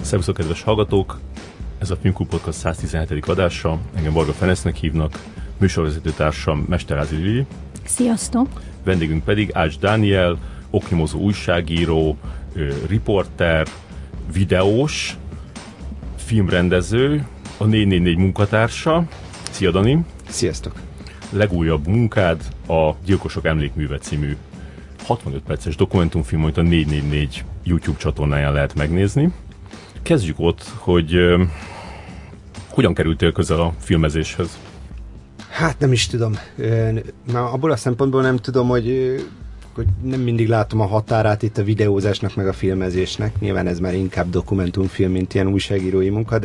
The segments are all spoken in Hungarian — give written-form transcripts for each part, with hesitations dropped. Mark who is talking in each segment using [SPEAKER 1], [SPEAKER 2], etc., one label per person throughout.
[SPEAKER 1] Szervusztok, kedves hallgatók! Ez a Filmklub Podcast 117. adása. Engem Varga Fenesznek hívnak, műsorvezető társam Mesterházy Lili.
[SPEAKER 2] Sziasztok!
[SPEAKER 1] Vendégünk pedig Ács Dániel, oknyomozó újságíró, riporter, videós, filmrendező, a 444 munkatársa. Szia, Dani!
[SPEAKER 3] Sziasztok!
[SPEAKER 1] Legújabb munkád a Gyilkosok emlékműve című 65 perces dokumentumfilm, amit a 444 YouTube csatornáján lehet megnézni. Kezdjük ott, hogy hogyan kerültél közel a filmezéshez?
[SPEAKER 3] Hát nem is tudom. Már abból a szempontból nem tudom, hogy nem mindig látom a határát itt a videózásnak meg a filmezésnek. Nyilván ez már inkább dokumentumfilm, mint ilyen újságírói munka,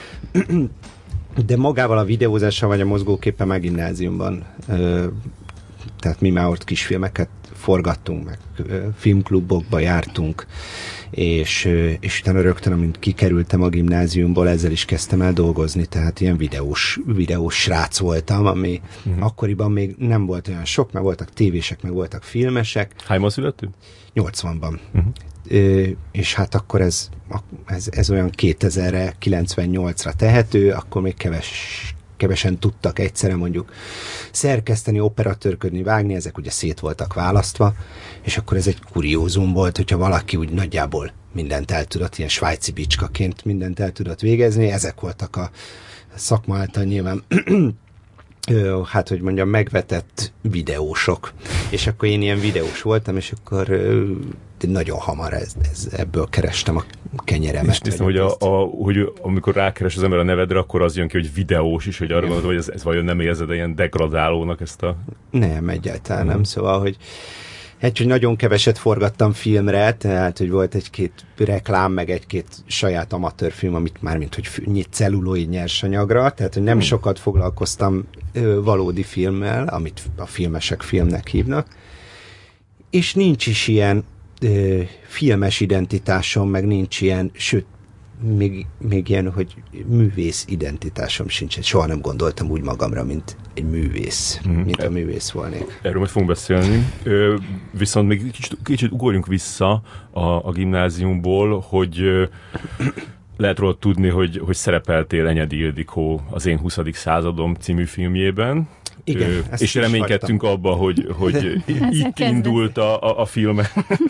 [SPEAKER 3] de magával a videózással vagy a mozgóképpen már gimnáziumban. Tehát mi már ott kisfilmeket forgattunk, meg filmklubokba jártunk, és utána rögtön, amint kikerültem a gimnáziumból, ezzel is kezdtem el dolgozni, tehát ilyen videós srác voltam, ami akkoriban még nem volt olyan sok, mert voltak tévések, meg voltak filmesek.
[SPEAKER 1] Hányban születtél?
[SPEAKER 3] 80-ban. És hát akkor ez olyan 2000-re, 98-ra tehető, akkor még kevesen tudtak egyszerre mondjuk szerkeszteni, operatőrködni, vágni, ezek ugye szét voltak választva, és akkor ez egy kuriózum volt, hogyha valaki úgy nagyjából mindent el tudott, ilyen svájci bicskaként mindent el tudott végezni, ezek voltak a szakma által nyilván hát, hogy mondjam, megvetett videósok. És akkor én ilyen videós voltam, és akkor nagyon hamar ebből kerestem a kenyeremet.
[SPEAKER 1] És néztem, hogy amikor rákeres az ember a nevedre, akkor az jön ki, hogy videós is, hogy arra gondolod, hogy ez vajon nem érzed ilyen degradálónak ezt a...
[SPEAKER 3] Nem, egyáltalán nem. Szóval, hogy hogy nagyon keveset forgattam filmre, tehát, hogy volt egy-két reklám, meg egy-két saját amatőrfilm, amit már mint hogy celluloid nyersanyagra, tehát, hogy nem sokat foglalkoztam valódi filmmel, amit a filmesek filmnek hívnak, és nincs is ilyen filmes identitásom, meg nincs ilyen, sőt, még ilyen, hogy művész identitásom sincs. Soha nem gondoltam úgy magamra, mint egy művész, mint a művész volnék.
[SPEAKER 1] Erről majd fogunk beszélni. Viszont még kicsit ugorjunk vissza a gimnáziumból, hogy lehet róla tudni, hogy szerepeltél Enyedi Ildikó az Én 20. századom című filmjében.
[SPEAKER 3] Igen,
[SPEAKER 1] és reménykedtünk abba, hogy itt indult a filme.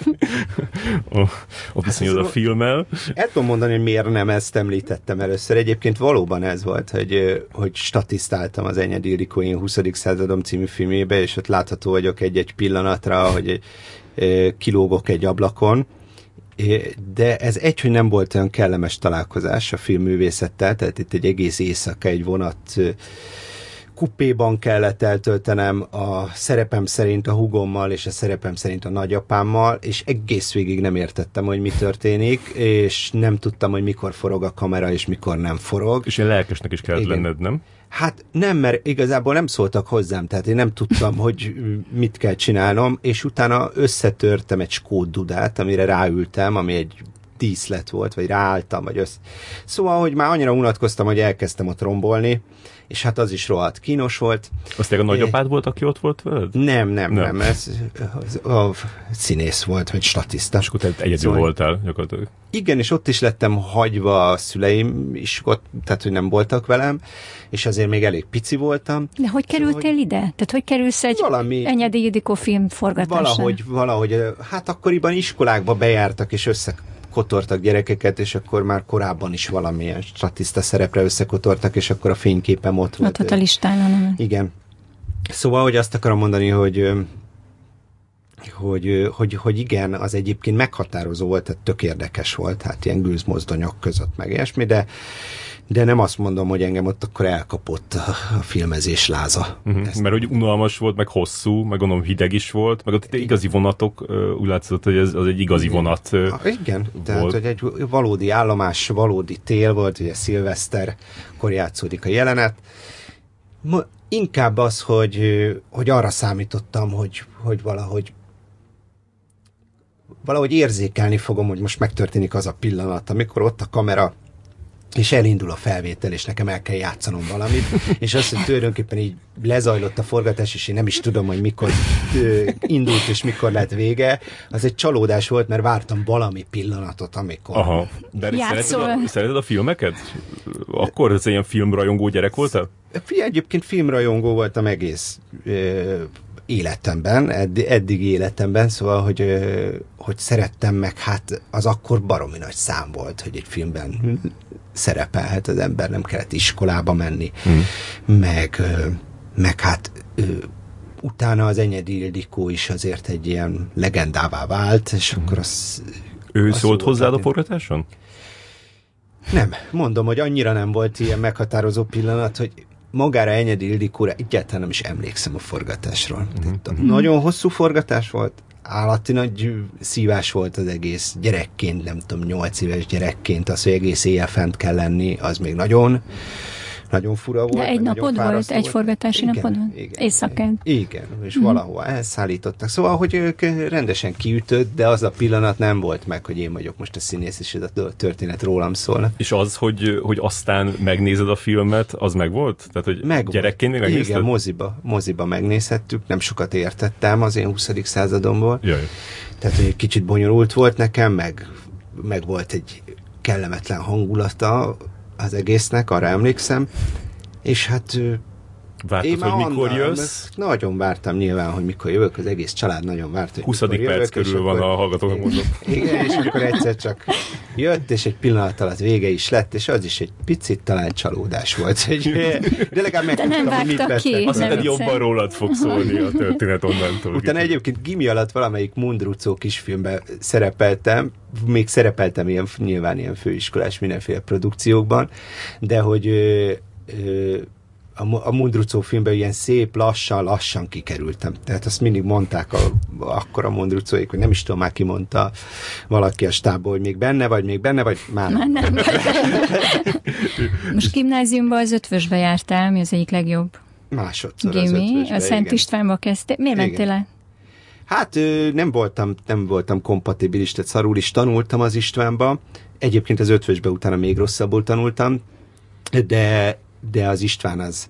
[SPEAKER 1] a viszonyod a filmmel.
[SPEAKER 3] El tudom mondani, hogy miért nem ezt említettem először. Egyébként valóban ez volt, hogy statisztáltam az Enyedi Ildikó Én 20. századom című filmébe, és ott látható vagyok egy pillanatra, hogy kilógok egy ablakon. De ez hogy nem volt olyan kellemes találkozás a filmművészettel, tehát itt egy egész éjszaka egy vonat kupéban kellett eltöltenem a szerepem szerint a húgommal, és a szerepem szerint a nagyapámmal, és egész végig nem értettem, hogy mi történik, és nem tudtam, hogy mikor forog a kamera, és mikor nem forog.
[SPEAKER 1] És én lelkesnek is kellett lenned, nem?
[SPEAKER 3] Hát nem, mert igazából nem szóltak hozzám, tehát én nem tudtam, hogy mit kell csinálnom, és utána összetörtem egy Skót Dudát, amire ráültem, ami egy díszlet volt, vagy ráálltam, Szóval, hogy már annyira unatkoztam, hogy elkezdtem ott rombolni, és hát az is rohadt kínos volt.
[SPEAKER 1] Azt a nagyapád volt, aki ott volt veled?
[SPEAKER 3] Nem. Ez a színész volt, vagy statiszta.
[SPEAKER 1] És akkor te egyedül voltál gyakorlatilag.
[SPEAKER 3] Igen, és ott is lettem hagyva, a szüleim is ott, tehát hogy nem voltak velem, és azért még elég pici voltam.
[SPEAKER 2] De hogy kerültél ide? Tehát hogy kerülsz egy Enyedi Ildikó film forgatására?
[SPEAKER 3] Valahogy, hát akkoriban iskolákba bejártak, és összekotortak gyerekeket, és akkor már korábban is valamilyen statiszta szerepre összekotortak, és akkor a fényképem ott volt.
[SPEAKER 2] Ott a listán, nem?
[SPEAKER 3] Igen. Szóval, hogy azt akarom mondani, hogy igen, az egyébként meghatározó volt, tehát tök érdekes volt, hát ilyen gőzmozdonyok között meg ilyesmi, de nem azt mondom, hogy engem ott akkor elkapott a filmezés láza.
[SPEAKER 1] Mert hogy unalmas volt, meg hosszú, meg gondolom hideg is volt, meg ott igazi vonatok, úgy látszott, hogy az egy igazi vonat
[SPEAKER 3] igen, tehát hogy egy valódi állomás, valódi tél volt, ugye szilveszterkor játszódik a jelenet. Inkább az, hogy arra számítottam, hogy valahogy érzékelni fogom, hogy most megtörténik az a pillanat, amikor ott a kamera és elindul a felvétel, és nekem el kell játszanom valamit, és azt, hogy tulajdonképpen így lezajlott a forgatás, és én nem is tudom, hogy mikor indult, és mikor lett vége. Az egy csalódás volt, mert vártam valami pillanatot, amikor...
[SPEAKER 1] Aha, de szereted a filmeket? Akkor ez ilyen filmrajongó gyerek voltál?
[SPEAKER 3] Egyébként filmrajongó voltam egész életemben, eddig életemben, szóval, hogy szerettem meg, hát az akkor baromi nagy szám volt, hogy egy filmben szerepelhet az ember, nem kellett iskolába menni, meg hát utána az Enyedi Ildikó is azért egy ilyen legendává vált, és akkor az...
[SPEAKER 1] Ő szólt hozzád a forgatáson?
[SPEAKER 3] Nem, mondom, hogy annyira nem volt ilyen meghatározó pillanat, hogy magára Enyedi Ildikóra egyáltalán nem is emlékszem a forgatásról. Nagyon hosszú forgatás volt, állati nagy szívás volt az egész. Gyerekként, nem tudom, 8 éves gyerekként az, hogy egész éjjel fent kell lenni, az még nagyon fura volt.
[SPEAKER 2] De egy napod volt, egy forgatási napod volt? Éjszakán.
[SPEAKER 3] Igen, és valahol elszállítottak. Szóval, hogy ők rendesen kiütött, de az a pillanat nem volt meg, hogy én vagyok most a színész, és ez a történet rólam szól.
[SPEAKER 1] És az, hogy aztán megnézed a filmet, az meg volt? Tehát, hogy gyerekként még megnézted?
[SPEAKER 3] Igen, moziba megnézhettük, nem sokat értettem az én 20. századomból.
[SPEAKER 1] Jaj.
[SPEAKER 3] Tehát, hogy egy kicsit bonyolult volt nekem, meg volt egy kellemetlen hangulata az egésznek, arra emlékszem, és hát
[SPEAKER 1] vártad, hogy mikor jössz?
[SPEAKER 3] Nagyon vártam nyilván, hogy mikor jövök, az egész család nagyon várt, hogy
[SPEAKER 1] 20. perc körül van a hallgatóknak mondom.
[SPEAKER 3] Igen, és akkor egyszer csak jött, és egy pillanat alatt vége is lett, és az is egy picit talán csalódás volt. De legalább megtudtam, hogy mit vettek.
[SPEAKER 1] Azt hiszed, jobban rólad fog szólni a történet onnantól.
[SPEAKER 3] Utána egyébként gimi alatt valamelyik Mundrucó kisfilmben szerepeltem, még szerepeltem nyilván ilyen főiskolás mindenféle produkciókban, de hogy a Mundrucó filmben ilyen szép, lassan kikerültem. Tehát azt mindig mondták akkor a Mundrucóék, hogy nem is tudom, már ki mondta valaki a stábból, hogy még benne vagy, már
[SPEAKER 2] nem vagy benne. Most gimnáziumban az Ötvösbe jártál, mi az egyik legjobb?
[SPEAKER 3] Másodszor
[SPEAKER 2] Gimi,
[SPEAKER 3] az Ötvösbe,
[SPEAKER 2] a Szent Istvánba kezdtél. Miért mentél el?
[SPEAKER 3] Hát nem voltam kompatibilis, tehát szarul is tanultam az Istvánba. Egyébként az Ötvösbe utána még rosszabbul tanultam, de az István az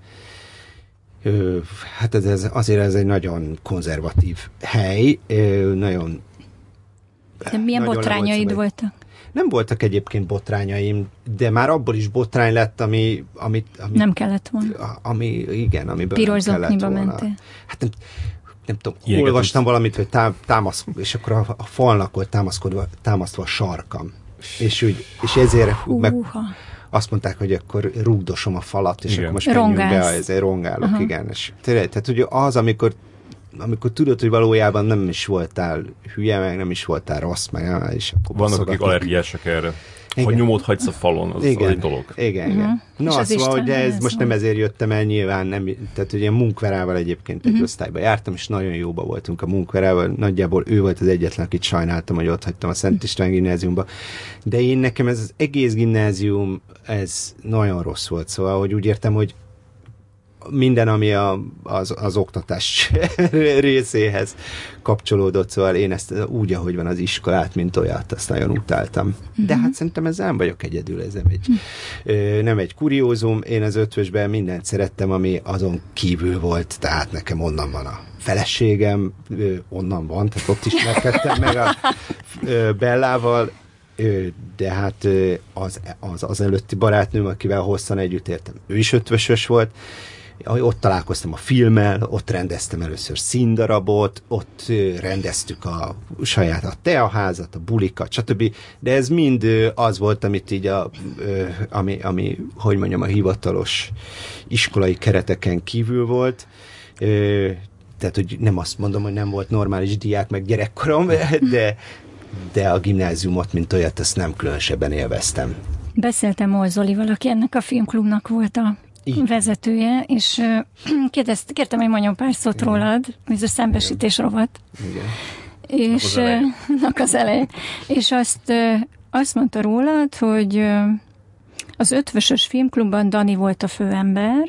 [SPEAKER 3] hát azért ez egy nagyon konzervatív hely, nagyon...
[SPEAKER 2] De milyen
[SPEAKER 3] nagyon
[SPEAKER 2] botrányaid voltak?
[SPEAKER 3] Nem voltak egyébként botrányaim, de már abból is botrány lett, ami
[SPEAKER 2] nem kellett volna.
[SPEAKER 3] Amiből
[SPEAKER 2] piros
[SPEAKER 3] nem kellett volna.
[SPEAKER 2] Mentél.
[SPEAKER 3] Hát nem tudom, olvastam valamit, hogy és akkor a falnak volt támasztva a sarkam. És ezért azt mondták, hogy akkor rúgdosom a falat, és igen. Akkor most menjünk be, ezért rongálok, igen. És tehát ugye az, amikor tudod, hogy valójában nem is voltál hülye, meg nem is voltál rossz, meg és akkor
[SPEAKER 1] vannak, akik allergiások erre. Igen. Ha nyomot hagysz a falon, az egy dolog.
[SPEAKER 3] Igen. Na, szóval, hogy ez most nem ezért jöttem el, nyilván nem, tehát ugye Munkverával egyébként egy osztályba jártam, és nagyon jóba voltunk a Munkverával, nagyjából ő volt az egyetlen, akit sajnáltam, hogy ott hagytam a Szent István gimnáziumba. De nekem ez az egész gimnázium, ez nagyon rossz volt, szóval, hogy úgy értem, hogy minden, ami az oktatás részéhez kapcsolódott, szóval én ezt úgy, ahogy van az iskolát, mint olyat, azt nagyon utáltam. De hát szerintem ezzel nem vagyok egyedül, ez nem egy kuriózum, én az Ötvösben mindent szerettem, ami azon kívül volt, tehát nekem onnan van a feleségem, onnan van, tehát ott ismerkedtem meg a Bellával, de hát az előtti barátnőm, akivel hosszan együtt éltem, ő is ötvösös volt, ott találkoztam a filmmel, ott rendeztem először színdarabot, ott rendeztük a teaházat, a bulikat, stb. De ez mind az volt, amit így ami hogy mondjam, a hivatalos iskolai kereteken kívül volt. Tehát, hogy nem azt mondom, hogy nem volt normális diák meg gyerekkorom, de a gimnáziumot, mint olyat, ezt nem különösebben élveztem.
[SPEAKER 2] Beszéltem Oll Zolival, aki ennek a filmklubnak volt a vezetője, és kértem, hogy mondjam pár szót rólad, ez a szembesítés rovat.
[SPEAKER 3] Igen.
[SPEAKER 2] És az elején. És azt mondta rólad, hogy az Ötvösös filmklubban Dani volt a főember,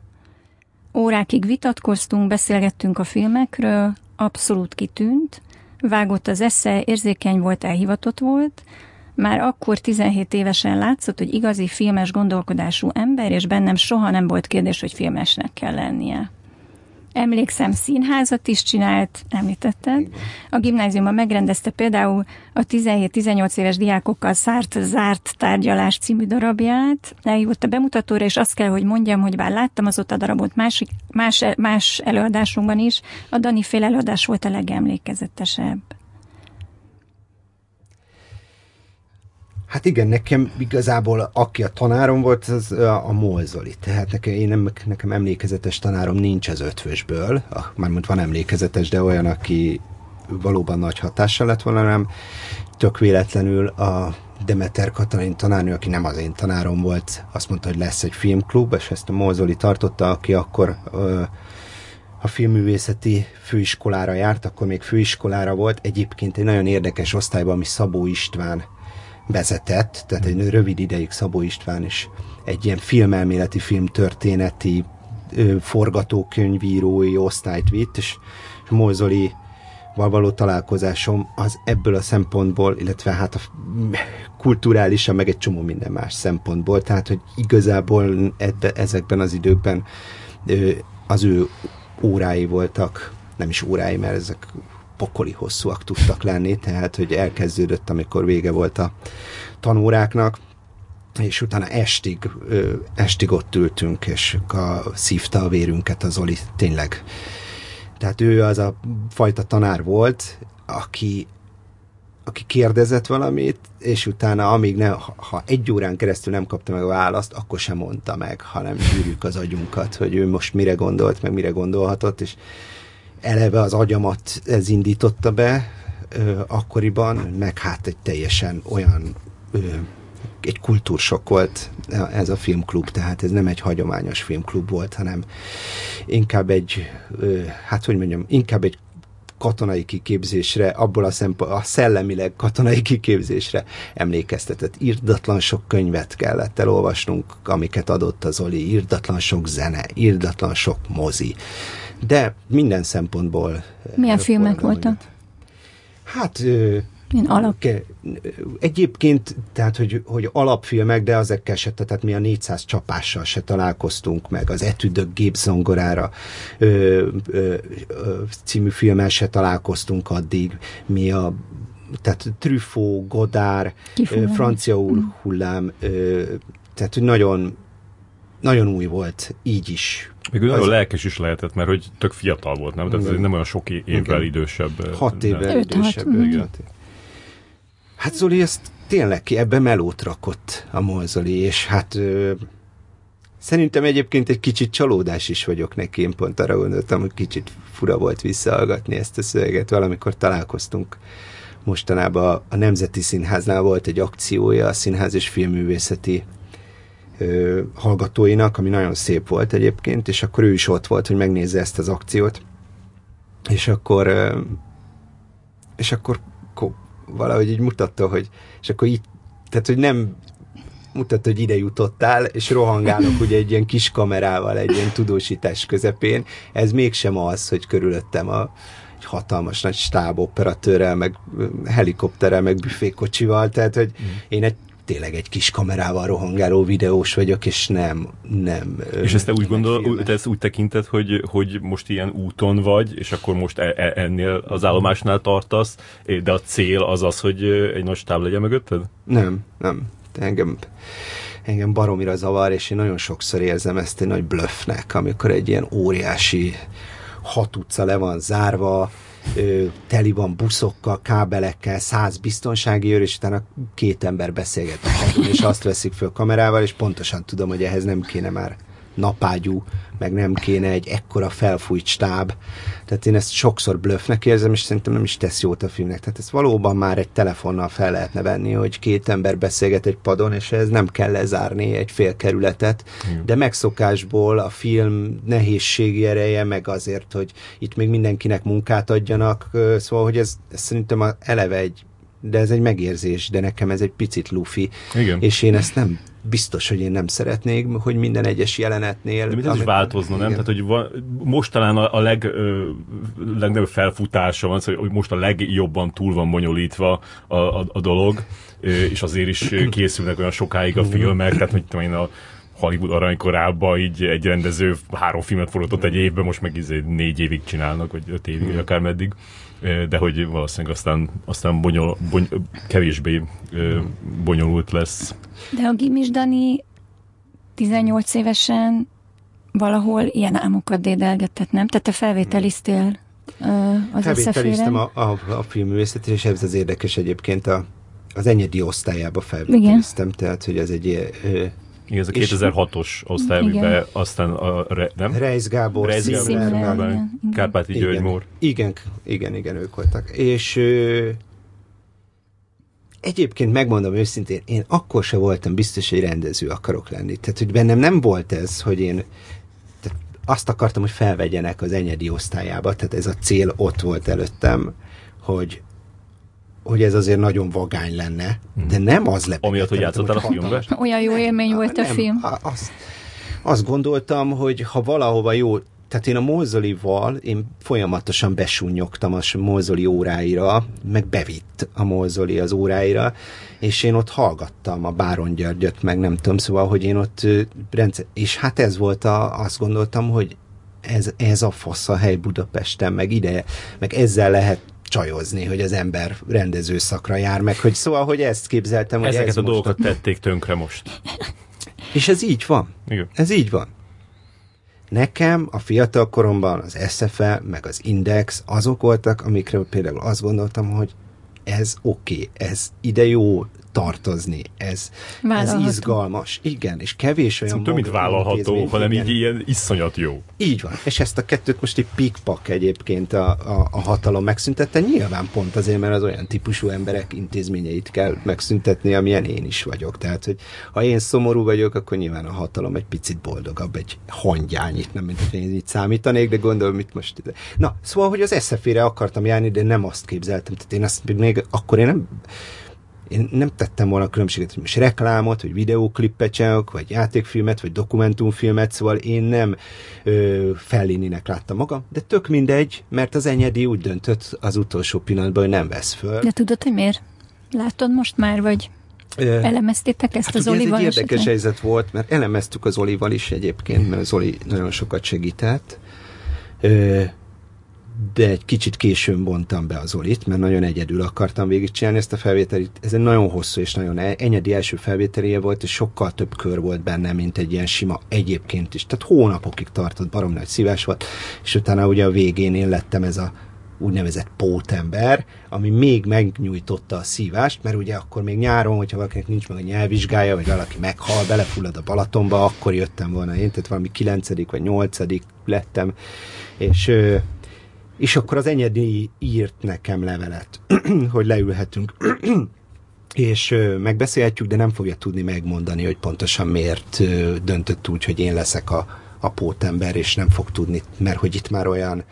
[SPEAKER 2] órákig vitatkoztunk, beszélgettünk a filmekről, abszolút kitűnt, vágott az esze, érzékeny volt, elhivatott volt, Már akkor 17 évesen látszott, hogy igazi filmes gondolkodású ember, és bennem soha nem volt kérdés, hogy filmesnek kell lennie. Emlékszem, színházat is csinált, említetted. A gimnáziumban megrendezte például a 17-18 éves diákokkal zárt tárgyalás című darabját. Eljött a bemutatóra, és azt kell, hogy mondjam, hogy bár láttam azóta a darabot más előadásunkban is, a Dani féle előadás volt a legemlékezetesebb.
[SPEAKER 3] Hát igen, nekem igazából aki a tanárom volt, az a Moll Zoli. Tehát nekem emlékezetes tanárom nincs az ötvösből. Mármint van emlékezetes, de olyan, aki valóban nagy hatással lett volna rám. Tök véletlenül a Demeter Katalin tanárnő, aki nem az én tanárom volt, azt mondta, hogy lesz egy filmklub, és ezt a Moll Zoli tartotta, aki akkor a filmművészeti főiskolára járt, akkor még főiskolára volt. Egyébként egy nagyon érdekes osztályban, ami Szabó István vezetett, tehát egy rövid ideig Szabó István is egy ilyen filmelméleti, filmtörténeti forgatókönyvírói osztályt vitt, és Moll Zolival való találkozásom az ebből a szempontból, illetve hát a kulturálisan, meg egy csomó minden más szempontból, tehát hogy igazából ezekben az időkben az ő órái voltak, nem is órái, mert ezek pokoli hosszúak tudtak lenni, tehát, hogy elkezdődött, amikor vége volt a tanóráknak, és utána estig ott ültünk, és szívta a vérünket az Zoli, tényleg. Tehát ő az a fajta tanár volt, aki kérdezett valamit, és utána, ha egy órán keresztül nem kapta meg a választ, akkor sem mondta meg, hanem gyűrjük az agyunkat, hogy ő most mire gondolt, meg mire gondolhatott, és eleve az agyamat ez indította be akkoriban, meg hát egy teljesen olyan egy kultúrsok volt ez a filmklub, tehát ez nem egy hagyományos filmklub volt, hanem inkább inkább egy katonai kiképzésre, abból a szellemileg katonai kiképzésre emlékeztetett. Irdatlan sok könyvet kellett elolvasnunk, amiket adott az Zoli, irdatlan sok zene, irdatlan sok mozi. De minden szempontból...
[SPEAKER 2] Milyen filmek voltak?
[SPEAKER 3] Hát...
[SPEAKER 2] Egyébként,
[SPEAKER 3] tehát, hogy alapfilmek, de ezekkel se, tehát mi a 400 csapással se találkoztunk meg, az Etüdök gépzongorára című filmmel se találkoztunk addig, tehát Truffaut, Godard, franciaul hullám, tehát, hogy nagyon, nagyon új volt, így is.
[SPEAKER 1] Még nagyon lelkes is lehetett, mert hogy tök fiatal volt, nem? Tehát nem olyan sok évvel idősebb.
[SPEAKER 3] 6 évvel idősebb. Hát Zoli, ezt tényleg ebbe melót rakott a Moll Zoli, és hát szerintem egyébként egy kicsit csalódás is vagyok neki. Én pont arra gondoltam, hogy kicsit fura volt visszahallgatni ezt a szöveget. Valamikor találkoztunk mostanában a Nemzeti Színháznál, volt egy akciója a Színház és Filmművészeti hallgatóinak, ami nagyon szép volt egyébként, és akkor ő is ott volt, hogy megnézze ezt az akciót. És akkor valahogy így mutatta, hogy, és akkor így, tehát, hogy nem mutatta, hogy ide jutottál, és rohangálok ugye egy ilyen kis kamerával, egy ilyen tudósítás közepén. Ez mégsem az, hogy körülöttem egy hatalmas nagy stáboperatőrrel, meg helikopterrel, meg büfékocsival, tehát, hogy én tényleg egy kis kamerával rohangáló videós vagyok, és nem.
[SPEAKER 1] És ezt te úgy te ezt úgy tekinted, hogy most ilyen úton vagy, és akkor most ennél az állomásnál tartasz, de a cél az, hogy egy nagy stáb legyen mögötted?
[SPEAKER 3] Nem. Engem baromira zavar, és én nagyon sokszor érzem ezt egy nagy bluffnek, amikor egy ilyen óriási 6 utca le van zárva, teli van buszokkal, kábelekkel, 100 biztonsági őr, és utána 2 ember beszélget a padon, és azt veszik föl kamerával, és pontosan tudom, hogy ehhez nem kéne már napágyú, meg nem kéne egy ekkora felfújt stáb. Tehát én ezt sokszor bluffnek érzem, és szerintem nem is tesz jót a filmnek. Tehát ezt valóban már egy telefonnal fel lehetne venni, hogy 2 ember beszélget egy padon, és ez nem kell lezárni egy fél kerületet, de megszokásból a film nehézségi ereje, meg azért, hogy itt még mindenkinek munkát adjanak, szóval, hogy ez szerintem eleve de ez egy megérzés, de nekem ez egy picit lufi.
[SPEAKER 1] Igen.
[SPEAKER 3] És én ezt nem biztos, hogy én nem szeretnék, hogy minden egyes jelenetnél...
[SPEAKER 1] De ez is változna, nem? Tehát, hogy most talán a legnagyobb felfutása van, hogy most a legjobban túl van bonyolítva a dolog, és azért is készülnek olyan sokáig a filmek, tehát hogy tudom én, a Hollywood aranykorában így egy rendező 3 filmet forgatott egy évben, most meg 4 évig csinálnak, vagy 5 évig, vagy akármeddig. De hogy valószínűleg aztán kevésbé bonyolult lesz.
[SPEAKER 2] De a Gimis Dani 18 évesen valahol ilyen álmokat dédelgetett, nem? Tehát te felvételiztél az
[SPEAKER 3] Felvételiztem a filmművészetet, és ez az érdekes egyébként az Enyedi osztályába felvételiztem, tehát hogy ez egy
[SPEAKER 1] igen, ez a 2006-os osztály, amiben aztán nem?
[SPEAKER 3] Reis Gábor,
[SPEAKER 1] Kárpáti György Mór.
[SPEAKER 3] Igen, ők voltak. És egyébként megmondom őszintén, én akkor se voltam biztos, hogy rendező akarok lenni. Tehát, hogy bennem nem volt ez, hogy én azt akartam, hogy felvegyenek az Enyedi osztályába, tehát ez a cél ott volt előttem, hogy ez azért nagyon vagány lenne, de nem az lepegettem.
[SPEAKER 1] Amiatt, hogy játszottál a filmben?
[SPEAKER 2] Olyan jó élmény volt a film.
[SPEAKER 3] Azt gondoltam, hogy ha valahova jó, tehát én a Molzolival, én folyamatosan besúnyogtam a Molzoli óráira, meg bevitt a Molzoli az óráira, és én ott hallgattam a Báron Györgyöt, meg nem tudom, szóval, hogy én ott és hát ez volt azt gondoltam, hogy ez a fasz a hely Budapesten, meg ide, meg ezzel lehet csajozni, hogy az ember rendező szakra jár meg, hogy szóval, hogy ezt képzeltem, hogy
[SPEAKER 1] ezeket a dolgokat tették tönkre most.
[SPEAKER 3] És ez így van.
[SPEAKER 1] Igen.
[SPEAKER 3] Ez így van. Nekem a fiatal koromban az SFE, meg az Index azok voltak, amikről például azt gondoltam, hogy ez oké, ez ide jó tartozni, ez izgalmas. Igen, és kevés olyan...
[SPEAKER 1] Több, mint vállalható, hanem így ilyen iszonyat jó.
[SPEAKER 3] Így van, és ezt a kettőt most egy pikpak egyébként a hatalom megszüntette, nyilván pont azért, mert az olyan típusú emberek intézményeit kell megszüntetni, amilyen én is vagyok. Tehát, hogy ha én szomorú vagyok, akkor nyilván a hatalom egy picit boldogabb, egy hangyányit, nem mint hogy én így számítanék, de gondolom, mit most... Na, szóval, hogy az SFE-re akartam járni, de nem azt képzeltem. Tehát én azt még akkor én nem tettem volna különbséget, hogy most reklámot, vagy videóklippet csinálok, vagy játékfilmet, vagy dokumentumfilmet, szóval én nem Fellininek láttam magam, de tök mindegy, mert az Enyedi úgy döntött az utolsó pillanatban, hogy nem vesz föl.
[SPEAKER 2] De tudod, hogy miért? Látod most már, vagy elemeztétek ezt az Olival?
[SPEAKER 3] Ez egy érdekes helyzet volt, mert elemeztük az Olival is egyébként, mert az Oli nagyon sokat segített, de egy kicsit későn bontam be az Olit, mert nagyon egyedül akartam végigcsinálni ezt a felvételit. Ez egy nagyon hosszú és nagyon Enyedi első felvételje volt, és sokkal több kör volt benne, mint egy ilyen sima egyébként is. Tehát hónapokig tartott, barom nagy szívás volt, és utána ugye a végén én lettem ez a úgynevezett pótember, ami még megnyújtotta a szívást, mert ugye akkor még nyáron, hogyha valakinek nincs meg a nyelvvizsgája, vagy valaki meghal, belefullad a Balatonba, akkor jöttem volna én, tehát valami 9. vagy 8. lettem, és akkor az Enyedi írt nekem levelet, hogy leülhetünk, és megbeszélhetjük, de nem fogja tudni megmondani, hogy pontosan miért döntött úgy, hogy én leszek a pótember, és nem fog tudni, mert hogy itt már olyan...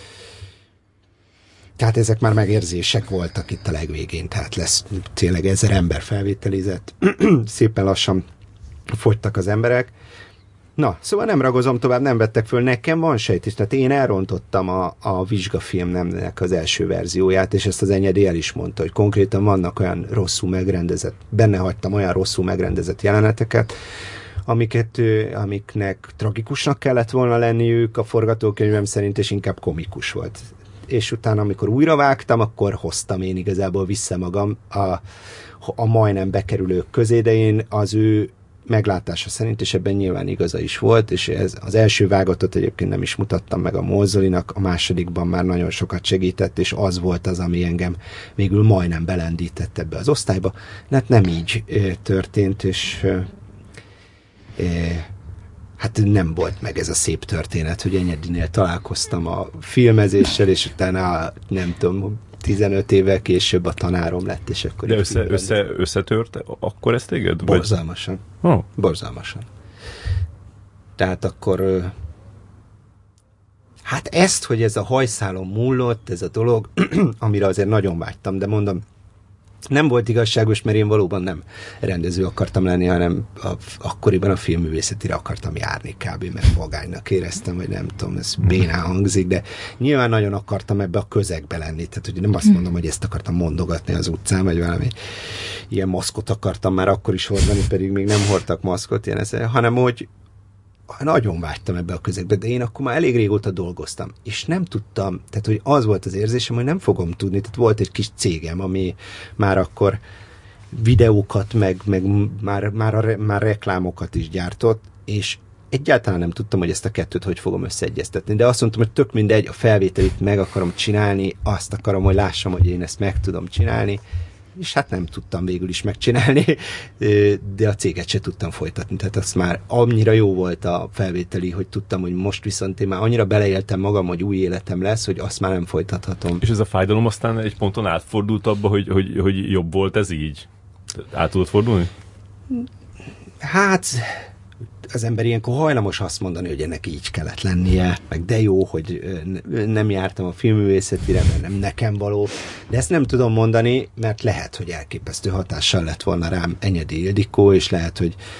[SPEAKER 3] Tehát ezek már megérzések voltak itt a legvégén, tehát lesz tényleg 1000 ember felvételizett, szépen lassan fogytak az emberek. Na, szóval nem ragozom tovább, nem vettek föl, nekem van sejtés, tehát én elrontottam a vizsgafilmnek az első verzióját, és ezt az Enyedi el is mondta, hogy konkrétan vannak olyan rosszul megrendezett, benne hagytam olyan rosszul megrendezett jeleneteket, amiknek tragikusnak kellett volna lenniük a forgatókönyvem szerint, és inkább komikus volt. És utána, amikor újra vágtam, akkor hoztam én igazából vissza magam a majdnem bekerülők közé, de én az ő meglátása szerint, és ebben nyilván igaza is volt, és ez az első vágatot egyébként nem is mutattam meg a Molzolinak, a másodikban már nagyon sokat segített, és az volt az, ami engem végül majdnem belendített ebbe az osztályba. Hát nem így történt, és hát nem volt meg ez a szép történet, hogy Enyedinél találkoztam a filmezéssel, és utána nem tudom, 15 évvel később a tanárom lett, és akkor...
[SPEAKER 1] De összetört akkor ezt téged?
[SPEAKER 3] Borzalmasan.
[SPEAKER 1] Oh.
[SPEAKER 3] Borzalmasan. Tehát akkor... Hát ezt, hogy ez a hajszálon múlott, ez a dolog, amire azért nagyon vágytam, de mondom, nem volt igazságos, mert én valóban nem rendező akartam lenni, hanem akkoriban a filmművészetire akartam járni kb. Mert vagánynak éreztem, vagy nem tudom, ez bénán hangzik, de nyilván nagyon akartam ebbe a közegbe lenni, tehát hogy nem azt mondom, hogy ezt akartam mondogatni az utcán, vagy valami ilyen maszkot akartam már akkor is hordani, pedig még nem hordtak maszkot, hanem hogy nagyon vágytam ebbe a közegbe, de én akkor már elég régóta dolgoztam, és nem tudtam, tehát hogy az volt az érzésem, hogy nem fogom tudni, tehát volt egy kis cégem, ami már akkor videókat, meg már reklámokat is gyártott, és egyáltalán nem tudtam, hogy ezt a kettőt hogy fogom összeegyeztetni, de azt mondtam, hogy tök mindegy, a felvételit meg akarom csinálni, azt akarom, hogy lássam, hogy én ezt meg tudom csinálni, és hát nem tudtam végül is megcsinálni, de a céget se tudtam folytatni, tehát azt már annyira jó volt a felvételi, hogy tudtam, hogy most viszont én már annyira beleéltem magam, hogy új életem lesz, hogy azt már nem folytathatom.
[SPEAKER 1] És ez a fájdalom aztán egy ponton átfordult abba, hogy jobb volt ez így? Át tudod fordulni?
[SPEAKER 3] Hát az ember ilyenkor hajlamos azt mondani, hogy ennek így kellett lennie, meg de jó, hogy nem jártam a filmművészetire, mert nem nekem való, de ezt nem tudom mondani, mert lehet, hogy elképesztő hatással lett volna rám Enyedi Ildikó, és lehet,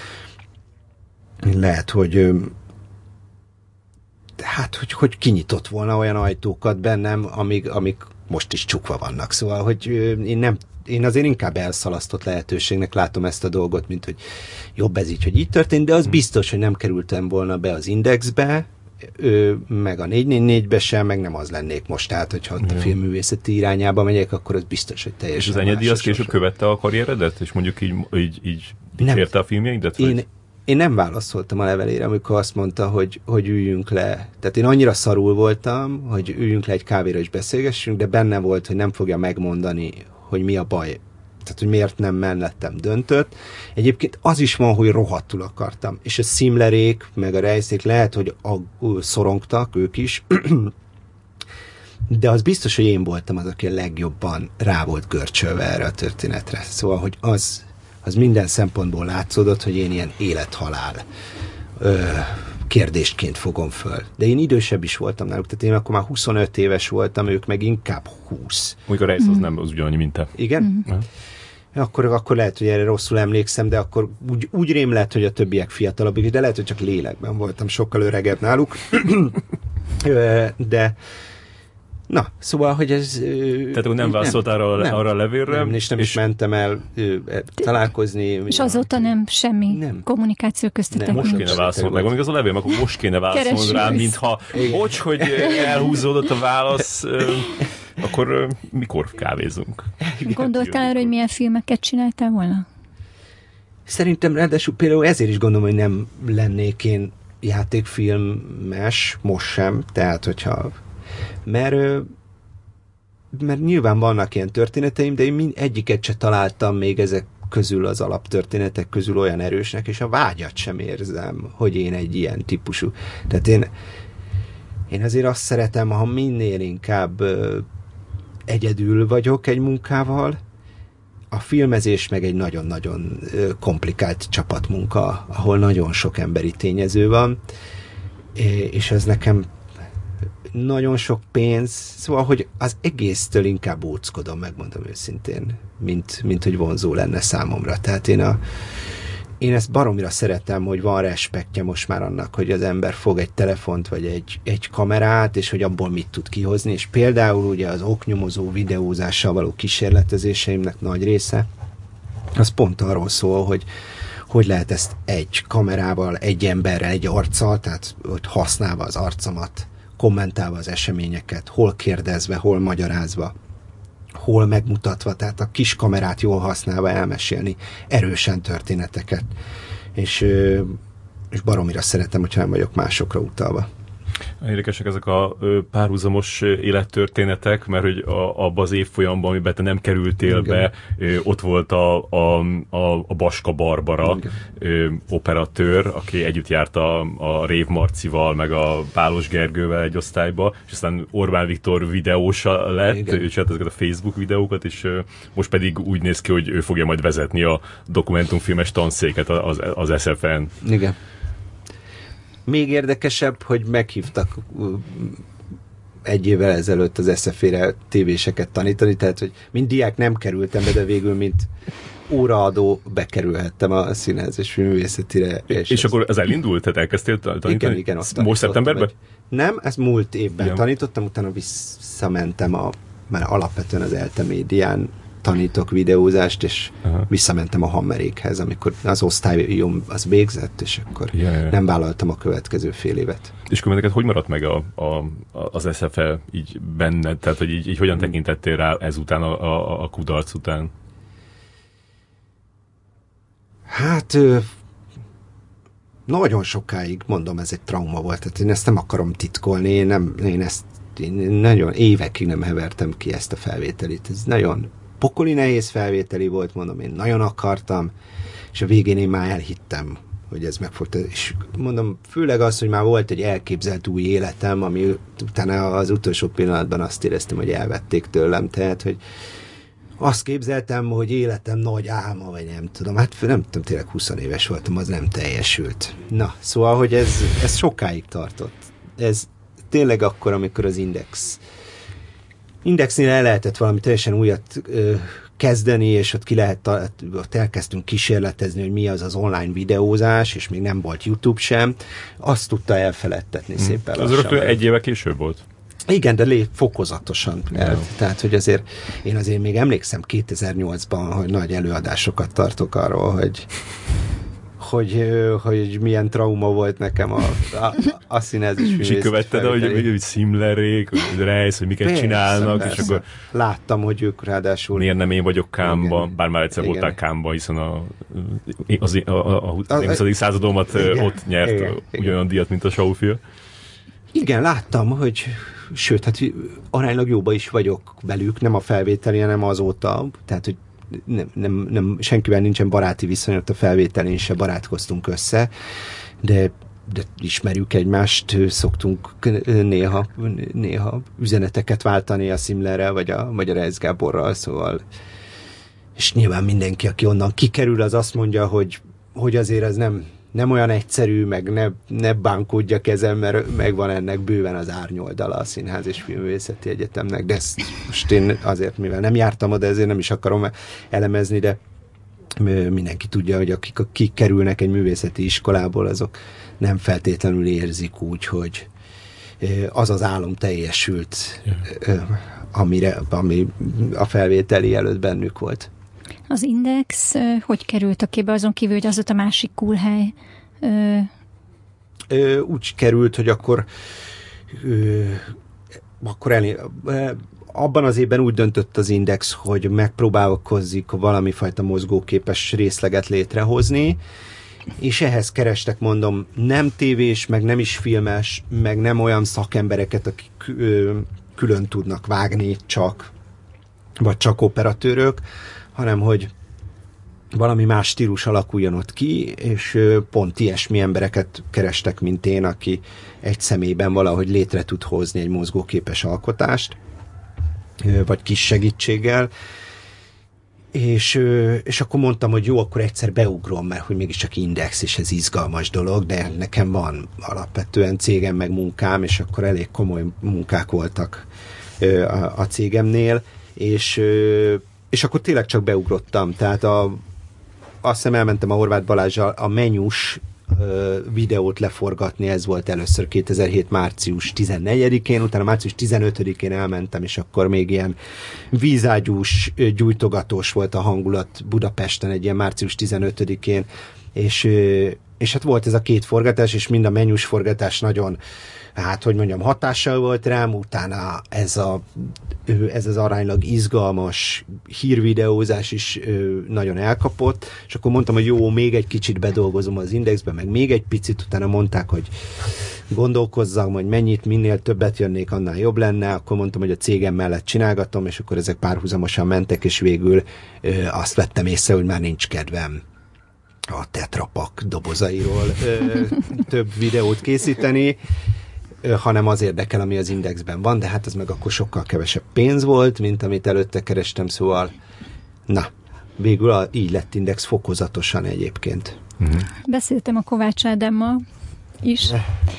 [SPEAKER 3] hogy kinyitott volna olyan ajtókat bennem, amik most is csukva vannak. Szóval, hogy én azért inkább elszalasztott lehetőségnek látom ezt a dolgot, mint hogy jobb ez így, hogy így történt, de az biztos, hogy nem kerültem volna be az Indexbe, meg a 444-be sem, meg nem az lennék most. Tehát, hogyha ott a filmművészeti irányába megyek, akkor az biztos, hogy teljesen.
[SPEAKER 1] És az Enyedi az később követte a karrieredet? És mondjuk így érte a filmjeidet?
[SPEAKER 3] Én nem válaszoltam a levelére, amikor azt mondta, hogy üljünk le. Tehát én annyira szarul voltam, hogy üljünk le egy kávéra és beszélgessünk, de benne volt, hogy nem fogja megmondani, hogy mi a baj. Tehát, hogy miért nem mellettem döntött. Egyébként az is van, hogy rohadtul akartam. És a Szimlerék, meg a Rejszék lehet, hogy szorongtak ők is, de az biztos, hogy én voltam az, aki a legjobban rá volt görcsölve erre a történetre. Szóval, hogy az minden szempontból látszódott, hogy én ilyen élet-halál kérdésként fogom föl. De én idősebb is voltam náluk, tehát én akkor már 25 éves voltam, ők meg inkább 20.
[SPEAKER 1] Mondjuk a Rejsz az nem az ugyanannyi, mint te.
[SPEAKER 3] Igen? Akkor lehet, hogy erre rosszul emlékszem, de akkor úgy rém lett, hogy a többiek fiatalabbak, de lehet, hogy csak lélekben voltam sokkal öregebb náluk. De na, szóval, hogy ez...
[SPEAKER 1] Tehát akkor nem válaszolt arra a levélre?
[SPEAKER 3] Nem, és nem is mentem el találkozni.
[SPEAKER 2] És azóta nem semmi kommunikáció köztetek.
[SPEAKER 1] Most kéne válaszolni meg, amíg az a levél, akkor most kéne válaszolni rá, mintha hogy elhúzódott a válasz, akkor mikor kávézunk?
[SPEAKER 2] Gondoltál arra, hogy milyen filmeket csináltál volna?
[SPEAKER 3] Szerintem ráadásul például ezért is gondolom, hogy nem lennék én játékfilmes, most sem, tehát hogyha mert nyilván vannak ilyen történeteim, de én egyiket se találtam még ezek közül, az alaptörténetek közül olyan erősnek, és a vágyat sem érzem, hogy én egy ilyen típusú. Tehát én azért azt szeretem, ha minél inkább egyedül vagyok egy munkával. A filmezés meg egy nagyon-nagyon komplikált csapatmunka, ahol nagyon sok emberi tényező van, és ez nekem nagyon sok pénz, szóval, hogy az egésztől inkább óckodom, megmondom őszintén, mint hogy vonzó lenne számomra. Tehát én ezt baromira szeretem, hogy van respektje most már annak, hogy az ember fog egy telefont, vagy egy kamerát, és hogy abból mit tud kihozni, és például ugye az oknyomozó videózással való kísérletezéseimnek nagy része, az pont arról szól, hogy lehet ezt egy kamerával, egy emberrel, egy arccal, tehát hogy használva az arcomat, kommentálva az eseményeket, hol kérdezve, hol magyarázva, hol megmutatva, tehát a kis kamerát jól használva elmesélni erősen történeteket. És baromira szeretem, hogyha nem vagyok másokra utalva.
[SPEAKER 1] Érdekesek ezek a párhuzamos élettörténetek, mert hogy abban az évfolyamban, amiben te nem kerültél be, ott volt a Baska Barbara operatőr, aki együtt járt a Rév Marcival, meg a Pálos Gergővel egy osztályba, és aztán Orbán Viktor videósa lett, ő csinált ezeket a Facebook videókat, és most pedig úgy néz ki, hogy ő fogja majd vezetni a dokumentumfilmes tanszéket az SFN. Igen.
[SPEAKER 3] Még érdekesebb, hogy meghívtak 1 évvel ezelőtt az SZF-re tévéseket tanítani, tehát, hogy mint diák nem kerültem be, de végül, mint óraadó bekerülhettem a Színház és Filmművészetire.
[SPEAKER 1] És akkor ez elindult? Tehát elkezdtél tanítani?
[SPEAKER 3] Igen,
[SPEAKER 1] most szeptemberben?
[SPEAKER 3] Nem, ezt múlt évben tanítottam, utána visszamentem mert alapvetően az ELTE médián tanítok videózást, és visszamentem a Hammerékhez, amikor az osztályom az végzett, és akkor nem vállaltam a következő fél évet.
[SPEAKER 1] És akkor neked hogy maradt meg az SZF-e így benned? Tehát, hogy így hogyan tekintettél rá ezután, a kudarc után?
[SPEAKER 3] Hát nagyon sokáig, mondom, ez egy trauma volt, tehát én ezt nem akarom titkolni, én nagyon évekig nem hevertem ki ezt a felvételit. Ez nagyon pokoli nehéz felvételi volt, mondom, én nagyon akartam, és a végén én már elhittem, hogy ez meg fog. És mondom, főleg az, hogy már volt egy elképzelt új életem, ami utána az utolsó pillanatban azt éreztem, hogy elvették tőlem, tehát, hogy azt képzeltem, hogy életem nagy álma, vagy nem tudom. Hát nem tudom, tényleg 20 éves voltam, az nem teljesült. Na, szóval, hogy ez sokáig tartott. Ez tényleg akkor, amikor az Indexnél el lehetett valami teljesen újat kezdeni, és ott elkezdtünk kísérletezni, hogy mi az online videózás, és még nem volt YouTube sem. Azt tudta elfeledtetni szépen.
[SPEAKER 1] Az rögtön 1 éve később volt?
[SPEAKER 3] Igen, de fokozatosan. Tehát, hogy azért én azért még emlékszem 2008-ban, hogy nagy előadásokat tartok arról, hogy milyen trauma volt nekem a Színház és Filmművészet.
[SPEAKER 1] És követted, hogy Szimlerék, hogy Reisz, hogy miket csinálnak, persze. És akkor
[SPEAKER 3] láttam, hogy ők ráadásul...
[SPEAKER 1] Miért nem én vagyok Kámba, bár már egyszer voltál Kámba, hiszen a 20. századomat ott nyert ugyanolyan díjat, mint a Schaufel.
[SPEAKER 3] Igen, láttam, hogy sőt, hát aránylag jóba is vagyok velük, nem a felvételi, hanem azóta, tehát, hogy nem, senkivel nincsen baráti viszony, ott a felvételén se barátkoztunk össze, de ismerjük egymást, szoktunk néha üzeneteket váltani a Szimlerrel, vagy a Reisz Gáborral, szóval és nyilván mindenki, aki onnan kikerül, az azt mondja, hogy azért ez nem olyan egyszerű, meg ne bánkódja kezem, mert megvan ennek bőven az árnyoldala a Színház és Filmművészeti Egyetemnek, de ezt most én azért, mivel nem jártam oda, ezért nem is akarom elemezni, de mindenki tudja, hogy akik kerülnek egy művészeti iskolából, azok nem feltétlenül érzik úgy, hogy az az álom teljesült, ami a felvételi előtt bennük volt.
[SPEAKER 2] Az Index hogy került a képbe, azon kívül, hogy az ott a másik cool hely?
[SPEAKER 3] Úgy került, hogy akkor abban az évben úgy döntött az Index, hogy megpróbálkozik valami fajta mozgóképes részleget létrehozni, és ehhez kerestek, mondom, nem tévés, meg nem is filmes, meg nem olyan szakembereket, akik külön tudnak vágni vagy csak operatőrök, hanem hogy valami más stílus alakuljon ott ki, és pont ilyesmi embereket kerestek, mint én, aki egy személyben valahogy létre tud hozni egy mozgóképes alkotást, vagy kis segítséggel, és akkor mondtam, hogy jó, akkor egyszer beugrom, mert hogy mégiscsak Index, és ez izgalmas dolog, de nekem van alapvetően cégem, meg munkám, és akkor elég komoly munkák voltak a cégemnél, és akkor tényleg csak beugrottam. Tehát azt hiszem elmentem a Horváth Balázsral a Menyus videót leforgatni, ez volt először 2007. március 14-én, utána március 15-én elmentem, és akkor még ilyen vízágyús, gyújtogatós volt a hangulat Budapesten egy ilyen március 15-én, és hát volt ez a 2 forgatás, és mind a Menyus forgatás nagyon, hát hogy mondjam, hatással volt rám, utána ez az aránylag izgalmas hírvideózás is nagyon elkapott, és akkor mondtam, hogy jó, még egy kicsit bedolgozom az Indexbe, meg még egy picit, utána mondták, hogy gondolkozzam, hogy minél többet jönnék, annál jobb lenne, akkor mondtam, hogy a cégem mellett csinálgatom, és akkor ezek párhuzamosan mentek, és végül azt vettem észre, hogy már nincs kedvem a Tetra Pak dobozairól több videót készíteni, hanem az érdekel, ami az Indexben van, de hát ez meg akkor sokkal kevesebb pénz volt, mint amit előtte kerestem, szóval végül így lett Index fokozatosan egyébként.
[SPEAKER 2] Beszéltem a Kovács Ádámmal is,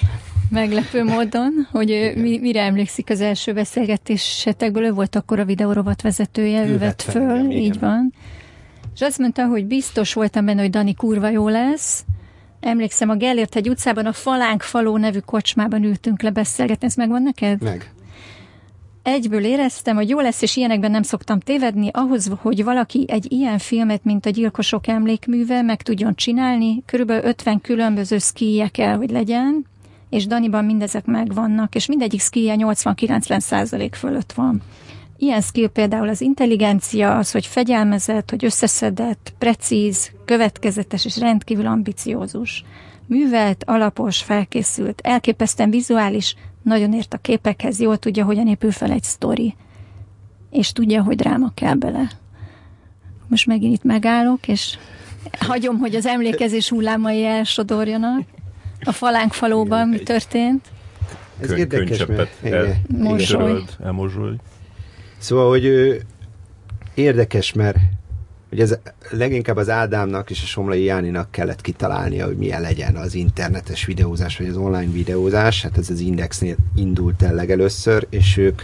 [SPEAKER 2] meglepő módon, hogy mire emlékszik az első beszélgetésetekből, ő volt akkor a videórovat vezetője, ő vett föl, így van. És azt mondta, hogy biztos voltam benne, hogy Dani kurva jó lesz. Emlékszem, a Gellért egy utcában, a Falánk Faló nevű kocsmában ültünk le beszélgetni. Ez megvan neked?
[SPEAKER 3] Meg.
[SPEAKER 2] Egyből éreztem, hogy jó lesz, és ilyenekben nem szoktam tévedni. Ahhoz, hogy valaki egy ilyen filmet, mint a Gyilkosok emlékműve meg tudjon csinálni, körülbelül 50 különböző szkíje kell, hogy legyen, és Daniban mindezek megvannak, és mindegyik szkíje 80-90% fölött van. Ilyen skill például az intelligencia, az, hogy fegyelmezett, hogy összeszedett, precíz, következetes és rendkívül ambiciózus. Művelt, alapos, felkészült, elképesztően vizuális, nagyon ért a képekhez, jól tudja, hogyan épül fel egy sztori. És tudja, hogy dráma kell bele. Most megint itt megállok, és hagyom, hogy az emlékezés hullámai elsodorjanak. A Falánk Falóban mi történt?
[SPEAKER 3] Ez érdekes, mert
[SPEAKER 1] elmosoly.
[SPEAKER 3] Szóval, hogy érdekes, mert hogy ez leginkább az Ádámnak és a Somlai Jáninak kellett kitalálnia, hogy milyen legyen az internetes videózás, vagy az online videózás. Hát ez az Indexnél indult el legelőször, és ők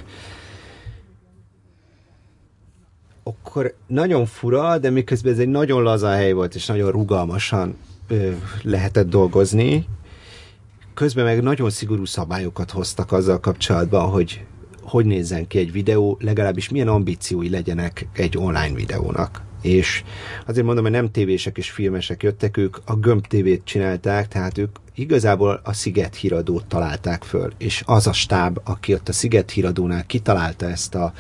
[SPEAKER 3] akkor nagyon fura, de miközben ez egy nagyon laza hely volt, és nagyon rugalmasan lehetett dolgozni. Közben meg nagyon szigorú szabályokat hoztak azzal kapcsolatban, hogy nézzen ki egy videó, legalábbis milyen ambíciói legyenek egy online videónak. És azért mondom, hogy nem tévések és filmesek jöttek, ők a Gömb TV-t csinálták, tehát ők igazából a Sziget híradót találták föl, és az a stáb, aki ott a Sziget híradónál kitalálta ezt a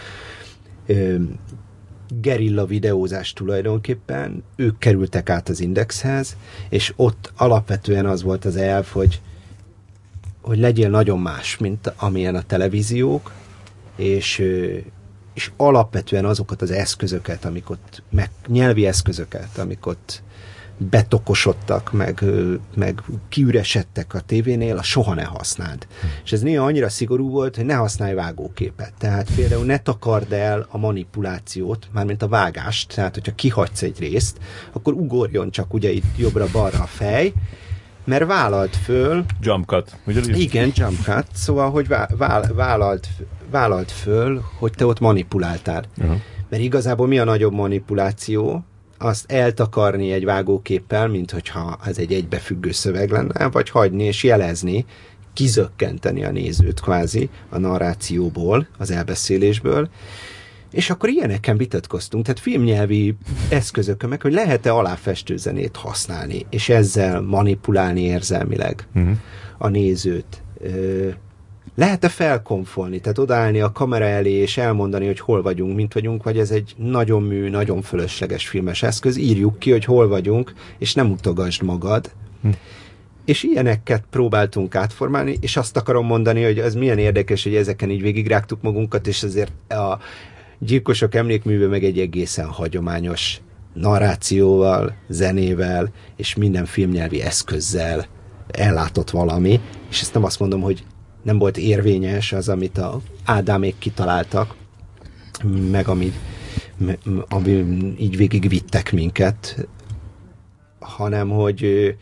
[SPEAKER 3] gerilla videózást tulajdonképpen, ők kerültek át az Indexhez, és ott alapvetően az volt az elv, hogy legyél nagyon más, mint amilyen a televíziók, és alapvetően azokat az eszközöket, amik ott, meg nyelvi eszközöket, amik ott betokosodtak, meg kiüresedtek a tévénél, a soha ne használd. És ez néha annyira szigorú volt, hogy ne használj vágóképet. Tehát például ne takard el a manipulációt, mármint a vágást, tehát hogyha kihagysz egy részt, akkor ugorjon csak ugye itt jobbra-balra a fej, mert vállalt föl...
[SPEAKER 1] Jump cut.
[SPEAKER 3] Igen, jump cut. Szóval, hogy vállalt föl, hogy te ott manipuláltál. Uh-huh. Mert igazából mi a nagyobb manipuláció? Azt eltakarni egy vágóképpel, mint hogyha ez egy egybefüggő szöveg lenne, vagy hagyni és jelezni, kizökkenteni a nézőt kvázi a narrációból, az elbeszélésből. És akkor ilyeneken vitatkoztunk, tehát filmnyelvi eszközökön meg, hogy lehet-e aláfestő zenét használni, és ezzel manipulálni érzelmileg a nézőt. Lehet-e felkonfolni, tehát odaállni a kamera elé, és elmondani, hogy hol vagyunk, mint vagyunk, vagy ez egy nagyon nagyon fölösleges filmes eszköz, írjuk ki, hogy hol vagyunk, és nem utogasd magad. És ilyeneket próbáltunk átformálni, és azt akarom mondani, hogy az milyen érdekes, hogy ezeken így végigrágtuk magunkat, és azért a Gyilkosok emlékműve meg egy egészen hagyományos narrációval, zenével, és minden filmnyelvi eszközzel ellátott valami, és ezt nem azt mondom, hogy nem volt érvényes az, amit a Ádámék kitaláltak, meg ami így végigvittek minket, hanem hogy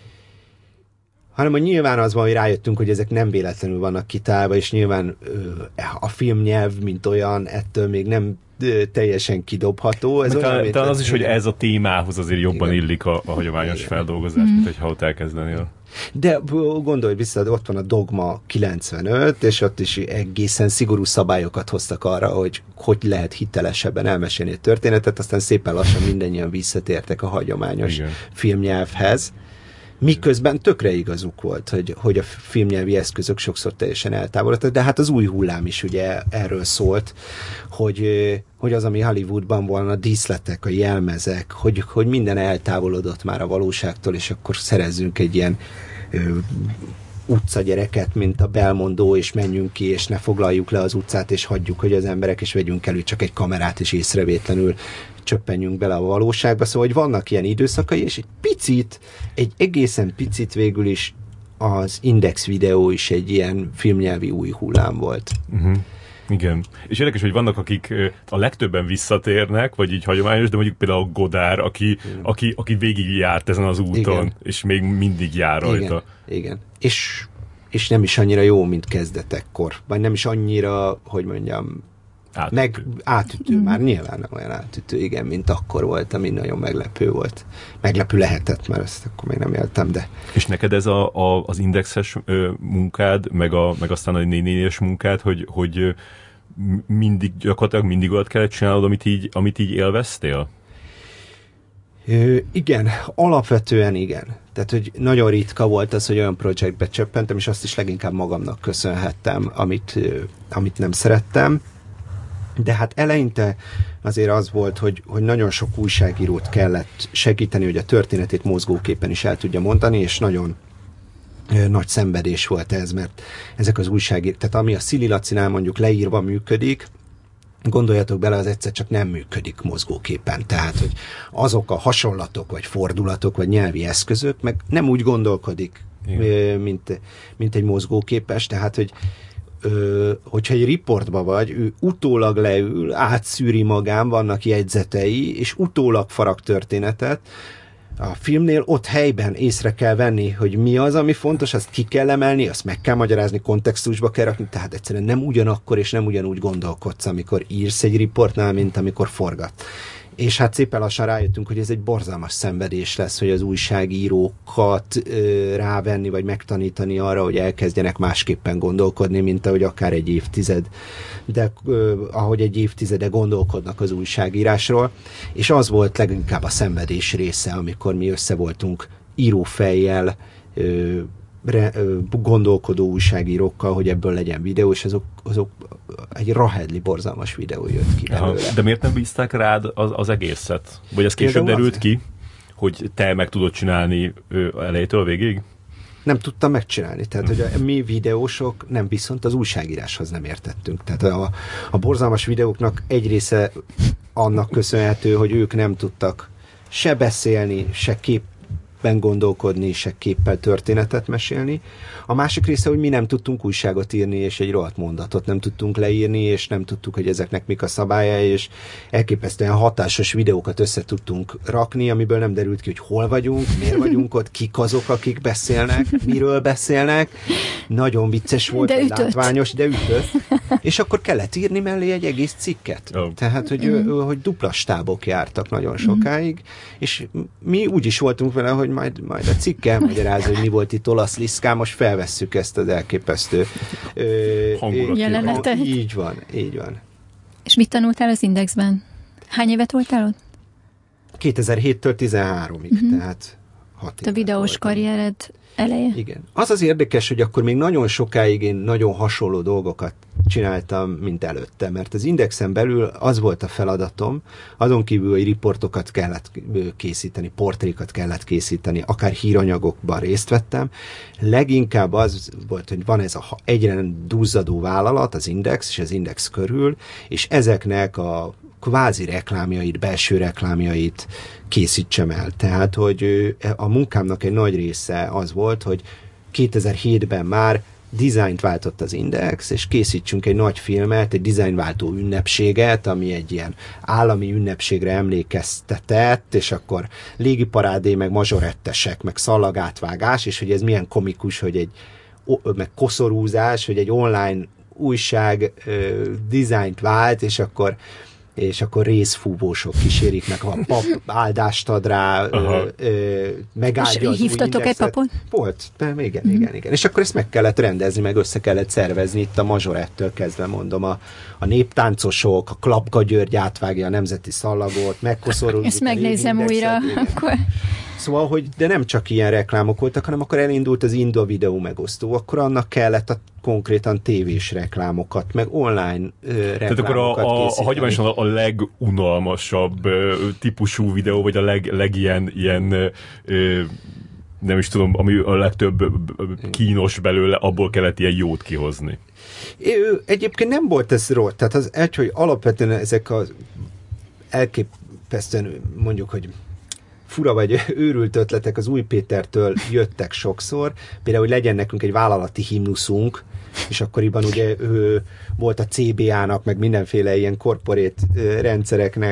[SPEAKER 3] nyilván az van, hogy rájöttünk, hogy ezek nem véletlenül vannak kitálva, és nyilván a filmnyelv, mint olyan, ettől még nem teljesen kidobható. Ez
[SPEAKER 1] talán az is, hogy ez a témához azért jobban illik a hagyományos feldolgozás, mint hogyha ott elkezdenél.
[SPEAKER 3] De gondolj vissza, ott van a Dogma 95, és ott is egészen szigorú szabályokat hoztak arra, hogy lehet hitelesebben elmesélni a történetet, aztán szépen lassan mindannyian visszatértek a hagyományos filmnyelvhez. Miközben tökre igazuk volt, hogy a filmnyelvi eszközök sokszor teljesen eltávolodtak, de hát az új hullám is ugye erről szólt, hogy az, ami Hollywoodban van, a díszletek, a jelmezek, hogy minden eltávolodott már a valóságtól, és akkor szerezzünk egy ilyen utcagyereket, mint a Belmondó, és menjünk ki, és ne foglaljuk le az utcát, és hagyjuk, hogy az emberek, és vegyünk elő csak egy kamerát, és észrevétlenül csöppenjünk bele a valóságba. Szóval, hogy vannak ilyen időszakai, és egy egészen picit végül is az Index videó is egy ilyen filmnyelvi új hullám volt.
[SPEAKER 1] Uh-huh. Igen. És érdekes, hogy vannak, akik a legtöbben visszatérnek, vagy így hagyományos, de mondjuk például Godard, aki végig járt ezen az úton, igen, és még mindig jár rajta.
[SPEAKER 3] Igen. És és nem is annyira jó, mint kezdetekkor. Vagy nem is annyira, hogy mondjam, átütő. Már nyilván nem olyan átütő, igen, mint akkor volt, ami nagyon meglepő volt. Meglepő lehetett, mert ezt akkor még nem éltem, de...
[SPEAKER 1] És neked ez az indexes munkád, meg aztán a 4-4-es munkád, hogy gyakorlatilag mindig olyat kellett csinálnod, amit így élveztél?
[SPEAKER 3] Igen, alapvetően igen. Tehát, hogy nagyon ritka volt az, hogy olyan projektbe csöppentem, és azt is leginkább magamnak köszönhettem, amit nem szerettem. De hát eleinte azért az volt, hogy nagyon sok újságírót kellett segíteni, hogy a történetét mozgóképpen is el tudja mondani, és nagyon nagy szenvedés volt ez, mert ezek az újságírók, tehát ami a Szili Lacinál mondjuk leírva működik, gondoljatok bele, az egyszer csak nem működik mozgóképpen. Tehát, hogy azok a hasonlatok, vagy fordulatok, vagy nyelvi eszközök, meg nem úgy gondolkodik, mint egy mozgóképes, tehát, hogy hogyha egy riportba vagy, ő utólag leül, átszűri magán, vannak jegyzetei, és utólag farag történetet. A filmnél ott helyben észre kell venni, hogy mi az, ami fontos, azt ki kell emelni, azt meg kell magyarázni, kontextusba kell rakni, tehát egyszerűen nem ugyanakkor és nem ugyanúgy gondolkodsz, amikor írsz egy riportnál, mint amikor forgat. És hát szépen lassan rájöttünk, hogy ez egy borzalmas szenvedés lesz, hogy az újságírókat rávenni, vagy megtanítani arra, hogy elkezdjenek másképpen gondolkodni, mint ahogy akár egy évtized, de ahogy egy évtizede gondolkodnak az újságírásról. És az volt leginkább a szenvedés része, amikor mi össze voltunk írófejjel, gondolkodó újságírókkal, hogy ebből legyen videó, és azok egy rahedli borzalmas videó jött ki belőle.
[SPEAKER 1] De miért nem bízták rád az egészet? Vagy ez később derült ki, hogy te meg tudod csinálni elejétől végig?
[SPEAKER 3] Nem tudtam megcsinálni. Tehát, hogy a mi videósok nem, viszont az újságíráshoz nem értettünk. Tehát a borzalmas videóknak egy része annak köszönhető, hogy ők nem tudtak se beszélni, se gondolkodni, se képpel történetet mesélni. A másik része, hogy mi nem tudtunk újságot írni, és egy rohadt mondatot nem tudtunk leírni, és nem tudtuk, hogy ezeknek mik a szabályai, és elképesztően hatásos videókat össze tudtunk rakni, amiből nem derült ki, hogy hol vagyunk, miért vagyunk ott, kik azok, akik beszélnek, miről beszélnek. Nagyon vicces volt, de látványos, de ütött. És akkor kellett írni mellé egy egész cikket. Oh. Tehát, hogy dupla stábok jártak nagyon sokáig, és mi úgy is voltunk vele, hogy majd a cikk elmagyarázza, hogy mi volt itt olasz liszkán, most felvesszük ezt az elképesztő
[SPEAKER 2] jelenetet.
[SPEAKER 3] Így van.
[SPEAKER 2] És mit tanultál az Indexben? Hány évet voltál ott?
[SPEAKER 3] 2007-től 13-ig, tehát 6 évet.
[SPEAKER 2] A videós karriered eleje?
[SPEAKER 3] Igen. Az érdekes, hogy akkor még nagyon sokáig én nagyon hasonló dolgokat csináltam, mint előtte, mert az Indexen belül az volt a feladatom, azon kívül, hogy riportokat kellett készíteni, portrékat kellett készíteni, akár híranyagokban részt vettem, leginkább az volt, hogy van ez a egyre duzzadó vállalat, az Index és az Index körül, és ezeknek a kvázi reklámjait, belső reklámjait készítsem el. Tehát, hogy a munkámnak egy nagy része az volt, hogy 2007-ben már dizájnt váltott az Index, és készítsünk egy nagy filmet, egy dizájnváltó ünnepséget, ami egy ilyen állami ünnepségre emlékeztetett, és akkor légiparádé, meg mazsorettesek, meg szallagátvágás, és hogy ez milyen komikus, hogy meg koszorúzás, hogy egy online újság dizájnt vált, és akkor részfúvósok kísérik meg, ha a pap áldást ad rá, megáldja az új
[SPEAKER 2] hívtatok egy papot?
[SPEAKER 3] Volt, igen. És akkor ezt meg kellett rendezni, meg össze kellett szervezni itt a mazsorettől kezdve, mondom, a néptáncosok, a Klapka György átvágja a nemzeti szallagot, megkoszorúzik.
[SPEAKER 2] Ezt megnézem újra, akkor...
[SPEAKER 3] Szóval, hogy de nem csak ilyen reklámok voltak, hanem akkor elindult az Inda videó megosztó, akkor annak kellett konkrétan tévés reklámokat, meg online reklámokat
[SPEAKER 1] tehát akkor
[SPEAKER 3] készíteni.
[SPEAKER 1] A hagyományosan a legunalmasabb típusú videó, vagy a legilyen nem is tudom, ami a legtöbb kínos belőle, abból kellett ilyen jót kihozni.
[SPEAKER 3] Egyébként nem volt ez rossz, tehát az hogy alapvetően ezek az elképesztően mondjuk, hogy fura vagy őrült ötletek az Új Pétertől jöttek sokszor, például, hogy legyen nekünk egy vállalati himnuszunk, és akkoriban ugye volt a CBA-nak, meg mindenféle ilyen korporét rendszereknek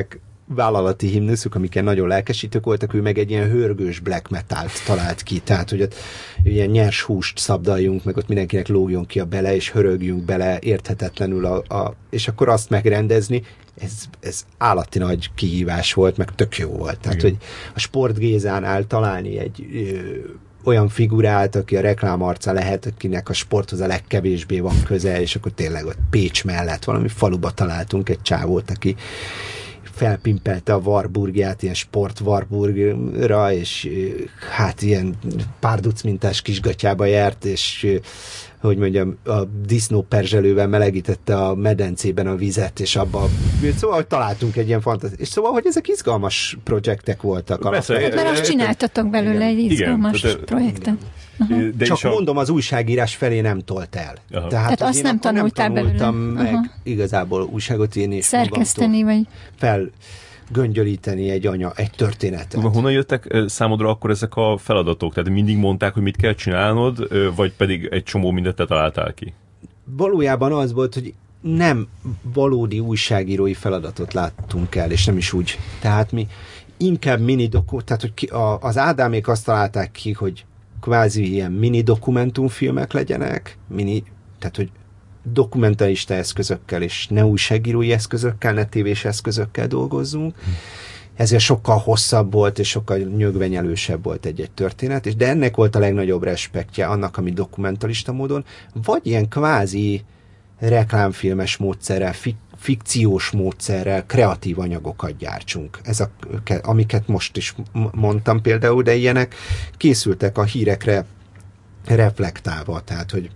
[SPEAKER 3] vállalati himnuszuk, amiken nagyon lelkesítők voltak, ő meg egy ilyen hörgős black metalt talált ki, tehát hogy ott ilyen nyers húst szabdaljunk, meg ott mindenkinek lógjon ki a bele, és hörögjünk bele érthetetlenül, és akkor azt megrendezni, ez állati nagy kihívás volt, meg tök jó volt. Tehát, hogy a Sport Gézánál találni egy olyan figurát, aki a reklámarca lehet, akinek a sporthoz a legkevésbé van köze, és akkor tényleg ott Pécs mellett valami faluba találtunk egy csávót, aki felpimpelte a Warburgját, ilyen sport Warburgra, és hát ilyen párduc mintás kisgatyába járt, és hogy mondjam, a disznóperzselővel melegítette a medencében a vizet, és abban, szóval, hogy találtunk egy ilyen és szóval, hogy ezek izgalmas projektek voltak.
[SPEAKER 2] Mert azt csináltatok belőle egy izgalmas projektet.
[SPEAKER 3] De csak mondom, az újságírás felé nem tolt el.
[SPEAKER 2] Tehát azt nem tanultál belőle.
[SPEAKER 3] Meg igazából újságot írni, és
[SPEAKER 2] szerkeszteni, vagy
[SPEAKER 3] felgöngyölíteni egy történetet.
[SPEAKER 1] Honnan jöttek számodra akkor ezek a feladatok? Tehát mindig mondták, hogy mit kell csinálnod, vagy pedig egy csomó mindent te találtál ki?
[SPEAKER 3] Valójában az volt, hogy nem valódi újságírói feladatot láttunk el, és nem is úgy. Tehát mi inkább tehát hogy az Ádámék azt találták ki, hogy kvázi ilyen mini dokumentumfilmek legyenek, tehát hogy dokumentalista eszközökkel és ne újságírói eszközökkel, ne tévés eszközökkel dolgozzunk. Ezért sokkal hosszabb volt, és sokkal nyögvenyelősebb volt egy-egy történet, de ennek volt a legnagyobb respektje annak, ami dokumentalista módon, vagy ilyen kvázi reklámfilmes módszerrel, fikciós módszerrel kreatív anyagokat gyártsunk. Amiket most is mondtam például, de ilyenek készültek a hírekre reflektálva, tehát, hogy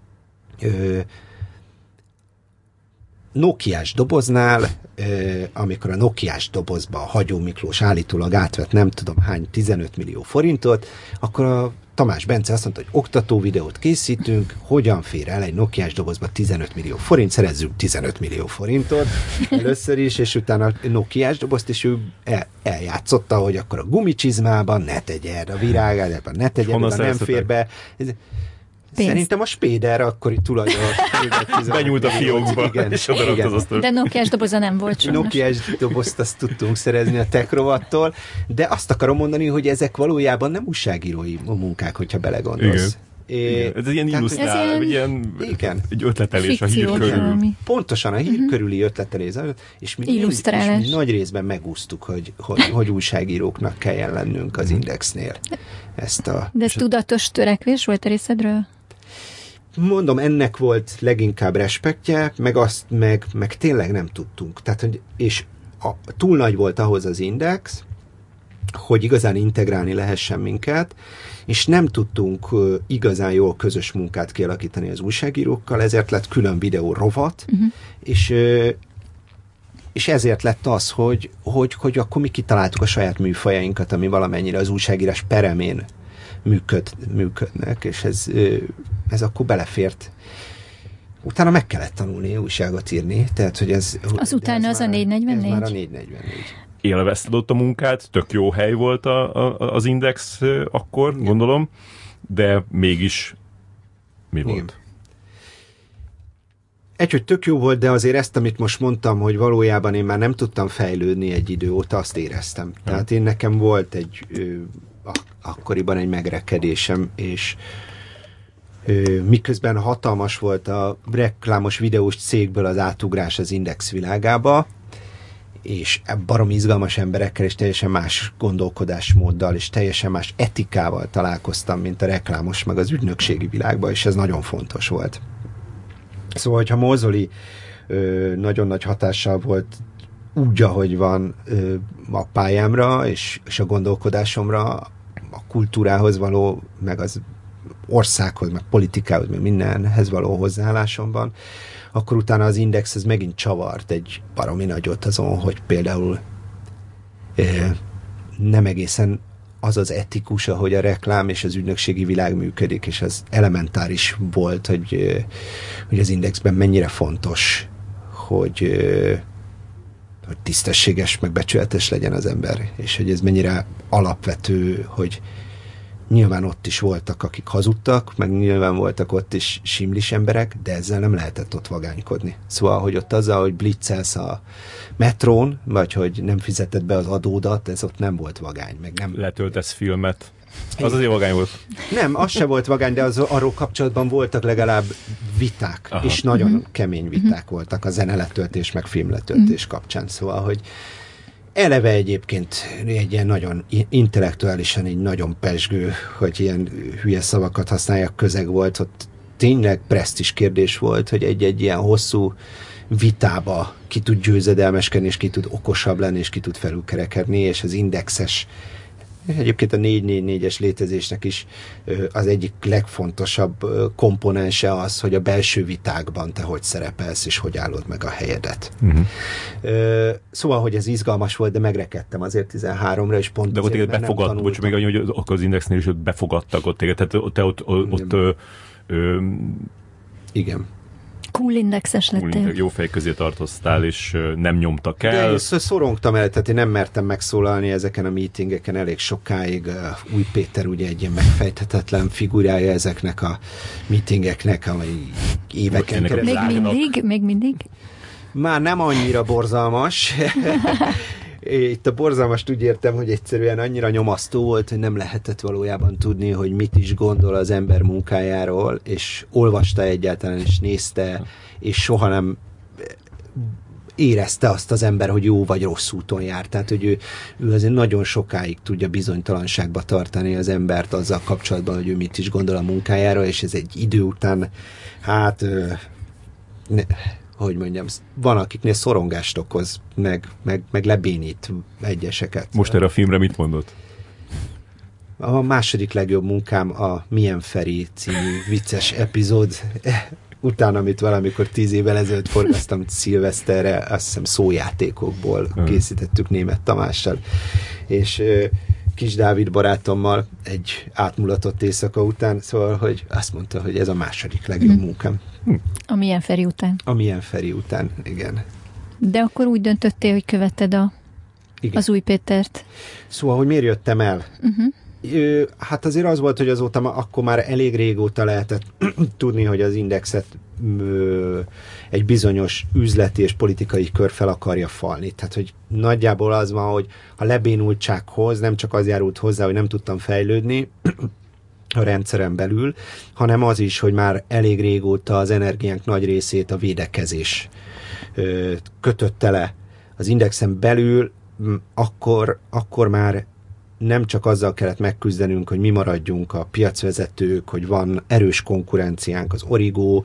[SPEAKER 3] Nokiás doboznál, amikor a Nokiás dobozba a Hagyó Miklós állítólag átvett nem tudom hány 15 millió forintot, akkor a Tamás Bence azt mondta, hogy oktató videót készítünk, hogyan fér el egy Nokiás dobozba 15 millió forint, szerezzünk 15 millió forintot először is, és utána a Nokiás dobozt, és ő eljátszotta, hogy akkor a gumicsizmában ne tegyen, a virágában ne tegyen, nem fér be. Szerintem a Spéder akkori tulajdonos.
[SPEAKER 1] Benyúlt a fiókba,
[SPEAKER 3] igen,
[SPEAKER 1] és odarakt az asztal.
[SPEAKER 2] De Nokiás doboza nem volt sajnos.
[SPEAKER 3] Nokiás dobozt azt tudtunk szerezni a Tech rovattól, de azt akarom mondani, hogy ezek valójában nem újságírói munkák, hogyha belegondolsz.
[SPEAKER 1] Igen. Ez ilyen illusztrál, egy ötletelés
[SPEAKER 2] fikció,
[SPEAKER 1] a hír körül.
[SPEAKER 3] Pontosan a hír körüli ötletelés, és mi nagy részben megúsztuk, hogy újságíróknak kelljen lennünk az Indexnél.
[SPEAKER 2] De ez tudatos törekvés volt a részedről?
[SPEAKER 3] Mondom, ennek volt leginkább respektje, meg tényleg nem tudtunk. Tehát, és túl nagy volt ahhoz az Index, hogy igazán integrálni lehessen minket, és nem tudtunk igazán jól közös munkát kialakítani az újságírókkal, ezért lett külön videó rovat, és ezért lett az, hogy akkor mi kitaláltuk a saját műfajainkat, ami valamennyire az újságírás peremén működnek, és ez akkor belefért. Utána meg kellett tanulni újságot írni, tehát, hogy ez...
[SPEAKER 2] Az utána az a 444?
[SPEAKER 3] Ez már a 444.
[SPEAKER 1] Élvezted ott a munkát, tök jó hely volt az Index akkor, gondolom, de mégis mi volt? Igen.
[SPEAKER 3] Hogy tök jó volt, de azért ezt, amit most mondtam, hogy valójában én már nem tudtam fejlődni egy idő óta, azt éreztem. Tehát nekem volt akkoriban egy megrekedésem, és miközben hatalmas volt a reklámos videós cégből az átugrás az Index világába, és baromi izgalmas emberekkel, és teljesen más gondolkodásmóddal, és teljesen más etikával találkoztam, mint a reklámos, meg az ügynökségi világban, és ez nagyon fontos volt. Szóval, hogyha Mózoli nagyon nagy hatással volt úgy, ahogy van a pályámra, és a gondolkodásomra, a kultúrához való, meg az országhoz, meg politikához, meg mindenhez való hozzáállásomban, akkor utána az Index ez megint csavart egy baromi nagyot azon, hogy például nem egészen az az etikus, ahogy a reklám és az ügynökségi világ működik, és az elementáris volt, hogy az Indexben mennyire fontos, hogy tisztességes, meg becsületes legyen az ember, és hogy ez mennyire alapvető, hogy Nyilván ott is voltak, akik hazudtak, meg nyilván voltak ott is simlis emberek, de ezzel nem lehetett ott vagánykodni. Szóval, hogy ott azzal, hogy blitzelsz a metrón, vagy hogy nem fizeted be az adódat, ez ott nem volt vagány. Meg nem...
[SPEAKER 1] Letöltesz filmet. Az azért vagány volt.
[SPEAKER 3] Nem, az se volt vagány, de arról kapcsolatban voltak legalább viták,
[SPEAKER 1] Aha.
[SPEAKER 3] és nagyon kemény viták voltak a zeneletöltés, meg filmletöltés kapcsán. Szóval, hogy eleve egyébként egy ilyen nagyon intellektuálisan egy nagyon pezsgő, hogy ilyen hülye szavakat használják, közeg volt, ott tényleg presztízs kérdés volt, hogy egy ilyen hosszú vitába ki tud győzedelmeskedni, és ki tud okosabb lenni, és ki tud felülkerekedni, és az indexes, egyébként a 444-es létezésnek is az egyik legfontosabb komponense az, hogy a belső vitákban te hogy szerepelsz, és hogy állod meg a helyedet. Szóval, hogy ez izgalmas volt, de megrekedtem azért 13-ra, és pont
[SPEAKER 1] de ott téged befogadt, bocs, még annyi, hogy az indexnél is befogadtak ott téged, tehát te ott
[SPEAKER 3] igen.
[SPEAKER 2] Cool indexes lettél.
[SPEAKER 1] Jó fej közé tartoztál, és nem nyomtak el.
[SPEAKER 3] De szorongtam el, tehát én nem mertem megszólalni ezeken a meetingeken elég sokáig. Új Péter ugye egy ilyen megfejthetetlen figurája ezeknek a meetingeknek, amely éveken keresztül.
[SPEAKER 2] Még mindig?
[SPEAKER 3] Már nem annyira borzalmas. Itt a borzalmast úgy értem, hogy egyszerűen annyira nyomasztó volt, hogy nem lehetett valójában tudni, hogy mit is gondol az ember munkájáról, és olvasta egyáltalán, és nézte, és soha nem érezte azt az ember, hogy jó vagy rossz úton jár. Tehát, hogy ő azért nagyon sokáig tudja bizonytalanságba tartani az embert azzal kapcsolatban, hogy ő mit is gondol a munkájáról, és ez egy idő után, hát... hogy mondjam, van akiknél szorongást okoz, meg lebénít egyeseket.
[SPEAKER 1] Most erre a filmre mit mondott?
[SPEAKER 3] A második legjobb munkám a Milyen Feri című vicces epizód után, amit valamikor 10 évvel ezelőtt forgasztam szilveszterre, azt hiszem szójátékokból készítettük Németh Tamással, és Kis Dávid barátommal egy átmulatott éjszaka után, szóval, hogy azt mondta, hogy ez a második legjobb munkám.
[SPEAKER 2] A Milyen Feri után.
[SPEAKER 3] A Milyen Feri után, igen.
[SPEAKER 2] De akkor úgy döntöttél, hogy követted az Új Pétert.
[SPEAKER 3] Szóval, hogy miért jöttem el? Hát azért az volt, hogy azóta akkor már elég régóta lehetett tudni, hogy az Indexet egy bizonyos üzleti és politikai kör fel akarja falni. Tehát, hogy nagyjából az van, hogy a lebénultsághoz nem csak az járult hozzá, hogy nem tudtam fejlődni a rendszeren belül, hanem az is, hogy már elég régóta az energiánk nagy részét a védekezés kötötte le. Az Indexen belül akkor már nem csak azzal kellett megküzdenünk, hogy mi maradjunk a piacvezetők, hogy van erős konkurenciánk, az Origo,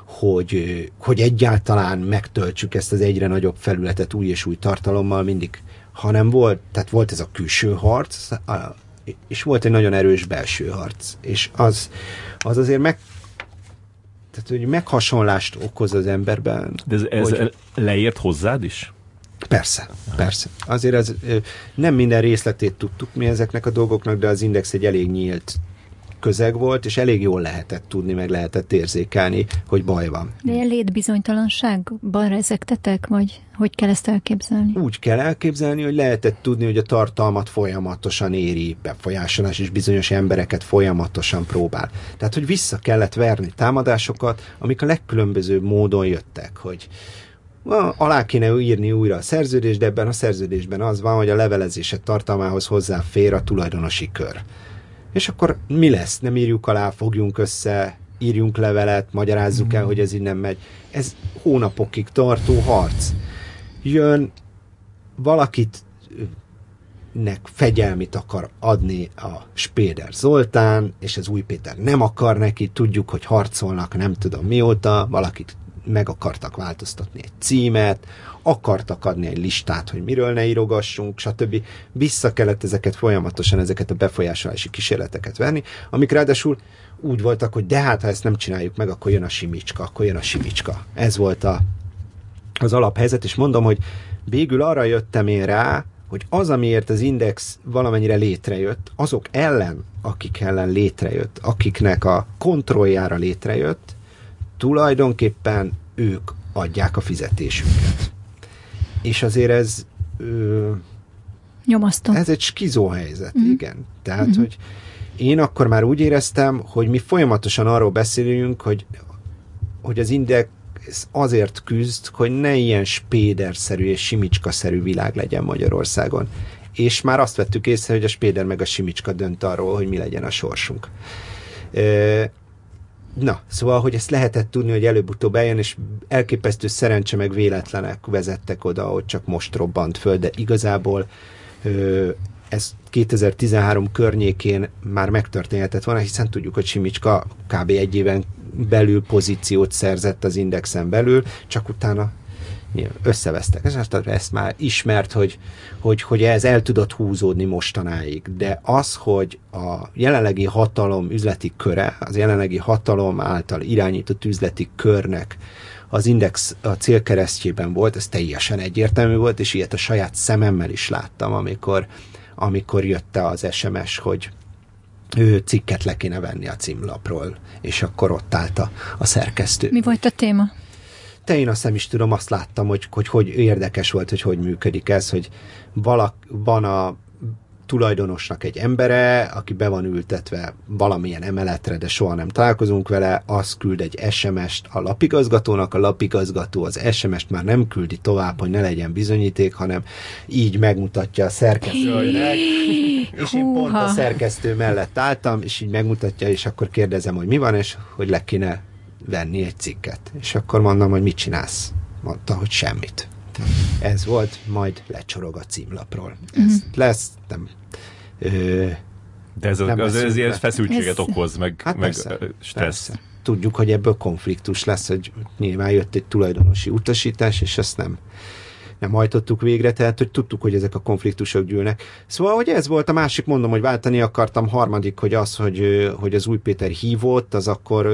[SPEAKER 3] hogy egyáltalán megtöltsük ezt az egyre nagyobb felületet új és új tartalommal mindig, hanem volt ez a külső harc, és volt egy nagyon erős belső harc. És az azért tehát, hogy meghasonlást okoz az emberben.
[SPEAKER 1] De ez leért hozzád is?
[SPEAKER 3] Persze. Azért ez nem minden részletét tudtuk mi ezeknek a dolgoknak, de az Index egy elég nyílt közeg volt, és elég jól lehetett tudni, meg lehetett érzékelni, hogy baj van.
[SPEAKER 2] De ilyen létbizonytalanságban rezegtetek, vagy hogy kell ezt elképzelni?
[SPEAKER 3] Úgy kell elképzelni, hogy lehetett tudni, hogy a tartalmat folyamatosan éri befolyásolás, és bizonyos embereket folyamatosan próbál. Tehát, hogy vissza kellett verni támadásokat, amik a legkülönbözőbb módon jöttek, hogy alá kéne írni újra a szerződést, de ebben a szerződésben az van, hogy a levelezések tartalmához hozzáfér a tulajdonosi kör. És akkor mi lesz? Nem írjuk alá, fogjunk össze, írjunk levelet, magyarázzuk el, hogy ez így nem megy. Ez hónapokig tartó harc. Jön valakinek fegyelmit akar adni a Spéder Zoltán, és az Új Péter nem akar neki, tudjuk, hogy harcolnak nem tudom mióta, valakit meg akartak változtatni egy címet, akartak adni egy listát, hogy miről ne írogassunk, stb. Vissza kellett ezeket a befolyásolási kísérleteket venni, amik ráadásul úgy voltak, hogy de hát, ha ezt nem csináljuk meg, akkor jön a simicska. Ez volt az alaphelyzet, és mondom, hogy végül arra jöttem én rá, hogy az, amiért az Index valamennyire létrejött, azok ellen, akik ellen létrejött, akiknek a kontrolljára létrejött, tulajdonképpen ők adják a fizetésünket. És azért ez
[SPEAKER 2] nyomasztó.
[SPEAKER 3] Ez egy skizó helyzet, igen. Tehát, hogy én akkor már úgy éreztem, hogy mi folyamatosan arról beszélünk, hogy az Index azért küzd, hogy ne ilyen Spéder-szerű és Simicska-szerű világ legyen Magyarországon. És már azt vettük észre, hogy a Spéder meg a Simicska dönt arról, hogy mi legyen a sorsunk. Na, szóval, hogy ezt lehetett tudni, hogy előbb-utóbb eljön, és elképesztő szerencse meg véletlenek vezettek oda, hogy csak most robbant föl, de igazából ez 2013 környékén már megtörténhetett volna, hiszen tudjuk, hogy Simicska kb. Egy éven belül pozíciót szerzett az Indexen belül, csak utána összevesztek. Ezt már ismert, hogy ez el tudott húzódni mostanáig. De az, hogy a jelenlegi hatalom üzleti köre, az jelenlegi hatalom által irányított üzleti körnek az Index a célkeresztjében volt, ez teljesen egyértelmű volt, és ilyet a saját szememmel is láttam, amikor jött az SMS, hogy cikket le kéne venni a címlapról, és akkor ott állt a szerkesztő.
[SPEAKER 2] Mi volt a téma?
[SPEAKER 3] Én azt nem is tudom, azt láttam, hogy érdekes volt, hogy működik ez, hogy van a tulajdonosnak egy embere, aki be van ültetve valamilyen emeletre, de soha nem találkozunk vele, az küld egy SMS-t a lapigazgatónak, a lapigazgató az SMS-t már nem küldi tovább, hogy ne legyen bizonyíték, hanem így megmutatja a szerkesztőnek, és én pont a szerkesztő mellett álltam, és így megmutatja, és akkor kérdezem, hogy mi van, és hogy le kéne venni egy cikket. És akkor mondom, hogy mit csinálsz? Mondta, hogy semmit. Ez volt, majd lecsorog a címlapról. Ez lesz, nem...
[SPEAKER 1] De ez ilyen feszültséget okoz, meg stressz.
[SPEAKER 3] Persze. Tudjuk, hogy ebből konfliktus lesz, hogy nyilván jött egy tulajdonosi utasítás, és ezt nem hajtottuk végre, tehát hogy tudtuk, hogy ezek a konfliktusok gyűlnek. Szóval, hogy ez volt a másik, mondom, hogy váltani akartam, harmadik, hogy az, hogy az Új Péter hívott, az akkor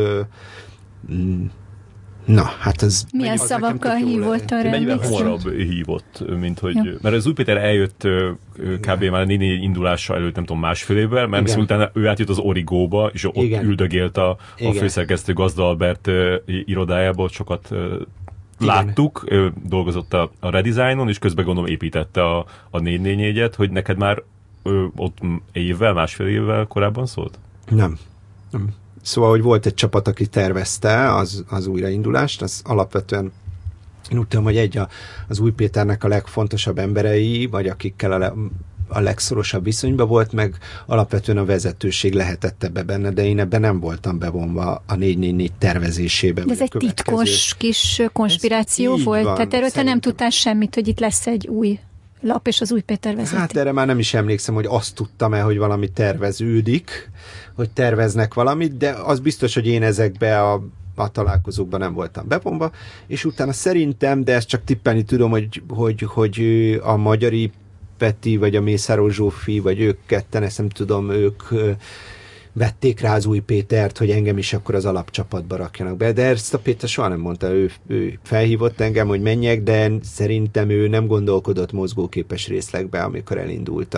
[SPEAKER 3] na, hát ez...
[SPEAKER 2] Milyen szavakkal hívott arra?
[SPEAKER 1] Mennyivel hamarabb hívott, mint hogy... Ja. Mert az Új Péter eljött kb. Már a néni indulása előtt, nem tudom, másfél évvel, mert viszont utána ő átjött az Origóba, és ott üldögélt a főszerkesztő Gazda Albert irodájából, sokat láttuk, dolgozott a redesignon, és közben gondolom építette a 444-et, hogy neked már ott másfél évvel korábban szólt?
[SPEAKER 3] Nem. Szóval, hogy volt egy csapat, aki tervezte az újraindulást, az alapvetően én úgy tudom, hogy az Új Péternek a legfontosabb emberei, vagy akikkel a legszorosabb viszonyban volt, meg alapvetően a vezetőség lehetett ebbe benne, de én ebben nem voltam bevonva a 444 tervezésébe.
[SPEAKER 2] De ez egy titkos kis konspiráció volt? Tehát erről te nem tudtál semmit, hogy itt lesz egy új lap, és az Új Péter vezeti?
[SPEAKER 3] Hát erre már nem is emlékszem, hogy azt tudtam-e, hogy valami terveződik, hogy terveznek valamit, de az biztos, hogy én ezekbe a találkozókban nem voltam bevonva, és utána szerintem, de ezt csak tippelni tudom, hogy a Magyari Peti, vagy a Mészáros Zsófi, vagy ők ketten, ezt nem tudom, ők vették rá az Új Pétert, hogy engem is akkor az alapcsapatba rakjanak be, de ezt a Péter soha nem mondta, ő felhívott engem, hogy menjek, de szerintem ő nem gondolkodott mozgóképes részlegbe, amikor elindult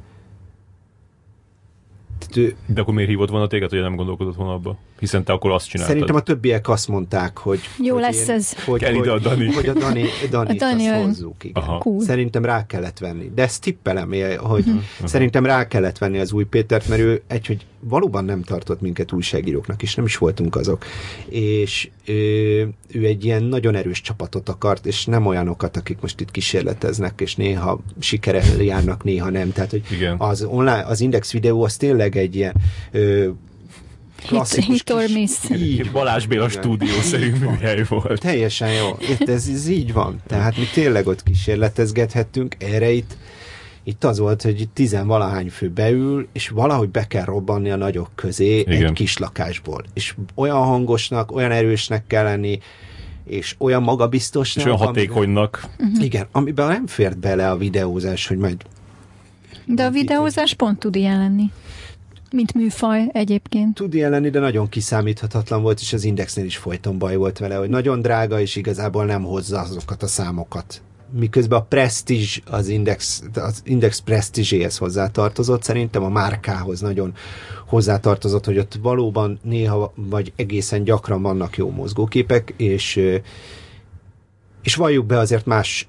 [SPEAKER 1] De akkor miért hívott volna téged, hogy nem gondolkodott volna abba? Hiszen te akkor azt csináltad.
[SPEAKER 3] Szerintem a többiek azt mondták, hogy...
[SPEAKER 2] Jó hogy lesz ez.
[SPEAKER 1] Kell ide a Dani.
[SPEAKER 3] Hogy a Danit azt hozzuk. Igen.
[SPEAKER 2] Cool.
[SPEAKER 3] Szerintem rá kellett venni. De ezt tippelem, hogy szerintem rá kellett venni az Új Pétert, mert ő hogy valóban nem tartott minket újságíróknak, és nem is voltunk azok. És ő egy ilyen nagyon erős csapatot akart, és nem olyanokat, akik most itt kísérleteznek, és néha sikerrel járnak, néha nem. Tehát, hogy az online, az Index videó az tényleg egy ilyen klasszikus
[SPEAKER 1] Balázs Béla stúdiószerű műhely volt.
[SPEAKER 3] Teljesen jó. Ez így van. Tehát mi tényleg ott kísérletezgethettünk. Erre itt az volt, hogy 10-valahány fő beül, és valahogy be kell robbanni a nagyok közé egy kis lakásból. És olyan hangosnak, olyan erősnek kell lenni, és olyan magabiztosnak.
[SPEAKER 1] És olyan hatékonynak.
[SPEAKER 3] Igen, amiben nem fért bele a videózás, hogy majd...
[SPEAKER 2] De a videózás pont tud ilyen lenni. Mint műfaj egyébként. Tud
[SPEAKER 3] ilyen lenni, de nagyon kiszámíthatatlan volt, és az Indexnél is folyton baj volt vele, hogy nagyon drága, és igazából nem hozza azokat a számokat. Miközben a Prestige, az Index Prestige-éhez hozzátartozott, szerintem a márkához nagyon hozzátartozott, hogy ott valóban néha, vagy egészen gyakran vannak jó mozgóképek, és valljuk be, azért más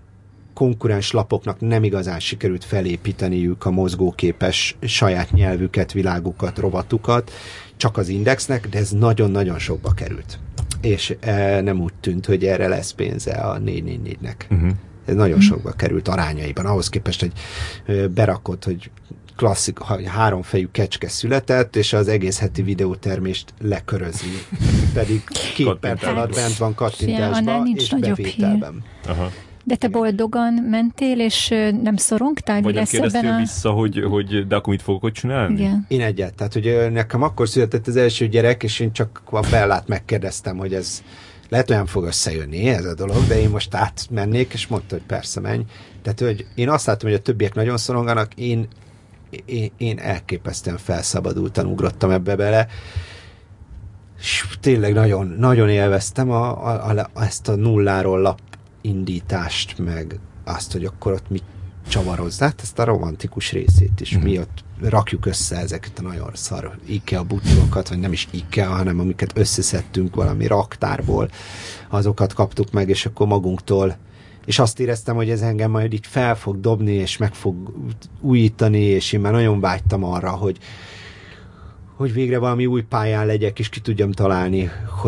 [SPEAKER 3] konkurens lapoknak nem igazán sikerült felépíteniük a mozgóképes saját nyelvüket, világukat, rovatukat, csak az Indexnek, de ez nagyon-nagyon sokba került. És nem úgy tűnt, hogy erre lesz pénze a 444-nek. Ez nagyon sokba került arányaiban. Ahhoz képest, hogy berakott, hogy klasszik, háromfejű kecske született, és az egész heti videótermést lekörözi. Pedig 2 perc alatt bent van kattintásban és bevételben.
[SPEAKER 1] Aha.
[SPEAKER 2] De te boldogan mentél, és nem szorongtál?
[SPEAKER 1] Vagy nem kérdeztél vissza, hogy de akkor mit fogok ott csinálni?
[SPEAKER 2] Igen.
[SPEAKER 3] Én egyet. Tehát, hogy nekem akkor született az első gyerek, és én csak a Bellát megkérdeztem, hogy ez lehet, hogy nem fog összejönni ez a dolog, de én most átmennék, és mondta, hogy persze menj. Tehát, hogy én azt látom, hogy a többiek nagyon szoronganak, én elképesztően felszabadultan ugrottam ebbe bele, és tényleg nagyon, nagyon élveztem ezt a nulláról lapindítást, meg azt, hogy akkor ott mit csavaroz. Hát ezt a romantikus részét is. Mi ott rakjuk össze ezeket a nagyon szar IKEA butlokat, vagy nem is IKEA, hanem amiket összeszedtünk valami raktárból, azokat kaptuk meg, és akkor magunktól. És azt éreztem, hogy ez engem majd így fel fog dobni, és meg fog újítani, és én már nagyon vágytam arra, hogy végre valami új pályán legyek, és ki tudjam találni,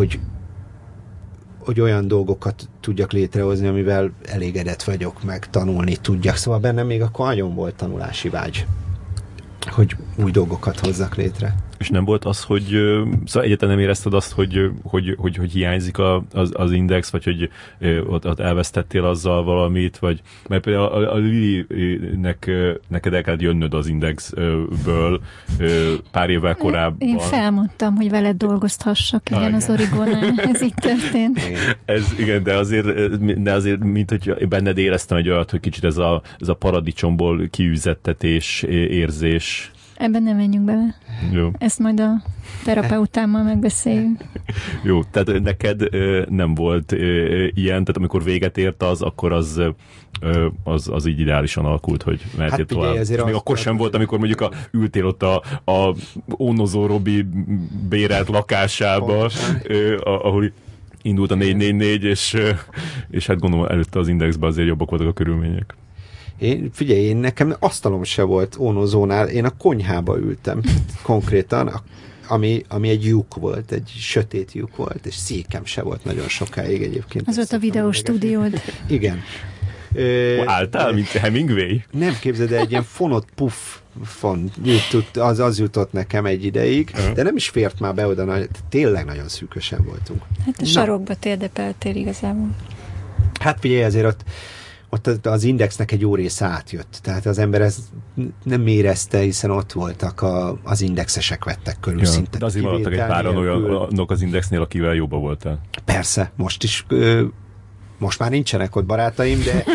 [SPEAKER 3] hogy olyan dolgokat tudjak létrehozni, amivel elégedett vagyok, meg tanulni tudjak. Szóval bennem még akkor nagyon volt tanulási vágy, hogy új dolgokat hozzak létre.
[SPEAKER 1] És nem volt az, hogy szóval egyáltalán nem érezted azt, hogy hiányzik az Index, vagy hogy ott elvesztettél azzal valamit, vagy mert például a Lili-nek neked el kellett jönnöd az Indexből pár évvel korábban.
[SPEAKER 2] Én felmondtam, hogy veled dolgozthassak, igen, az Origonál. Ez így történt.
[SPEAKER 1] Igen, de azért mint hogy benned éreztem egy olyat, hogy kicsit ez a paradicsomból kiüzettetés érzés.
[SPEAKER 2] Ebben nem menjünk bele.
[SPEAKER 1] Jó. Ezt majd
[SPEAKER 2] a terapeutámmal megbeszéljünk.
[SPEAKER 1] Jó, tehát neked nem volt ilyen, tehát amikor véget ért akkor az így ideálisan alakult, hogy mehetél tovább. És még akkor sem volt, amikor mondjuk ültél ott a Ónozó Robi bérelt lakásába, ahol indult a 444, és hát gondolom előtte az Indexben azért jobbak voltak a körülmények.
[SPEAKER 3] Figyelj, nekem asztalom se volt Ónozónál, én a konyhába ültem konkrétan, ami egy lyuk volt, egy sötét lyuk volt, és székem se volt nagyon sokáig egyébként.
[SPEAKER 2] Az volt a videóstúdiód.
[SPEAKER 3] Igen.
[SPEAKER 1] Álltál, mint Hemingway?
[SPEAKER 3] Nem képzeld, egy ilyen fonott puffon az jutott nekem egy ideig, de nem is fért már be oda, tényleg nagyon szűkösen voltunk.
[SPEAKER 2] Hát a sarokba térdepeltél igazából.
[SPEAKER 3] Hát figyelj, azért ott az Indexnek egy jó része átjött. Tehát az ember ezt nem érezte, hiszen ott voltak az indexesek vettek körül szinte.
[SPEAKER 1] De azért maradtak egy páran olyanok az Indexnél, akivel jobban voltál.
[SPEAKER 3] Persze, most is most már nincsenek ott barátaim, de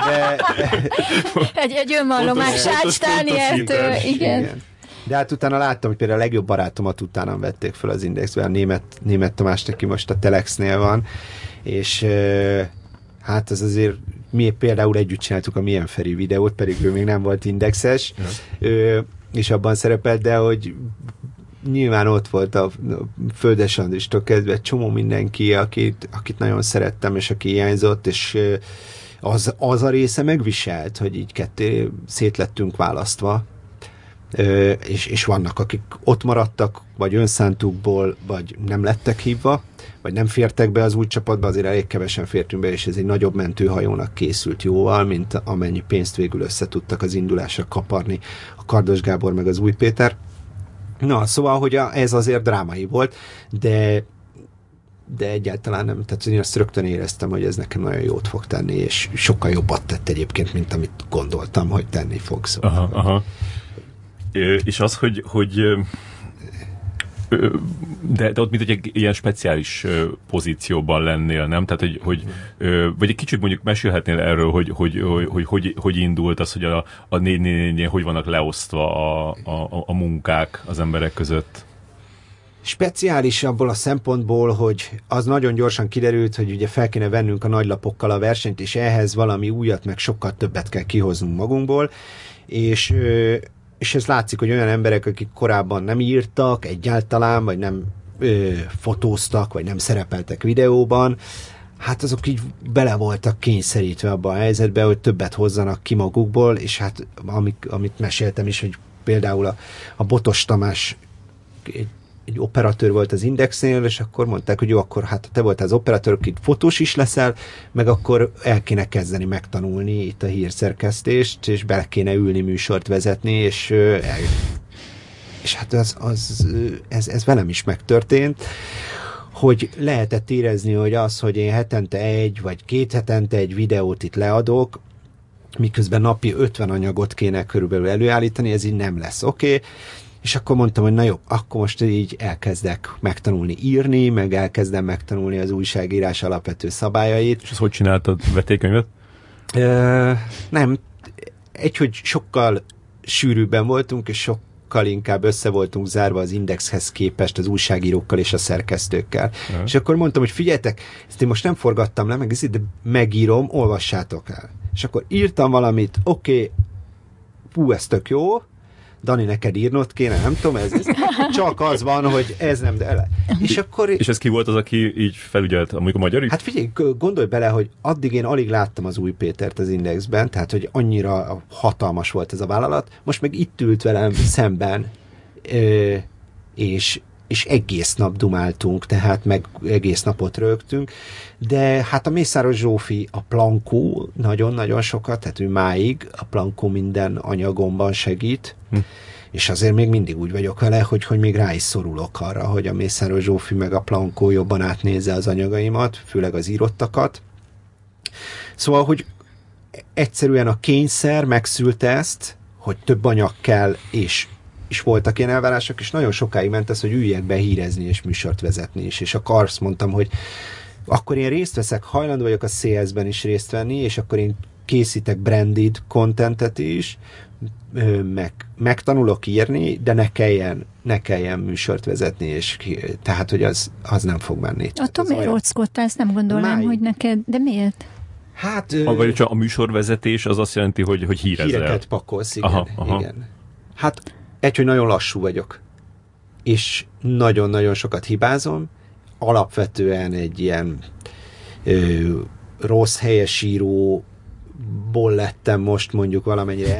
[SPEAKER 2] egy önvallomás Ács Dánieltől, igen.
[SPEAKER 3] De hát utána láttam, hogy például a legjobb barátomat utána vették fel az Indexbe, a német Tamás, neki most a Telexnél van, és hát az azért mi például együtt csináltuk a Milyen Feri videót, pedig ő még nem volt indexes, és abban szerepelt, de hogy nyilván ott volt a Földes Andristól kezdve egy csomó mindenki, akit nagyon szerettem, és aki hiányzott, és az a része megviselt, hogy így ketté szét lettünk választva, és vannak, akik ott maradtak, vagy önszántukból, vagy nem lettek hívva, vagy nem fértek be az új csapatba, azért elég kevesen fértünk be, és ez egy nagyobb mentőhajónak készült jóval, mint amennyi pénzt végül összetudtak az indulásra kaparni a Kardos Gábor meg az Új Péter. Na, szóval, hogy ez azért drámai volt, de egyáltalán nem, tehát én azt rögtön éreztem, hogy ez nekem nagyon jót fog tenni, és sokkal jobbat tett egyébként, mint amit gondoltam, hogy tenni fog. Szóval.
[SPEAKER 1] Aha. És az, hogy de ott mint egy ilyen speciális pozícióban lennél, nem? Tehát, vagy egy kicsit mondjuk mesélhetnél erről, hogy indult az, hogy a 444-nél hogy vannak leosztva a munkák az emberek között?
[SPEAKER 3] Speciális abból a szempontból, hogy az nagyon gyorsan kiderült, hogy ugye fel kéne vennünk a nagylapokkal a versenyt, és ehhez valami újat, meg sokkal többet kell kihoznunk magunkból, és ez látszik, hogy olyan emberek, akik korábban nem írtak egyáltalán, vagy nem fotóztak, vagy nem szerepeltek videóban, hát azok így bele voltak kényszerítve abba a helyzetbe, hogy többet hozzanak ki magukból, és hát amit meséltem is, hogy például a Botos Tamás egy operatőr volt az Indexnél, és akkor mondták, hogy jó, akkor hát te voltál az operatőr, akit fotós is leszel, meg akkor el kéne kezdeni megtanulni itt a hírszerkesztést, és bele kéne ülni műsort vezetni, és hát ez velem is megtörtént, hogy lehetett érezni, hogy az, hogy én hetente vagy 2 hetente egy videót itt leadok, miközben napi 50 anyagot kéne körülbelül előállítani, ez így nem lesz, oké? És akkor mondtam, hogy na jó, akkor most így elkezdek megtanulni írni, meg elkezdem megtanulni az újságírás alapvető szabályait.
[SPEAKER 1] És ezt hogy csináltad? Vettél könyvet?
[SPEAKER 3] Nem. Hogy sokkal sűrűbben voltunk, és sokkal inkább össze voltunk zárva az Indexhez képest az újságírókkal és a szerkesztőkkel. És akkor mondtam, hogy figyeljetek, ezt én most nem forgattam le, de megírom, olvassátok el. És akkor írtam valamit, oké, ez tök jó, Dani, neked írnod kéne, nem tudom, ez csak az van, hogy ez nem, de ele. És
[SPEAKER 1] ez ki volt az, aki így felügyelt, amikor a magyar?
[SPEAKER 3] Hát figyelj, gondolj bele, hogy addig én alig láttam az Új Pétert az Indexben, tehát, hogy annyira hatalmas volt ez a vállalat, most meg itt ült velem szemben, és egész nap dumáltunk, tehát meg egész napot rögtünk, de hát a Mészáros Zsófi, a Plankó nagyon-nagyon sokat, tehát ő máig a Plankó minden anyagomban segít, és azért még mindig úgy vagyok vele, hogy még rá is szorulok arra, hogy a Mészáros Zsófi meg a Plankó jobban átnézze az anyagaimat, főleg az írottakat. Szóval, hogy egyszerűen a kényszer megszülte ezt, hogy több anyag kell, és voltak ilyen elvárások, és nagyon sokáig ment ez, hogy üljek be hírezni és műsort vezetni is. És akkor azt mondtam, hogy akkor én részt veszek, hajlandó vagyok a CS-ben is részt venni, és akkor én készítek branded contentet is, megtanulok írni, de ne kelljen műsort vezetni, és tehát, hogy az nem fog menni.
[SPEAKER 2] Attól miért rockodtál, ezt nem gondolnám, hogy neked, de miért?
[SPEAKER 3] Hát...
[SPEAKER 1] Vagy csak a műsorvezetés az azt jelenti, hogy hírezel.
[SPEAKER 3] Híreket pakolsz, igen.
[SPEAKER 1] Aha.
[SPEAKER 3] Igen. Hát hogy nagyon lassú vagyok, és nagyon-nagyon sokat hibázom, alapvetően egy ilyen rossz helyesíróból lettem most mondjuk valamennyire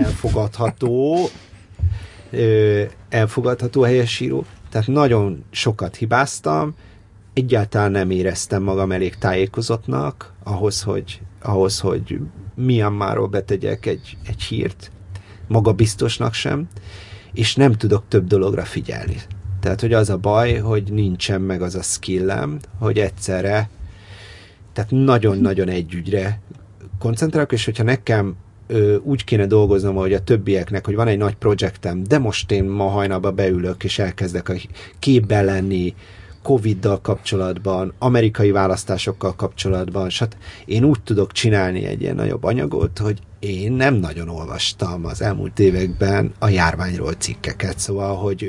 [SPEAKER 3] elfogadható helyesíró, tehát nagyon sokat hibáztam, egyáltalán nem éreztem magam elég tájékozottnak ahhoz, hogy Myanmarról betegyek egy hírt, magabiztosnak sem, és nem tudok több dologra figyelni. Tehát, hogy az a baj, hogy nincsen meg az a skillem, hogy egyszerre, tehát nagyon-nagyon egy ügyre koncentrálok, és hogyha nekem úgy kéne dolgoznom, ahogy a többieknek, hogy van egy nagy projektem, de most én ma hajnalban beülök, és elkezdek a képben lenni, Covid-dal kapcsolatban, amerikai választásokkal kapcsolatban, én úgy tudok csinálni egy ilyen nagyobb anyagot, hogy én nem nagyon olvastam az elmúlt években a járványról cikkeket, szóval, hogy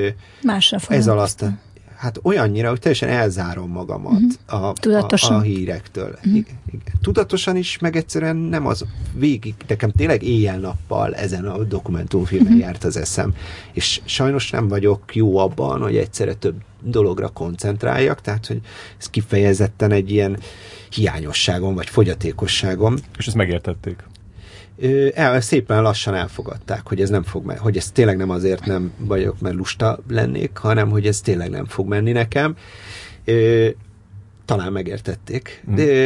[SPEAKER 3] ez alatt, hát olyannyira, hogy teljesen elzárom magamat a hírektől. Igen. Tudatosan is, meg egyszerűen nem az végig, nekem tényleg éjjel-nappal ezen a dokumentumfilmen járt az eszem, és sajnos nem vagyok jó abban, hogy egyszerre több dologra koncentráljak, tehát, hogy ez kifejezetten egy ilyen hiányosságom, vagy fogyatékosságom.
[SPEAKER 1] És ezt megértették?
[SPEAKER 3] Szépen lassan elfogadták, hogy ez nem fog menni, hogy ez tényleg nem azért nem vagyok, mert lusta lennék, hanem hogy ez tényleg nem fog menni nekem. Talán megértették.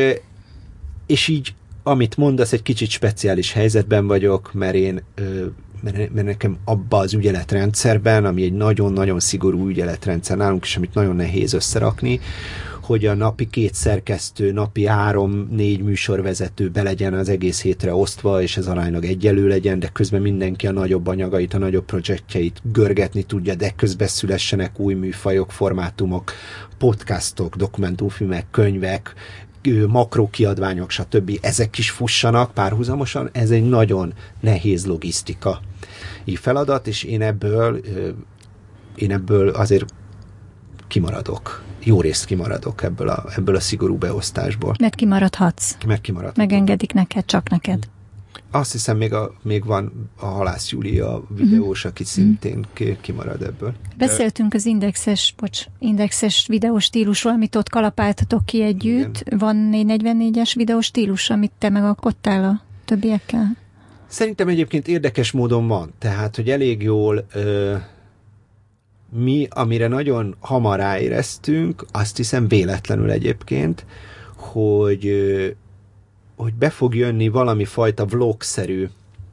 [SPEAKER 3] És így, amit mondasz, egy kicsit speciális helyzetben vagyok, mert nekem abba az ügyeletrendszerben, ami egy nagyon-nagyon szigorú ügyeletrendszer nálunk is, amit nagyon nehéz összerakni, hogy a napi 2 szerkesztő, napi 3-4 műsorvezető be legyen az egész hétre osztva, és ez aránylag egyenlő legyen, de közben mindenki a nagyobb anyagait, a nagyobb projektjeit görgetni tudja, de közben szülessenek új műfajok, formátumok, podcastok, dokumentumfilmek, könyvek, makrókiadványok, stb. Ezek is fussanak párhuzamosan, ez egy nagyon nehéz logisztikai feladat, és én ebből azért kimaradok. Jó részt kimaradok ebből a szigorú beosztásból.
[SPEAKER 2] Mert kimaradhatsz.
[SPEAKER 3] Mert kimaradhatok.
[SPEAKER 2] Megengedik neked, csak neked.
[SPEAKER 3] azt hiszem még van a Halász Júlia videós, aki szintén kimarad ebből.
[SPEAKER 2] Beszéltünk az indexes videós stílusról, amit ott kalapáltatok ki együtt. Igen. Van 444-es videós stílus, amit te megalkottál a többiekkel?
[SPEAKER 3] Szerintem egyébként érdekes módon van. Tehát, hogy elég jól mi, amire nagyon hamar ráéreztünk, azt hiszem véletlenül egyébként, hogy be fog jönni valami fajta vlog-szerű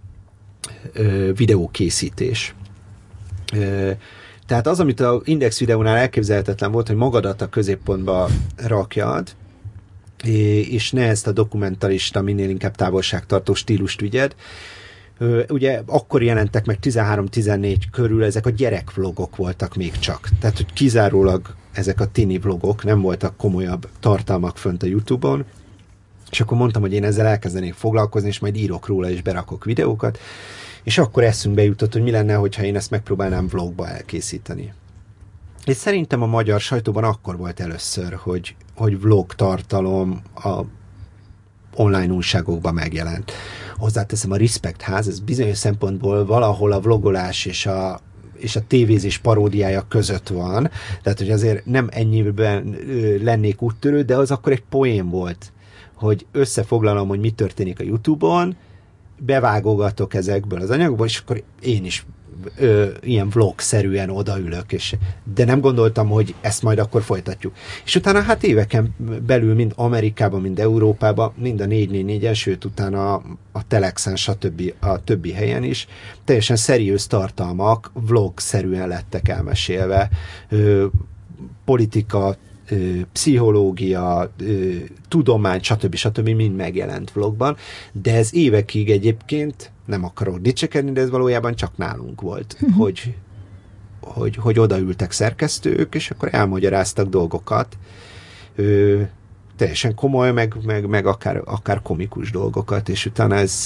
[SPEAKER 3] videókészítés. Tehát az, amit a Index videónál elképzelhetetlen volt, hogy magadat a középpontba rakjad, és ne ezt a dokumentarista, minél inkább távolságtartó stílust vigyed. Ugye akkor jelentek meg 13-14 körül, ezek a gyerekvlogok voltak még csak. Tehát, hogy kizárólag ezek a tini vlogok, nem voltak komolyabb tartalmak fönt a YouTube-on, és akkor mondtam, hogy én ezzel elkezdenék foglalkozni, és majd írok róla, és berakok videókat, és akkor eszünkbe jutott, hogy mi lenne, hogyha én ezt megpróbálnám vlogba elkészíteni. És szerintem a magyar sajtóban akkor volt először, hogy vlog tartalom a online újságokban megjelent. Hozzáteszem, a Respect ház, ez bizonyos szempontból valahol a vlogolás és a tévézés paródiája között van, tehát hogy azért nem ennyiben lennék úttörő, de az akkor egy poén volt, hogy összefoglalom, hogy mi történik a YouTube-on, bevágogatok ezekből az anyagokból, és akkor én is ilyen vlog-szerűen odaülök, de nem gondoltam, hogy ezt majd akkor folytatjuk. És utána hát éveken belül mind Amerikában, mind Európában, mind a 444-en, sőt utána a Telexen, stb. A többi helyen is teljesen szeriős tartalmak vlog-szerűen lettek elmesélve. Politika, pszichológia, tudomány, stb. Mind megjelent vlogban, de ez évekig egyébként, nem akarok dicsekedni, de ez valójában csak nálunk volt, hogy odaültek szerkesztők, és akkor elmagyaráztak dolgokat, teljesen komoly, meg akár komikus dolgokat, és utána ez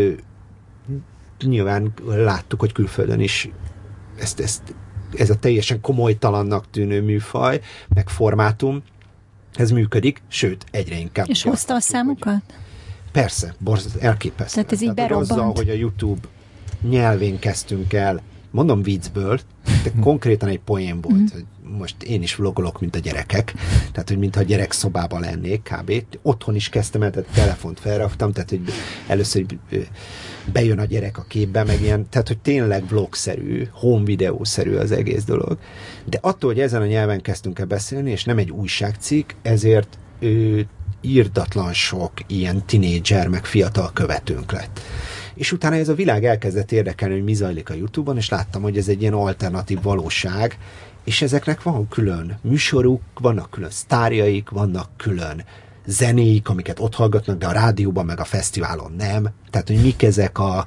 [SPEAKER 3] nyilván láttuk, hogy külföldön is ez a teljesen komolytalannak tűnő műfaj, meg formátum, ez működik, sőt, egyre inkább.
[SPEAKER 2] És hozta a számokat?
[SPEAKER 3] Persze, elképesztő.
[SPEAKER 2] Tehát ez így berobbant.
[SPEAKER 3] Azzal, hogy a YouTube nyelvén kezdtünk el, mondom viccből, de konkrétan egy poén volt, hogy most én is vlogolok, mint a gyerekek, tehát, hogy mintha gyerekszobában lennék kb. Otthon is kezdtem el, tehát telefont felraktam, tehát, hogy először bejön a gyerek a képbe, meg ilyen, tehát, hogy tényleg vlogszerű, home videószerű az egész dolog. De attól, hogy ezen a nyelven kezdtünk el beszélni, és nem egy újságcikk, ezért írdatlan sok ilyen tinédzser, meg fiatal követőnk lett. És utána ez a világ elkezdett érdekelni, hogy mi zajlik a YouTube-on, és láttam, hogy ez egy ilyen alternatív valóság, és ezeknek van külön műsoruk, vannak külön sztárjaik, vannak külön zenéik, amiket ott hallgatnak, de a rádióban, meg a fesztiválon nem. Tehát, hogy mik ezek a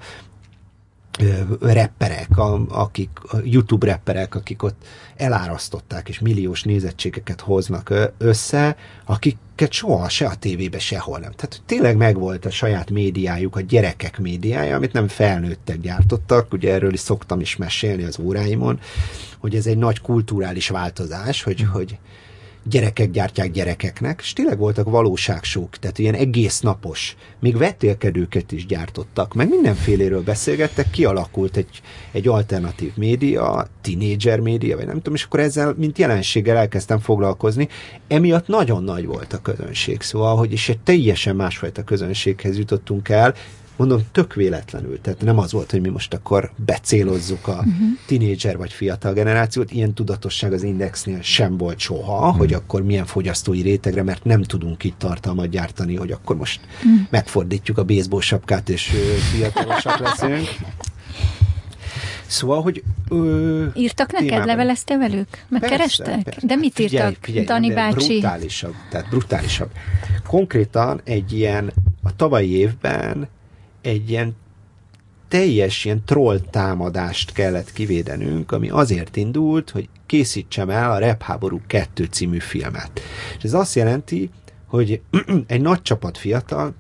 [SPEAKER 3] rapperek, a YouTube rapperek, akik ott elárasztották, és milliós nézettségeket hoznak össze, akiket soha se a tévébe, sehol nem. Tehát tényleg megvolt a saját médiájuk, a gyerekek médiája, amit nem felnőttek gyártottak, ugye erről is szoktam is mesélni az óráimon, hogy ez egy nagy kulturális változás, hogy gyerekek gyártják gyerekeknek, és tényleg voltak valóságsók, tehát ilyen egész napos, még vetélkedőket is gyártottak, meg mindenféléről beszélgettek, kialakult egy alternatív média, tinédzser média, vagy nem tudom, és akkor ezzel, mint jelenséggel elkezdtem foglalkozni. Emiatt nagyon nagy volt a közönség, szóval, hogy is egy teljesen másfajta közönséghez jutottunk el, mondom, tök véletlenül. Tehát nem az volt, hogy mi most akkor becélozzuk a tinédzser vagy fiatal generációt. Ilyen tudatosság az Indexnél sem volt soha, hogy akkor milyen fogyasztói rétegre, mert nem tudunk így tartalmat gyártani, hogy akkor most megfordítjuk a baseball sapkát, és fiatalosak leszünk. Szóval, hogy
[SPEAKER 2] írtak neked, témában. Levelezte velük? Megkerestek? Persze. De mit írtak, figyelj, Dani bácsi?
[SPEAKER 3] Brutálisabb. Konkrétan a tavalyi évben egy ilyen teljes ilyen troll támadást kellett kivédenünk, ami azért indult, hogy készítsem el a Rap Háború 2 című filmet. És ez azt jelenti, hogy egy nagy csapat fiatal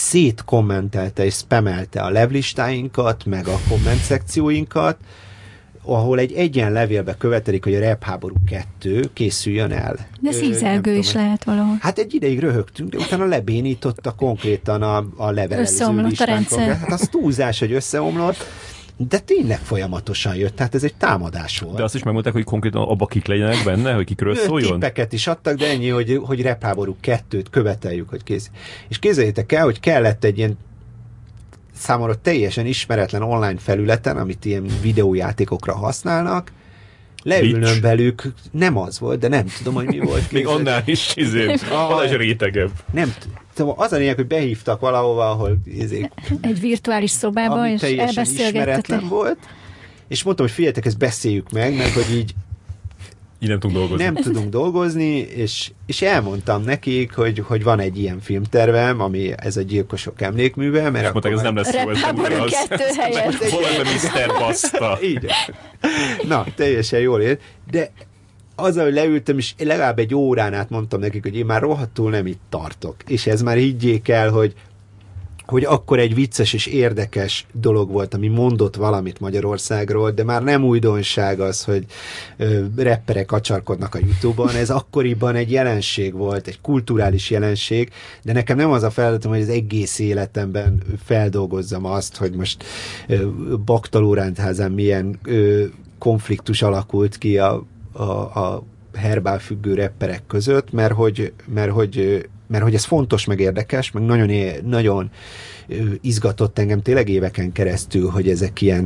[SPEAKER 3] szétkommentelte és spamelte a levlistáinkat, meg a komment szekcióinkat, ahol egy egyenlevélbe követelik, hogy a Rap háború 2 készüljön el.
[SPEAKER 2] De szívzelgő is lehet valahol.
[SPEAKER 3] Hát egy ideig röhögtünk, de utána lebénította konkrétan a levelező
[SPEAKER 2] összeomlott a rendszer.
[SPEAKER 3] Hát az túlzás, hogy összeomlott, de tényleg folyamatosan jött, tehát ez egy támadás volt.
[SPEAKER 1] De azt is megmondták, hogy konkrétan abba kik legyenek benne, hogy kikről szóljon?
[SPEAKER 3] Tippeket is adtak, de ennyi, hogy Rap háború 2-t követeljük, hogy kész. És képzeljétek el, hogy kellett egy ilyen számomra teljesen ismeretlen online felületen, amit ilyen videójátékokra használnak, leülnöm velük, nem az volt, de nem tudom, hogy mi volt.
[SPEAKER 1] Még annál is annál rétegebb.
[SPEAKER 3] Nem tudom, az a lényeg, hogy behívtak valahova, ahol
[SPEAKER 2] egy virtuális szobába, és elbeszélgettetek.
[SPEAKER 3] Volt, és mondtam, hogy figyeljetek, ezt beszéljük meg, mert hogy így
[SPEAKER 1] nem
[SPEAKER 3] tudunk dolgozni, és elmondtam nekik, hogy van egy ilyen filmtervem, ami ez a gyilkosok emlékműve, mert
[SPEAKER 1] mondták, ez nem lesz jó,
[SPEAKER 2] ez nem az. 2 helyett.
[SPEAKER 1] Volna Mr. Basta.
[SPEAKER 3] Így. Na, teljesen jól ér. De azzal, hogy leültem, és legalább egy órán át mondtam nekik, hogy én már rohadtul nem itt tartok. És ez már higgyék el, hogy akkor egy vicces és érdekes dolog volt, ami mondott valamit Magyarországról, de már nem újdonság az, hogy rapperek acsarkodnak a YouTube-on. Ez akkoriban egy jelenség volt, egy kulturális jelenség, de nekem nem az a feladatom, hogy az egész életemben feldolgozzam azt, hogy most Bakta Lóránt-házán milyen konfliktus alakult ki a herbálfüggő rapperek között, mert hogy ez fontos, meg érdekes, meg nagyon izgatott engem tényleg éveken keresztül, hogy ezek ilyen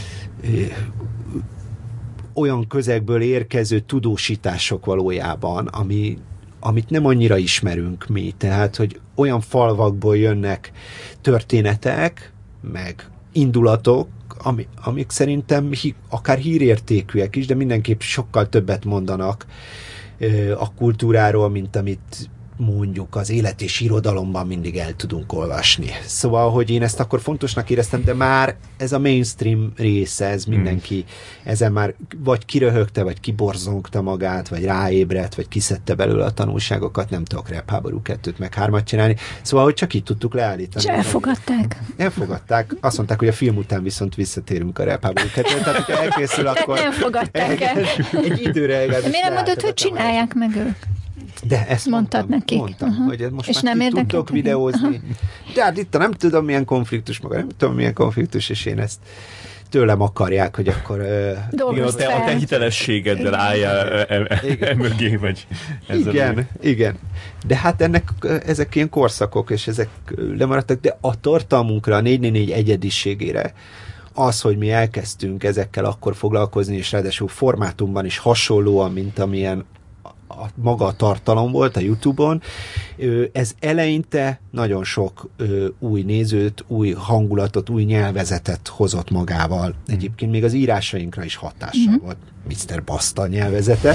[SPEAKER 3] olyan közegből érkező tudósítások valójában, amit nem annyira ismerünk mi. Tehát, hogy olyan falvakból jönnek történetek, meg indulatok, amik szerintem akár hírértékűek is, de mindenképp sokkal többet mondanak a kultúráról, mint amit mondjuk az élet és irodalomban mindig el tudunk olvasni. Szóval, hogy én ezt akkor fontosnak éreztem, de már ez a mainstream része, ez mindenki ezen már vagy kiröhögte, vagy kiborzongta magát, vagy ráébredt, vagy kiszedte belőle a tanulságokat, nem tudok Rap háború 2-t meg 3-at csinálni. Szóval, hogy csak így tudtuk leállítani.
[SPEAKER 2] És elfogadták.
[SPEAKER 3] Elfogadták. Azt mondták, hogy a film után viszont visszatérünk a Rap háború 2-t. Tehát, hogyha elkészül, akkor...
[SPEAKER 2] Nem fogadták el.
[SPEAKER 3] Egy időre
[SPEAKER 2] de miért nem mondod, hogy csinálják meg ők?
[SPEAKER 3] De ezt mondtam, hogy most és már nem tudok videózni. De hát itt nem tudom, milyen konfliktus maga, nem tudom, milyen konfliktus, és én ezt tőlem akarják, hogy akkor...
[SPEAKER 1] a te hitelességeddel álljál mögé, vagy...
[SPEAKER 3] Igen. De hát ezek ilyen korszakok, és ezek lemaradtak, de a tartalmunkra, a 444 egyediségére, az, hogy mi elkezdtünk ezekkel akkor foglalkozni, és ráadásul formátumban is hasonlóan, mint amilyen maga a tartalom volt a YouTube-on, ez eleinte nagyon sok új nézőt, új hangulatot, új nyelvezetet hozott magával. Egyébként még az írásainkra is hatással volt Mr. Basta nyelvezete.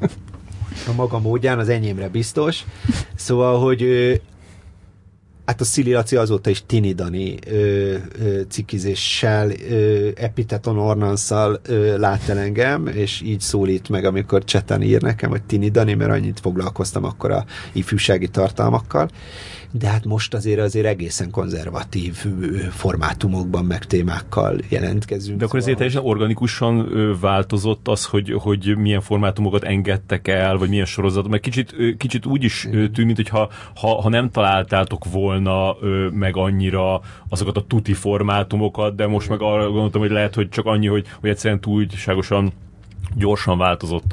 [SPEAKER 3] A maga módján, az enyémre biztos. Szóval, hogy hát a Szili Laci azóta is Tini Dani cikizéssel, Epiteton Ornanszal lát el engem, és így szólít meg, amikor cseten ír nekem, hogy Tini Dani, mert annyit foglalkoztam akkor a ifjúsági tartalmakkal. De hát most azért egészen konzervatív formátumokban, meg témákkal jelentkezünk.
[SPEAKER 1] De akkor ezért teljesen organikusan változott az, hogy milyen formátumokat engedtek el, vagy milyen sorozat, mert kicsit úgy is tűnt, hogy ha nem találtátok volna meg annyira azokat a tuti formátumokat, de most meg arra gondoltam, hogy lehet, hogy csak annyi, hogy egyszerűen túlságosan gyorsan változott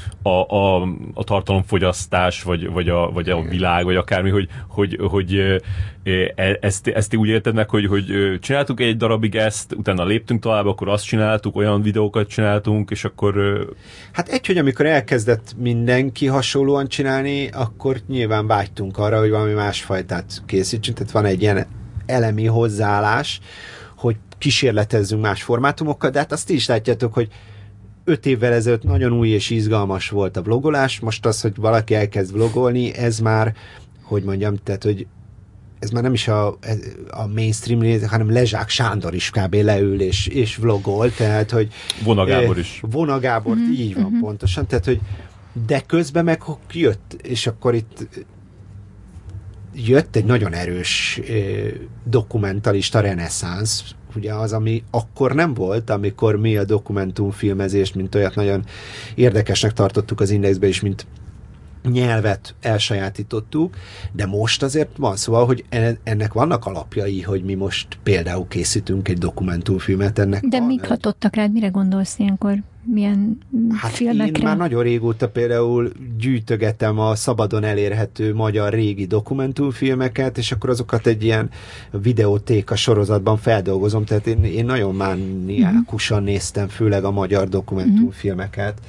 [SPEAKER 1] a tartalomfogyasztás, vagy a világ, vagy akármi, hogy ezt úgy érted meg, hogy csináltuk egy darabig ezt, utána léptünk tovább, akkor azt csináltuk, olyan videókat csináltunk, és akkor...
[SPEAKER 3] Hát hogy amikor elkezdett mindenki hasonlóan csinálni, akkor nyilván vágytunk arra, hogy valami másfajtát készítsünk, tehát van egy ilyen elemi hozzáállás, hogy kísérletezzünk más formátumokkal, de hát azt is látjátok, hogy 5 évvel ezelőtt nagyon új és izgalmas volt a vlogolás, most az, hogy valaki elkezd vlogolni, ez már, hogy mondjam, tehát, hogy ez már nem is a mainstream rész, hanem Lezsák Sándor is kb. Leül és vlogol, tehát, hogy...
[SPEAKER 1] Vona Gábor is.
[SPEAKER 3] Vona Gábor, így van pontosan, tehát, hogy de közben meg jött, és akkor itt jött egy nagyon erős dokumentalista reneszánsz, ugye az, ami akkor nem volt, amikor mi a dokumentumfilmezést, mint olyat nagyon érdekesnek tartottuk az Indexbe is, mint nyelvet elsajátítottuk, de most azért van, szóval, hogy ennek vannak alapjai, hogy mi most például készítünk egy dokumentumfilmet.
[SPEAKER 2] De mik hatottak rád? Mire gondolsz ilyenkor? Milyen filmekre?
[SPEAKER 3] Én már nagyon régóta például gyűjtögetem a szabadon elérhető magyar régi dokumentumfilmeket, és akkor azokat egy ilyen videótéka sorozatban feldolgozom, tehát én nagyon mániákusan néztem főleg a magyar dokumentumfilmeket.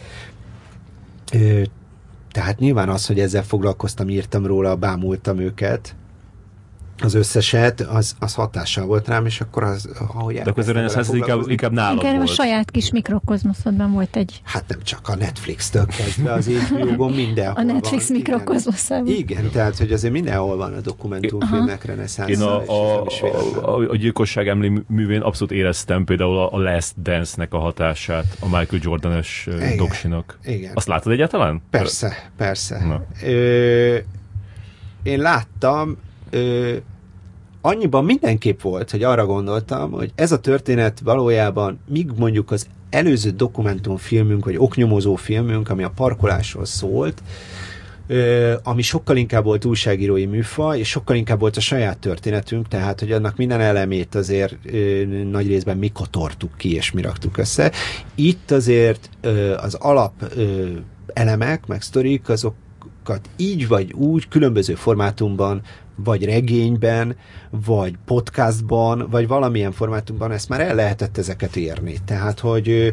[SPEAKER 3] Tehát nyilván az, hogy ezzel foglalkoztam, írtam róla, bámultam őket, az összeset, az hatással volt rám, és akkor ahogy
[SPEAKER 1] de akkor ez inkább nálad volt.
[SPEAKER 2] A saját kis mikrokozmoszodban volt egy...
[SPEAKER 3] Hát nem csak a Netflix-től kezdve, az HBO-gon mindenhol
[SPEAKER 2] a Netflix mikrokozmoszában.
[SPEAKER 3] Igen, tehát, hogy azért mindenhol van a dokumentumfilmek reneszánsz.
[SPEAKER 1] Én a gyilkosság emléművén abszolút éreztem például a Last Dance-nek a hatását a Michael Jordan-es doksinak.
[SPEAKER 3] Igen.
[SPEAKER 1] Azt látod egyáltalán?
[SPEAKER 3] Persze. Én láttam, annyiban mindenképp volt, hogy arra gondoltam, hogy ez a történet valójában, míg mondjuk az előző dokumentumfilmünk, vagy oknyomozó filmünk, ami a parkolásról szólt, ami sokkal inkább volt újságírói műfaj, és sokkal inkább volt a saját történetünk, tehát, hogy annak minden elemét azért nagy részben mi kotortuk ki, és mi raktuk össze. Itt azért az alap elemek, meg sztorik, azokat így vagy úgy, különböző formátumban, vagy regényben, vagy podcastban, vagy valamilyen formátumban ezt már el lehetett ezeket érni. Tehát, hogy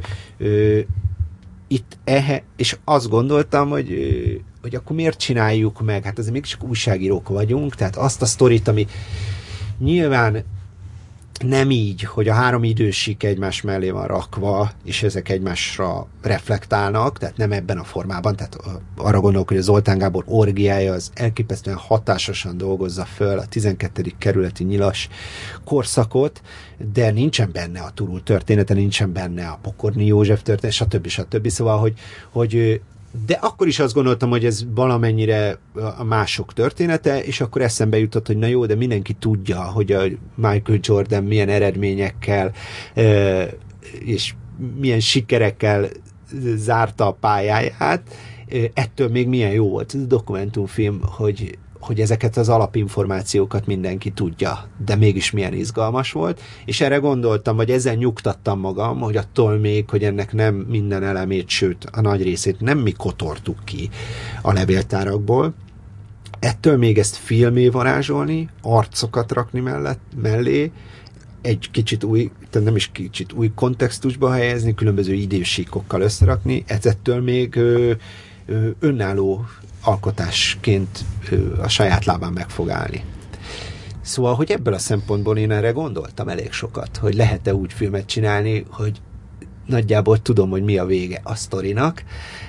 [SPEAKER 3] itt és azt gondoltam, hogy akkor miért csináljuk meg? Hát azért mégiscsak újságírók vagyunk, tehát azt a sztorit, ami nyilván nem így, hogy a három idősik egymás mellé van rakva, és ezek egymásra reflektálnak, tehát nem ebben a formában, tehát arra gondolok, hogy a Zoltán Gábor orgiája az elképesztően hatásosan dolgozza föl a 12. kerületi nyilas korszakot, de nincsen benne a Turul története, nincsen benne a Pokorni József története, stb. Szóval, hogy de akkor is azt gondoltam, hogy ez valamennyire a mások története, és akkor eszembe jutott, hogy na jó, de mindenki tudja, hogy a Michael Jordan milyen eredményekkel és milyen sikerekkel zárta a pályáját. Ettől még milyen jó volt ez a dokumentumfilm, hogy ezeket az alapinformációkat mindenki tudja, de mégis milyen izgalmas volt, és erre gondoltam, vagy ezzel nyugtattam magam, hogy attól még, hogy ennek nem minden elemét, sőt a nagy részét nem mi kotortuk ki a levéltárakból, ettől még ezt filmé varázsolni, arcokat rakni mellé, egy kicsit új, tehát nem is kicsit új kontextusba helyezni, különböző idősíkokkal összerakni, ettől még önálló alkotásként a saját lábán meg fog állni. Szóval, hogy ebből a szempontból én erre gondoltam elég sokat, hogy lehet-e úgy filmet csinálni, hogy nagyjából tudom, hogy mi a vége a sztorinak,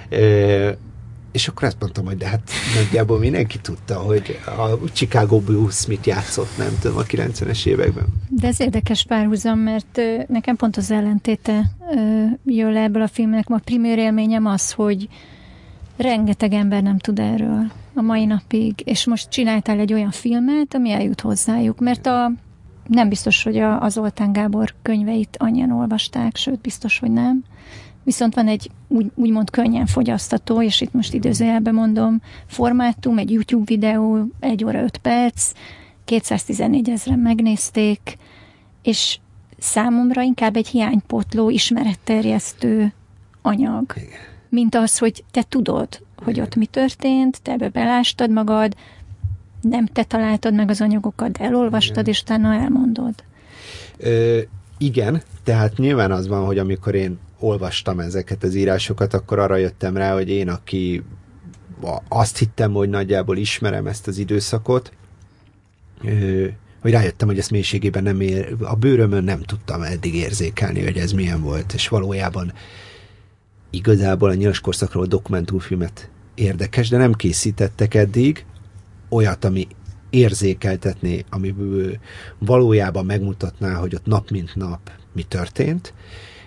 [SPEAKER 3] és akkor azt mondtam, hogy de hát nagyjából mindenki tudta, hogy a Chicago Blues mit játszott, nem tudom, a 90-es években.
[SPEAKER 2] De ez érdekes párhuzam, mert nekem pont az ellentéte jön le ebből a filmnek. A primér élményem az, hogy rengeteg ember nem tud erről a mai napig, és most csináltál egy olyan filmet, ami eljut hozzájuk, mert nem biztos, hogy a Zoltán Gábor könyveit annyian olvasták, sőt, biztos, hogy nem. Viszont van egy úgymond könnyen fogyasztató, és itt most idézőjelben mondom, formátum, egy YouTube videó, 1 óra 5 perc, 214 000 megnézték, és számomra inkább egy hiánypótló, ismeretterjesztő anyag. Igen. Mint az, hogy te tudod, hogy ott mi történt, te ebbe belástad magad, nem te találtad meg az anyagokat, de elolvastad, igen, és utána elmondod.
[SPEAKER 3] Igen, tehát nyilván az van, hogy amikor én olvastam ezeket az írásokat, akkor arra jöttem rá, hogy én, aki azt hittem, hogy nagyjából ismerem ezt az időszakot, hogy rájöttem, hogy ezt mélységében nem a bőrömön nem tudtam eddig érzékelni, hogy ez milyen volt, és valójában igazából a nyilas korszakról dokumentumfilmet érdekes, de nem készítettek eddig olyat, ami érzékeltetné, ami valójában megmutatná, hogy ott nap mint nap mi történt.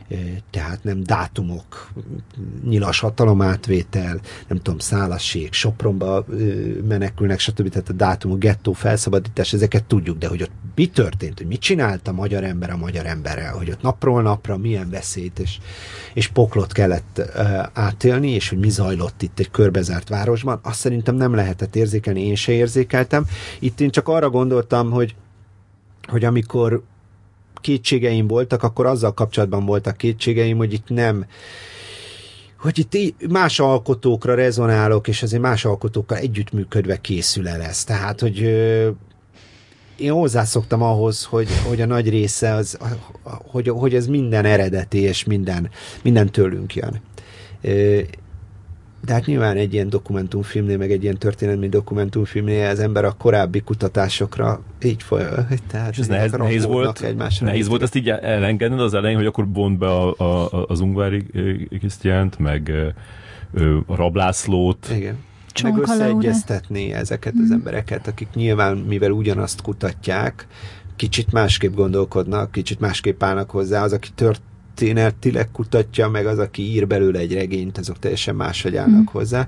[SPEAKER 3] tehát nem dátumok, nyilas hatalomátvétel, nem tudom, Szálasség, Sopronba menekülnek, stb. Tehát a dátumok, gettó, felszabadítás, ezeket tudjuk, de hogy ott mi történt, hogy mit csinált a magyar ember a magyar emberrel, hogy ott napról napra milyen veszélyt és poklot kellett átélni, és hogy mi zajlott itt egy körbezárt városban, azt szerintem nem lehetett érzékelni, én se érzékeltem. Itt én csak arra gondoltam, hogy amikor kétségeim voltak, akkor azzal kapcsolatban voltak kétségeim, hogy itt nem, hogy itt más alkotókra rezonálok, és azért más alkotókkal együttműködve készül el ez. Tehát, hogy én hozzászoktam ahhoz, hogy a nagy része az, hogy ez minden eredeti, és minden tőlünk jön. De hát nyilván egy ilyen dokumentumfilmnél, meg egy ilyen történelmi dokumentumfilmnél az ember a korábbi kutatásokra így folyam. Tehát
[SPEAKER 1] és ez nehéz volt ezt így elengedned az elején, hogy akkor vond be az Ungvári Krisztiánt, meg a Rablászlót.
[SPEAKER 3] Igen. Meg összeegyeztetni ezeket az embereket, akik nyilván, mivel ugyanazt kutatják, kicsit másképp gondolkodnak, kicsit másképp állnak hozzá. Az, aki történetileg kutatja, meg az, aki ír belőle egy regényt, azok teljesen máshogy állnak hozzá.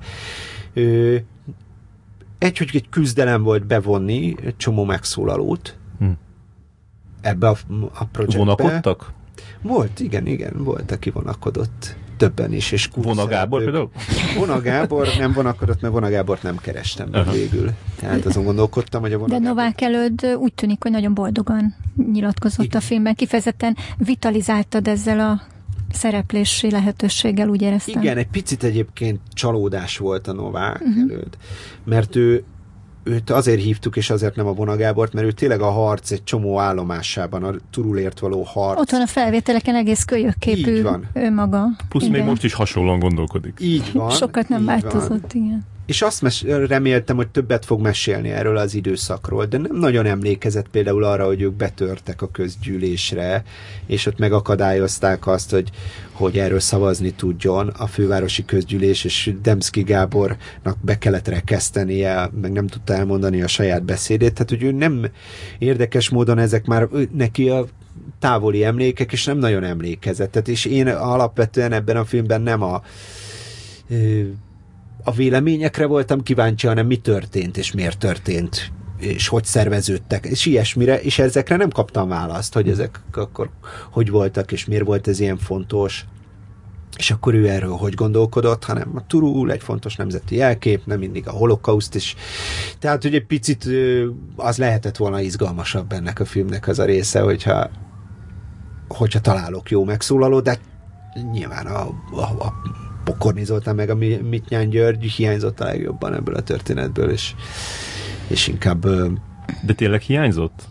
[SPEAKER 3] Hogy egy küzdelem volt bevonni egy csomó megszólalót ebbe a projektbe.
[SPEAKER 1] Vonakodtak?
[SPEAKER 3] Volt, igen, volt, aki vonakodott. Többen is. És
[SPEAKER 1] Vona Gábor például?
[SPEAKER 3] Vona Gábor nem vonakodott, mert Vona Gábort nem kerestem végül. Tehát azon gondolkodtam, hogy a Vona
[SPEAKER 2] De Novák Előd úgy tűnik, hogy nagyon boldogan nyilatkozott a filmben. Kifejezetten vitalizáltad ezzel a szereplési lehetőséggel, úgy éreztem.
[SPEAKER 3] Igen, egy picit egyébként csalódás volt a Novák Előd, mert őt azért hívtuk, és azért nem a Vona Gábort, mert ő tényleg a harc egy csomó állomásában, a Turulért való harc.
[SPEAKER 2] Ott van a felvételeken egész kölyökképű ő maga.
[SPEAKER 1] Plusz igen. Még most is hasonlóan gondolkodik.
[SPEAKER 3] Így van.
[SPEAKER 2] Sokat nem változott, igen.
[SPEAKER 3] És azt reméltem, hogy többet fog mesélni erről az időszakról, de nem nagyon emlékezett például arra, hogy ők betörtek a közgyűlésre, és ott megakadályozták azt, hogy erről szavazni tudjon a fővárosi közgyűlés, és Demszky Gábornak be kellett rekesztenie, meg nem tudta elmondani a saját beszédét, tehát hogy ő nem érdekes módon ezek már neki a távoli emlékek, és nem nagyon emlékezett. Tehát, és én alapvetően ebben a filmben nem a véleményekre voltam kíváncsi, hanem mi történt, és miért történt, és hogy szerveződtek, és ilyesmire, és ezekre nem kaptam választ, hogy ezek akkor hogy voltak, és miért volt ez ilyen fontos, és akkor ő erről hogy gondolkodott, hanem a Turul egy fontos nemzeti jelkép, nem mindig a holokauszt is. Tehát, hogy egy picit az lehetett volna izgalmasabb ennek a filmnek az a része, hogyha találok jó megszólalót, de nyilván a Pokorni Zoltán meg a Mittyán György hiányzott a legjobban ebből a történetből, és inkább...
[SPEAKER 1] De tényleg hiányzott?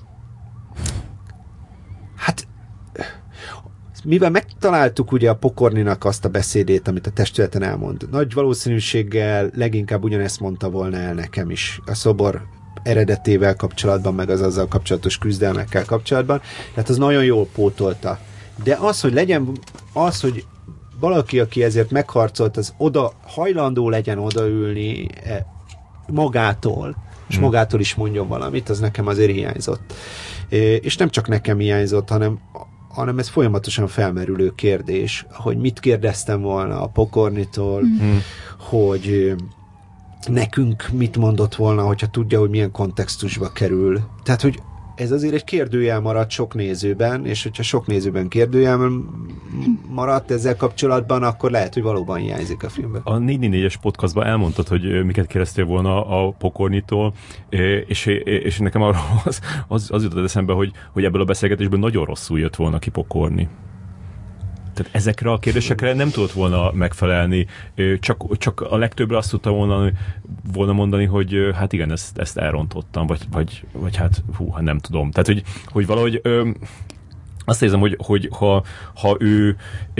[SPEAKER 3] Hát, mivel megtaláltuk ugye a Pokorninak azt a beszédét, amit a testületen elmond, nagy valószínűséggel leginkább ugyanezt mondta volna el nekem is a szobor eredetével kapcsolatban, meg az azzal kapcsolatos küzdelmekkel kapcsolatban, tehát az nagyon jól pótolta. De az, hogy legyen, hogy valaki, aki ezért megharcolt, az hajlandó legyen odaülni magától, és magától is mondjon valamit, az nekem azért hiányzott. És nem csak nekem hiányzott, hanem ez folyamatosan felmerülő kérdés, hogy mit kérdeztem volna a Pokornitól, hogy nekünk mit mondott volna, hogyha tudja, hogy milyen kontextusba kerül. Tehát, hogy ez azért egy kérdőjel maradt sok nézőben, és hogyha sok nézőben kérdőjel maradt ezzel kapcsolatban, akkor lehet, hogy valóban hiányzik a filmben.
[SPEAKER 1] A 444-es podcastban elmondtad, hogy miket kérdeztél volna a Pokornitól, és nekem az jutott eszembe, hogy ebből a beszélgetésből nagyon rosszul jött volna ki Pokorni. Tehát ezekre a kérdésekre nem tudott volna megfelelni, csak a legtöbbre azt tudta volna mondani, hogy hát igen, ezt elrontottam, vagy hát nem tudom. Tehát, hogy valahogy azt érzem, hogy ha ő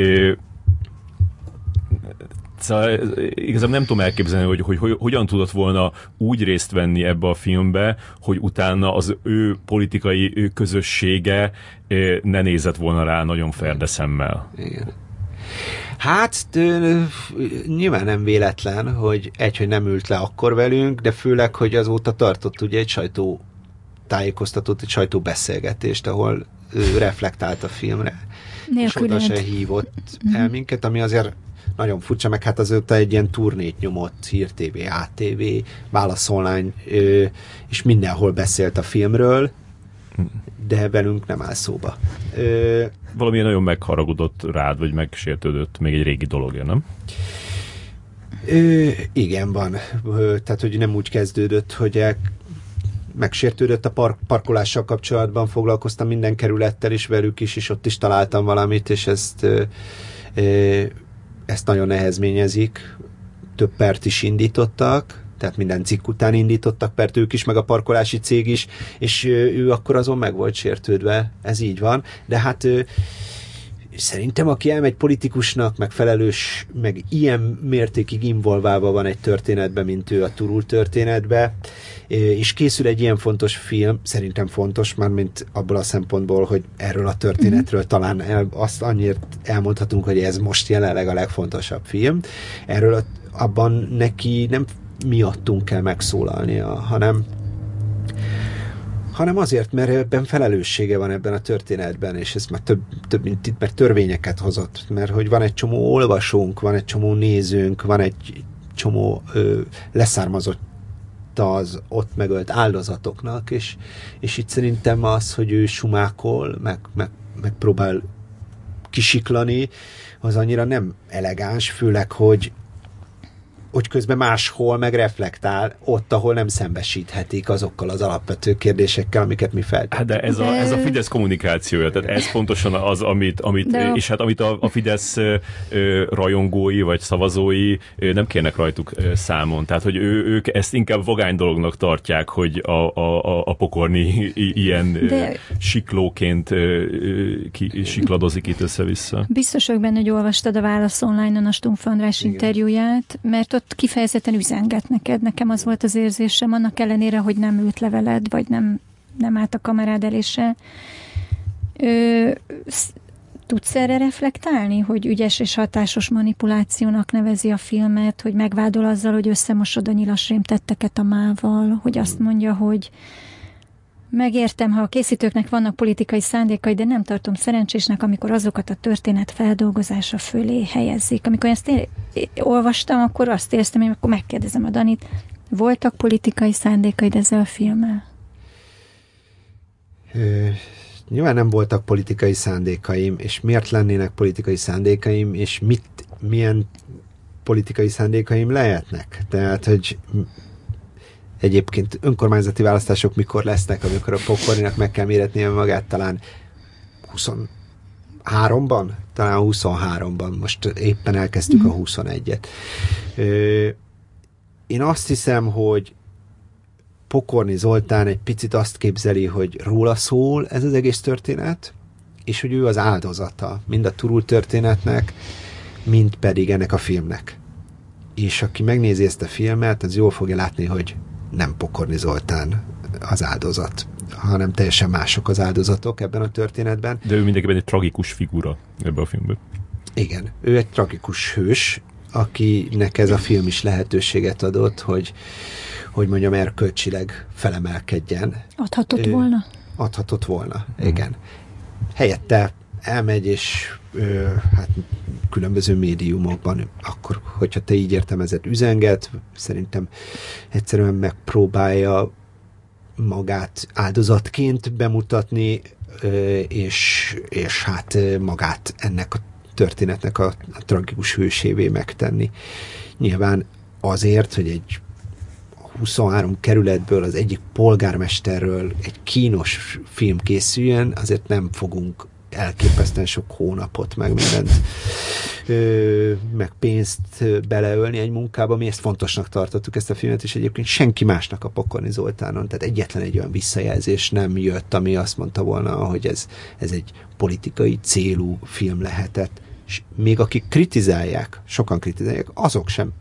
[SPEAKER 1] szóval igazából nem tudom elképzelni, hogy hogyan tudott volna úgy részt venni ebbe a filmbe, hogy utána az ő politikai közössége ne nézett volna rá nagyon ferde szemmel.
[SPEAKER 3] Igen. Hát nyilván nem véletlen, hogy nem ült le akkor velünk, de főleg, hogy azóta tartott ugye egy sajtótájékoztatót, egy sajtóbeszélgetést, ahol reflektált a filmre.
[SPEAKER 2] Nélküled.
[SPEAKER 3] És oda se hívott el minket, ami azért nagyon furcsa, meg hát azóta egy ilyen turnét nyomott, Hír TV, ATV, Válasz Online, és mindenhol beszélt a filmről, de velünk nem áll szóba.
[SPEAKER 1] Valami nagyon megharagudott rád, vagy megsértődött, még egy régi dologja, nem?
[SPEAKER 3] Igen, van. Tehát, hogy nem úgy kezdődött, hogy megsértődött a parkolással kapcsolatban, foglalkoztam minden kerülettel is, velük is, és ott is találtam valamit, és ezt nagyon nehezményezik. Több pert is indítottak, tehát minden cikk után indítottak pert ők is, meg a parkolási cég is, és ő akkor azon meg volt sértődve, ez így van, de hát szerintem, aki elmegy politikusnak, meg felelős, meg ilyen mértékig involválva van egy történetbe, mint ő a Turul történetbe, és készül egy ilyen fontos film, szerintem fontos, már mint abból a szempontból, hogy erről a történetről talán azt annyit elmondhatunk, hogy ez most jelenleg a legfontosabb film. Erről abban neki nem miattunk kell megszólalnia, hanem azért, mert ebben felelőssége van ebben a történetben, és ez már több mint itt, mert törvényeket hozott, mert hogy van egy csomó olvasónk, van egy csomó nézőnk, van egy csomó leszármazott az ott megölt áldozatoknak, és itt szerintem az, hogy ő sumákol, meg próbál kisiklani, az annyira nem elegáns, főleg, hogy közben máshol meg reflektál, ott, ahol nem szembesíthetik azokkal az alapvető kérdésekkel, amiket mi feltettünk.
[SPEAKER 1] Hát de ez a Fidesz kommunikációja, tehát ez pontosan az, amit és hát amit a Fidesz rajongói vagy szavazói nem kérnek rajtuk számon. Tehát, hogy ők ezt inkább vagány dolognak tartják, hogy a pokorni ilyen siklóként sikladozik itt össze-vissza.
[SPEAKER 2] Biztos vagyok benne, hogy olvastad a Válasz Online-on a Stumpf András interjúját, mert ott kifejezetten üzenget neked. Nekem az volt az érzésem, annak ellenére, hogy nem ült le veled, vagy nem állt a kamerád elé se. Tudsz erre reflektálni, hogy ügyes és hatásos manipulációnak nevezi a filmet, hogy megvádol azzal, hogy összemosod a nyilasrém tetteket a mával, hogy azt mondja, hogy megértem, ha a készítőknek vannak politikai szándékai, de nem tartom szerencsésnek, amikor azokat a történet feldolgozása fölé helyezik. Amikor ezt olvastam, akkor azt éreztem, hogy akkor megkérdezem a Danit, voltak politikai szándékaid ezzel a filmmel?
[SPEAKER 3] Nyilván nem voltak politikai szándékaim, és miért lennének politikai szándékaim, és milyen politikai szándékaim lehetnek? Tehát, hogy egyébként önkormányzati választások mikor lesznek, amikor a Pokorninak meg kell méretnie magát, talán 23-ban? Talán 23-ban. Most éppen elkezdtük a 21-et. Én azt hiszem, hogy Pokorni Zoltán egy picit azt képzeli, hogy róla szól ez az egész történet, és hogy ő az áldozata mind a Turul történetnek, mind pedig ennek a filmnek. És aki megnézi ezt a filmet, az jól fogja látni, hogy nem Pokorni Zoltán az áldozat, hanem teljesen mások az áldozatok ebben a történetben.
[SPEAKER 1] De ő mindenképpen egy tragikus figura ebben a filmben.
[SPEAKER 3] Igen, ő egy tragikus hős, akinek ez a film is lehetőséget adott, hogy mondjam, erkölcsileg felemelkedjen.
[SPEAKER 2] Adhatott volna?
[SPEAKER 3] Adhatott volna, igen. Helyette elmegy, és hát különböző médiumokban, akkor, hogyha te így értelmezed, üzenget, szerintem egyszerűen megpróbálja magát áldozatként bemutatni, és hát magát ennek a történetnek a tragikus hősévé megtenni. Nyilván azért, hogy egy 23 kerületből az egyik polgármesterről egy kínos film készüljön, azért nem fogunk elképesztően sok hónapot, meg mindent, meg pénzt beleölni egy munkába. Mi ezt fontosnak tartottuk, ezt a filmet, és egyébként senki másnak a Pokorni Zoltánon, tehát egyetlen egy olyan visszajelzés nem jött, ami azt mondta volna, hogy ez egy politikai célú film lehetett. És még akik kritizálják, sokan kritizálják, azok sem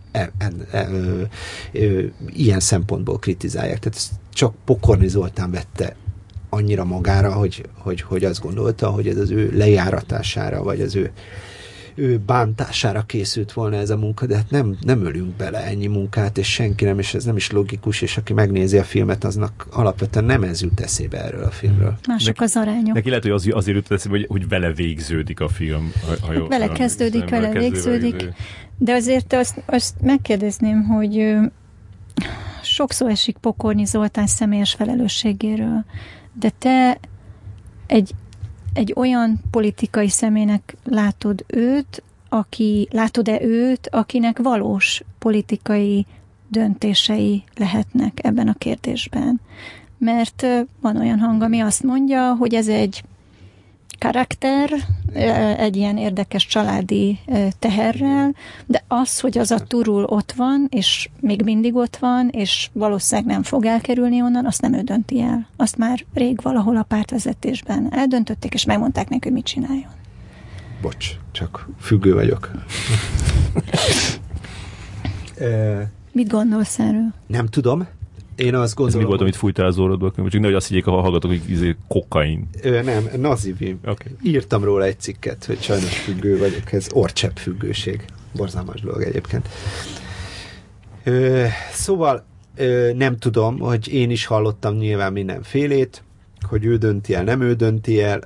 [SPEAKER 3] ilyen szempontból kritizálják. Tehát ezt csak Pokorni Zoltán vette annyira magára, hogy azt gondolta, hogy ez az ő lejáratására, vagy az ő ő bántására készült volna ez a munka, de hát nem ölünk bele ennyi munkát, és senki nem, és ez nem is logikus, és aki megnézi a filmet, aznak alapvetően nem ez jut eszébe erről a filmről.
[SPEAKER 2] Mások az arányok.
[SPEAKER 1] Neki lehet, hogy azért jut eszébe, hogy vele végződik a film.
[SPEAKER 2] Vele kezdődik, vele végződik. De azért azt megkérdezném, hogy sok szó esik Pokorny Zoltán személyes felelősségéről, de te egy olyan politikai személynek látod-e őt, akinek valós politikai döntései lehetnek ebben a kérdésben? Mert van olyan hang, ami azt mondja, hogy ez egy karakter, egy ilyen érdekes családi teherrel, de az, hogy az a turul ott van, és még mindig ott van, és valószínűleg nem fog elkerülni onnan, azt nem ő dönti el. Azt már rég valahol a pártvezetésben eldöntötték, és megmondták neki, hogy mit csináljon.
[SPEAKER 3] Bocs, csak függő vagyok.
[SPEAKER 2] Mit gondolsz erről?
[SPEAKER 3] Nem tudom. Én azt gondolom...
[SPEAKER 1] Ez mi volt, amit fújtál az orrodból? Csak nehogy azt higgyék a hallgatók, hogy kokain.
[SPEAKER 3] Nem, nazivim. Okay. Írtam róla egy cikket, hogy sajnos függő vagyok. Ez orcsepp függőség. Borzalmas dolog egyébként. Szóval nem tudom, hogy én is hallottam nyilván mindenfélét, hogy ő dönti el, nem ő dönti el.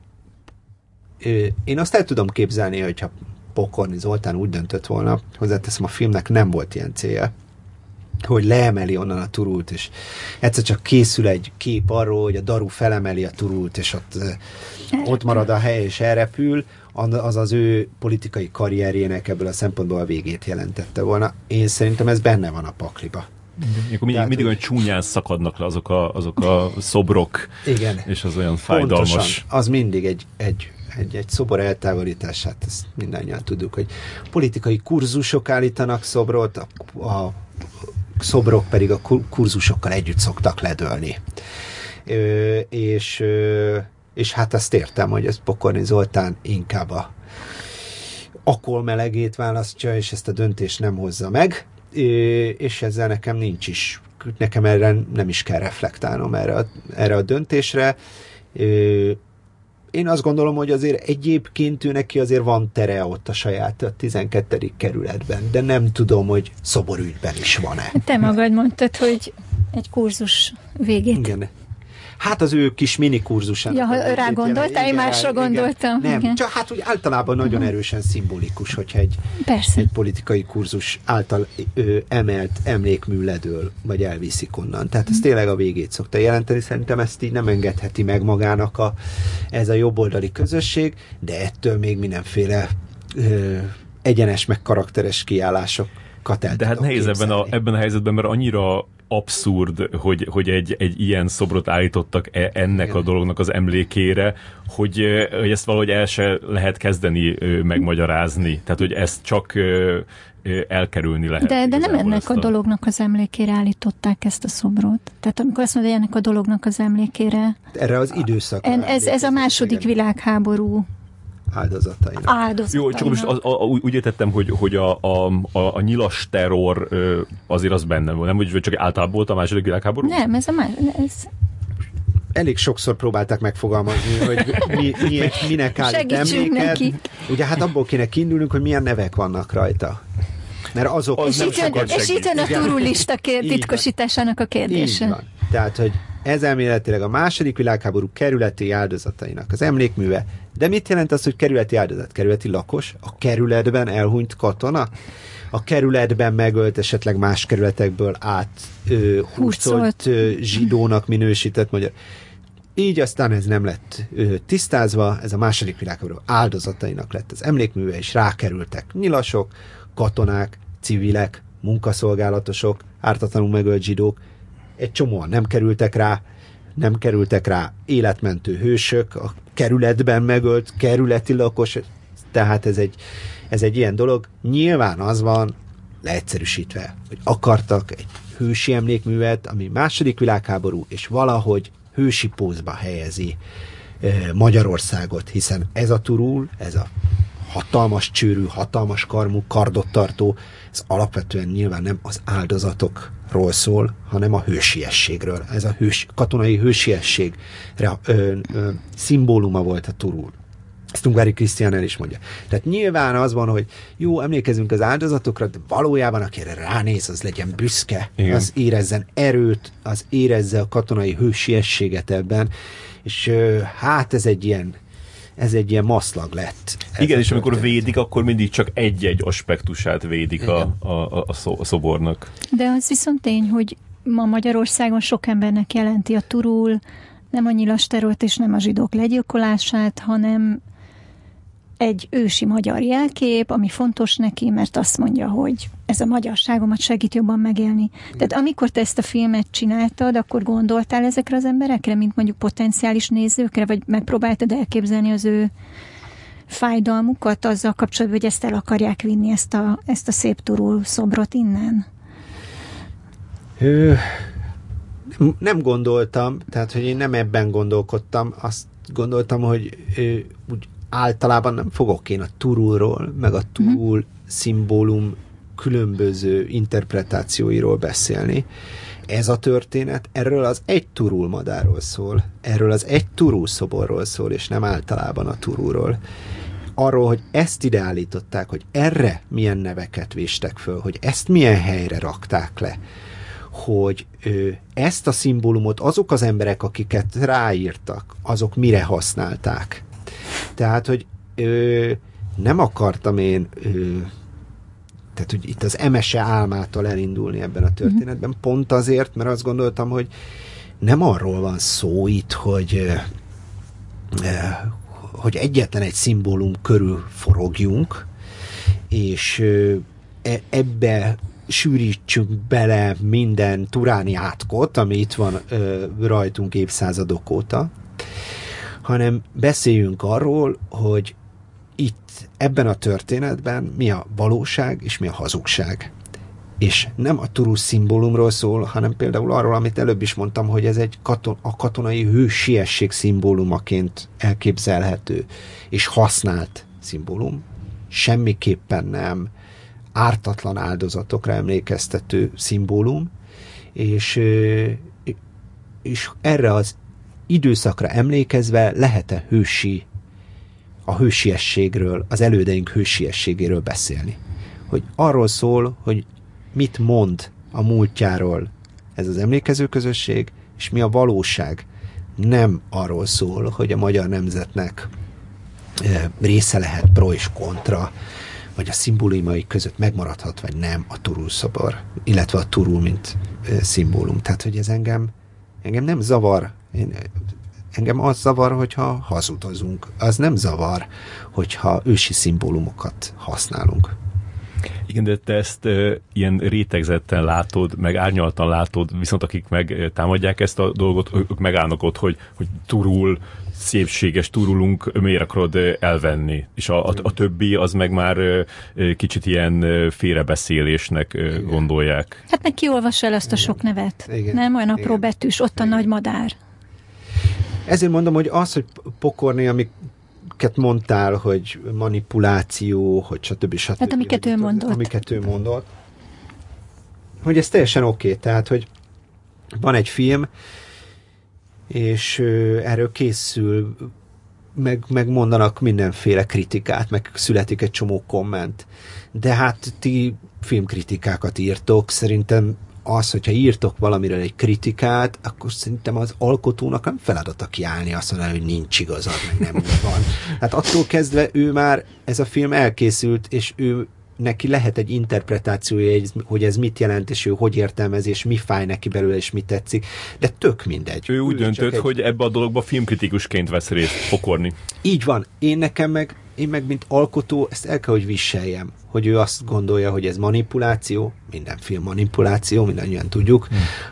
[SPEAKER 3] Én azt el tudom képzelni, hogyha Pokorny Zoltán úgy döntött volna, hozzáteszem, a filmnek nem volt ilyen célja, hogy leemeli onnan a turult, és egyszer csak készül egy kép arról, hogy a daru felemeli a turult, és ott marad a hely, és elrepül, az az ő politikai karrierjének ebből a szempontból a végét jelentette volna. Én szerintem ez benne van a pakliba.
[SPEAKER 1] Mindig olyan csúnyán szakadnak le azok a szobrok, igen, és az olyan fájdalmas.
[SPEAKER 3] Pontosan, az mindig egy szobor eltávolítását, ezt mindannyian tudjuk, hogy politikai kurzusok állítanak szobrot, a szobrok pedig a kurzusokkal együtt szoktak ledőlni. És hát azt értem, hogy ez Pokorny Zoltán inkább a akolmelegét választja, és ezt a döntést nem hozza meg, és ezzel nekem erre nem is kell reflektálnom erre a döntésre. Én azt gondolom, hogy azért egyébként ő neki azért van tere ott a saját a 12. kerületben, de nem tudom, hogy szoborügyben is van-e.
[SPEAKER 2] Te magad mondtad, hogy egy kurzus végét.
[SPEAKER 3] Igen. Hát az ő kis mini kurzusának.
[SPEAKER 2] Ja, rá gondoltál, én másra gondoltam.
[SPEAKER 3] Nem,
[SPEAKER 2] igen.
[SPEAKER 3] Csak hát úgy általában nagyon erősen szimbolikus, hogyha egy politikai kurzus által emelt emlékmű ledől, vagy elviszik onnan. Tehát ez tényleg a végét szokta jelenteni. Szerintem ezt így nem engedheti meg magának ez a jobboldali közösség, de ettől még mindenféle egyenes meg karakteres kiállásokat el.
[SPEAKER 1] De hát nehéz ebben a helyzetben, mert annyira abszurd, hogy egy ilyen szobrot állítottak ennek a dolognak az emlékére, hogy ezt valahogy el se lehet kezdeni megmagyarázni. Tehát, hogy ezt csak elkerülni lehet.
[SPEAKER 2] De nem ennek a dolognak az emlékére állították ezt a szobrot. Tehát amikor azt mondja, hogy ennek a dolognak az emlékére...
[SPEAKER 3] Erre az időszakra.
[SPEAKER 2] Ez a második világháború
[SPEAKER 3] áldozatainak.
[SPEAKER 1] Jó, csak most úgy értettem, hogy a nyilas terror azért az benne volt, nem? Vagy csak általában volt a második világháború?
[SPEAKER 2] Nem, ez
[SPEAKER 3] elég sokszor próbálták megfogalmazni, hogy minek állít emléket. Ugye hát abból kéne kiindulnunk, hogy milyen nevek vannak rajta. Mert azok...
[SPEAKER 2] És itt jön a turulista titkosításának a kérdése.
[SPEAKER 3] Így van. Tehát, hogy ez elméletileg a második világháború kerületi áldozatainak az emlékműve. De mit jelent az, hogy kerületi áldozat? Kerületi lakos? A kerületben elhunyt katona? A kerületben megölt, esetleg más kerületekből hurcolt zsidónak minősített magyar. Így aztán ez nem lett tisztázva, ez a második világháború áldozatainak lett az emlékműve, és rákerültek nyilasok, katonák, civilek, munkaszolgálatosok, ártatlanul megölt zsidók. Egy csomóan nem kerültek rá életmentő hősök, a kerületben megölt kerületi lakos, tehát ez egy ilyen dolog. Nyilván az van, leegyszerűsítve, hogy akartak egy hősi emlékművet, ami második világháború, és valahogy hősi pózba helyezi Magyarországot, hiszen ez a turul, ez a hatalmas csőrű, hatalmas karmú, kardot tartó, ez alapvetően nyilván nem az áldozatokról szól, hanem a hősiességről. Ez a katonai hősiesség szimbóluma volt a turul. Ezt Ungvári Krisztián el is mondja. Tehát nyilván az van, hogy jó, emlékezünk az áldozatokra, de valójában akire ránéz, az legyen büszke, igen. Az érezzen erőt, az érezze a katonai hősiességet ebben, és hát ez egy ilyen maszlag lett.
[SPEAKER 1] Igen, és amikor védik, akkor mindig csak egy-egy aspektusát védik a szobornak.
[SPEAKER 2] De az viszont tény, hogy ma Magyarországon sok embernek jelenti a turul nem a nyilasterolt és nem a zsidók legyilkolását, hanem egy ősi magyar jelkép, ami fontos neki, mert azt mondja, hogy ez a magyarságomat segít jobban megélni. Tehát amikor te ezt a filmet csináltad, akkor gondoltál ezekre az emberekre, mint mondjuk potenciális nézőkre, vagy megpróbáltad elképzelni az ő fájdalmukat azzal kapcsolatban, hogy ezt el akarják vinni, ezt a szép turul szobrot innen?
[SPEAKER 3] Nem gondoltam, tehát hogy én nem ebben gondolkodtam, azt gondoltam, hogy úgy általában nem fogok én a turulról, meg a turul szimbólum különböző interpretációiról beszélni. Ez a történet erről az egy turul madárról szól, erről az egy turul szoborról szól, és nem általában a turulról. Arról, hogy ezt ideállították, hogy erre milyen neveket véstek föl, hogy ezt milyen helyre rakták le, hogy ezt a szimbólumot azok az emberek, akiket ráírtak, azok mire használták. Tehát, hogy nem akartam én tehát, hogy itt az Emese álmától elindulni ebben a történetben, pont azért, mert azt gondoltam, hogy nem arról van szó itt, hogy egyetlen egy szimbólum körül forogjunk, és ebbe sűrítsünk bele minden turáni átkot, ami itt van rajtunk évszázadok óta, hanem beszéljünk arról, hogy itt ebben a történetben mi a valóság és mi a hazugság. És nem a turul szimbólumról szól, hanem például arról, amit előbb is mondtam, hogy ez egy a katonai hősiesség szimbólumaként elképzelhető és használt szimbólum. Semmiképpen nem ártatlan áldozatokra emlékeztető szimbólum, és erre az időszakra emlékezve lehet-e a hősiességről, az elődeink hősiességéről beszélni. Hogy arról szól, hogy mit mond a múltjáról ez az emlékező közösség, és mi a valóság. Nem arról szól, hogy a magyar nemzetnek része lehet pro és kontra, vagy a szimbólumai között megmaradhat, vagy nem a turul szobor, illetve a turul, mint szimbólum. Tehát, hogy ez engem nem zavar. Engem az zavar, hogyha hazudozunk. Az nem zavar, hogyha ősi szimbólumokat használunk.
[SPEAKER 1] Igen, de te ezt ilyen rétegzetten látod, meg árnyaltan látod, viszont akik meg támadják ezt a dolgot, ők megállnak ott, hogy turul, szépséges turulunk, miért akarod elvenni? És a többi az meg már kicsit ilyen félrebeszélésnek gondolják.
[SPEAKER 2] Hát meg kiolvass el ezt a sok nevet. Igen. Nem olyan apró betűs, ott a nagy madár.
[SPEAKER 3] Ezért mondom, hogy az, hogy pokorni, amiket mondtál, hogy manipuláció, hogy stb.
[SPEAKER 2] Hát amiket ő mondott.
[SPEAKER 3] Hogy ez teljesen oké. Tehát, hogy van egy film, és erről készül, meg mondanak mindenféle kritikát, meg születik egy csomó komment. De hát ti filmkritikákat írtok, szerintem az, hogyha írtok valamiről egy kritikát, akkor szerintem az alkotónak nem feladata kiállni azt mondani, hogy nincs igazad, meg nem úgy van. Hát attól kezdve ő már, ez a film elkészült, és neki lehet egy interpretációja, hogy ez mit jelent, és ő hogy értelmezi, és mi fáj neki belőle, és mi tetszik, de tök mindegy.
[SPEAKER 1] Ő úgy döntött, hogy ebbe a dologba filmkritikusként vesz részt, pokorni.
[SPEAKER 3] Így van. Én meg, mint alkotó, ezt el kell, hogy viseljem, hogy ő azt gondolja, hogy ez manipuláció, minden film manipuláció, mindannyian tudjuk,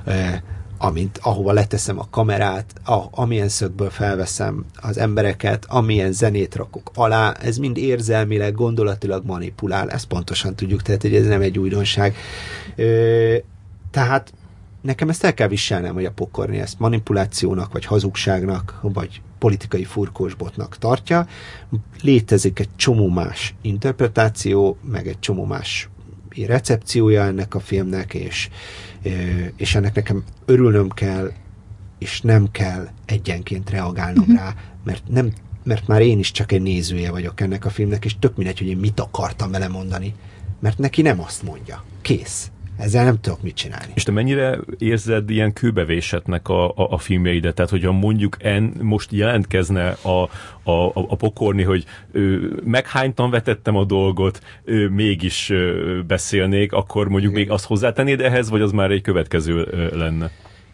[SPEAKER 3] ahova leteszem a kamerát, amilyen szögből felveszem az embereket, amilyen zenét rakok alá, ez mind érzelmileg, gondolatilag manipulál, ezt pontosan tudjuk, tehát hogy ez nem egy újdonság. Tehát nekem ezt el kell viselnem, hogy a pokorni ezt manipulációnak, vagy hazugságnak, vagy politikai furkósbotnak tartja. Létezik egy csomó más interpretáció, meg egy csomó más recepciója ennek a filmnek, és ennek nekem örülnöm kell, és nem kell egyenként reagálnom rá, mert mert már én is csak egy nézője vagyok ennek a filmnek, és tök mindegy, hogy én mit akartam vele mondani, mert neki nem azt mondja. Kész. Ezzel nem tudok mit csinálni.
[SPEAKER 1] És te mennyire érzed ilyen kőbevésetnek a filmjeidet? Tehát, hogyha mondjuk most jelentkezne a Pokorni, hogy meghánytan vetettem a dolgot, mégis beszélnék, akkor mondjuk még azt hozzátennéd ehhez, vagy az már egy következő lenne?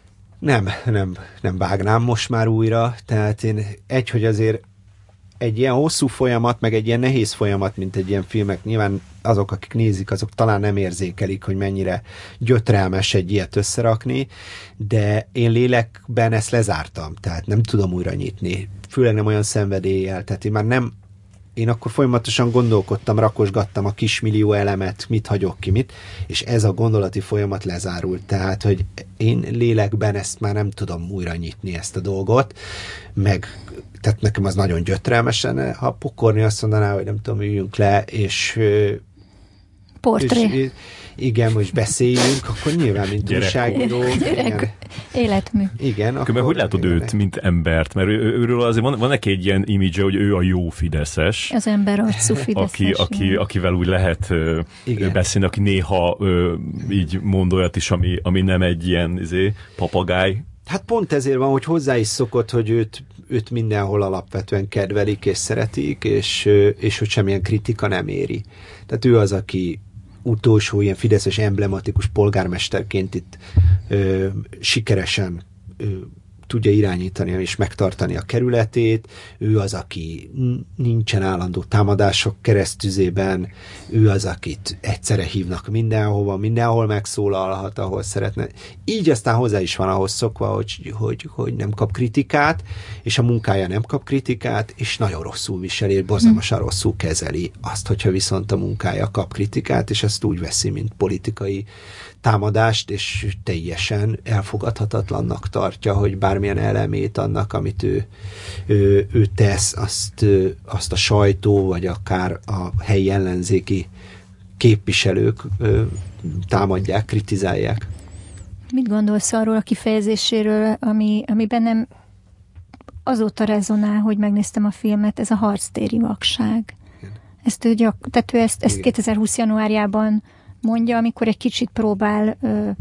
[SPEAKER 3] Nem vágnám most már újra, tehát én hogy azért egy ilyen hosszú folyamat, meg egy ilyen nehéz folyamat, mint egy ilyen filmek, nyilván azok, akik nézik, azok talán nem érzékelik, hogy mennyire gyötrelmes egy ilyet összerakni, de én lélekben ezt lezártam, tehát nem tudom újra nyitni, főleg nem olyan szenvedéllyel, tehát én akkor folyamatosan gondolkodtam, rakosgattam a kismillió elemet, mit hagyok ki, mit, és ez a gondolati folyamat lezárult. Tehát, hogy én lélekben ezt már nem tudom újra nyitni, ezt a dolgot, tehát nekem az nagyon gyötrelmesen, ha Pokorni azt mondaná, hogy nem tudom, üljünk le, és
[SPEAKER 2] portré.
[SPEAKER 3] Igen, most beszéljünk, akkor nyilván, mint újságíró.
[SPEAKER 2] Életmű.
[SPEAKER 3] Igen.
[SPEAKER 1] Akkor hogy látod őt, mint embert? Mert őről azért van neki egy ilyen image, hogy ő a jó fideszes.
[SPEAKER 2] Az ember arcú fideszes.
[SPEAKER 1] Akivel úgy lehet beszélni, aki néha így mond olyat is, ami nem egy ilyen papagáj.
[SPEAKER 3] Hát pont ezért van, hogy hozzá is szokott, hogy őt mindenhol alapvetően kedvelik és szeretik, és hogy semmilyen kritika nem éri. Tehát ő az, aki utolsó ilyen fideszes emblematikus polgármesterként itt sikeresen tudja irányítani és megtartani a kerületét, ő az, aki nincsen állandó támadások keresztüzében, ő az, akit egyszerre hívnak mindenhova, mindenhol megszólalhat, ahol szeretne. Így aztán hozzá is van ahhoz szokva, hogy nem kap kritikát, és a munkája nem kap kritikát, és nagyon rosszul viseli, borzalmasan rosszul kezeli azt, hogyha viszont a munkája kap kritikát, és ezt úgy veszi, mint politikai támadást, és teljesen elfogadhatatlannak tartja, hogy bármilyen elemét annak, amit ő tesz, azt a sajtó, vagy akár a helyi ellenzéki képviselők támadják, kritizálják.
[SPEAKER 2] Mit gondolsz arról a kifejezéséről, ami bennem azóta rezonál, hogy megnéztem a filmet, ez a harctéri vakság. Ezt ő 2020 januárjában mondja, amikor egy kicsit próbál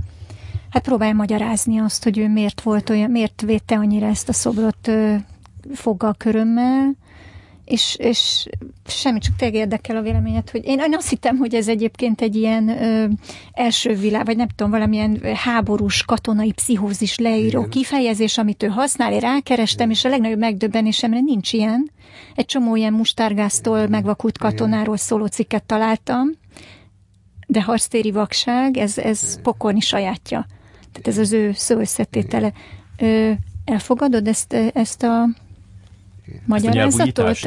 [SPEAKER 2] magyarázni azt, hogy ő miért védte annyira ezt a szobrot foggal körömmel, és semmi, csak tényleg érdekel a véleményed, hogy én azt hittem, hogy ez egyébként egy ilyen első világ, vagy nem tudom, valamilyen háborús, katonai pszichózis leíró kifejezés, amit ő használ, én rákerestem, és a legnagyobb megdöbbenésemre nincs ilyen. Egy csomó ilyen mustárgáztól megvakult katonáról szóló cikket találtam, de harctéri vakság, ez Pokorni sajátja. Tehát ez az ő szóösszetétele. Elfogadod ezt a magyarázatot?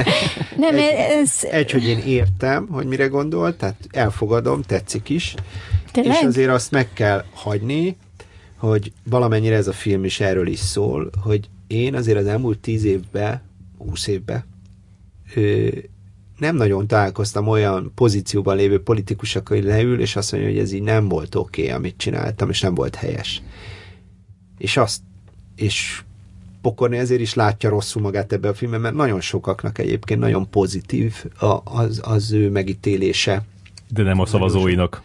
[SPEAKER 3] Hogy én értem, hogy mire gondol, tehát elfogadom, tetszik is,
[SPEAKER 2] Tényleg?
[SPEAKER 3] És azért azt meg kell hagyni, hogy valamennyire ez a film is erről is szól, hogy én azért az elmúlt 10 évben, 20 évben nem nagyon találkoztam olyan pozícióban lévő politikusok, hogy leül, és azt mondja, hogy ez így nem volt oké, amit csináltam, és nem volt helyes. És Pokorni ezért is látja rosszul magát ebbe a filmben, mert nagyon sokaknak egyébként nagyon pozitív az ő megítélése.
[SPEAKER 1] De nem a szavazóinak.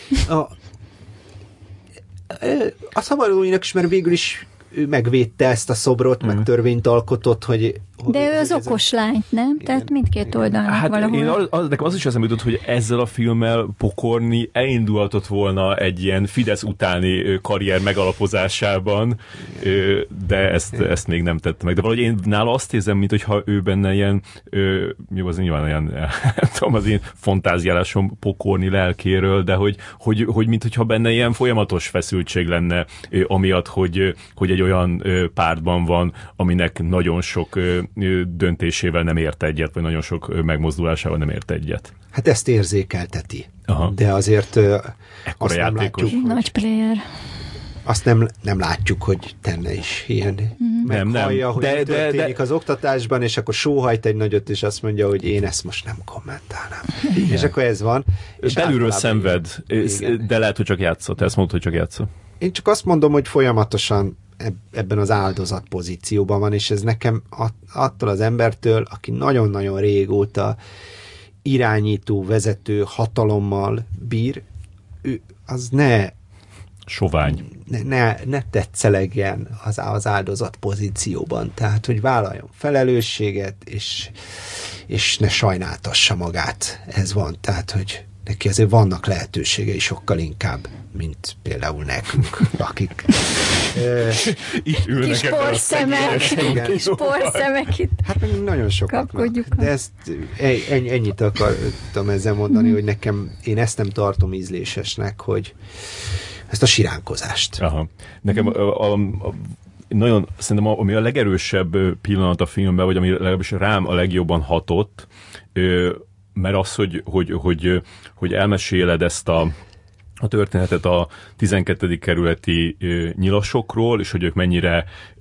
[SPEAKER 3] A szavazóinak is, mert végül is ő megvédte ezt a szobrot, meg törvényt alkotott, hogy...
[SPEAKER 2] De ő az okos lányt, nem? Igen, tehát mindkét oldalnak valahol.
[SPEAKER 1] Nekem az is eszembe jutott, hogy ezzel a filmmel Pokorni elindulhatott volna egy ilyen Fidesz utáni karrier megalapozásában, de ezt még nem tette meg. De valahogy én nála azt érzem, mintha ő benne ilyen, jó, az nyilván ilyen, nem tudom, az én fantáziálásom Pokorni lelkéről, de hogy mintha benne ilyen folyamatos feszültség lenne, amiatt, hogy egy olyan pártban van, aminek nagyon sok döntésével nem ért egyet, vagy nagyon sok megmozdulásával nem ért egyet.
[SPEAKER 3] Hát ezt érzékelteti.
[SPEAKER 1] Aha.
[SPEAKER 3] De azért azt nem látjuk,
[SPEAKER 2] nagy player.
[SPEAKER 3] Azt nem látjuk, hogy tenne is ilyen. Meghallja, hogy
[SPEAKER 1] de,
[SPEAKER 3] történik az oktatásban, és akkor sóhajt egy nagyot, és azt mondja, hogy én ezt most nem kommentálnám. Igen. És akkor ez van. És
[SPEAKER 1] belülről szenved, de lehet, hogy csak játszott. Te ezt mondtad, hogy csak játszott.
[SPEAKER 3] Én csak azt mondom, hogy folyamatosan ebben az áldozat pozícióban van, és ez nekem attól az embertől, aki nagyon-nagyon régóta irányító, vezető hatalommal bír, ő az
[SPEAKER 1] sovány.
[SPEAKER 3] Ne tetszelegjen az áldozat pozícióban. Tehát, hogy vállaljon felelősséget, és ne sajnáltassa magát. Ez van. Tehát, hogy neki azért vannak lehetőségei sokkal inkább, mint például nekünk, akik...
[SPEAKER 2] Kis porszemek itt.
[SPEAKER 3] Hát meg nagyon sokaknak. De ezt ennyit akartam ezzel mondani, hogy nekem, én ezt nem tartom ízlésesnek, hogy ezt a siránkozást.
[SPEAKER 1] Aha. Nekem nagyon, szerintem ami a legerősebb pillanat a filmben, vagy ami legalábbis rám a legjobban hatott, mert az, hogy elmeséled ezt a történetet a 12. kerületi nyilasokról, és hogy ők mennyire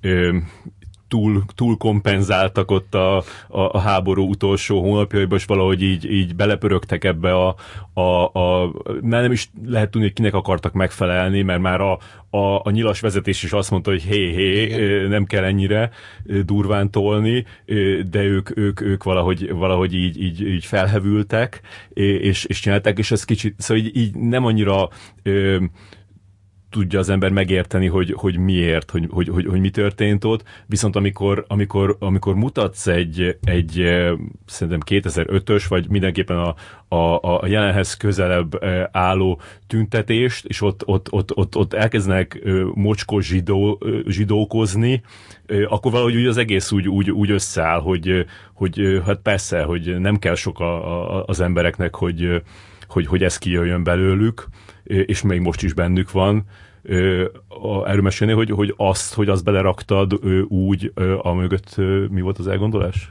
[SPEAKER 1] túl kompenzáltak ott a háború utolsó hónapjaiban, és valahogy így belepörögtek ebbe mert nem is lehet tudni, hogy kinek akartak megfelelni, mert már a nyilas vezetés is azt mondta, hogy hé, nem kell ennyire durván tolni, de ők valahogy így felhevültek, és csinálták, és ez kicsit, szóval így nem annyira tudja az ember megérteni, hogy miért, hogy mi történt ott, viszont amikor mutatsz egy szerintem 2005-ös, vagy mindenképpen a jelenhez közelebb álló tüntetést, és ott elkezdenek mocskos zsidókozni, akkor valahogy úgy az egész úgy összeáll, hogy hát persze, hogy nem kell sok az embereknek, hogy ez kijöjjön belőlük, és még most is bennük van. Erről mesélni, hogy azt beleraktad úgy, amögött mi volt az elgondolás?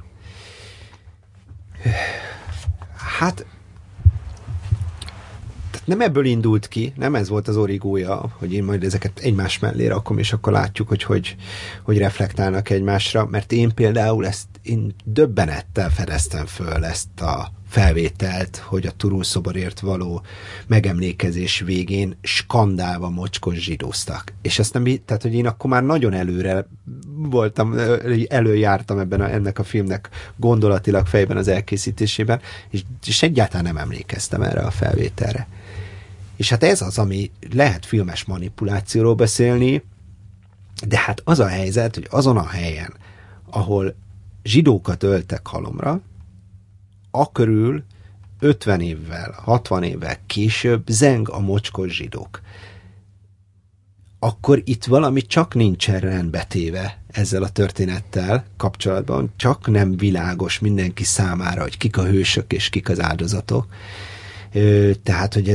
[SPEAKER 3] Hát nem ebből indult ki, nem ez volt az origója, hogy én majd ezeket egymás mellé rakom, és akkor látjuk, hogy reflektálnak egymásra, mert én például én döbbenettel fedeztem föl ezt a felvételt, hogy a Turun szoborért való megemlékezés végén skandálva mocskos zsidóztak. És ezt nem, tehát, hogy én akkor már nagyon előre voltam, előjártam ennek a filmnek gondolatilag fejben az elkészítésében, és egyáltalán nem emlékeztem erre a felvételre. És hát ez az, ami lehet filmes manipulációról beszélni, de hát az a helyzet, hogy azon a helyen, ahol zsidókat öltek halomra, akörül 50 évvel, 60 évvel később zeng a mocskos zsidók. Akkor itt valami csak nincsen rendbetéve ezzel a történettel kapcsolatban, csak nem világos mindenki számára, hogy kik a hősök és kik az áldozatok. Tehát, hogy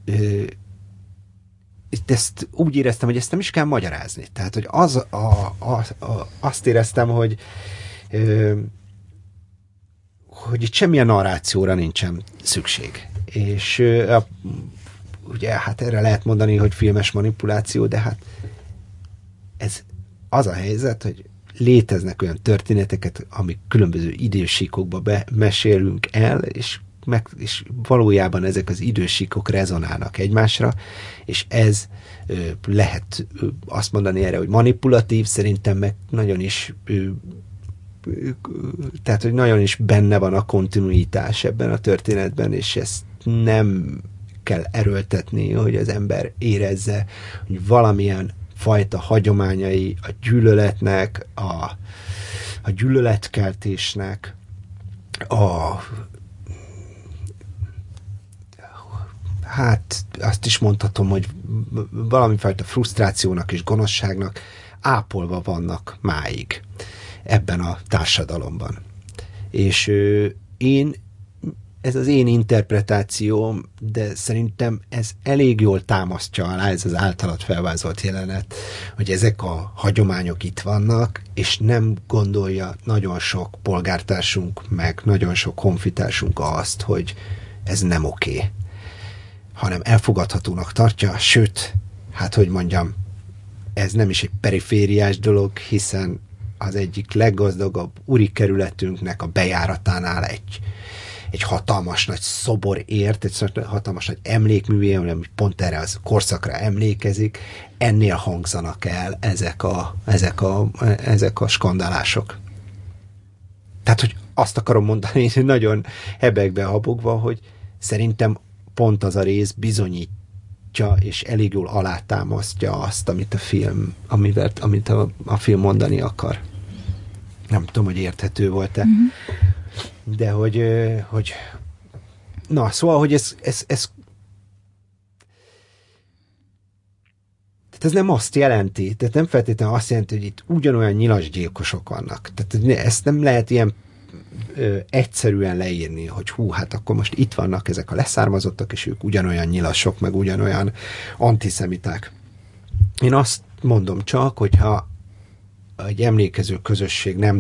[SPEAKER 3] ezt úgy éreztem, hogy ezt nem is kell magyarázni. Tehát, hogy azt éreztem, hogy itt semmilyen narrációra nincsen szükség. És ugye hát erre lehet mondani, hogy filmes manipuláció, de hát ez az a helyzet, hogy léteznek olyan történeteket, amik különböző idősíkokba mesélünk el, és valójában ezek az idősíkok rezonálnak egymásra, és ez lehet azt mondani erre, hogy manipulatív, szerintem meg nagyon is tehát, hogy nagyon is benne van a kontinuitás ebben a történetben, és ezt nem kell erőltetni, hogy az ember érezze, hogy valamilyen fajta hagyományai a gyűlöletnek, a gyűlöletkeltésnek, hát azt is mondhatom, hogy valamifajta frusztrációnak és gonoszságnak ápolva vannak máig ebben a társadalomban. És ez az én interpretációm, de szerintem ez elég jól támasztja alá, ez az általad felvázolt jelenet, hogy ezek a hagyományok itt vannak, és nem gondolja nagyon sok polgártársunk, meg nagyon sok honfitársunk azt, hogy ez nem oké, hanem elfogadhatónak tartja, sőt, hát hogy mondjam, ez nem is egy perifériás dolog, hiszen az egyik leggazdagabb uri kerületünknek a bejáratánál egy hatalmas nagy szoborért, egy hatalmas nagy emlékművé, ami pont erre az korszakra emlékezik, ennél hangzanak el ezek a skandálások. Tehát, hogy azt akarom mondani, hogy nagyon hebegbe habogva, hogy szerintem pont az a rész bizonyítja, és elég jól alátámasztja azt, amit a film mondani akar. Nem tudom, hogy érthető volt-e. Mm-hmm. De hogy na, szóval, hogy ez tehát ez nem azt jelenti, tehát nem feltétlenül azt jelenti, hogy itt ugyanolyan nyilasgyilkosok vannak. Tehát ezt nem lehet ilyen egyszerűen leírni, hogy hát akkor most itt vannak ezek a leszármazottak, és ők ugyanolyan nyilasok, meg ugyanolyan antiszemiták. Én azt mondom csak, hogyha egy emlékező közösség nem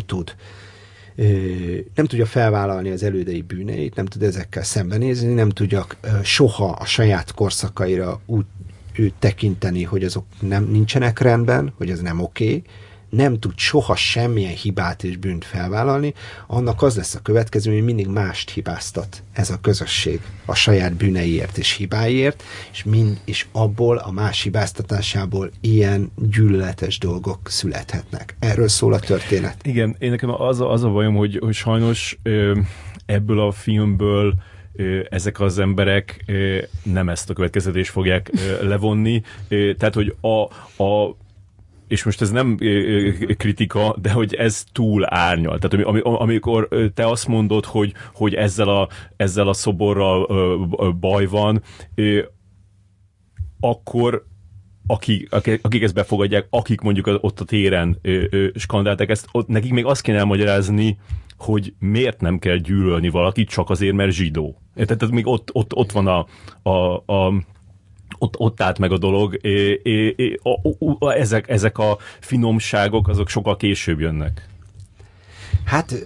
[SPEAKER 3] tudja felvállalni az elődei bűneit, nem tud ezekkel szembenézni, nem tudja soha a saját korszakaira úgy tekinteni, hogy azok nincsenek rendben, hogy ez nem oké, nem tud soha semmilyen hibát és bűnt felvállalni, annak az lesz a következő, hogy mindig mást hibáztat ez a közösség a saját bűneiért és hibáiért, és abból a más hibáztatásából ilyen gyűlöletes dolgok születhetnek. Erről szól a történet.
[SPEAKER 1] Igen, én nekem az a bajom, hogy sajnos ebből a filmből ezek az emberek nem ezt a következtetést fogják levonni. Tehát, hogy és most ez nem kritika, de hogy ez túl árnyal. Tehát amikor te azt mondod, hogy ezzel a szoborral baj van, akkor akik ezt befogadják, akik mondjuk ott a téren skandálták ezt, nekik még azt kéne elmagyarázni, hogy miért nem kell gyűlölni valakit csak azért, mert zsidó. Tehát még ott van ott állt meg a dolog, ezek a finomságok, azok sokkal később jönnek.
[SPEAKER 3] Hát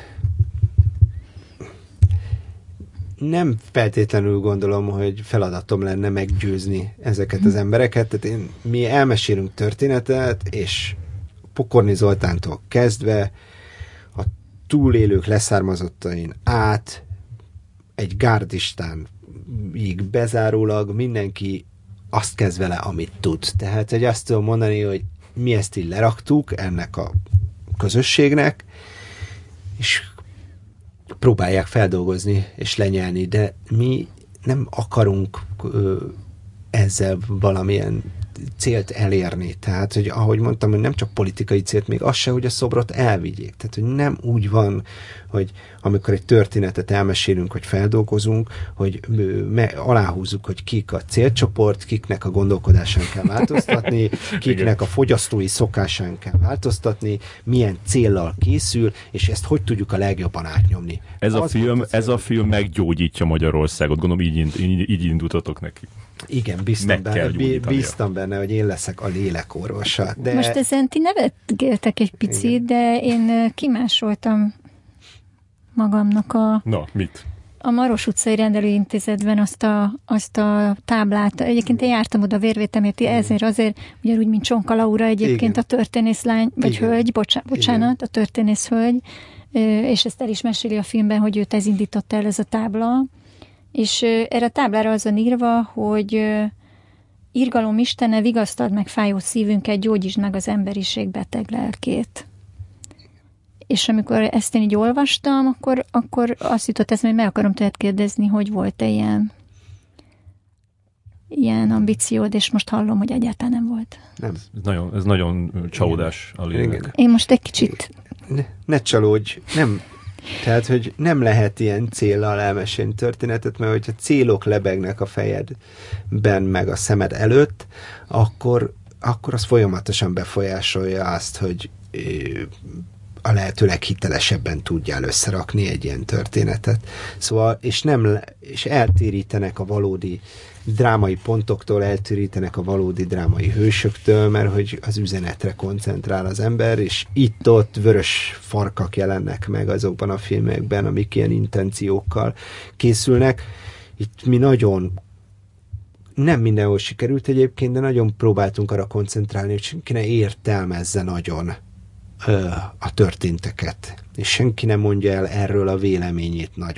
[SPEAKER 3] nem feltétlenül gondolom, hogy feladatom lenne meggyőzni ezeket az embereket. Tehát mi elmesélünk történetet, és Pokorni Zoltántól kezdve a túlélők leszármazottain át egy gárdistán így bezárólag mindenki azt kezd vele, amit tud. Tehát, hogy azt tudom mondani, hogy mi ezt így leraktuk ennek a közösségnek, és próbálják feldolgozni és lenyelni, de mi nem akarunk ezzel valamilyen célt elérni. Tehát, hogy ahogy mondtam, hogy nem csak politikai célt, még az se, hogy a szobrot elvigyék. Tehát, hogy nem úgy van, hogy amikor egy történetet elmesélünk, hogy feldolgozunk, hogy aláhúzzuk, hogy kik a célcsoport, kiknek a gondolkodásán kell változtatni, kiknek a fogyasztói szokásán kell változtatni, milyen céllal készül, és ezt hogy tudjuk a legjobban átnyomni.
[SPEAKER 1] Ez a film meggyógyítja Magyarországot. Gondolom, így indultatok neki.
[SPEAKER 3] Igen, bíztam benne, hogy én leszek a lélekorvosa. De...
[SPEAKER 2] Most ezen ti nevetgéltek egy picit, igen. De én kimásoltam magamnak
[SPEAKER 1] mit?
[SPEAKER 2] A Maros utcai rendelőintézetben azt a táblát. Egyébként én jártam oda vérvétemért, azért, ugyanúgy, mint Csonka Laura egyébként, igen. A történészlány, vagy igen. Hölgy, bocsánat, a történész hölgy, és ezt el is meséli a filmben, hogy őt ez indította el, ez a tábla. És erre a táblára az van írva, hogy irgalom Istene, vigasztald meg fájó szívünket, gyógyítsd meg az emberiség beteg lelkét. És amikor ezt én így olvastam, akkor azt jutott eszembe, hogy meg akarom tőled kérdezni, hogy volt-e ilyen ambíciód, és most hallom, hogy egyáltalán nem volt.
[SPEAKER 3] Nem.
[SPEAKER 1] Ez nagyon csalódás a lényeg.
[SPEAKER 2] Én most egy kicsit...
[SPEAKER 3] Ne csalódj, nem... Tehát, hogy nem lehet ilyen céllal elmesélni történetet, mert hogyha célok lebegnek a fejedben, meg a szemed előtt, akkor az folyamatosan befolyásolja azt, hogy a lehető leghitelesebben tudjál összerakni egy ilyen történetet. Szóval, és eltérítenek a valódi drámai pontoktól, eltérítenek a valódi drámai hősöktől, mert hogy az üzenetre koncentrál az ember, és itt-ott vörös farkak jelennek meg azokban a filmekben, amik ilyen intenciókkal készülnek. Itt mi nem mindenhol sikerült egyébként, de nagyon próbáltunk arra koncentrálni, hogy senki ne értelmezze nagyon a történteket. És senki nem mondja el erről a véleményét nagyon.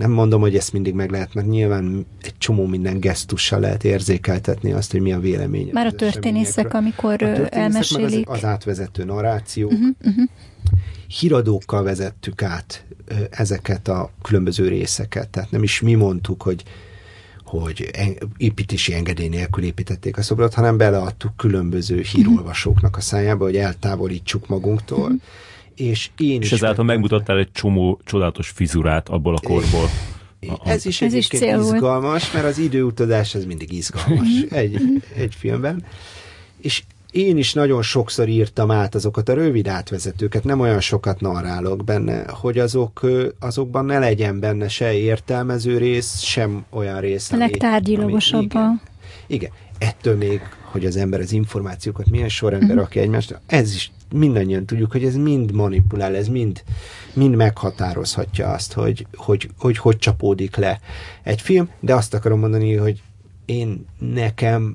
[SPEAKER 3] Nem mondom, hogy ezt mindig meg lehet, mert nyilván egy csomó minden gesztussal lehet érzékeltetni azt, hogy mi a vélemény.
[SPEAKER 2] Már a történészek, amikor elmesélik.
[SPEAKER 3] Az átvezető narrációk. Híradókkal vezettük át ezeket a különböző részeket. Tehát nem is mi mondtuk, hogy építési engedély nélkül építették a szobrot, hanem beleadtuk különböző hírolvasóknak a szájába, hogy eltávolítsuk magunktól. És
[SPEAKER 1] ezáltal megmutattál egy csomó csodálatos fizurát abból a korból.
[SPEAKER 3] Ez is egyébként izgalmas, mert az időutazás ez mindig izgalmas egy filmben. És én is nagyon sokszor írtam át azokat a rövid átvezetőket, nem olyan sokat narrálok benne, hogy azokban ne legyen benne se értelmező rész, sem olyan rész,
[SPEAKER 2] a legtárgyilagosabban.
[SPEAKER 3] Igen. Ettől még, hogy az ember az információkat milyen sorrendben rakja egymást, ez is mindannyian tudjuk, hogy ez mind manipulál, ez mind meghatározhatja azt, hogy csapódik le egy film, de azt akarom mondani, hogy nekem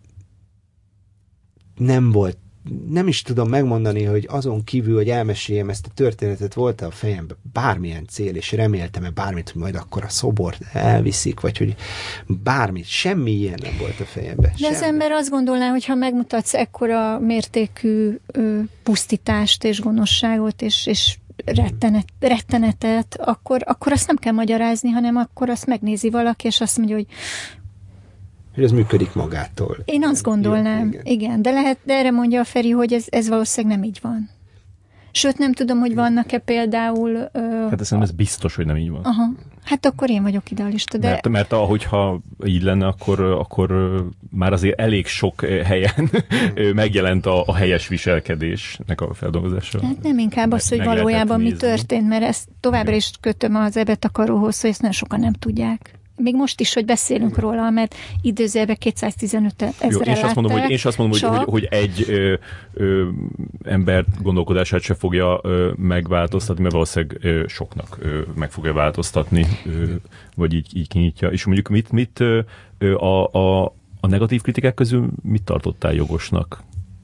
[SPEAKER 3] nem is tudom megmondani, hogy azon kívül, hogy elmeséljem ezt a történetet, volt a fejemben bármilyen cél, és reméltem-e bármit, hogy majd akkor a szobort elviszik, vagy hogy bármit, semmi ilyen nem volt a fejemben.
[SPEAKER 2] De az ember azt gondolná, hogy ha megmutatsz ekkora mértékű pusztítást és gonoszságot, és rettenetet, akkor azt nem kell magyarázni, hanem akkor azt megnézi valaki, és azt mondja, hogy
[SPEAKER 3] ez működik magától.
[SPEAKER 2] Én azt gondolnám, igen. De erre mondja a Feri, hogy ez valószínűleg nem így van. Sőt, nem tudom, hogy vannak-e például...
[SPEAKER 1] Hát szerintem ez biztos, hogy nem így van.
[SPEAKER 2] Aha. Hát akkor én vagyok idealista, de...
[SPEAKER 1] Mert ahogyha így lenne, akkor már azért elég sok helyen megjelent a helyes viselkedésnek a feldolgozása.
[SPEAKER 2] Hát nem inkább az, hogy valójában mi történt, mert ezt továbbra is kötöm az ebetakaróhoz, hogy ezt nagyon sokan nem tudják. Még most is, hogy beszélünk róla, mert időzőben 215 ezre látták.
[SPEAKER 1] Én azt mondom, hogy egy ember gondolkodását se fogja megváltoztatni, mert valószínűleg soknak meg fogja változtatni, vagy így kinyitja. És mondjuk mit a negatív kritikák közül mit tartottál jogosnak?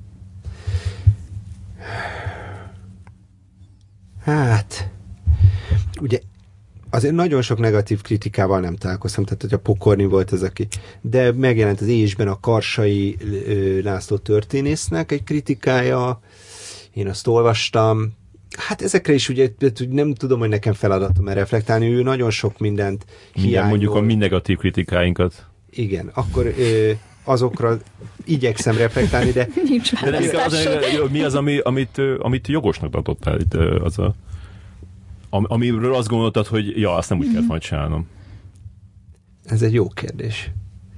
[SPEAKER 3] Hát, ugye azért nagyon sok negatív kritikával nem találkoztam, tehát hogy a Pokorni volt az, de megjelent az Ésben a Karsai László történésznek egy kritikája, én azt olvastam, hát ezekre is ugye nem tudom, hogy nekem feladatom reflektálni, ő nagyon sok mindent hiányol.
[SPEAKER 1] Mondjuk a mi negatív kritikáinkat.
[SPEAKER 3] Igen, akkor azokra igyekszem reflektálni, de...
[SPEAKER 2] Nincs
[SPEAKER 1] mi az, amit jogosnak tartottál itt amiről azt gondoltad, hogy azt nem úgy kellett majd csinálnom.
[SPEAKER 3] Ez egy jó kérdés.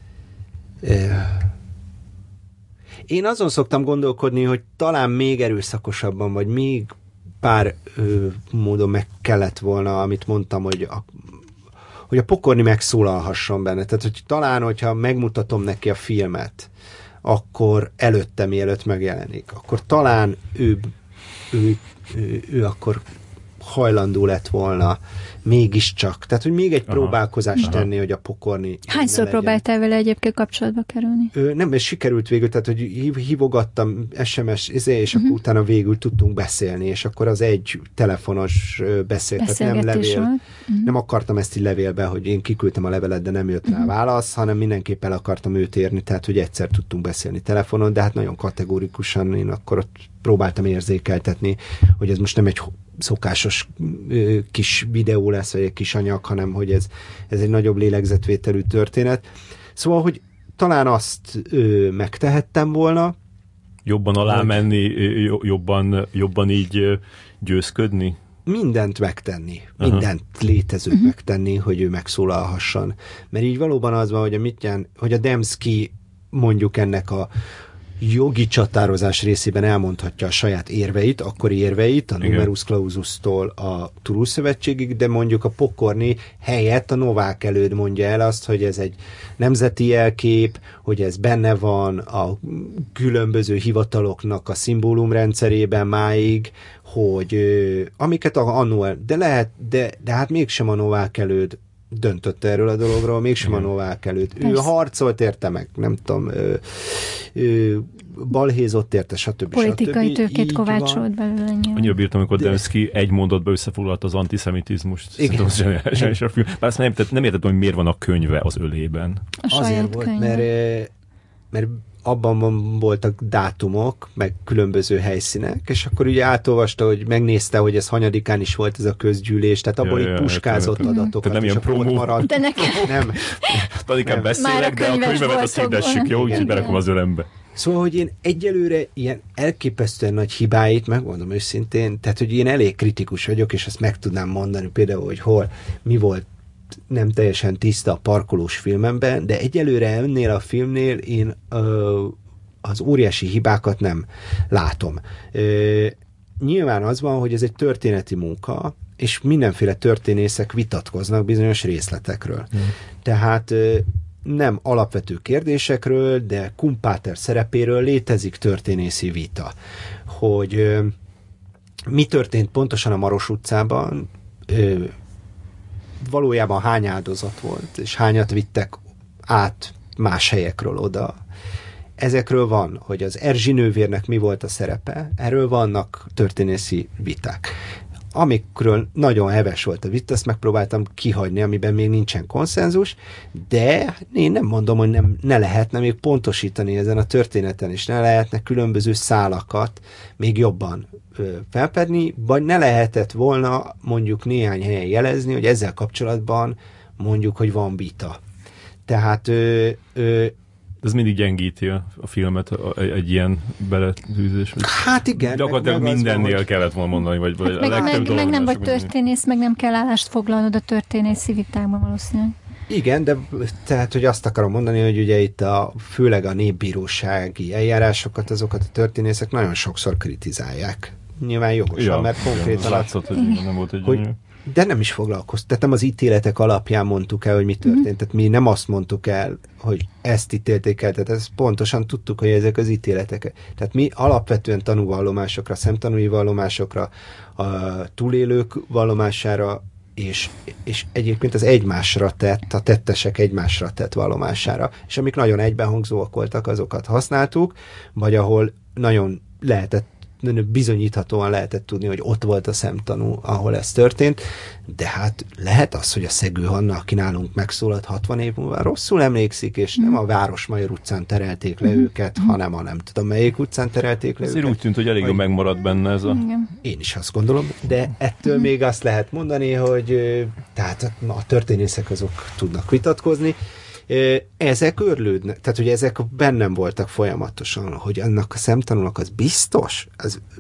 [SPEAKER 3] Én azon szoktam gondolkodni, hogy talán még erőszakosabban, vagy még pár módon meg kellett volna, amit mondtam, hogy a Pokorni megszólalhasson benne. Tehát, hogy talán, hogyha megmutatom neki a filmet, akkor előtte, mielőtt megjelenik, akkor talán ő akkor hajlandó lett volna mégiscsak. Tehát, hogy még egy próbálkozást tenni, hogy a Pokorni...
[SPEAKER 2] Hányszor próbáltál vele egyébként kapcsolatba kerülni?
[SPEAKER 3] Nem, ez sikerült végül, tehát, hogy hívogattam SMS, és akkor utána végül tudtunk beszélni, és akkor az egy telefonos tehát nem levél. Nem akartam ezt így levélbe, hogy én kiküldtem a levelet, de nem jött rá válasz, hanem mindenképp el akartam őt érni, tehát, hogy egyszer tudtunk beszélni telefonon, de hát nagyon kategórikusan én akkor ott próbáltam érzékeltetni, hogy ez most nem egy szokásos kis videó lesz, vagy egy kis anyag, hanem hogy ez egy nagyobb lélegzetvételű történet. Szóval, hogy talán azt megtehettem volna.
[SPEAKER 1] Jobban alámenni, jobban így győzködni?
[SPEAKER 3] Mindent megtenni. Mindent létezőt megtenni, hogy ő megszólalhasson. Mert így valóban az van, hogy a Demszky mondjuk ennek a jogi csatározás részében elmondhatja a saját érveit, akkori érveit, a numerus clausus-tól a Toulouse szövetségig, de mondjuk a Pokorni helyett a Novák előd mondja el azt, hogy ez egy nemzeti jelkép, hogy ez benne van a különböző hivataloknak a szimbólumrendszerében máig, hogy amiket de hát mégsem a Novák előd döntött erről a dologról, mégsem a Novák előtt. Ő harcolt érte meg, nem tudom, balhézott érte, stb.
[SPEAKER 2] Politikai tőkét kovácsolt belőle.
[SPEAKER 1] Annyira bírtam, amikor Dembski egy mondatba összefoglalta az antiszemitizmust. Szerintem zseniális a film. Bár azt nem értettem, hogy miért van a könyve az ölében.
[SPEAKER 3] Azért volt, mert abban voltak dátumok, meg különböző helyszínek, és akkor ugye átolvasta, hogy megnézte, hogy ez hanyadikán is volt ez a közgyűlés, tehát abból így puskázott adatokat.
[SPEAKER 1] Tehát nem ilyen promó.
[SPEAKER 2] De nekem...
[SPEAKER 1] Tanikán beszélek, de a könyvemet azt hirdessük, jó? Úgyhogy berakom az ölembe.
[SPEAKER 3] Szóval, hogy én egyelőre ilyen elképesztően nagy hibáit, megmondom őszintén, tehát, hogy én elég kritikus vagyok, és azt meg tudnám mondani például, hogy mi volt nem teljesen tiszta a parkolós filmemben, de egyelőre ennél a filmnél én az óriási hibákat nem látom. Nyilván az van, hogy ez egy történeti munka, és mindenféle történészek vitatkoznak bizonyos részletekről. Tehát nem alapvető kérdésekről, de Kumpáter szerepéről létezik történészi vita. Hogy mi történt pontosan a Maros utcában, valójában hány áldozat volt, és hányat vittek át más helyekről oda. Ezekről van, hogy az Erzsi nővérnek mi volt a szerepe, erről vannak történészi viták. Amikről nagyon heves volt a vita, azt megpróbáltam kihagyni, amiben még nincsen konszenzus, de én nem mondom, hogy ne lehetne még pontosítani ezen a történeten, és ne lehetne különböző szálakat még jobban felfedni, vagy ne lehetett volna mondjuk néhány helyen jelezni, hogy ezzel kapcsolatban mondjuk, hogy van vita. Tehát
[SPEAKER 1] ez mindig gyengíti a filmet, egy ilyen beletűzés.
[SPEAKER 3] Hát igen.
[SPEAKER 1] Gyakorlatilag mindennél kellett volna mondani, vagy a legtöbb dolog.
[SPEAKER 2] Meg nem vagy történész, meg nem kell állást foglalnod a történészi vitákban valószínűleg.
[SPEAKER 3] Igen, de tehát, hogy azt akarom mondani, hogy ugye itt főleg a népbírósági eljárásokat, azokat a történészek nagyon sokszor kritizálják. Nyilván jogosan, mert konkrétan...
[SPEAKER 1] Látszott, hogy nem volt egy
[SPEAKER 3] de nem is foglalkoztat. Tehát nem az ítéletek alapján mondtuk el, hogy mi történt. Tehát mi nem azt mondtuk el, hogy ezt ítélték el. Tehát ezt pontosan tudtuk, hogy ezek az ítéletek. Tehát mi alapvetően tanúvallomásokra, szemtanúi vallomásokra, a túlélők vallomására, és egyébként az egymásra tett, a tettesek egymásra tett vallomására. És amik nagyon egybehangzóak voltak, azokat használtuk, vagy ahol nagyon bizonyíthatóan lehetett tudni, hogy ott volt a szemtanú, ahol ez történt, de hát lehet az, hogy a Szegő Hanna, aki nálunk megszólalt 60 év múlva, rosszul emlékszik, és nem a Városmajor utcán terelték le őket, hanem a nem tudom melyik utcán terelték le
[SPEAKER 1] Azért
[SPEAKER 3] őket.
[SPEAKER 1] úgy tűnt, hogy elég megmaradt benne ez a...
[SPEAKER 3] Én is azt gondolom, de ettől még azt lehet mondani, hogy tehát a történészek azok tudnak vitatkozni, ezek örlődnek, tehát hogy ezek bennem voltak folyamatosan, hogy annak a szemtanúnak az biztos,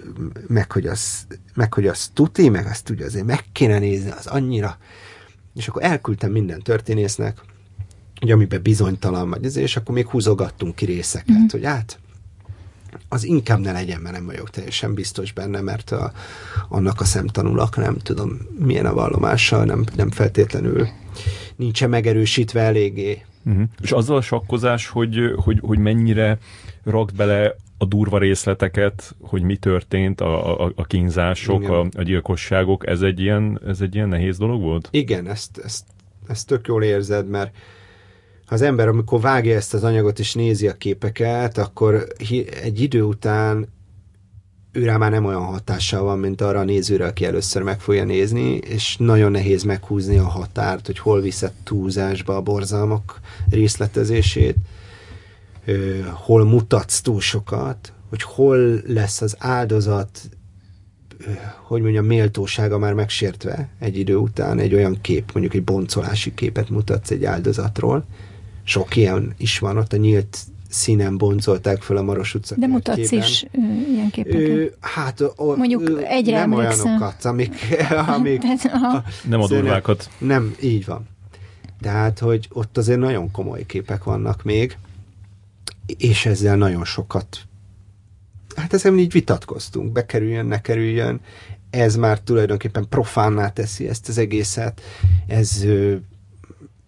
[SPEAKER 3] meg hogy az tuti, meg azt tudja, azért meg kéne nézni, az annyira. És akkor elküldtem minden történésznek, hogy amiben bizonytalan vagy, és akkor még húzogattunk ki részeket, hogy az inkább ne legyen, mert nem vagyok teljesen biztos benne, mert annak a szemtanúnak nem tudom, milyen a vallomása, nem feltétlenül nincsen megerősítve eléggé.
[SPEAKER 1] És azzal a sakkozás, hogy mennyire rakt bele a durva részleteket, hogy mi történt, a kínzások, a gyilkosságok, ez egy ilyen nehéz dolog volt?
[SPEAKER 3] Igen, ezt tök jól érzed, mert ha az ember, amikor vágja ezt az anyagot és nézi a képeket, akkor egy idő után őrá már nem olyan hatással van, mint arra a nézőre, aki először meg fogja nézni, és nagyon nehéz meghúzni a határt, hogy hol viszed túlzásba a borzalmak részletezését, hol mutatsz túl sokat, hogy hol lesz az áldozat, hogy mondjam, méltósága már megsértve egy idő után, egy olyan kép, mondjuk egy boncolási képet mutatsz egy áldozatról. Sok ilyen is van, ott a nyílt színen boncolták föl a Maros utca.
[SPEAKER 2] De mutatsz is ilyen képeket.
[SPEAKER 3] Mondjuk egyre nem emlékszem. Olyanokat, amik
[SPEAKER 1] nem a durvákat.
[SPEAKER 3] Nem, így van. Tehát, hogy ott azért nagyon komoly képek vannak még, és ezzel nagyon sokat ezen így vitatkoztunk, bekerüljön, ne kerüljön, ez már tulajdonképpen profánná teszi ezt az egészet,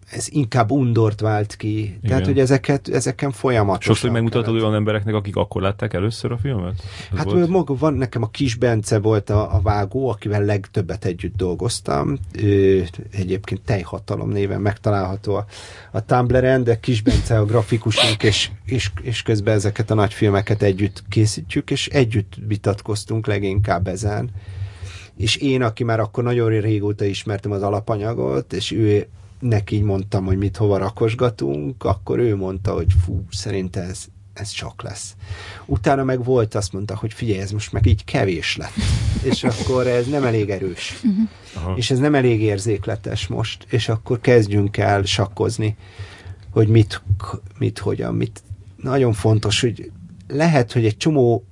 [SPEAKER 3] ez inkább undort vált ki. Igen. Tehát, hogy ezeken folyamatosan.
[SPEAKER 1] Sokszor megmutatod olyan embereknek, akik akkor látták először a filmet?
[SPEAKER 3] Maga van, nekem a Kis Bence volt a vágó, akivel legtöbbet együtt dolgoztam. Egyébként Tejhatalom néven megtalálható a Tumblr-en, de Kis Bence a grafikusunk, és közben ezeket a nagy filmeket együtt készítjük, és együtt vitatkoztunk leginkább ezen. És én, aki már akkor nagyon régóta ismertem az alapanyagot, és neki így mondtam, hogy mit hova rakosgatunk, akkor ő mondta, hogy szerinte ez csak lesz. Utána meg volt, azt mondta, hogy figyelj, ez most meg így kevés lett. És akkor ez nem elég erős. És ez nem elég érzékletes most. És akkor kezdjünk el sakkozni, hogy mit hogyan. Nagyon fontos, hogy lehet, hogy egy csomó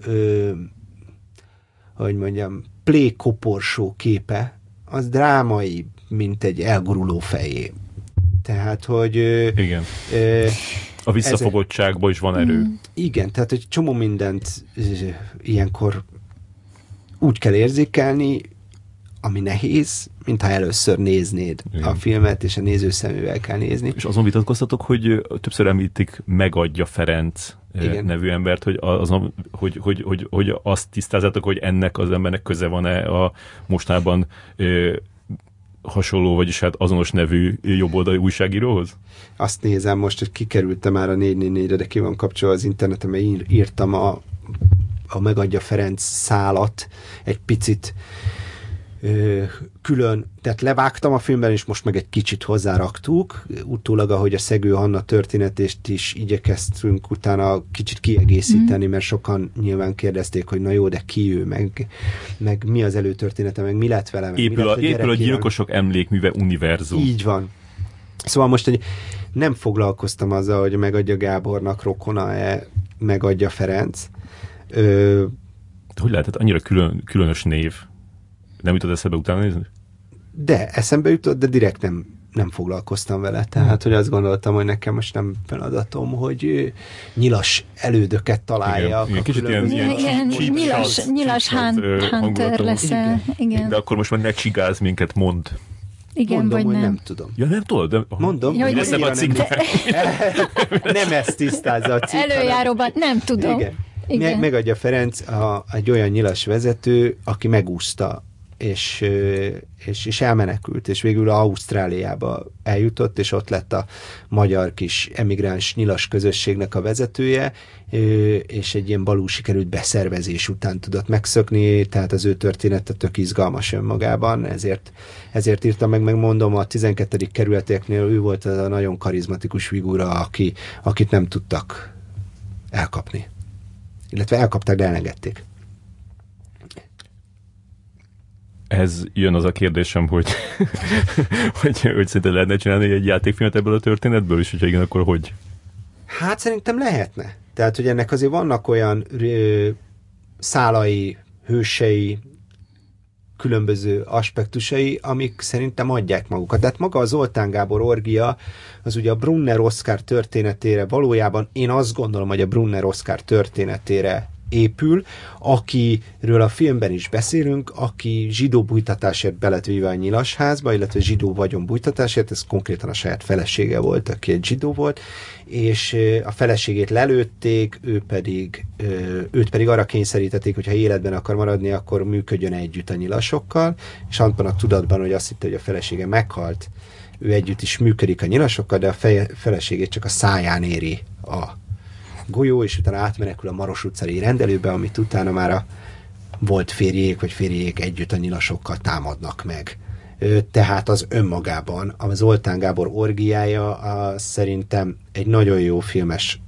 [SPEAKER 3] hogy mondjam, play-koporsó képe, az drámai, mint egy elguruló fejé. Tehát, hogy...
[SPEAKER 1] Igen. A visszafogottságban is van erő.
[SPEAKER 3] Igen, tehát egy csomó mindent ilyenkor úgy kell érzékelni, ami nehéz, mintha először néznéd a filmet, és a nézőszeművel kell nézni. És
[SPEAKER 1] azon vitatkoztatok, hogy többször említik Megadja Ferenc nevű embert, hogy azt tisztázzátok, hogy ennek az embernek köze van-e a mostában hasonló, vagyis hát azonos nevű jobboldali újságíróhoz?
[SPEAKER 3] Azt nézem most, hogy kikerültem már a 444-re, de ki van kapcsolva az interneten, mert írtam a Megadja Ferenc szálat egy picit külön, tehát levágtam a filmben, és most meg egy kicsit hozzáraktuk. Utólag, ahogy a Szegő Hanna történetést is igyekeztünk utána kicsit kiegészíteni, mert sokan nyilván kérdezték, hogy na jó, de ki ő, meg mi az előtörténete, meg mi lett vele.
[SPEAKER 1] Épül a Gyilkosok emlékműve univerzum.
[SPEAKER 3] Így van. Szóval most nem foglalkoztam azzal, hogy Megadja Gábornak rokona-e Megadja Ferenc.
[SPEAKER 1] Hogy lehetett annyira különös név? Nem jutott eszembe utána nézni?
[SPEAKER 3] De eszembe jutott, de direkt nem foglalkoztam vele. Tehát, hogy azt gondoltam, hogy nekem most nem feladatom, hogy nyilas elődöket találjak.
[SPEAKER 1] Igen, kicsit ilyen
[SPEAKER 2] nyilas hunter leszel. Igen.
[SPEAKER 1] De akkor most már ne csigáz minket, mond.
[SPEAKER 2] Igen,
[SPEAKER 3] mondom,
[SPEAKER 2] vagy
[SPEAKER 3] hogy
[SPEAKER 2] nem.
[SPEAKER 3] nem tudom.
[SPEAKER 1] Ja, nem tudod? De...
[SPEAKER 3] Mondom.
[SPEAKER 2] Ja, hogy
[SPEAKER 3] nem ezt tisztázza a cikk.
[SPEAKER 2] Előjáróban nem tudom.
[SPEAKER 3] Igen. Megadja Ferenc egy olyan nyilas vezető, aki megúszta és elmenekült, és végül Ausztráliába eljutott, és ott lett a magyar kis emigráns nyilas közösségnek a vezetője, és egy ilyen balul sikerült beszervezés után tudott megszökni, tehát az ő története tök izgalmas önmagában, ezért írtam meg mondom, a 12. kerületieknél ő volt az a nagyon karizmatikus figura, akit nem tudtak elkapni. Illetve elkapták, de elengedték.
[SPEAKER 1] Ez jön az a kérdésem, hogy szinte lehetne csinálni egy játékfilmet ebből a történetből, és hogyha igen, akkor hogy?
[SPEAKER 3] Hát szerintem lehetne. Tehát, hogy ennek azért vannak olyan szálai, hősei, különböző aspektusai, amik szerintem adják magukat. Tehát maga a Zoltán Gábor orgia, az ugye a Brunner Oskar történetére, valójában én azt gondolom, hogy a Brunner Oskar történetére épül, akiről a filmben is beszélünk, aki zsidó bújtatásért be lett véve a Nyilasházba, illetve zsidó vagyonbújtatásért, ez konkrétan a saját felesége volt, aki egy zsidó volt, és a feleségét lelőtték, őt pedig arra kényszerítették, hogy ha életben akar maradni, akkor működjön együtt a nyilasokkal, és abban a tudatban, hogy azt hitte, hogy a felesége meghalt, ő együtt is működik a nyilasokkal, de a feleségét csak a száján éri a golyó, és utána átmenekül a Maros utcai rendelőbe, amit utána már a volt férjék együtt a nyilasokkal támadnak meg. Tehát az önmagában a Zoltán Gábor orgiája szerintem egy nagyon jó filmes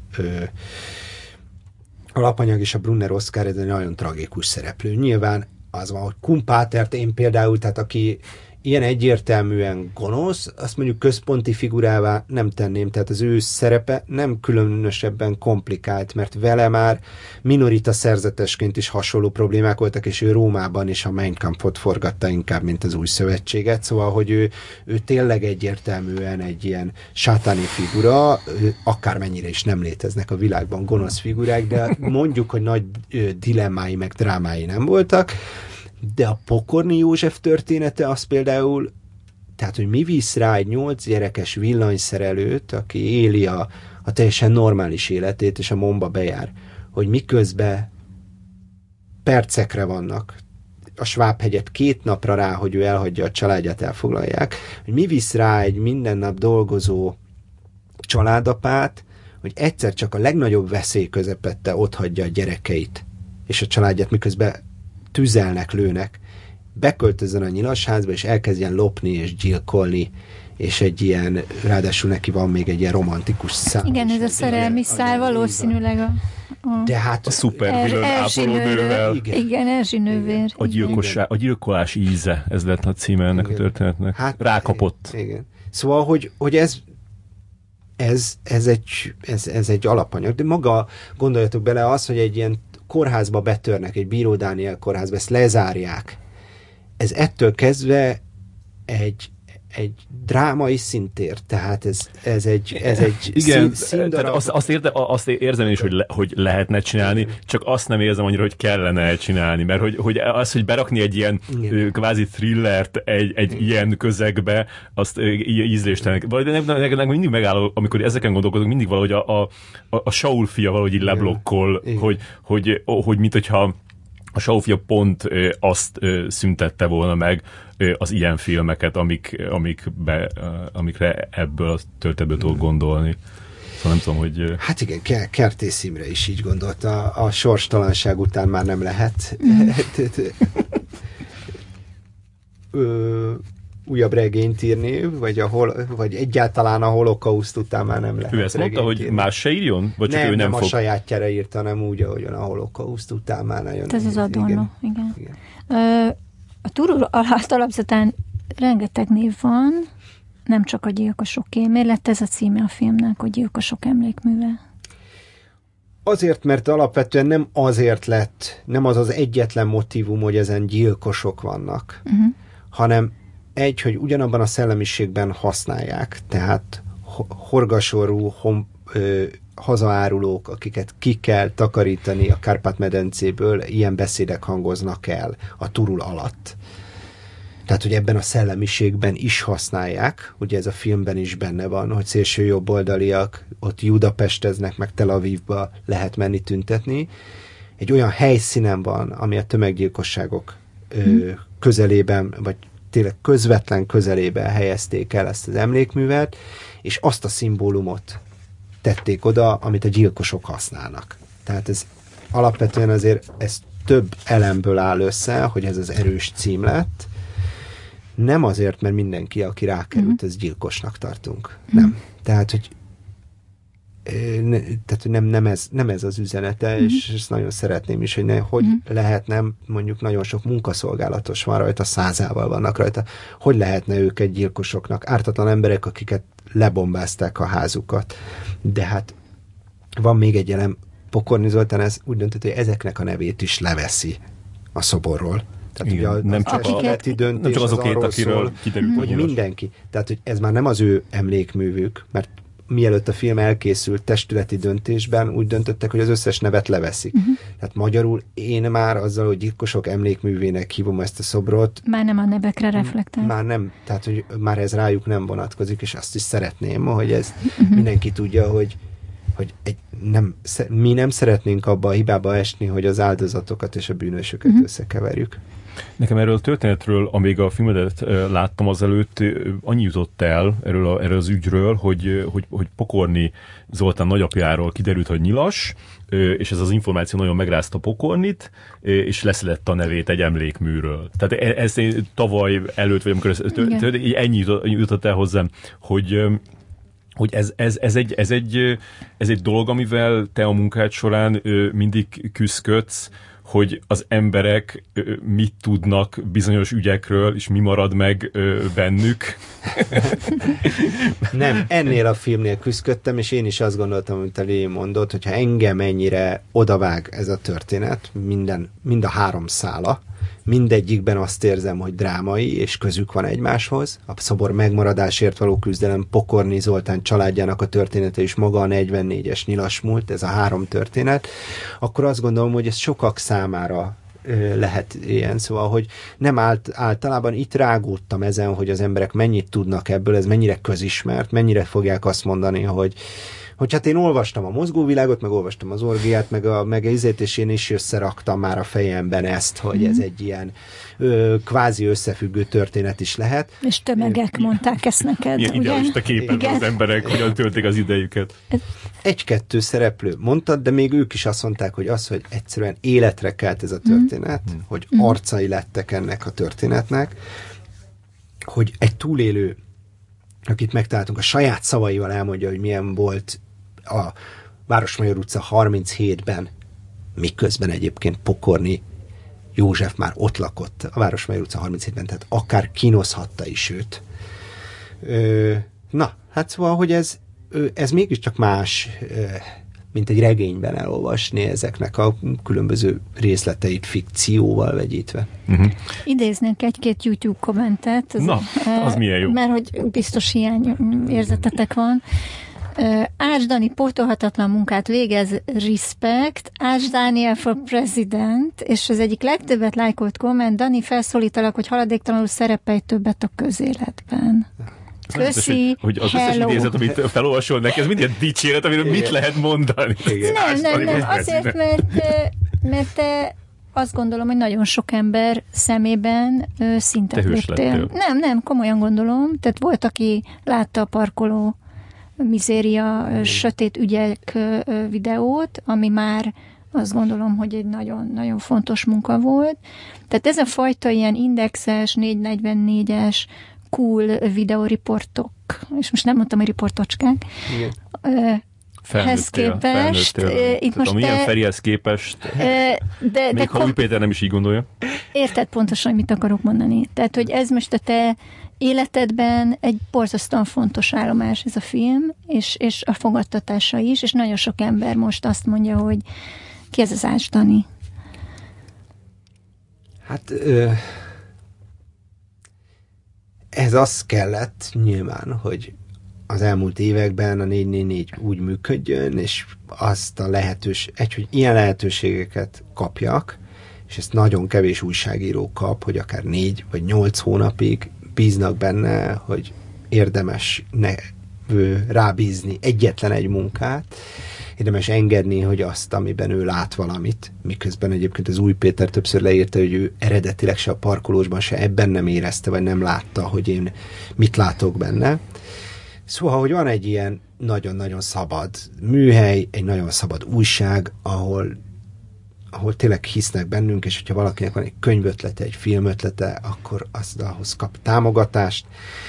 [SPEAKER 3] alapanyag, és a Brunner Oskar egy nagyon tragikus szereplő. Nyilván az van, hogy Kumpátert én például, tehát aki ilyen egyértelműen gonosz, azt mondjuk központi figurává nem tenném, tehát az ő szerepe nem különösebben komplikált, mert vele már minorita szerzetesként is hasonló problémák voltak, és ő Rómában is a Mein Kampfot forgatta inkább, mint az Új Szövetséget, szóval, hogy ő tényleg egyértelműen egy ilyen sátáni figura, akármennyire is nem léteznek a világban gonosz figurák, de mondjuk, hogy nagy dilemmái meg drámái nem voltak, de a Pokorni József története az például Tehát, hogy mi visz rá egy 8 gyerekes villanyszerelőt, aki éli a teljesen normális életét, és a momba bejár, hogy miközben percekre vannak a Sváb-hegyet 2 napra rá, hogy ő elhagyja a családját, elfoglalják, hogy mi visz rá egy minden nap dolgozó családapát, hogy egyszer csak a legnagyobb veszély közepette otthagyja a gyerekeit és a családját, miközben tüzelnek, lőnek, beköltözön a nyilasházba, és elkezdjen lopni és gyilkolni, és egy ilyen, ráadásul neki van még egy ilyen romantikus szál.
[SPEAKER 2] Igen, ez a szerelmi szál valószínűleg
[SPEAKER 3] de hát
[SPEAKER 1] a szupervilön ápolónővel.
[SPEAKER 2] Igen, Erzsi nővér.
[SPEAKER 1] A gyilkolás íze, ez lett a címe ennek a történetnek. Hát, rákapott.
[SPEAKER 3] Igen. Szóval, hogy ez egy alapanyag, de maga, gondoljatok bele az, hogy egy ilyen kórházba betörnek, egy Bíró Dániel kórházba, ezt lezárják. Ez ettől kezdve egy drámai szintér, tehát ez egy
[SPEAKER 1] igen,
[SPEAKER 3] színdarab.
[SPEAKER 1] Azt érzem én is, hogy lehetne csinálni, csak azt nem érzem annyira, hogy kellene elcsinálni, mert hogy berakni egy ilyen kvázi thrillert egy ilyen közegbe, azt ízléstelenek. Nekem mindig megáll, amikor ezeken gondolkodok, mindig valahogy a Saul fia valahogy így leblokkol, hogy mint hogyha a Saul-fia pont azt szüntette volna meg az ilyen filmeket, amikre ebből a történetből tudok gondolni. Szóval nem tudom, hogy...
[SPEAKER 3] Hát igen, Kertész Imre is így gondolta, a sorstalanság után már nem lehet újabb regényt írni, vagy egyáltalán a holokauszt után már nem lehet.
[SPEAKER 1] Ő ezt mondta, hogy más se írjon? Vagy csak
[SPEAKER 3] nem a sajátjára írta, hanem úgy, ahogyan a holokauszt után már nagyon...
[SPEAKER 2] Ez az Adorno, igen. A Turul alatt alapvetően rengeteg név van, nem csak a gyilkosoké. Miért lett ez a címe a filmnek, hogy Gyilkosok emlékműve?
[SPEAKER 3] Azért, mert alapvetően nem az az egyetlen motívum, hogy ezen gyilkosok vannak, hanem hogy ugyanabban a szellemiségben használják, tehát horgasorú hazaárulók, akiket ki kell takarítani a Kárpát-medencéből, ilyen beszédek hangoznak el a Turul alatt. Tehát, hogy ebben a szellemiségben is használják, ugye ez a filmben is benne van, hogy szélső jobboldaliak ott Budapesteznek, meg Tel Avivba lehet menni tüntetni. Egy olyan helyszínen van, ami a tömeggyilkosságok közelében, vagy tényleg közvetlen közelében helyezték el ezt az emlékművet, és azt a szimbólumot tették oda, amit a gyilkosok használnak. Tehát ez alapvetően azért ez több elemből áll össze, hogy ez az erős cím lett. Nem azért, mert mindenki, aki rákerült, ez gyilkosnak tartunk. Nem. Tehát, hogy nem ez az üzenete, és ezt nagyon szeretném is, hogy lehetne, mondjuk nagyon sok munkaszolgálatos van rajta, 100-ával vannak rajta, hogy lehetne őket gyilkosoknak, ártatlan emberek, akiket lebombázták a házukat. De hát van még egy elem, Pokorni Zoltán ez úgy döntött, hogy ezeknek a nevét is leveszi a szoborról. Tehát igen, ugye
[SPEAKER 1] nem csak az a két, akiről kiderült,
[SPEAKER 3] hogy mindenki. Tehát, hogy ez már nem az ő emlékművük, mert mielőtt a film elkészült testületi döntésben úgy döntöttek, hogy az összes nevet leveszik. Tehát magyarul én már azzal, hogy gyilkosok emlékművének hívom ezt a szobrot.
[SPEAKER 2] Már nem a nevekre reflektál.
[SPEAKER 3] Már nem, tehát hogy már ez rájuk nem vonatkozik, és azt is szeretném, hogy ez mindenki tudja, hogy mi nem szeretnénk abba a hibába esni, hogy az áldozatokat és a bűnösöket összekeverjük.
[SPEAKER 1] Nekem erről a történetről, amíg a filmedet láttam azelőtt, annyi jutott el erről az ügyről, hogy Pokorni Zoltán nagyapjáról kiderült, hogy nyilas, és ez az információ nagyon megrázta Pokornit, és leszedett a nevét egy emlékműről. Tehát ez tavaly előtt, vagy amikor ennyi jutott el hozzám, hogy ez egy dolog, amivel te a munkád során mindig küzdködsz, hogy az emberek mit tudnak bizonyos ügyekről, és mi marad meg bennük.
[SPEAKER 3] Nem, ennél a filmnél küzdködtem, és én is azt gondoltam, amit a Lili mondott, hogyha engem ennyire odavág ez a történet, mind a 3 szála, mindegyikben azt érzem, hogy drámai, és közük van egymáshoz. A szobor megmaradásért való küzdelem, Pokorni Zoltán családjának a története is maga a 44-es nyilas múlt, ez a 3 történet, akkor azt gondolom, hogy ez sokak számára lehet ilyen, szóval, hogy nem általában itt rágódtam ezen, hogy az emberek mennyit tudnak ebből, ez mennyire közismert, mennyire fogják azt mondani, hogy hát én olvastam a Mozgóvilágot, meg olvastam az Orgiát, meg izét, és én is összeraktam már a fejemben ezt, hogy ez egy ilyen kvázi összefüggő történet is lehet.
[SPEAKER 2] És tömegek mondták ezt neked,
[SPEAKER 1] milyen
[SPEAKER 2] ugye?
[SPEAKER 1] idealista képen az emberek, hogyan töltik az idejüket.
[SPEAKER 3] Egy-kettő szereplő mondtad, de még ők is azt mondták, hogy hogy egyszerűen életre kelt ez a történet, hogy arcai lettek ennek a történetnek, hogy egy túlélő, akit megtaláltunk, a saját szavaival elmondja, hogy milyen volt a Városmajor utca 37-ben, miközben egyébként Pokorni József már ott lakott a Városmajor utca 37-ben, tehát akár kínozhatta is őt. Na, hát szóval, hogy ez mégiscsak más, mint egy regényben elolvasni ezeknek a különböző részleteit fikcióval vegyítve.
[SPEAKER 2] Idéznék egy-két YouTube kommentet.
[SPEAKER 1] Az milyen jó.
[SPEAKER 2] Mert hogy biztos hiány érzetetek van. Ács Dani pótolhatatlan munkát végez, respect, Ács Dániel for president, és az egyik legtöbbet lájkolt komment, Dani, felszólítalak, hogy haladéktalanul szerepelj többet a közéletben. Köszi,
[SPEAKER 1] hogy az összes idézet, amit felolvasol neki, ez minden dicséret, amiről mit lehet mondani.
[SPEAKER 2] Nem, azért, mert te azt gondolom, hogy nagyon sok ember szemében szintet léptél. Nem, komolyan gondolom. Tehát volt, aki látta a parkoló mizéria, sötét ügyek videót, ami már azt gondolom, hogy egy nagyon-nagyon fontos munka volt. Tehát ez a fajta ilyen indexes, 444-es, cool videóriportok, és most nem mondtam, hogy riportocskák, ehhez képest, itt most
[SPEAKER 1] milyen Ferihez képest, még ha Új Péter nem is így gondolja.
[SPEAKER 2] Érted pontosan, mit akarok mondani. Tehát, hogy ez most a te életedben egy borzasztóan fontos állomás ez a film, és a fogadtatása is, és nagyon sok ember most azt mondja, hogy ki ez az Ács Dani?
[SPEAKER 3] Hát ez az kellett nyilván, hogy az elmúlt években a 444 úgy működjön, és azt a hogy ilyen lehetőségeket kapjak, és ezt nagyon kevés újságíró kap, hogy akár 4 vagy 8 hónapig bíznak benne, hogy érdemes rábízni egyetlen egy munkát, érdemes engedni, hogy azt, amiben ő lát valamit, miközben egyébként az Új Péter többször leírta, hogy ő eredetileg se a parkolósban, se ebben nem érezte, vagy nem látta, hogy én mit látok benne. Szóval, hogy van egy ilyen nagyon-nagyon szabad műhely, egy nagyon szabad újság, ahol tényleg hisznek bennünk, és hogyha valakinek van egy könyvötlete, egy filmötlete, akkor ahhoz kap támogatást,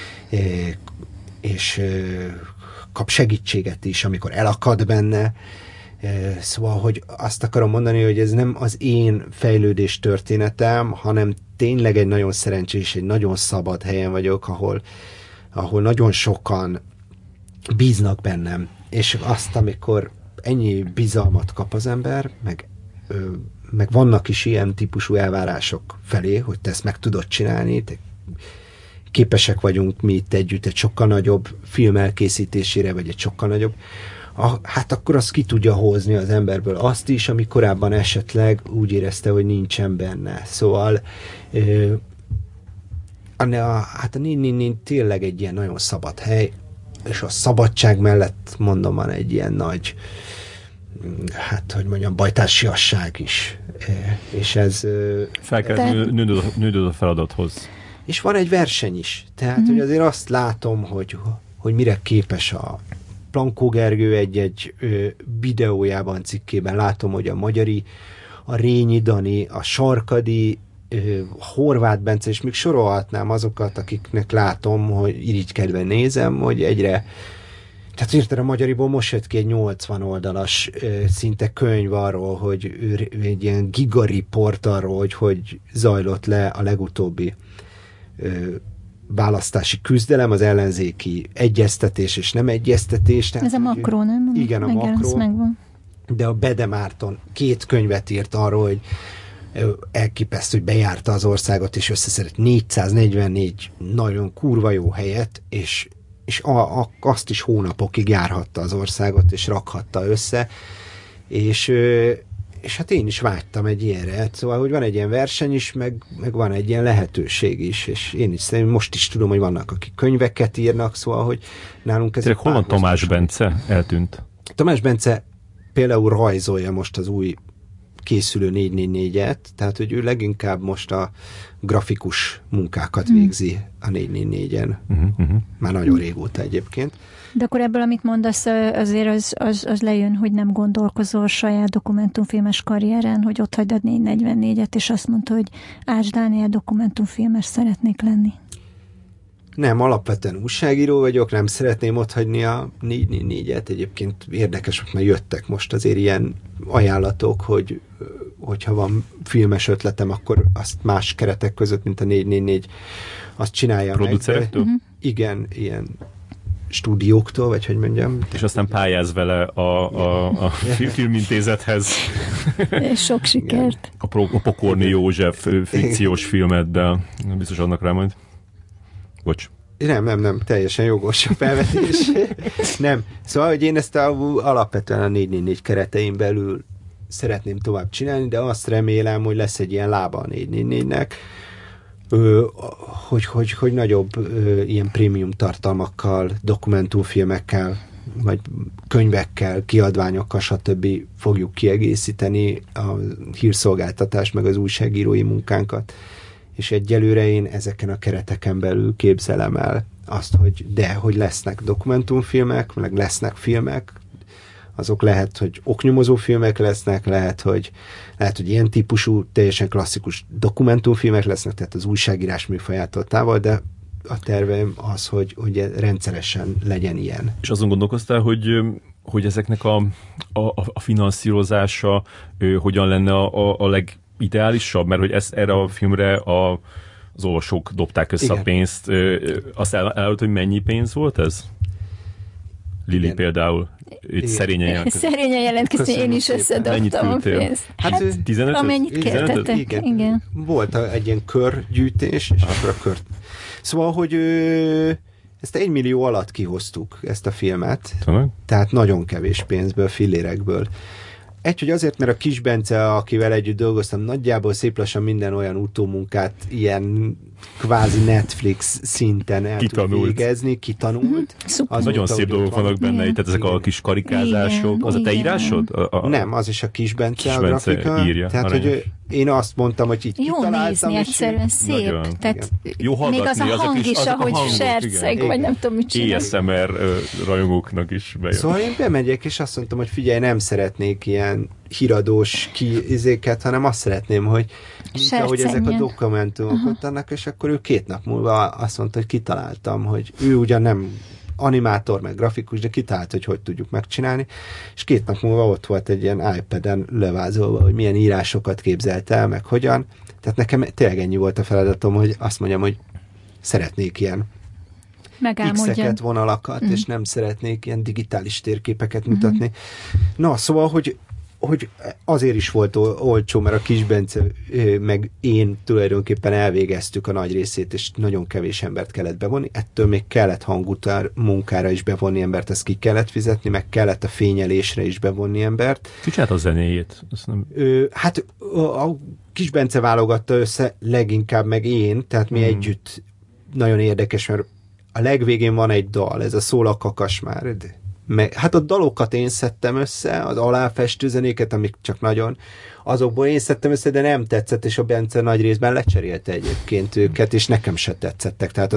[SPEAKER 3] és kap segítséget is, amikor elakad benne. Szóval, hogy azt akarom mondani, hogy ez nem az én fejlődés történetem, hanem tényleg egy nagyon szerencsés, egy nagyon szabad helyen vagyok, ahol nagyon sokan bíznak bennem. És azt, amikor ennyi bizalmat kap az ember, meg vannak is ilyen típusú elvárások felé, hogy te ezt meg tudod csinálni, képesek vagyunk mi itt együtt egy sokkal nagyobb film elkészítésére, vagy egy sokkal nagyobb, hát akkor azt ki tudja hozni az emberből azt is, ami korábban esetleg úgy érezte, hogy nincsen benne. Szóval hát a Nin tényleg egy ilyen nagyon szabad hely, és a szabadság mellett mondom, van egy ilyen nagy, hát hogy mondjam, bajtársiasság is. És ez...
[SPEAKER 1] Fel kell nőnöd a feladathoz.
[SPEAKER 3] És van egy verseny is. Tehát, hogy azért azt látom, hogy mire képes a Plankó Gergő egy videójában, cikkében. Látom, hogy a Magyari, a Rényi Dani, a Sarkadi, Horváth Bence, és még sorolhatnám azokat, akiknek látom, hogy irigykedve nézem, hogy egyre... Tehát érted, a Magyariból most jött ki egy 80 oldalas szinte könyv arról, hogy egy ilyen gigariport arról, hogy zajlott le a legutóbbi választási küzdelem, az ellenzéki egyeztetés és nem egyeztetés. Tehát,
[SPEAKER 2] ez a Makró, nem?
[SPEAKER 3] Igen, a Makró. De a Bede Márton 2 könyvet írt arról, hogy elképesztő, hogy bejárta az országot, és összeszedett 444 nagyon kurva jó helyet, és azt is hónapokig járhatta az országot, és rakhatta össze, és És hát én is vágytam egy ilyenre. Szóval, hogy van egy ilyen verseny is, meg van egy ilyen lehetőség is, és én is szerintem most is tudom, hogy vannak, akik könyveket írnak, szóval, hogy nálunk ez...
[SPEAKER 1] Hol van Tamás Bence? Eltűnt.
[SPEAKER 3] Tamás Bence például rajzolja most az új készülő 444-et, tehát, hogy ő leginkább most a grafikus munkákat végzi a 444-en. Már nagyon régóta egyébként.
[SPEAKER 2] De akkor ebből, amit mondasz, azért az lejön, hogy nem gondolkozol saját dokumentumfilmes karrieren, hogy ott hagyd a 444-et, és azt mondta, hogy Ács Dániel dokumentumfilmes szeretnék lenni.
[SPEAKER 3] Nem, alapvetően újságíró vagyok, nem szeretném otthagyni a 444-et. Egyébként érdekes, mert jöttek most azért ilyen ajánlatok, hogyha van filmes ötletem, akkor azt más keretek között, mint a 444, azt csinálja
[SPEAKER 1] producerektől?
[SPEAKER 3] meg. Igen, ilyen stúdióktól, vagy hogy mondjam.
[SPEAKER 1] És aztán pályáz vele a filmintézethez.
[SPEAKER 2] Sok sikert.
[SPEAKER 1] A Pokorni József fikciós filmeddel. Biztos adnak rá majd. Bocs.
[SPEAKER 3] Nem, teljesen jogos a felvetés. Nem. Szóval, hogy én ezt alapvetően a 444 keretein belül szeretném tovább csinálni, de azt remélem, hogy lesz egy ilyen lába a 444-nek, hogy nagyobb ilyen prémium tartalmakkal, dokumentumfilmekkel, vagy könyvekkel, kiadványokkal, stb. Fogjuk kiegészíteni a hírszolgáltatás, meg az újságírói munkánkat. És egyelőre én ezeken a kereteken belül képzelem el azt, hogy lesznek dokumentumfilmek, meg lesznek filmek, azok lehet, hogy oknyomozó filmek lesznek, lehet, hogy ilyen típusú, teljesen klasszikus dokumentumfilmek lesznek, tehát az újságírás műfajától távol, de a tervem az, hogy rendszeresen legyen ilyen. És
[SPEAKER 1] azon gondolkoztál, hogy ezeknek a finanszírozása hogyan lenne a legideálisabb? Mert hogy erre a filmre az olvasók dobták össze a pénzt. Azt elárult, hogy mennyi pénz volt ez? Lili például. Szerényen
[SPEAKER 2] jelentkezni, én is összedobtam a pénzt.
[SPEAKER 1] Hát 15?
[SPEAKER 2] Amennyit kértetek. Igen.
[SPEAKER 3] Volt egy ilyen körgyűjtés, és akkor a kört. Szóval, hogy ezt 1 millió alatt kihoztuk, ezt a filmet. Tehát nagyon kevés pénzből, fillérekből. Hogy azért, mert a Kis Bence, akivel együtt dolgoztam, nagyjából szép lassan minden olyan utómunkát ilyen kvázi Netflix szinten el tud végezni, kitanult.
[SPEAKER 1] Az nagyon szép dolgok vannak benne, tehát ezek a kis karikázások. Az a te írásod?
[SPEAKER 3] Nem, az is a Kis Bence a grafika.
[SPEAKER 1] Írja.
[SPEAKER 3] Tehát, hogy én azt mondtam, hogy így
[SPEAKER 2] jó
[SPEAKER 3] kitaláltam.
[SPEAKER 2] Jó nézni, egyszerűen szép. Tehát
[SPEAKER 1] jó hallgatni,
[SPEAKER 2] még az a hang is, ahogy serceg, vagy nem tudom, mit csinál.
[SPEAKER 1] ASMR rajongóknak is bejön.
[SPEAKER 3] Szóval én bemegyek, és azt mondtam, hogy figyelj, nem szeretnék ilyen híradós izéket, hanem azt szeretném, hogy ahogy ezek a dokumentumok ott annak, és akkor ő 2 nap múlva azt mondta, hogy kitaláltam, hogy ő ugyan nem animátor, meg grafikus, de kitalált, hogy tudjuk megcsinálni, és 2 nap múlva ott volt egy ilyen iPad-en levázolva, hogy milyen írásokat képzelt el, meg hogyan. Tehát nekem tényleg ennyi volt a feladatom, hogy azt mondjam, hogy szeretnék ilyen X-eket, vonalakat, és nem szeretnék ilyen digitális térképeket mutatni. Na, szóval, hogy azért is volt olcsó, mert a Kis Bence meg én tulajdonképpen elvégeztük a nagy részét, és nagyon kevés embert kellett bevonni. Ettől még kellett hangutár munkára is bevonni embert, ezt ki kellett fizetni, meg kellett a fényelésre is bevonni embert.
[SPEAKER 1] Ki csinált a zenéjét?
[SPEAKER 3] Hát a Kis Bence válogatta össze, leginkább meg én, tehát mi együtt nagyon érdekes, mert a legvégén van egy dal, ez a Szól a kakas már, hát a dalokat én szedtem össze, az aláfestő zenéket, amik csak nagyon, azokból én szedtem össze, de nem tetszett, és a Bence nagy részben lecserélte egyébként őket, és nekem se tetszettek. Tehát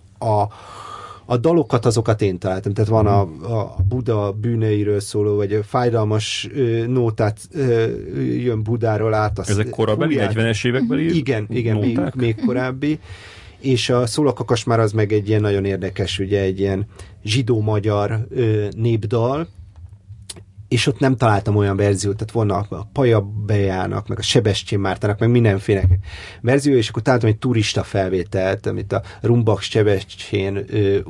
[SPEAKER 3] a dalokat, azokat én találtam. Tehát van a Buda bűneiről szóló, vagy a fájdalmas nótát jön Budáról át.
[SPEAKER 1] Ezek korabeli, 40-es évekbeli?
[SPEAKER 3] Igen, még korábbi. És a Szól a kakas már az meg egy ilyen nagyon érdekes, ugye egy ilyen zsidó-magyar népdal, és ott nem találtam olyan verziót, tehát volna a Paja Bejának, meg a Sebestyén Mártának, meg mindenféle verzió, és akkor találtam egy turista felvételt, amit a Rumbach Sebestyén,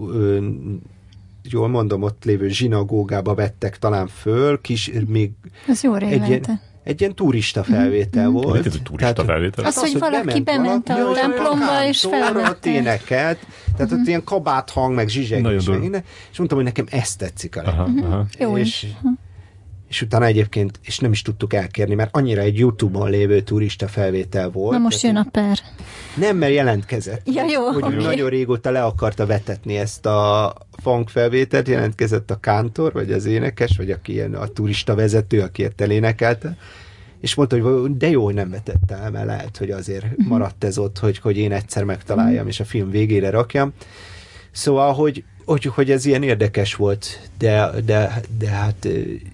[SPEAKER 3] jól mondom, ott lévő zsinagógába vettek talán föl, még
[SPEAKER 2] ez jó
[SPEAKER 3] egy ilyen turista felvétel volt.
[SPEAKER 1] Ez egy turista felvétel?
[SPEAKER 2] Az, hogy valaki bement a templomba, és felvette.
[SPEAKER 3] Énekelt, tehát ott ilyen kabáthang, meg zsizseg, és mondtam, hogy nekem ezt tetszik a legjobban.
[SPEAKER 2] Jó
[SPEAKER 3] és utána egyébként, és nem is tudtuk elkérni, mert annyira egy YouTube-on lévő turista felvétel volt.
[SPEAKER 2] Na most jön a per.
[SPEAKER 3] Nem, mert jelentkezett.
[SPEAKER 2] Ja, jó,
[SPEAKER 3] hogy nagyon régóta le akarta vetetni ezt a funk felvételt, jelentkezett a kántor, vagy az énekes, vagy aki ilyen a turista vezető, aki ezt elénekelte, és mondta, hogy de jó, hogy nem vetette el, mert lehet, hogy azért maradt ez ott, hogy én egyszer megtaláljam, és a film végére rakjam. Szóval, hogy ez ilyen érdekes volt, de hát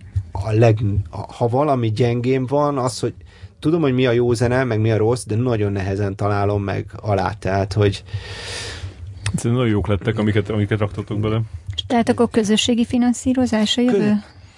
[SPEAKER 3] ha valami gyengém van, az, hogy tudom, hogy mi a jó zene, meg mi a rossz, de nagyon nehezen találom meg alá, tehát, hogy...
[SPEAKER 1] Szerintem nagyon jók lettek, amiket raktatok bele.
[SPEAKER 2] Tehát akkor közösségi finanszírozás a jövő?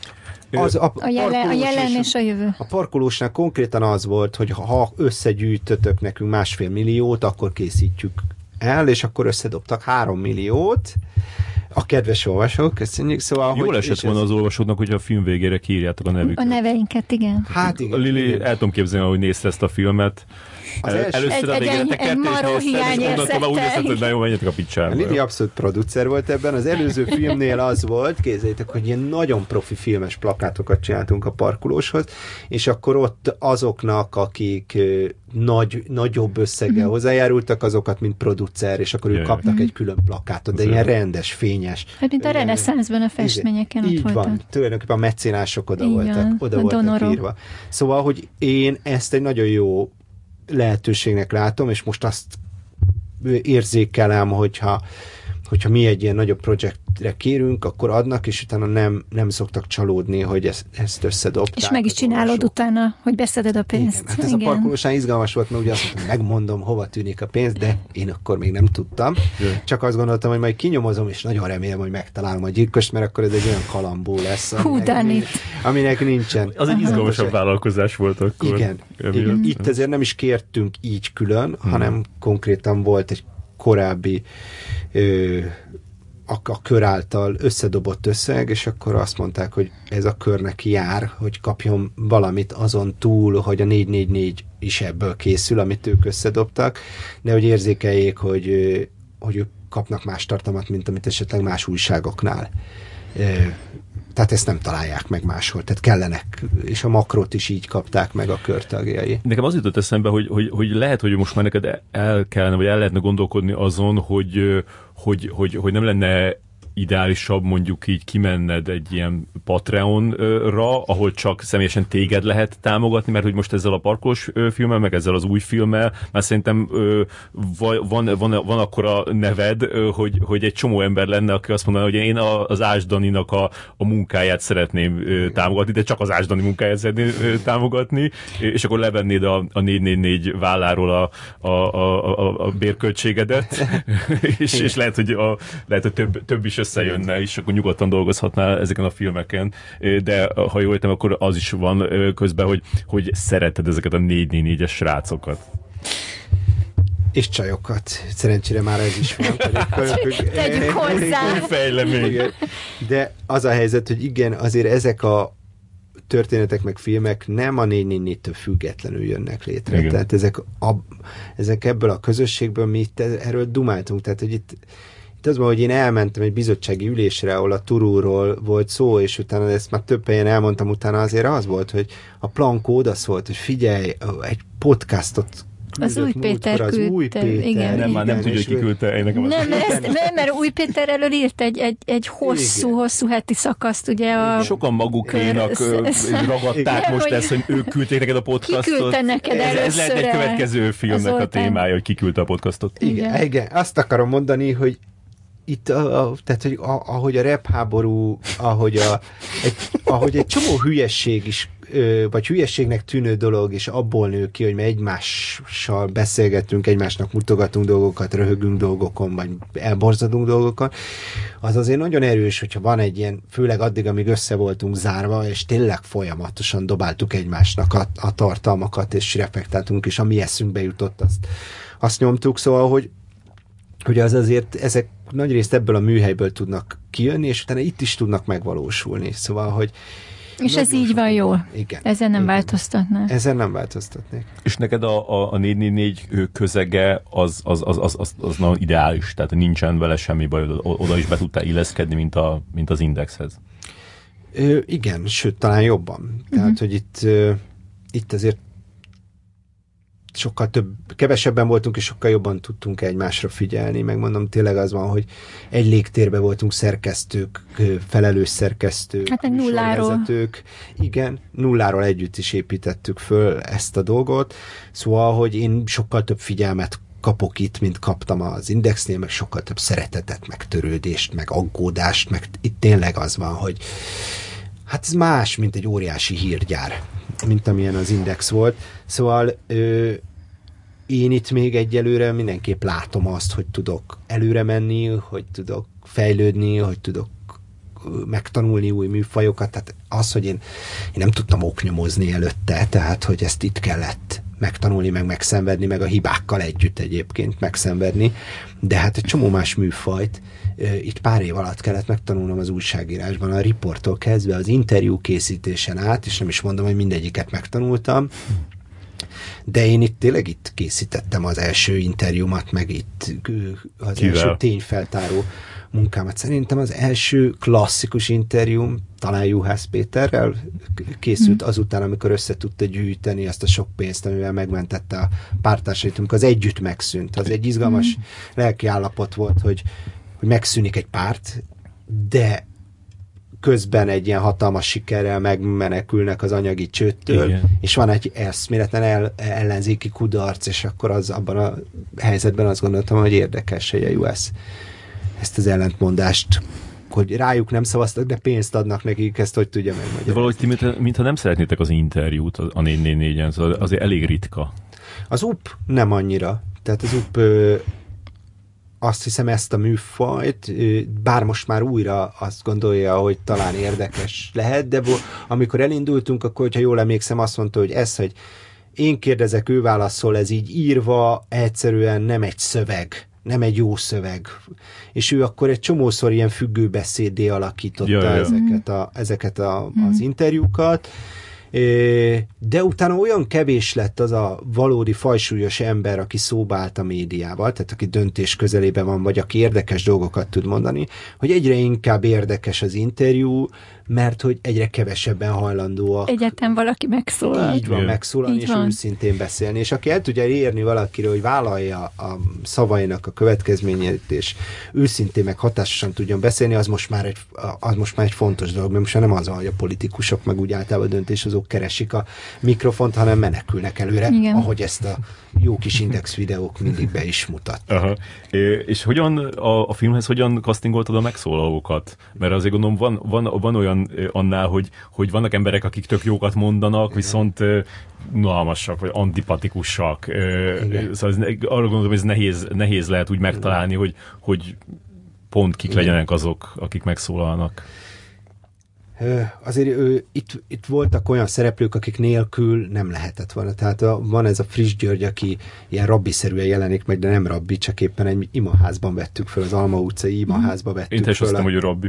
[SPEAKER 2] A jelen és a jövő.
[SPEAKER 3] A parkolósnál konkrétan az volt, hogy ha összegyűjtötök nekünk 1,5 milliót, akkor készítjük el, és akkor összedobtak 3 milliót. A kedves olvasók, köszönjük. Szóval,
[SPEAKER 1] jól esett volna az olvasóknak, hogy a film végére kiírjátok a nevüket.
[SPEAKER 2] A neveinket, igen.
[SPEAKER 3] Hát igen.
[SPEAKER 1] A Lili, el tudom képzelni, hogy nézte ezt a filmet. Először a végére
[SPEAKER 2] egy maró hiány érzett.
[SPEAKER 1] Úgy érzett, hogy nagyon menjetek a picsába.
[SPEAKER 3] A Lili abszolút producer volt ebben. Az előző filmnél az volt, képzeljétek, hogy ilyen nagyon profi filmes plakátokat csináltunk a parkolóshoz, és akkor ott azoknak, akik nagyobb összeggel hozzájárultak, azokat, mint producer, és akkor ők kaptak egy külön plakátot, de ilyen rendes, fényes.
[SPEAKER 2] Hát mint a reneszánszban a festményeken ott voltak.
[SPEAKER 3] Így van, tulajdonképpen a meccénások oda voltak írva. Szóval, hogy én ezt egy nagyon jó lehetőségnek látom, és most azt érzékelem, hogyha mi egy ilyen nagyobb projektre kérünk, akkor adnak, és utána nem szoktak csalódni, hogy ezt összedobták.
[SPEAKER 2] És meg is csinálod utána, hogy beszeded a pénzt.
[SPEAKER 3] Igen, hát ez a parkolósán izgalmas volt, mert ugye azt mondtam, megmondom, hova tűnik a pénz, de én akkor még nem tudtam. Csak azt gondoltam, hogy majd kinyomozom, és nagyon remélem, hogy megtalálom a gyilkost, mert akkor ez egy olyan kalambó lesz, aminek nincsen.
[SPEAKER 1] Az egy izgalmasabb vállalkozás volt akkor.
[SPEAKER 3] Igen. Itt ezért nem is kértünk így külön, hanem konkrétan volt egy korábbi a kör által összedobott összeg, és akkor azt mondták, hogy ez a körnek jár, hogy kapjon valamit azon túl, hogy a 444 is ebből készül, amit ők összedobtak, de hogy érzékeljék, hogy ők kapnak más tartalmat, mint amit esetleg más újságoknál. Tehát ezt nem találják meg máshol, tehát kellenek, és a makrot is így kapták meg a körtagjai.
[SPEAKER 1] Nekem az jutott eszembe, hogy lehet, hogy most már neked el kellene, vagy el lehetne gondolkodni azon, hogy nem lenne ideálisabb mondjuk így kimenned egy ilyen Patreonra, ahol csak személyesen téged lehet támogatni, mert hogy most ezzel a parkolós filmmel, meg ezzel az új filmmel, már szerintem van akkora neved, hogy egy csomó ember lenne, aki azt mondaná, hogy én az Ács Daninak a munkáját szeretném támogatni, de csak az Ács Dani munkáját szeretném támogatni, és akkor levennéd a 444 válláról a bérköltségedet, és lehet, hogy több is összejönne, és akkor nyugodtan dolgozhatnál ezeken a filmeken, de ha jól értem, akkor az is van közben, hogy szereted ezeket a 444-es srácokat.
[SPEAKER 3] És csajokat. Szerencsére már ez is van.
[SPEAKER 2] Tegyük hozzá.
[SPEAKER 1] Fejlemény.
[SPEAKER 3] De az a helyzet, hogy igen, azért ezek a történetek meg filmek nem a 444-től függetlenül jönnek létre. Igen. Tehát ezek ebből a közösségből mi itt erről dumáltunk. Tehát, hogy itt az van, hogy én elmentem egy bizottsági ülésre, ahol a Turulról volt szó, és utána ezt már több helyen elmondtam, utána azért az volt, hogy a Plankó odaszólt, hogy figyelj, egy podcastot
[SPEAKER 2] az Új Péter küldte. Igen.
[SPEAKER 1] Nem tudja, hogy ki küldte.
[SPEAKER 2] Nem, mert Új Péter elől írt egy hosszú heti szakaszt, ugye
[SPEAKER 1] sokan magukénak ragadták most ezt, hogy ők küldték neked a podcastot.
[SPEAKER 2] Ki küldte neked először?
[SPEAKER 1] Ez lehet egy következő filmnek a témája, hogy ki küldte a podcastot.
[SPEAKER 3] Igen. Azt akarom mondani, hogy itt, tehát, hogy ahogy a rap háború, ahogy egy csomó hülyesség is, vagy hülyességnek tűnő dolog, és abból nő ki, hogy mi egymással beszélgetünk, egymásnak mutogatunk dolgokat, röhögünk dolgokon, vagy elborzadunk dolgokon, az azért nagyon erős, hogyha van egy ilyen, főleg addig, amíg össze voltunk zárva, és tényleg folyamatosan dobáltuk egymásnak a tartalmakat, és reflektáltunk, és ami eszünkbe jutott, azt nyomtuk, szóval, hogy az azért, ezek nagyrészt ebből a műhelyből tudnak kijönni, és utána itt is tudnak megvalósulni. Szóval, hogy...
[SPEAKER 2] És ez így van jól.
[SPEAKER 3] Igen.
[SPEAKER 2] Ezen nem változtatnál.
[SPEAKER 3] Ezen nem változtatnék.
[SPEAKER 1] És neked a 444 közege az nagyon ideális, tehát nincsen vele semmi baj, oda is be tudtál illeszkedni, mint az Indexhez.
[SPEAKER 3] Igen, sőt, talán jobban. Tehát, hogy itt azért sokkal kevesebben voltunk, és sokkal jobban tudtunk egymásra figyelni. Megmondom, tényleg az van, hogy egy légtérben voltunk szerkesztők, felelős szerkesztők,
[SPEAKER 2] hát
[SPEAKER 3] műsorvezetők. Igen, nulláról együtt is építettük föl ezt a dolgot. Szóval, hogy én sokkal több figyelmet kapok itt, mint kaptam az Indexnél, meg sokkal több szeretetet, meg törődést, meg aggódást, meg itt tényleg az van, hogy hát ez más, mint egy óriási hírgyár, mint amilyen az Index volt. Szóval én itt még egyelőre mindenképp látom azt, hogy tudok előre menni, hogy tudok fejlődni, hogy tudok megtanulni új műfajokat. Tehát az, hogy én nem tudtam oknyomozni előtte, tehát, hogy ezt itt kellett megtanulni, meg megszenvedni, meg a hibákkal együtt egyébként megszenvedni, de hát egy csomó más műfajt itt pár év alatt kellett megtanulnom az újságírásban, a riporttól kezdve az interjú készítésen át, és nem is mondom, hogy mindegyiket megtanultam, de én itt tényleg itt készítettem az első interjúmat, meg itt az első tényfeltáró munkámat. Szerintem az első klasszikus interjúm talán Juhász Péterrel készült azután, amikor össze tudta gyűjteni azt a sok pénzt, amivel megmentette a pártársait, amikor az együtt megszűnt. Az egy izgalmas lelki állapot volt, hogy megszűnik egy párt, de közben egy ilyen hatalmas sikerrel megmenekülnek az anyagi csőttől, igen. És van egy eszméletlen ellenzéki kudarc, és akkor abban a helyzetben azt gondoltam, hogy érdekes, hogy a Juhász ezt az ellentmondást, hogy rájuk nem szavaztak, de pénzt adnak nekik, ezt hogy tudja megmagyarázni.
[SPEAKER 1] De valahogy ti, mintha nem szeretnétek az interjút a 444-en, szóval azért elég ritka.
[SPEAKER 3] Az UP nem annyira. Tehát az UP azt hiszem ezt a műfajt, bár most már újra azt gondolja, hogy talán érdekes lehet, de amikor elindultunk, akkor, hogyha jól emlékszem, azt mondta, hogy hogy én kérdezek, ő válaszol, ez így írva, egyszerűen nem egy szöveg, nem egy jó szöveg. És ő akkor egy csomószor ilyen függőbeszéddé alakította ezeket az interjúkat, de utána olyan kevés lett az a valódi fajsúlyos ember, aki szóba állt a médiával, tehát aki döntés közelében van, vagy aki érdekes dolgokat tud mondani, hogy egyre inkább érdekes az interjú, mert hogy egyre kevesebben hajlandóak.
[SPEAKER 2] Egyáltalán valaki megszólal.
[SPEAKER 3] Így van, megszólalni, és őszintén beszélni. És aki el tudja érni valakire, hogy vállalja a szavainak a következményét, és őszintén meg hatásosan tudjon beszélni, az most már egy fontos dolog, mert most már nem az, hogy a politikusok meg úgy általában döntéshozók keresik a mikrofont, hanem menekülnek előre, igen. Ahogy ezt a jó kis Index videók mindig be is mutatták.
[SPEAKER 1] Aha. És hogyan a filmhez hogyan castingoltad a megszólalókat? Mert azért gondolom van olyan annál, hogy vannak emberek, akik tök jókat mondanak, igen. Viszont unalmasak, vagy antipatikusak. Szóval arra gondolom, hogy ez nehéz lehet úgy megtalálni, hogy pont kik legyenek azok, akik megszólalnak.
[SPEAKER 3] Azért itt voltak olyan szereplők, akik nélkül nem lehetett volna. Tehát van ez a Friss György, aki ilyen rabbiszerűen jelenik meg, de nem rabbi, csak éppen egy imaházban vettük föl, az Alma utcai imaházba vettük föl.
[SPEAKER 1] Én testem, hogy rabbi.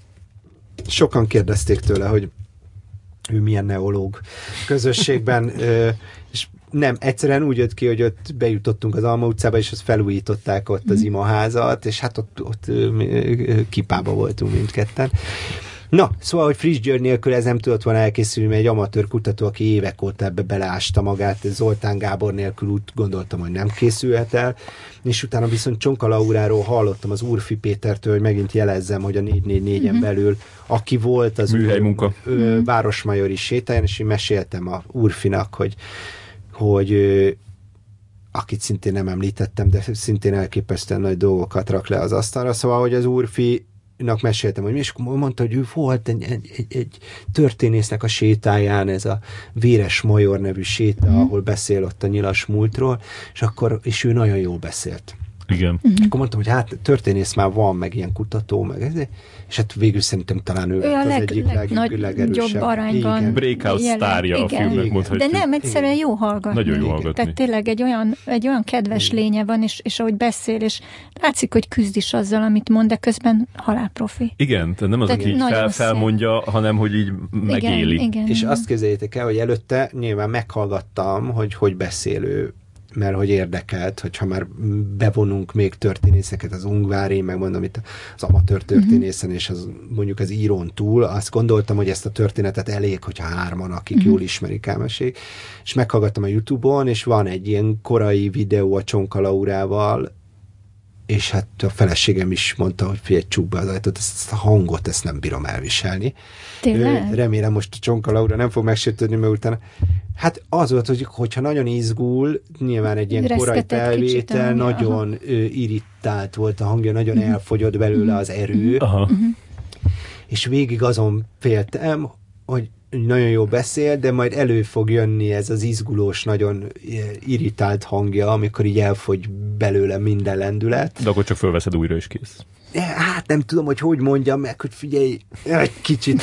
[SPEAKER 3] Sokan kérdezték tőle, hogy ő milyen neológ közösségben, és nem, egyszerűen úgy jött ki, hogy ott bejutottunk az Alma utcába, és azt felújították ott az imaházat, és hát ott kipába voltunk mindketten. Na, szóval, hogy Friss György nélkül ez nem tudott volna elkészülni, mert egy amatőr kutató, aki évek óta ebbe beleásta magát, Zoltán Gábor nélkül úgy gondoltam, hogy nem készülhet el, és utána viszont Csonka Lauráról hallottam az Úrfi Pétertől, hogy megint jelezzem, hogy a 444-en belül, aki volt az Városmajori sétáján, és én meséltem a Úrfinak, hogy akit szintén nem említettem, de szintén elképesztően nagy dolgokat rak le az asztalra, szóval, hogy az Úrfi meséltem, hogy és mondta, hogy ő volt egy történésznek a sétáján, ez a Véres Major nevű séta, ahol beszél ott a nyilas múltról, és ő nagyon jól beszélt.
[SPEAKER 1] Igen.
[SPEAKER 3] Akkor mondtam, hogy hát történész már van, meg ilyen kutató, meg ez, és hát végül szerintem talán ő az egyik legerősebb.
[SPEAKER 2] Arányban
[SPEAKER 1] breakout sztárja a filmnek, mondhatjuk.
[SPEAKER 2] De nem, egyszerűen jó hallgatni.
[SPEAKER 1] Nagyon jó hallgatni.
[SPEAKER 2] Tehát tényleg egy olyan kedves lénye van, és ahogy beszél, és látszik, hogy küzd is azzal, amit mond, de közben halálprofi.
[SPEAKER 1] Igen, tehát nem az, aki felmondja, hanem hogy így megéli.
[SPEAKER 2] Igen.
[SPEAKER 3] És azt képzeljétek el, hogy előtte nyilván meghallgattam, hogy beszél ő, mert hogy érdekelt, hogyha már bevonunk még történészeket az Ungvári, meg mondom itt az amatőr történészen, és az, mondjuk az írón túl, azt gondoltam, hogy ezt a történetet elég, hogyha 3-an, akik jól ismerik elmesélik. És meghallgattam a YouTube-on, és van egy ilyen korai videó a Csonka Laurával, és hát a feleségem is mondta, hogy figyelj, csukd be az ajtót, ezt a hangot, ezt nem bírom elviselni. Remélem most a Csonka Laura nem fog megsértődni, mert utána hát az volt, hogyha nagyon izgul, nyilván egy ilyen korai felvétel, nagyon irritált volt a hangja, nagyon elfogyott belőle az erő, és végig azon féltem, hogy nagyon jó beszél, de majd elő fog jönni ez az izgulós, nagyon irritált hangja, amikor így elfogy belőle minden lendület.
[SPEAKER 1] De akkor csak fölveszed újra, és kész.
[SPEAKER 3] Hát nem tudom, hogy mondjam meg, hogy figyelj, egy kicsit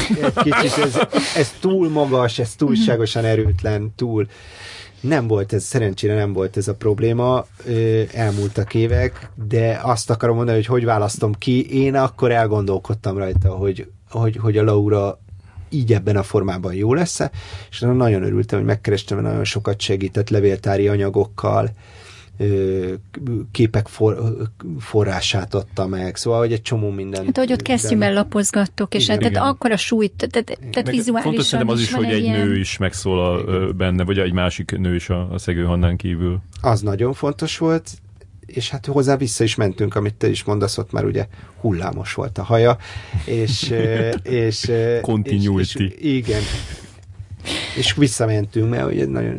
[SPEAKER 3] ez túl magas, ez túlságosan erőtlen, nem volt ez, szerencsére nem volt ez a probléma, elmúltak évek, de azt akarom mondani, hogy választom ki, én akkor elgondolkodtam rajta, hogy a Laura így ebben a formában jó lesz-e, és nagyon örültem, hogy megkerestem, mert nagyon sokat segített levéltári anyagokkal, képek forrását adta meg, szóval, hogy egy csomó minden.
[SPEAKER 2] Hát, hogy ott kesztyűben lapozgattok, és tehát akkor a súlyt, tehát vizuálisan
[SPEAKER 1] fontos szerintem az is, hogy egy
[SPEAKER 2] ilyen...
[SPEAKER 1] nő is megszól benne, vagy egy másik nő is a Szegő Hannán kívül.
[SPEAKER 3] Az nagyon fontos volt, és hát hozzá vissza is mentünk, amit te is mondasz, ott már ugye hullámos volt a haja, és
[SPEAKER 1] continuity.
[SPEAKER 3] Igen. És visszamentünk, mert ugye nagyon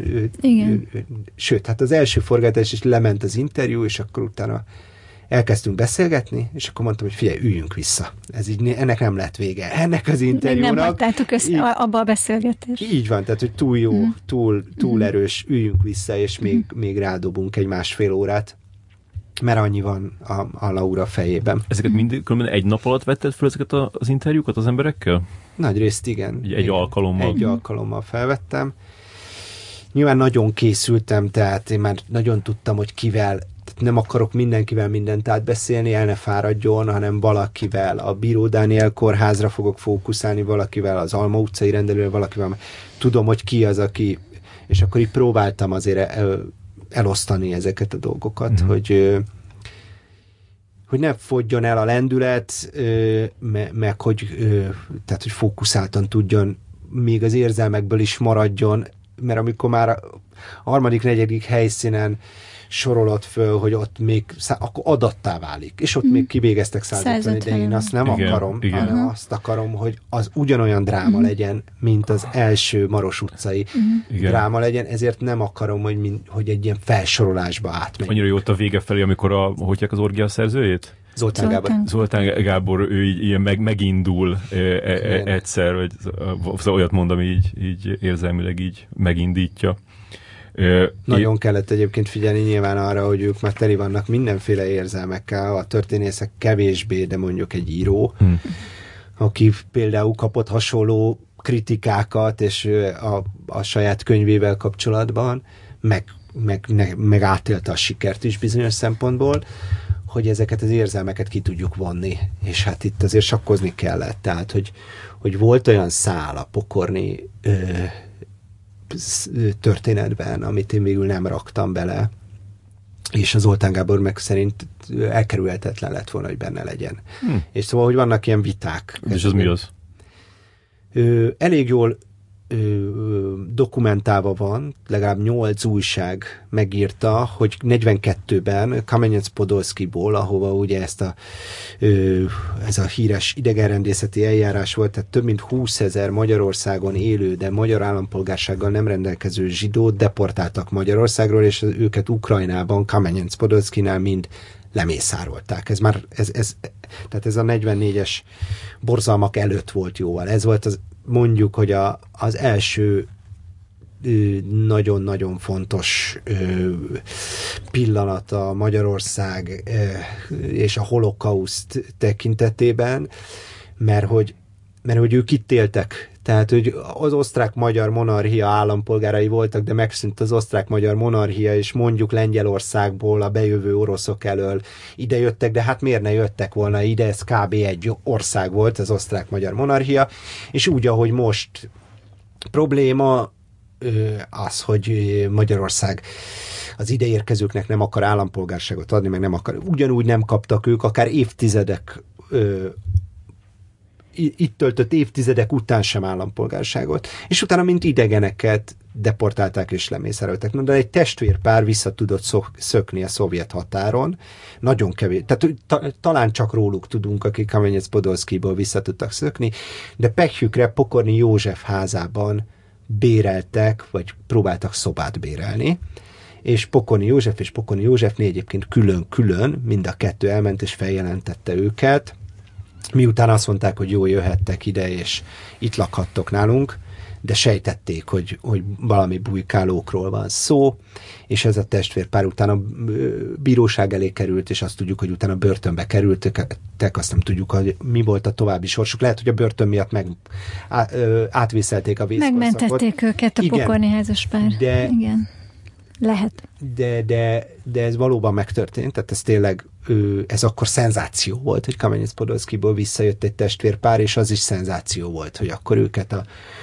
[SPEAKER 3] sőt, hát az első forgatás is lement az interjú, és akkor utána elkezdtünk beszélgetni, és akkor mondtam, hogy figyelj, üljünk vissza. Ez így, ennek nem lett vége. Ennek az interjúnak.
[SPEAKER 2] Nem hagytátok abba a beszélgetést.
[SPEAKER 3] Így van, tehát, hogy túl jó, túl erős, üljünk vissza, és még rádobunk egy 1,5 órát, mert annyi van a Laura fejében.
[SPEAKER 1] Ezeket különben egy nap alatt vetted fel ezeket az interjúkat az emberekkel?
[SPEAKER 3] Nagyrészt igen.
[SPEAKER 1] Egy alkalommal?
[SPEAKER 3] Egy alkalommal felvettem. Nyilván nagyon készültem, tehát én már nagyon tudtam, hogy kivel, tehát nem akarok mindenkivel mindent átbeszélni, el ne fáradjon, hanem valakivel a Bíró Dániel kórházra fogok fókuszálni, valakivel az Alma utcai rendelőre, valakivel tudom, hogy ki az, aki, és akkor így próbáltam azért elosztani ezeket a dolgokat, hogy ne fogjon el a lendület, meg tehát, hogy fókuszáltan tudjon, még az érzelmekből is maradjon, mert amikor már a 3.-4. helyszínen sorolod föl, hogy ott még akkor adattá válik, és ott még kivégeztek 150, de én azt nem akarom, hanem azt akarom, hogy az ugyanolyan dráma legyen, mint az első Maros utcai dráma legyen, ezért nem akarom, hogy egy ilyen felsorolásba átmegy.
[SPEAKER 1] Annyira jó ott a vége felé, amikor hogy az orgia szerzőjét? Zoltán Gábor, ő ilyen megindul egyszer, vagy olyat mondom, így érzelmileg így megindítja.
[SPEAKER 3] Nagyon kellett egyébként figyelni nyilván arra, hogy ők már teli vannak mindenféle érzelmekkel, a történészek kevésbé, de mondjuk egy író, aki például kapott hasonló kritikákat, és a saját könyvével kapcsolatban, meg átélte a sikert is bizonyos szempontból, hogy ezeket az érzelmeket ki tudjuk vonni, és hát itt azért sakkozni kellett, tehát, hogy volt olyan szál a Pokorni történetben, amit én végül nem raktam bele, és az Zoltán Gábor meg szerint elkerülhetetlen lett volna, hogy benne legyen. És szóval, hogy vannak ilyen viták.
[SPEAKER 1] És az mi az?
[SPEAKER 3] Elég jól dokumentálva van, legalább 8 újság megírta, hogy 42-ben Kamenec-Podolszkiból, ahova ugye ez a híres idegenrendészeti eljárás volt, tehát több mint 20 000 Magyarországon élő, de magyar állampolgársággal nem rendelkező zsidót deportáltak Magyarországról, és őket Ukrajnában, Kamenec-Podolszkinál mind lemészárolták. Tehát ez a 44-es borzalmak előtt volt jóval. Ez volt mondjuk, hogy az első nagyon-nagyon fontos pillanat a Magyarország és a holokauszt tekintetében, mert hogy ők itt éltek. Tehát, hogy az osztrák-magyar monarchia állampolgárai voltak, de megszűnt az osztrák-magyar monarchia, és mondjuk Lengyelországból a bejövő oroszok elől ide jöttek, de hát miért ne jöttek volna ide, ez kb. Egy ország volt, az osztrák-magyar monarchia, és úgy, ahogy most probléma az, hogy Magyarország az ideérkezőknek nem akar állampolgárságot adni, meg nem akar. Ugyanúgy nem kaptak ők, akár évtizedek itt töltött évtizedek után sem állampolgárságot, és utána mint idegeneket deportálták és lemészárolták. De egy testvérpár vissza tudott szökni a szovjet határon, nagyon kevés, tehát talán csak róluk tudunk, akik Kamenec-Podolszkijból vissza tudtak szökni, de pekjükre Pokorny József házában béreltek, vagy próbáltak szobát bérelni, és Pokorny József és Pokorny Józsefné egyébként külön-külön mind a kettő elment és feljelentette őket, miután azt mondták, hogy jó, jöhettek ide, és itt lakhattok nálunk, de sejtették, hogy valami bujkálókról van szó, és ez a testvérpár utána bíróság elé került, és azt tudjuk, hogy utána börtönbe kerültek, azt nem tudjuk, hogy mi volt a további sorsuk. Lehet, hogy a börtön miatt átvészelték a vészkorszakot.
[SPEAKER 2] Megmentették őket a Pokorny házaspár. Igen. Lehet.
[SPEAKER 3] De ez valóban megtörtént, tehát ez tényleg, ez akkor szenzáció volt, hogy Kamenec-Podolszkijból visszajött egy testvérpár, és az is szenzáció volt, hogy akkor őket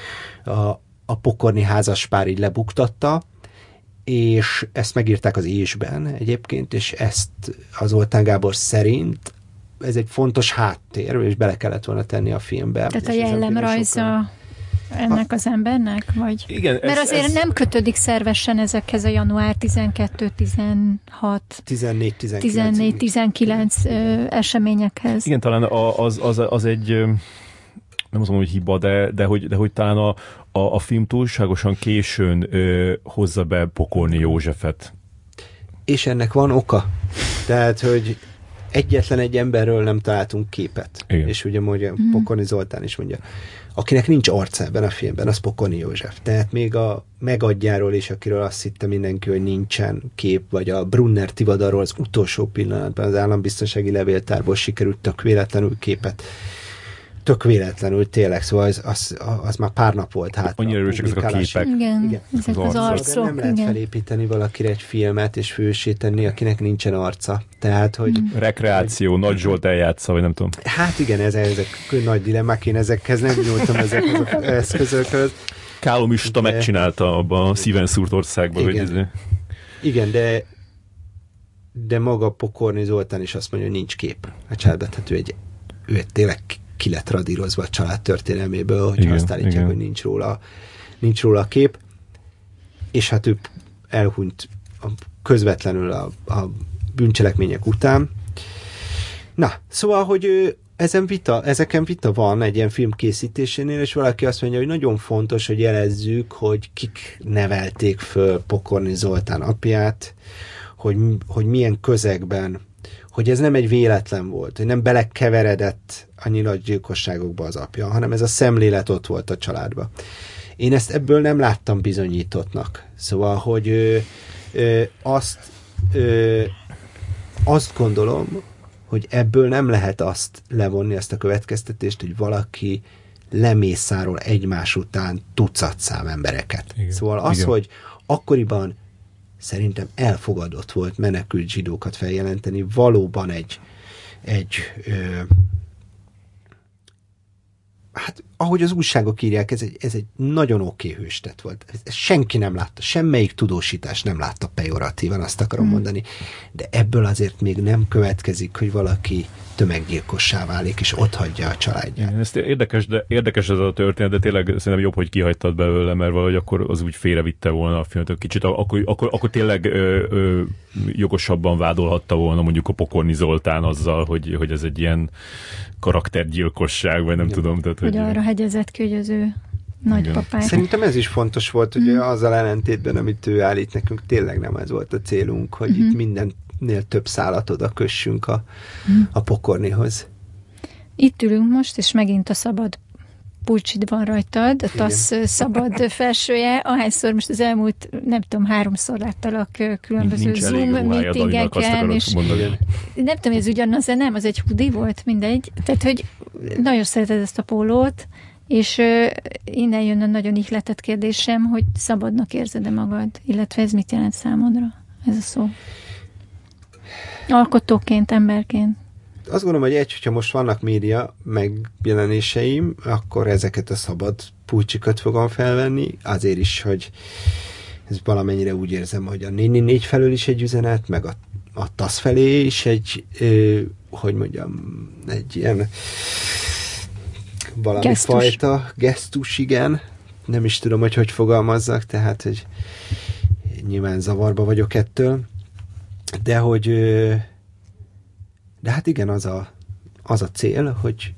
[SPEAKER 3] a Pokorny házaspár így lebuktatta, és ezt megírták az Ésben egyébként, és ezt az Zoltán Gábor szerint ez egy fontos háttér, és bele kellett volna tenni a filmbe.
[SPEAKER 2] Tehát a jellemrajza ennek az embernek? Vagy? Igen, mert azért nem kötődik szervesen ezekhez a január 12, 16, 14, 19 eseményekhez.
[SPEAKER 1] Igen, talán az egy, nem azt mondom, hogy hiba, de hogy talán a film túlságosan későn hozza be Pokorny Józsefet.
[SPEAKER 3] És ennek van oka. Tehát, hogy egyetlen egy emberről nem találtunk képet. Igen. És ugye mondja, Pokorny Zoltán is mondja, akinek nincs arca ebben a filmben, az Pokorny József. Tehát még a Megadjáról is, akiről azt hitte mindenki, hogy nincsen kép, vagy a Brunner Tivadarról az utolsó pillanatban az állambiztonsági levéltárból sikerült tök véletlenül képet. Tök véletlenül tényleg, szóval az már pár nap volt hátra.
[SPEAKER 1] Annyira erősek ezek a képek.
[SPEAKER 2] Igen. Ezek az arcok.
[SPEAKER 3] Nem lehet felépíteni valakire egy filmet, és fősé tenni, akinek nincsen arca. Tehát, hogy...
[SPEAKER 1] Rekreáció, Nagy Zsolt eljátsza, vagy nem tudom.
[SPEAKER 3] Hát igen, ezek nagy dilemmák, én ezekhez nem nyúltam ezekhez az eszközökhöz.
[SPEAKER 1] Kálomista megcsinálta abban a szíven szúrt országban.
[SPEAKER 3] Igen, de maga Pokorny Zoltán is azt mondja, hogy nincs kép a családban. Hát ő tényleg ki lett radírozva a család történelméből, hogyha azt állítják, hogy nincs róla a kép, és hát ő elhunyt közvetlenül a bűncselekmények után. Na, szóval, hogy ezeken vita van egy ilyen film készítésénél, és valaki azt mondja, hogy nagyon fontos, hogy jelezzük, hogy kik nevelték föl Pokorny Zoltán apját, hogy milyen közegben, hogy ez nem egy véletlen volt, hogy nem belekeveredett a nyilatgyilkosságokba az apja, hanem ez a szemlélet ott volt a családban. Én ezt ebből nem láttam bizonyítottnak. Szóval, hogy azt gondolom, hogy ebből nem lehet azt levonni, ezt a következtetést, hogy valaki lemészárol egymás után tucatszám embereket. Igen. Szóval az, hogy akkoriban szerintem elfogadott volt menekült zsidókat feljelenteni, valóban hát ahogy az újságok írják, ez egy nagyon oké hőstett volt. Ezt senki nem látta, semmelyik tudósítás nem látta pejoratívan, azt akarom mondani. De ebből azért még nem következik, hogy valaki tömeggyilkossá válik, és ott hagyja a családját.
[SPEAKER 1] Ez érdekes ez a történet, de tényleg szerintem jobb, hogy kihagytad belőle, mert valahogy akkor az úgy félrevitte volna a filmet. Kicsit akkor tényleg jogosabban vádolhatta volna mondjuk a Pokorny Zoltán azzal, hogy ez egy ilyen karaktergyilkosság, vagy nem tudom. Tehát,
[SPEAKER 2] hogy arra hegyezett ki, hogy az ő nagypapák.
[SPEAKER 3] Szerintem ez is fontos volt, hogy azzal ellentétben, amit ő állít nekünk, tényleg nem ez volt a célunk, hogy itt mindennél több szálat oda kössünk a Pokornyhoz. Itt
[SPEAKER 2] ülünk most, és megint a szabad pulcsid van rajtad, a TASZ szabad felsője. Ahányszor most az elmúlt, nem tudom, 3-szor láttalak különböző Zoom meetingeken, és nem tudom, ez ugyanaz, de nem, az egy hoodie volt, mindegy. Tehát, hogy nagyon szereted ezt a pólót, és innen jön a nagyon ihletett kérdésem, hogy szabadnak érzed-e magad, illetve ez mit jelent számodra, ez a szó? Alkotóként, emberként.
[SPEAKER 3] Azt gondolom, hogy hogyha most vannak média megjelenéseim, akkor ezeket a szabad pulcsikat fogom felvenni, azért is, hogy ez valamennyire úgy érzem, hogy a 444 felől is egy üzenet, meg a TASZ felé is egy, hogy mondjam, egy ilyen valami fajta gesztus, igen. Nem is tudom, hogy fogalmazzak, tehát, hogy nyilván zavarba vagyok ettől, de hát igen, az a cél, hogy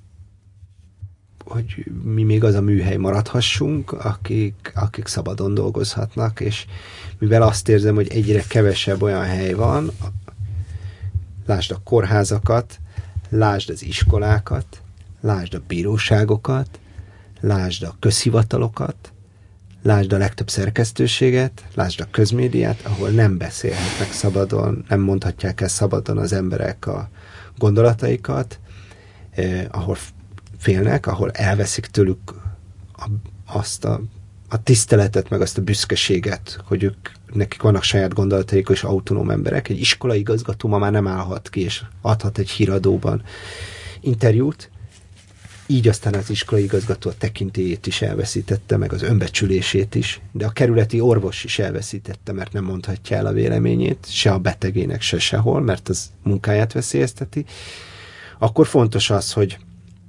[SPEAKER 3] mi még az a műhely maradhassunk, akik szabadon dolgozhatnak, és mivel azt érzem, hogy egyre kevesebb olyan hely van, lásd a kórházakat, lásd az iskolákat, lásd a bíróságokat, lásd a közhivatalokat, lásd a legtöbb szerkesztőséget, lásd a közmédiát, ahol nem beszélhetnek szabadon, nem mondhatják el szabadon az emberek a gondolataikat, ahol félnek, ahol elveszik tőlük azt a tiszteletet, meg azt a büszkeséget, hogy nekik vannak saját gondolataik és autonóm emberek. Egy iskolai igazgató ma már nem állhat ki, és adhat egy híradóban interjút, így aztán az iskolai igazgató a tekintélyét is elveszítette, meg az önbecsülését is, de a kerületi orvos is elveszítette, mert nem mondhatja el a véleményét, se a betegének, se sehol, mert az munkáját veszélyezteti. Akkor fontos az, hogy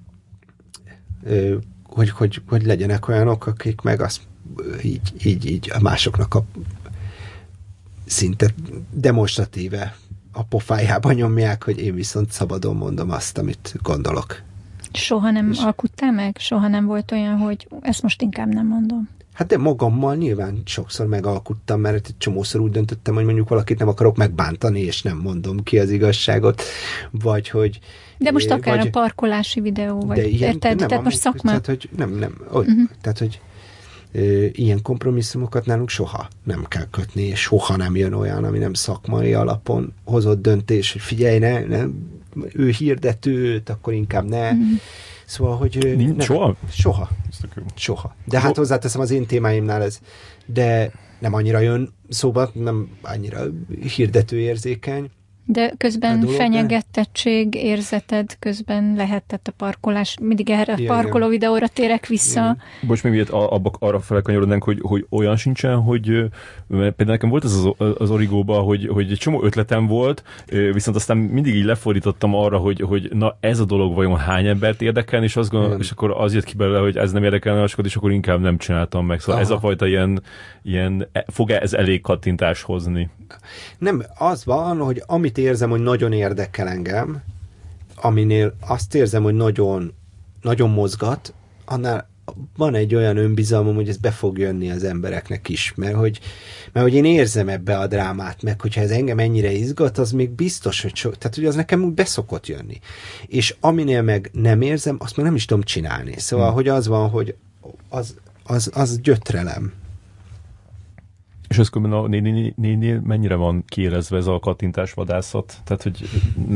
[SPEAKER 3] legyenek olyanok, akik meg azt így a másoknak a szinte demonstratíve a pofájába nyomják, hogy én viszont szabadon mondom azt, amit gondolok.
[SPEAKER 2] Soha nem alkuttál meg? Soha nem volt olyan, hogy ezt most inkább nem mondom?
[SPEAKER 3] Hát de magammal nyilván sokszor megalkuttam, mert egy csomószor úgy döntöttem, hogy mondjuk valakit nem akarok megbántani, és nem mondom ki az igazságot, vagy
[SPEAKER 2] de most akár a parkolási videó, vagy érted? Tehát most szakma.
[SPEAKER 3] Tehát, hogy tehát, hogy ilyen kompromisszumokat nálunk soha nem kell kötni, és soha nem jön olyan, ami nem szakmai alapon hozott döntés, hogy figyelj, ne ő hirdetőt, akkor inkább ne. Szóval, hogy... Soha. De hát hozzáteszem az én témáimnál ez, de nem annyira jön szóba, nem annyira hirdetőérzékeny.
[SPEAKER 2] De közben fenyegetettség érzeted, közben lehetett a parkolás. Mindig erre a parkoló videóra térek vissza.
[SPEAKER 1] Igen. Bocs, még miért arra felkanyarodnánk, hogy olyan sincsen, hogy például nekem volt ez az Origóban, hogy egy csomó ötletem volt, viszont aztán mindig így lefordítottam arra, hogy na ez a dolog vajon hány embert érdekel, és azt gondolom, és akkor az jött ki belőle, hogy ez nem érdekelne sokat, és akkor inkább nem csináltam meg. Szóval ez a fajta ilyen fog-e ez elég kattintást hozni?
[SPEAKER 3] Nem, az van, hogy amit érzem, hogy nagyon érdekel engem, aminél azt érzem, hogy nagyon, nagyon mozgat, annál van egy olyan önbizalmam, hogy ez be fog jönni az embereknek is, mert hogy én érzem ebbe a drámát, meg hogyha ez engem ennyire izgat, az még biztos, hogy tehát hogy az nekem úgy beszokott jönni. És aminél meg nem érzem, azt meg nem is tudom csinálni. Szóval, hogy az van, hogy az gyötrelem.
[SPEAKER 1] És ez különben a nénél mennyire van kiélezve ez a kattintás vadászat? Tehát, hogy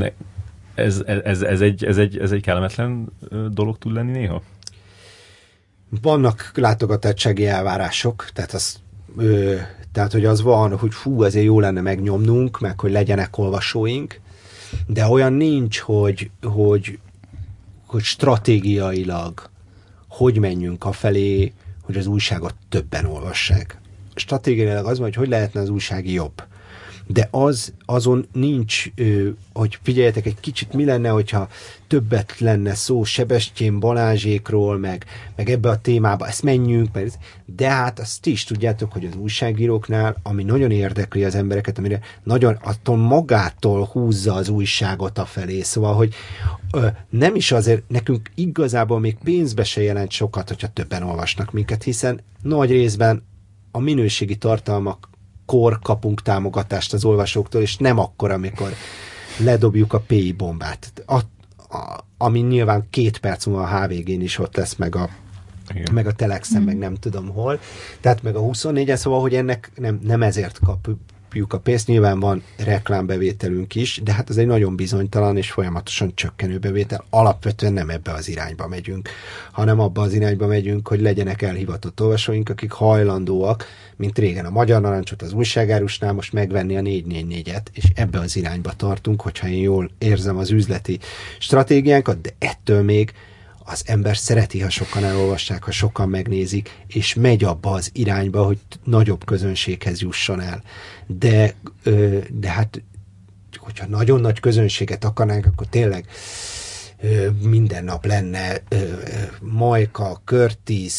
[SPEAKER 1] ez egy kellemetlen dolog tud lenni néha?
[SPEAKER 3] Vannak látogatottsági elvárások, tehát hogy az van, hogy azért jó lenne megnyomnunk, meg hogy legyenek olvasóink, de olyan nincs, hogy stratégiailag hogy menjünk afelé, hogy az újságot többen olvassák. Stratégiailag az van, hogy lehetne az újság jobb. De azon nincs, hogy figyeljetek egy kicsit, mi lenne, hogyha többet lenne szó Sebestyén Balázsékról, meg ebbe a témába, ezt menjünk, de hát azt ti is tudjátok, hogy az újságíróknál, ami nagyon érdekli az embereket, amire nagyon attól magától húzza az újságot afelé, szóval, hogy nem is azért, nekünk igazából még pénzbe se jelent sokat, hogyha többen olvasnak minket, hiszen nagy részben a minőségi tartalmakkor kapunk támogatást az olvasóktól, és nem akkor, amikor ledobjuk a PI bombát. Ami nyilván 2 perc múlva a HVG-n is ott lesz, meg a Telexen, meg nem tudom hol. Tehát meg a 24-en, szóval, hogy ennek nem ezért kapjuk a pénzt. Nyilván van reklámbevételünk is, de hát ez egy nagyon bizonytalan és folyamatosan csökkenő bevétel. Alapvetően nem ebbe az irányba megyünk, hanem abba az irányba megyünk, hogy legyenek elhivatott olvasóink, akik hajlandóak, mint régen a Magyar Narancsot az újságárusnál, most megvenni a 444-et, és ebbe az irányba tartunk, hogyha én jól érzem az üzleti stratégiánkat, de ettől még az ember szereti, ha sokan elolvassák, ha sokan megnézik, és megy abba az irányba, hogy nagyobb közönséghez jusson el. De hát, hogyha nagyon nagy közönséget akarnánk, akkor tényleg minden nap lenne Majka, Curtis,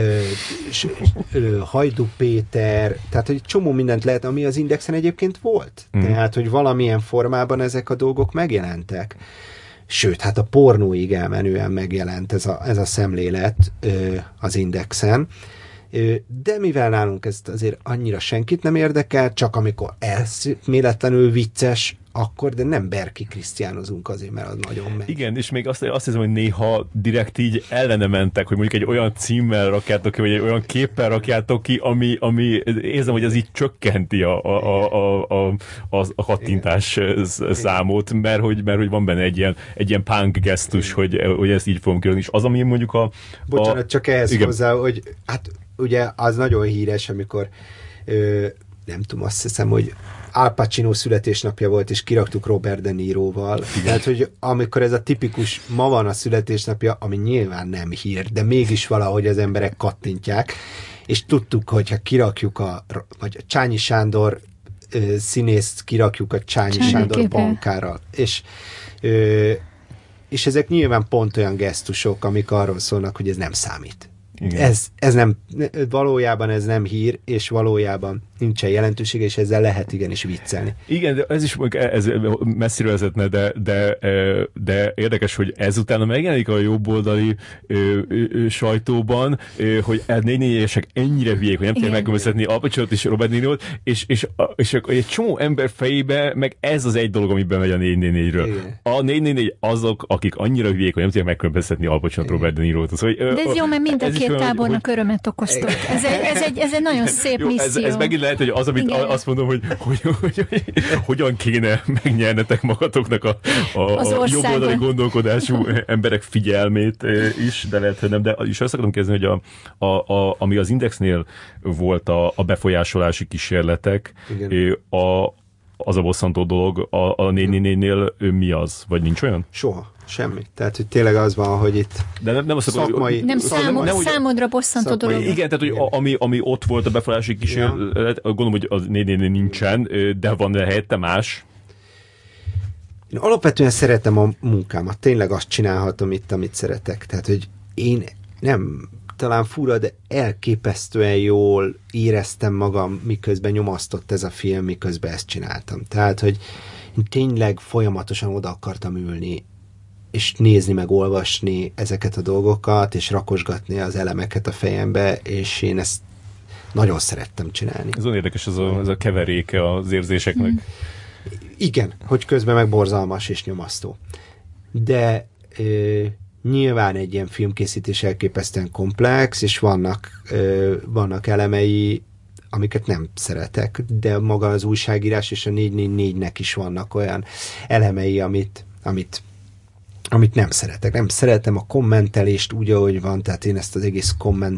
[SPEAKER 3] Hajdú Péter, tehát egy csomó mindent lehet, ami az Indexen egyébként volt. Tehát, hogy valamilyen formában ezek a dolgok megjelentek. Sőt, hát a pornóig elmenően megjelent ez a szemlélet az Indexen. De mivel nálunk ezt azért annyira senkit nem érdekel, csak amikor eszméletlenül vicces, akkor, de nem Berki Krisztiánozunk azért, mert az nagyon megy.
[SPEAKER 1] Igen, és még azt hiszem, hogy néha direkt így ellene mentek, hogy mondjuk egy olyan címmel rakjátok ki, vagy egy olyan képpel rakjátok ki, ami érzem, hogy az így csökkenti a kattintás számot, mert hogy van benne egy ilyen punk gesztus, hogy ezt így fogom kiadni. És az, ami mondjuk
[SPEAKER 3] Bocsánat, csak ehhez hozzá, hogy hát ugye az nagyon híres, amikor nem tudom, azt hiszem, hogy Al Pacino születésnapja volt, és kiraktuk Robert De Niroval. Tehát, hogy amikor ez a tipikus ma van a születésnapja, ami nyilván nem hír, de mégis valahogy az emberek kattintják, és tudtuk, hogyha kirakjuk vagy a Csányi Sándor színészt kirakjuk a Csányi Sándor bankárral. És ezek nyilván pont olyan gesztusok, amik arról szólnak, hogy ez nem számít. Ez nem, valójában ez nem hír, és valójában nincsen jelentősége, és ezzel lehet igenis viccelni.
[SPEAKER 1] Igen, de ez messziről vezetne, de érdekes, hogy ezután megjelenik a jobboldali sajtóban, hogy 444-esek ennyire hülyék, hogy nem tudják megkülönböztetni Al Pacinót és Robert De Nirót, és egy csomó ember fejébe meg ez az egy dolog, amiben megy a 444-ről. A 444 azok, akik annyira hülyék, hogy nem tudják megkülönböztetni Al Pacinót, Robert De Nirót. Szóval,
[SPEAKER 2] de ez jó, mert mind a két tábornak örömet okoztok. Ez egy nagyon szép misszió.
[SPEAKER 1] Ez megint lehet, hogy az, amit azt mondom, hogy hogyan kéne megnyernetek magatoknak a jobboldali gondolkodású emberek figyelmét is, de lehet, hogy nem. De is azt akarom kezdeni, hogy ami az Indexnél volt a befolyásolási kísérletek, az a bosszantó dolog, a 444-nél mi az? Vagy nincs olyan?
[SPEAKER 3] Soha. Semmi. Tehát, hogy tényleg az van, hogy itt
[SPEAKER 1] de nem
[SPEAKER 3] szakmai...
[SPEAKER 2] Számodra bosszantó dolog.
[SPEAKER 1] Igen, tehát, hogy ami ott volt a befolyási kísérlet, gondolom, hogy az 444 nincsen, de van helyette más.
[SPEAKER 3] Én alapvetően szeretem a munkámat. Tényleg azt csinálhatom itt, amit szeretek. Tehát, hogy én nem talán fura, de elképesztően jól éreztem magam, miközben nyomasztott ez a film, miközben ezt csináltam. Tehát, hogy én tényleg folyamatosan oda akartam ülni, és nézni, meg olvasni ezeket a dolgokat, és rakosgatni az elemeket a fejembe, és én ezt nagyon szerettem csinálni.
[SPEAKER 1] Ez olyan érdekes, ez a keveréke az érzéseknek.
[SPEAKER 3] Igen, hogy közben meg borzalmas és nyomasztó. De nyilván egy ilyen filmkészítés elképesztően komplex, és vannak elemei, amiket nem szeretek, de maga az újságírás és a 444-nek is vannak olyan elemei, amit nem szeretek. Nem szeretem a kommentelést úgy, ahogy van, tehát én ezt az egész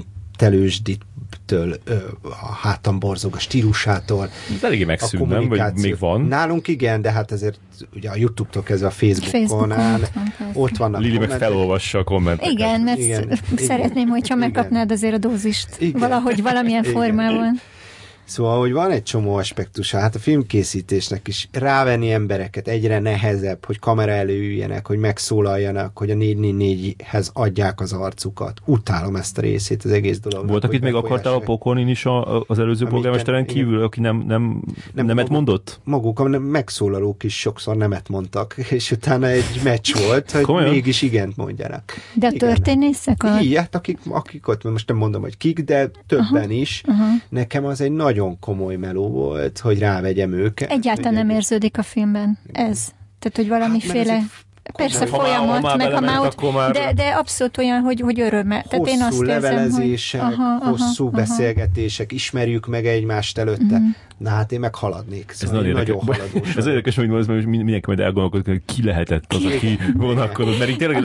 [SPEAKER 3] kommentelősditől a hátam borzog, a stílusától.
[SPEAKER 1] Ez eléggé megszűn, nem? Vagy még van?
[SPEAKER 3] Nálunk igen, de hát azért ugye a YouTube-tól kezdve a Facebookon áll. Ott vannak
[SPEAKER 1] Lili meg felolvassa a kommenteket.
[SPEAKER 2] Igen, mert szeretném, hogyha megkapnád azért a dózist. Valahogy, valamilyen formában.
[SPEAKER 3] Szóval, hogy van egy csomó aspektusa, hát a filmkészítésnek is rávenni embereket egyre nehezebb, hogy kamera előüljenek, hogy megszólaljanak, hogy a 444-hez adják az arcukat. Utálom ezt a részét, az egész dolognak.
[SPEAKER 1] Volt, akit még akartál a pokolnin is az előző polgármesteren kívül, aki nemet mondott?
[SPEAKER 3] Maguk a megszólalók is sokszor nemet mondtak, és utána egy meccs volt, hogy komolyan? Mégis igent mondjanak.
[SPEAKER 2] De a történészek?
[SPEAKER 3] Igen, akik ott, most nem mondom, hogy kik, de többen is. Nekem az egy nagyon komoly meló volt, hogy rávegyem őket.
[SPEAKER 2] Egyáltalán nem érződik a filmben ez. Tehát, hogy valamiféle... Persze folyamat, meg ha már ott, de abszolút olyan, hogy örömmel. Tehát én azt
[SPEAKER 3] levelezések, hosszú beszélgetések, ismerjük meg egymást előtte. Na hát én meg haladnék. Szóval nagyon haladós.
[SPEAKER 1] Ez érdekes, hogy mindenki majd elgondolkodik, hogy ki lehetett az, aki vonakodott. Mert így tényleg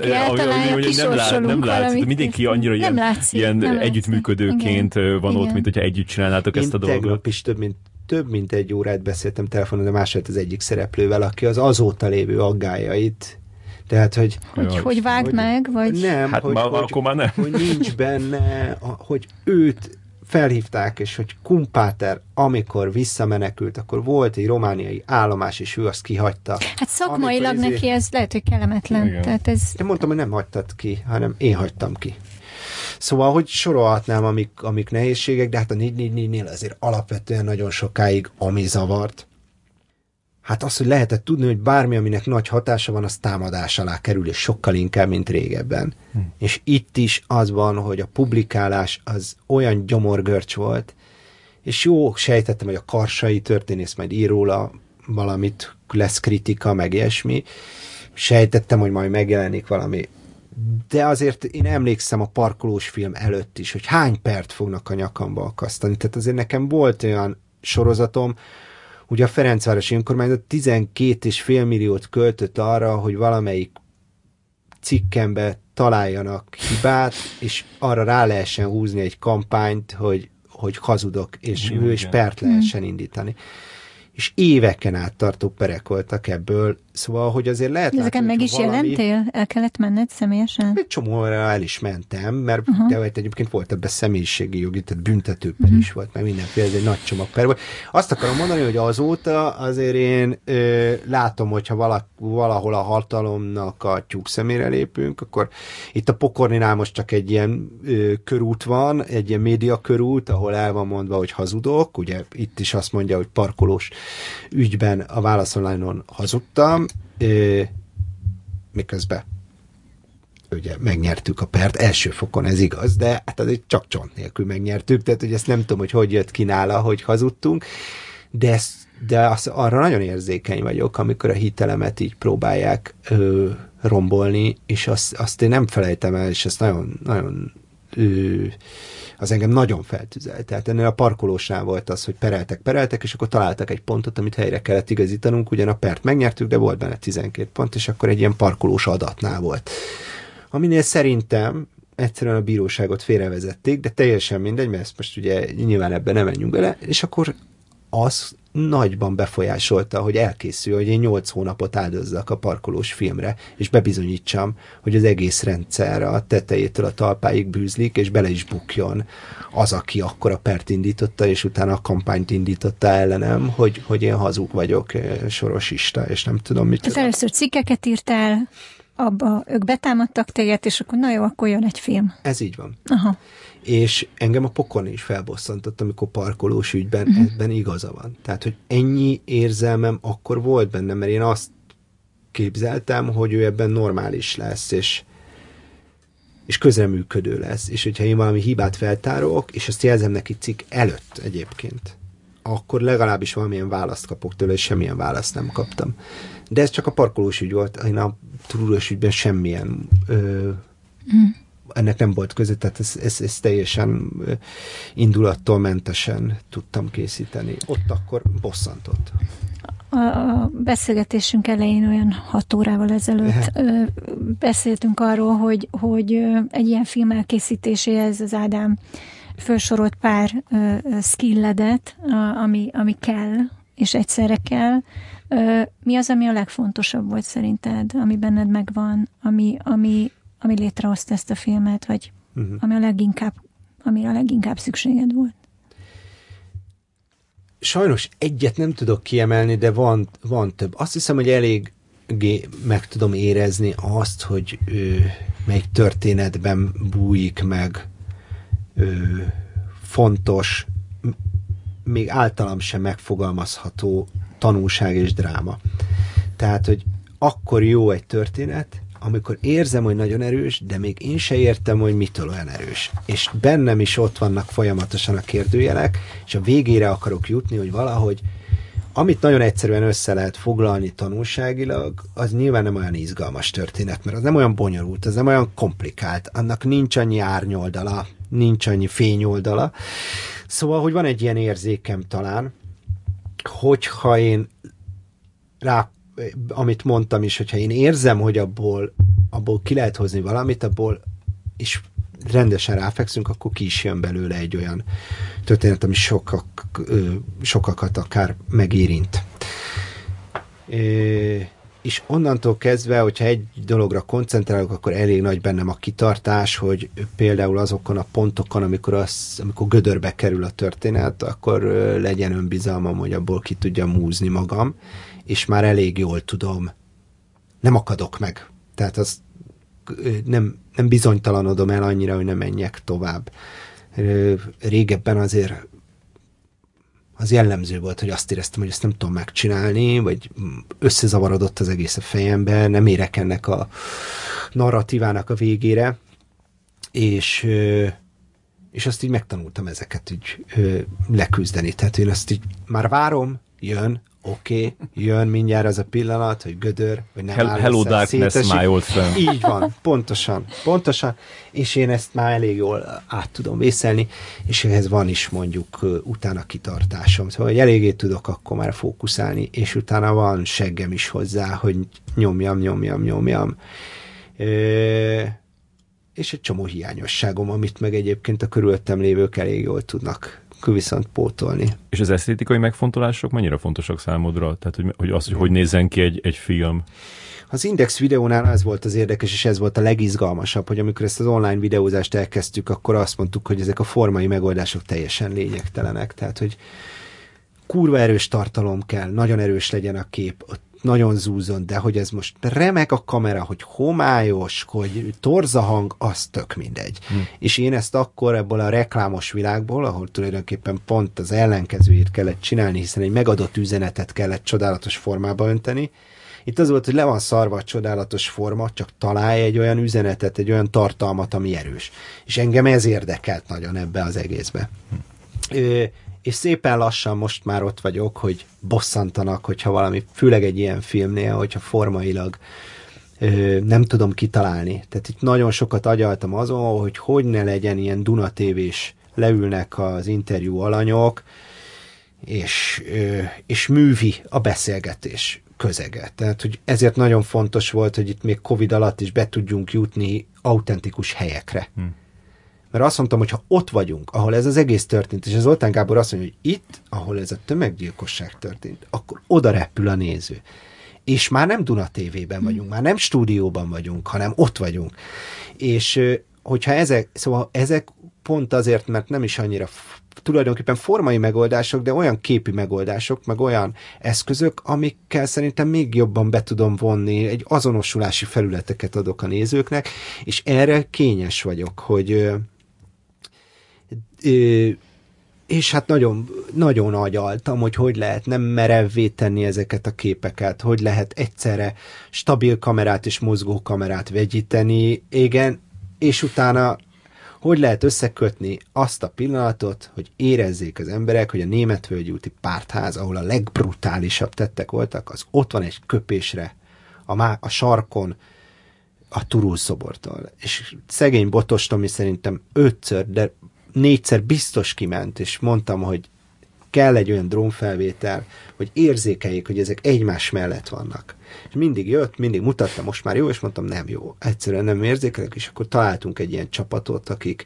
[SPEAKER 1] nem látszik. Mindenki annyira ilyen együttműködőként van ott, mint hogyha együtt csinálnátok ezt a dolgot.
[SPEAKER 3] Tegnap is több mint egy órát beszéltem telefonon, de máshogy az egyik szereplővel, aki az azóta lévő aggályait, Tehát,
[SPEAKER 2] hogy vágd meg, vagy...
[SPEAKER 3] Nem,
[SPEAKER 1] hát akkor már nem.
[SPEAKER 3] Hogy nincs benne, hogy őt felhívták, és hogy Kumpáter, amikor visszamenekült, akkor volt egy romániai állomás, és ő azt kihagyta.
[SPEAKER 2] Hát szakmailag neki ez lehet, hogy kellemetlen. Tehát ez...
[SPEAKER 3] Én mondtam, hogy nem hagytad ki, hanem én hagytam ki. Szóval, hogy sorolhatnám, amik nehézségek, de hát a 444-nél azért alapvetően nagyon sokáig ami zavart. Hát az, hogy lehetett tudni, hogy bármi, aminek nagy hatása van, az támadás alá kerül, és sokkal inkább, mint régebben. És itt is az van, hogy a publikálás az olyan gyomorgörcs volt, és jó, sejtettem, hogy a Karsai történész majd ír róla valamit, lesz kritika, meg ilyesmi. Sejtettem, hogy majd megjelenik valami. De azért én emlékszem a parkolós film előtt is, hogy hány pert fognak a nyakamba akasztani. Tehát azért nekem volt olyan sorozatom, ugye a Ferencvárosi Önkormányzat 12,5 milliót költött arra, hogy valamelyik cikkembe találjanak hibát, és arra rá lehessen húzni egy kampányt, hogy hazudok, és ő is pert lehessen indítani. És éveken át tartó perek voltak ebből, szóval, hogy azért lehet látni,
[SPEAKER 2] ezeken meg is jelentél? El kellett menned személyesen?
[SPEAKER 3] Egy csomóra el is mentem, mert de egyébként volt ebben személyiségi jogi, tehát büntetőper is volt, meg mindenféle, ez egy nagy csomag per volt. Azt akarom mondani, hogy azóta azért én látom, hogyha valahol a hatalomnak a tyúk szemére lépünk, akkor itt a Pokorninál most csak egy ilyen körút van, egy ilyen média körút, ahol el van mondva, hogy hazudok, ugye itt is azt mondja, hogy parkolós ügyben a Válasz Online-on hazudtam, miközben ugye megnyertük a pert, első fokon ez igaz, de hát azért csak csont nélkül megnyertük, tehát hogy ezt nem tudom, hogy jött ki nála, hogy hazudtunk, de arra nagyon érzékeny vagyok, amikor a hitelemet így próbálják rombolni, és azt én nem felejtem el, és ezt nagyon az engem nagyon feltüzelt. Tehát ennél a parkolósnál volt az, hogy pereltek, és akkor találtak egy pontot, amit helyre kellett igazítanunk, ugyan a pert megnyertük, de volt benne 12 pont, és akkor egy ilyen parkolós adatnál volt. Aminél szerintem egyszerűen a bíróságot félrevezették, de teljesen mindegy, mert ezt most ugye nyilván ebben nem menjünk bele, és akkor az nagyban befolyásolta, hogy elkészül, hogy én 8 hónapot áldozzak a parkolós filmre, és bebizonyítsam, hogy az egész rendszer a tetejétől a talpáig bűzlik, és bele is bukjon az, aki akkor a pert indította, és utána a kampányt indította ellenem, hogy én hazug vagyok, sorosista, és nem tudom mit.
[SPEAKER 2] Ez először cikkeket írtál, abba ők betámadtak téged, és akkor na jó, akkor jön egy film.
[SPEAKER 3] Ez így van.
[SPEAKER 2] Aha.
[SPEAKER 3] És engem a Pokorni is felbosszantott, amikor parkolós ügyben ebben igaza van. Tehát, hogy ennyi érzelmem akkor volt bennem, mert én azt képzeltem, hogy ő ebben normális lesz, és közreműködő lesz. És hogyha én valami hibát feltárolok, és azt jelzem neki cikk előtt egyébként, akkor legalábbis valamilyen választ kapok tőle, és semmilyen választ nem kaptam. De ez csak a parkolós ügy volt. Én a túrós ügyben semmilyen ennek nem volt köze, tehát ez teljesen indulattól mentesen tudtam készíteni. Ott akkor bosszantott.
[SPEAKER 2] A beszélgetésünk elején olyan 6 órával ezelőtt beszéltünk arról, hogy egy ilyen film elkészítéséhez az Ádám felsorolt pár skilledet, ami kell, és egyszerre kell. Mi az, ami a legfontosabb volt szerinted, ami benned megvan, ami létrehozta ezt a filmet, vagy amire a leginkább szükséged volt?
[SPEAKER 3] Sajnos egyet nem tudok kiemelni, de van több. Azt hiszem, hogy elég meg tudom érezni azt, hogy melyik történetben bújik meg fontos, még általam sem megfogalmazható tanulság és dráma. Tehát, hogy akkor jó egy történet, amikor érzem, hogy nagyon erős, de még én se értem, hogy mitől olyan erős. És bennem is ott vannak folyamatosan a kérdőjelek, és a végére akarok jutni, hogy valahogy, amit nagyon egyszerűen össze lehet foglalni tanulságilag, az nyilván nem olyan izgalmas történet, mert az nem olyan bonyolult, az nem olyan komplikált, annak nincs annyi árnyoldala, nincs annyi fényoldala. Szóval, hogy van egy ilyen érzékem talán, hogyha én amit mondtam is, hogyha én érzem, hogy abból ki lehet hozni valamit, abból és rendesen ráfekszünk, akkor ki is jön belőle egy olyan történet, ami sokakat akár megérint. és onnantól kezdve, hogyha egy dologra koncentrálok, akkor elég nagy bennem a kitartás, hogy például azokon a pontokon, amikor gödörbe kerül a történet, akkor legyen önbizalmam, hogy abból ki tudjam húzni magam, és már elég jól tudom, nem akadok meg. Tehát az nem bizonytalanodom el annyira, hogy nem menjek tovább. Régebben azért az jellemző volt, hogy azt éreztem, hogy ezt nem tudom megcsinálni, vagy összezavarodott az egész a fejemben, nem érek ennek a narratívának a végére, és azt így megtanultam ezeket így leküzdeni. Tehát én azt így már várom, jön, oké, jön mindjárt az a pillanat, hogy gödör, hogy nem áll
[SPEAKER 1] Hello darkness, my old friend.
[SPEAKER 3] Így van, pontosan, és én ezt már elég jól át tudom vészelni, és ehhez van is mondjuk utána kitartásom. Szóval, hogy eléggé tudok akkor már fókuszálni, és utána van seggem is hozzá, hogy nyomjam. És egy csomó hiányosságom, amit meg egyébként a körülöttem lévők elég jól tudnak viszont pótolni.
[SPEAKER 1] És az esztétikai megfontolások mennyire fontosak számodra? Tehát, hogy nézzen ki egy film?
[SPEAKER 3] Az Index videónál ez volt az érdekes, és ez volt a legizgalmasabb, hogy amikor ezt az online videózást elkezdtük, akkor azt mondtuk, hogy ezek a formai megoldások teljesen lényegtelenek. Tehát, hogy kurva erős tartalom kell, nagyon erős legyen a kép, nagyon zúzon, de hogy ez most remek a kamera, hogy homályos, hogy torza hang, az tök mindegy. És én ezt akkor ebből a reklámos világból, ahol tulajdonképpen pont az ellenkezőjét kellett csinálni, hiszen egy megadott üzenetet kellett csodálatos formába önteni. Itt az volt, hogy le van szarva a csodálatos forma, csak találj egy olyan üzenetet, egy olyan tartalmat, ami erős. És engem ez érdekelt nagyon ebbe az egészbe. És szépen lassan most már ott vagyok, hogy bosszantanak, hogyha valami, főleg egy ilyen filmnél, hogyha formailag nem tudom kitalálni. Tehát itt nagyon sokat agyaltam azon, hogy ne legyen ilyen Duna TV-s, leülnek az interjú alanyok, és művi a beszélgetés közege. Tehát, hogy ezért nagyon fontos volt, hogy itt még Covid alatt is be tudjunk jutni autentikus helyekre. Mert azt mondtam, hogy ha ott vagyunk, ahol ez az egész történt, és az Zoltán Gábor azt mondja, hogy itt, ahol ez a tömeggyilkosság történt, akkor oda repül a néző. És már nem Duna TV-ben vagyunk, már nem stúdióban vagyunk, hanem ott vagyunk. És hogyha ezek pont azért, mert nem is annyira tulajdonképpen formai megoldások, de olyan képi megoldások, meg olyan eszközök, amikkel szerintem még jobban be tudom vonni, egy azonosulási felületeket adok a nézőknek, és erre kényes vagyok, hogy és hát nagyon, nagyon agyaltam, hogy lehet nem merevvé tenni ezeket a képeket, hogy lehet egyszerre stabil kamerát és mozgó kamerát vegyíteni, igen, és utána hogy lehet összekötni azt a pillanatot, hogy érezzék az emberek, hogy a Németvölgyi úti pártház, ahol a legbrutálisabb tettek voltak, az ott van egy köpésre a sarkon a Turul szobortól. És szegény Botos Tomi szerintem 5-ször, de 4-szer biztos kiment, és mondtam, hogy kell egy olyan drónfelvétel, hogy érzékeljék, hogy ezek egymás mellett vannak. És mindig jött, mindig mutatta, most már jó, és mondtam, nem jó. Egyszerűen nem érzékelek, és akkor találtunk egy ilyen csapatot, akik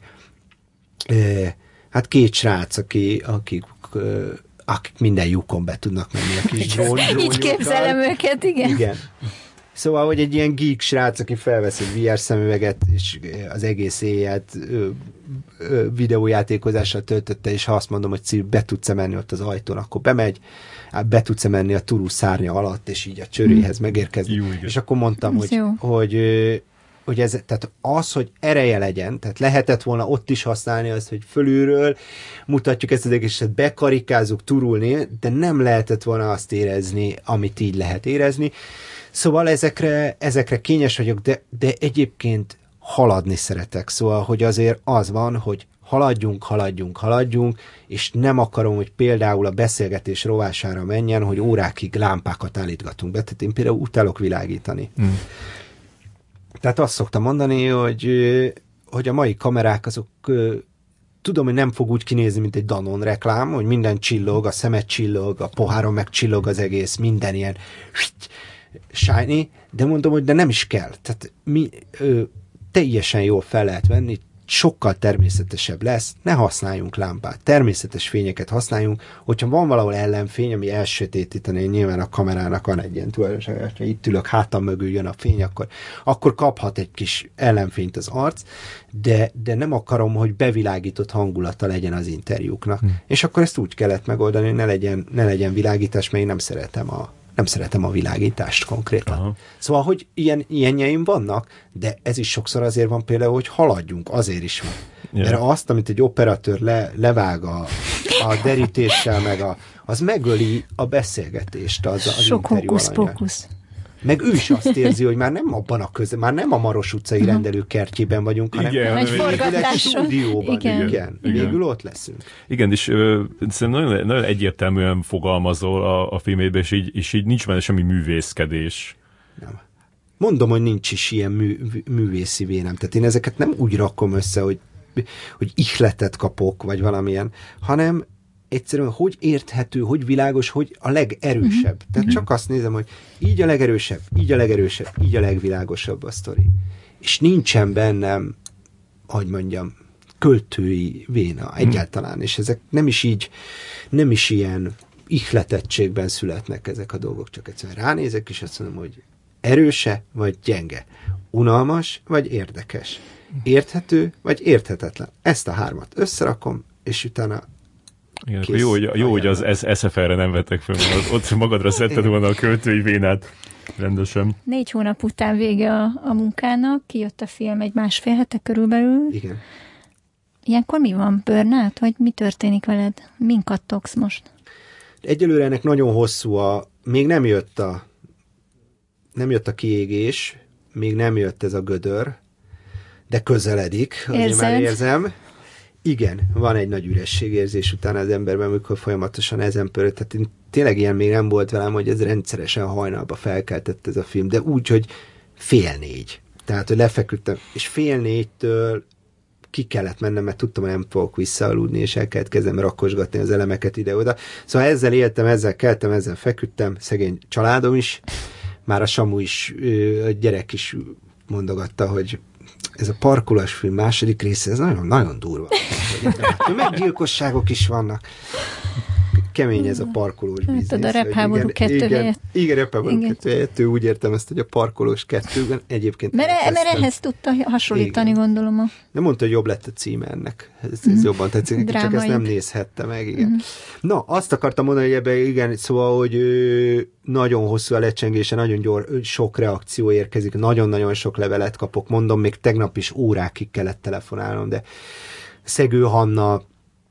[SPEAKER 3] hát két srác, akik minden lyukon be tudnak menni a kis drónjukkal.
[SPEAKER 2] Így képzelem őket, igen.
[SPEAKER 3] Igen. Szóval, hogy egy ilyen geek srác, aki felvesz egy VR szemüveget, és az egész éjjel videójátékozással töltötte, és ha azt mondom, hogy be tudsz-e menni ott az ajtón, akkor bemegy, be tudsz-e menni a Turul szárnya alatt, és így a csőréhez megérkezni. És akkor mondtam, hogy ez, tehát az, hogy ereje legyen, tehát lehetett volna ott is használni azt, hogy fölülről mutatjuk ezt az egészet, bekarikázzuk Turulni, de nem lehetett volna azt érezni, amit így lehet érezni. Szóval ezekre kényes vagyok, de egyébként haladni szeretek. Szóval, hogy azért az van, hogy haladjunk, és nem akarom, hogy például a beszélgetés rovására menjen, hogy órákig lámpákat állítgatunk be. Tehát én például utálok világítani. Tehát azt szoktam mondani, hogy a mai kamerák azok tudom, hogy nem fog úgy kinézni, mint egy Danone reklám, hogy minden csillog, a szemed csillog, a poháron meg csillog az egész, minden ilyen shiny, de mondom, hogy de nem is kell. Tehát teljesen jól fel lehet venni, sokkal természetesebb lesz, ne használjunk lámpát, természetes fényeket használjunk, hogyha van valahol ellenfény, ami elsötétíteni, nyilván a kamerának van egy ilyen tulajdonsága, ha itt ülök, hátam mögül jön a fény, akkor kaphat egy kis ellenfényt az arc, de nem akarom, hogy bevilágított hangulata legyen az interjúknak. És akkor ezt úgy kellett megoldani, hogy ne legyen világítás, mert én nem szeretem a világítást konkrétan. Aha. Szóval, hogy ilyenjeim vannak, de ez is sokszor azért van például, hogy haladjunk, azért is van. Yeah. Mert azt, amit egy operatőr levág a derítéssel, az megöli a beszélgetést az
[SPEAKER 2] sok
[SPEAKER 3] interjú
[SPEAKER 2] hókusz-pókusz.
[SPEAKER 3] Meg ő is azt érzi, hogy már nem abban már nem a Maros utcai rendelőkertjében vagyunk, hanem
[SPEAKER 2] egy
[SPEAKER 3] stúdióban. Igen. Végül ott leszünk.
[SPEAKER 1] Igen, és szerintem nagyon egyértelműen fogalmazol a filmében, és így nincs benne semmi művészkedés.
[SPEAKER 3] Nem. Mondom, hogy nincs is ilyen művészi vénem. Tehát én ezeket nem úgy rakom össze, hogy ihletet kapok, vagy valamilyen, hanem egyszerűen hogy érthető, hogy világos, hogy a legerősebb. Tehát csak azt nézem, hogy így a legerősebb, így a legerősebb, így a legvilágosabb a sztori. És nincsen bennem, hogy mondjam, költői véna egyáltalán, és ezek nem is ilyen ihletettségben születnek ezek a dolgok, csak egyszerűen ránézek, és azt mondom, hogy erőse, vagy gyenge, unalmas, vagy érdekes, érthető, vagy érthetetlen. Ezt a hármat összerakom, és utána
[SPEAKER 1] igen, jó, hogy az SFR-re nem vettek fel, ott magadra szedted volna a költői vénát rendesen.
[SPEAKER 2] 4 hónap után vége a munkának, kijött a film egy 1,5 hete körülbelül.
[SPEAKER 3] Igen.
[SPEAKER 2] Ilyenkor mi van? Burnout? Vagy mi történik veled? Min kattogsz most?
[SPEAKER 3] Egyelőre ennek nagyon hosszú még nem jött a kiégés, még nem jött ez a gödör, de közeledik, azért már érzem. Igen, van egy nagy ürességérzés utána az emberben, amikor folyamatosan ezen pörög. Tehát tényleg ilyen még nem volt velem, hogy ez rendszeresen hajnalba felkeltett ez a film, de úgy, hogy 3:30. Tehát, hogy lefeküdtem, és 3:30-től ki kellett mennem, mert tudtam, hogy nem fogok visszaaludni, és el kellett kezdem rakosgatni az elemeket ide-oda. Szóval ezzel éltem, ezzel keltem, ezzel feküdtem, szegény családom is, már a Samu is, a gyerek is mondogatta, hogy ez a parkolós film második része, ez nagyon durva. Meggyilkosságok is vannak. Kemény ez a parkolós biznisz.
[SPEAKER 2] Tudod, a Repháború 2 helyett.
[SPEAKER 3] Igen, Repháború 2 helyett. Ő úgy értem ezt, hogy a parkolós 2-ben egyébként...
[SPEAKER 2] Mert ehhez tudta hasonlítani, igen. Gondolom.
[SPEAKER 3] De mondta, hogy jobb lett a címe ennek. Ez jobban tetszik, csak ezt nem nézhette meg. Igen. Na, azt akartam mondani, hogy ebben igen, szóval, hogy nagyon hosszú a lecsengése, nagyon sok reakció érkezik, nagyon-nagyon sok levelet kapok. Mondom, még tegnap is órákig kellett telefonálnom, de Szegő Hanna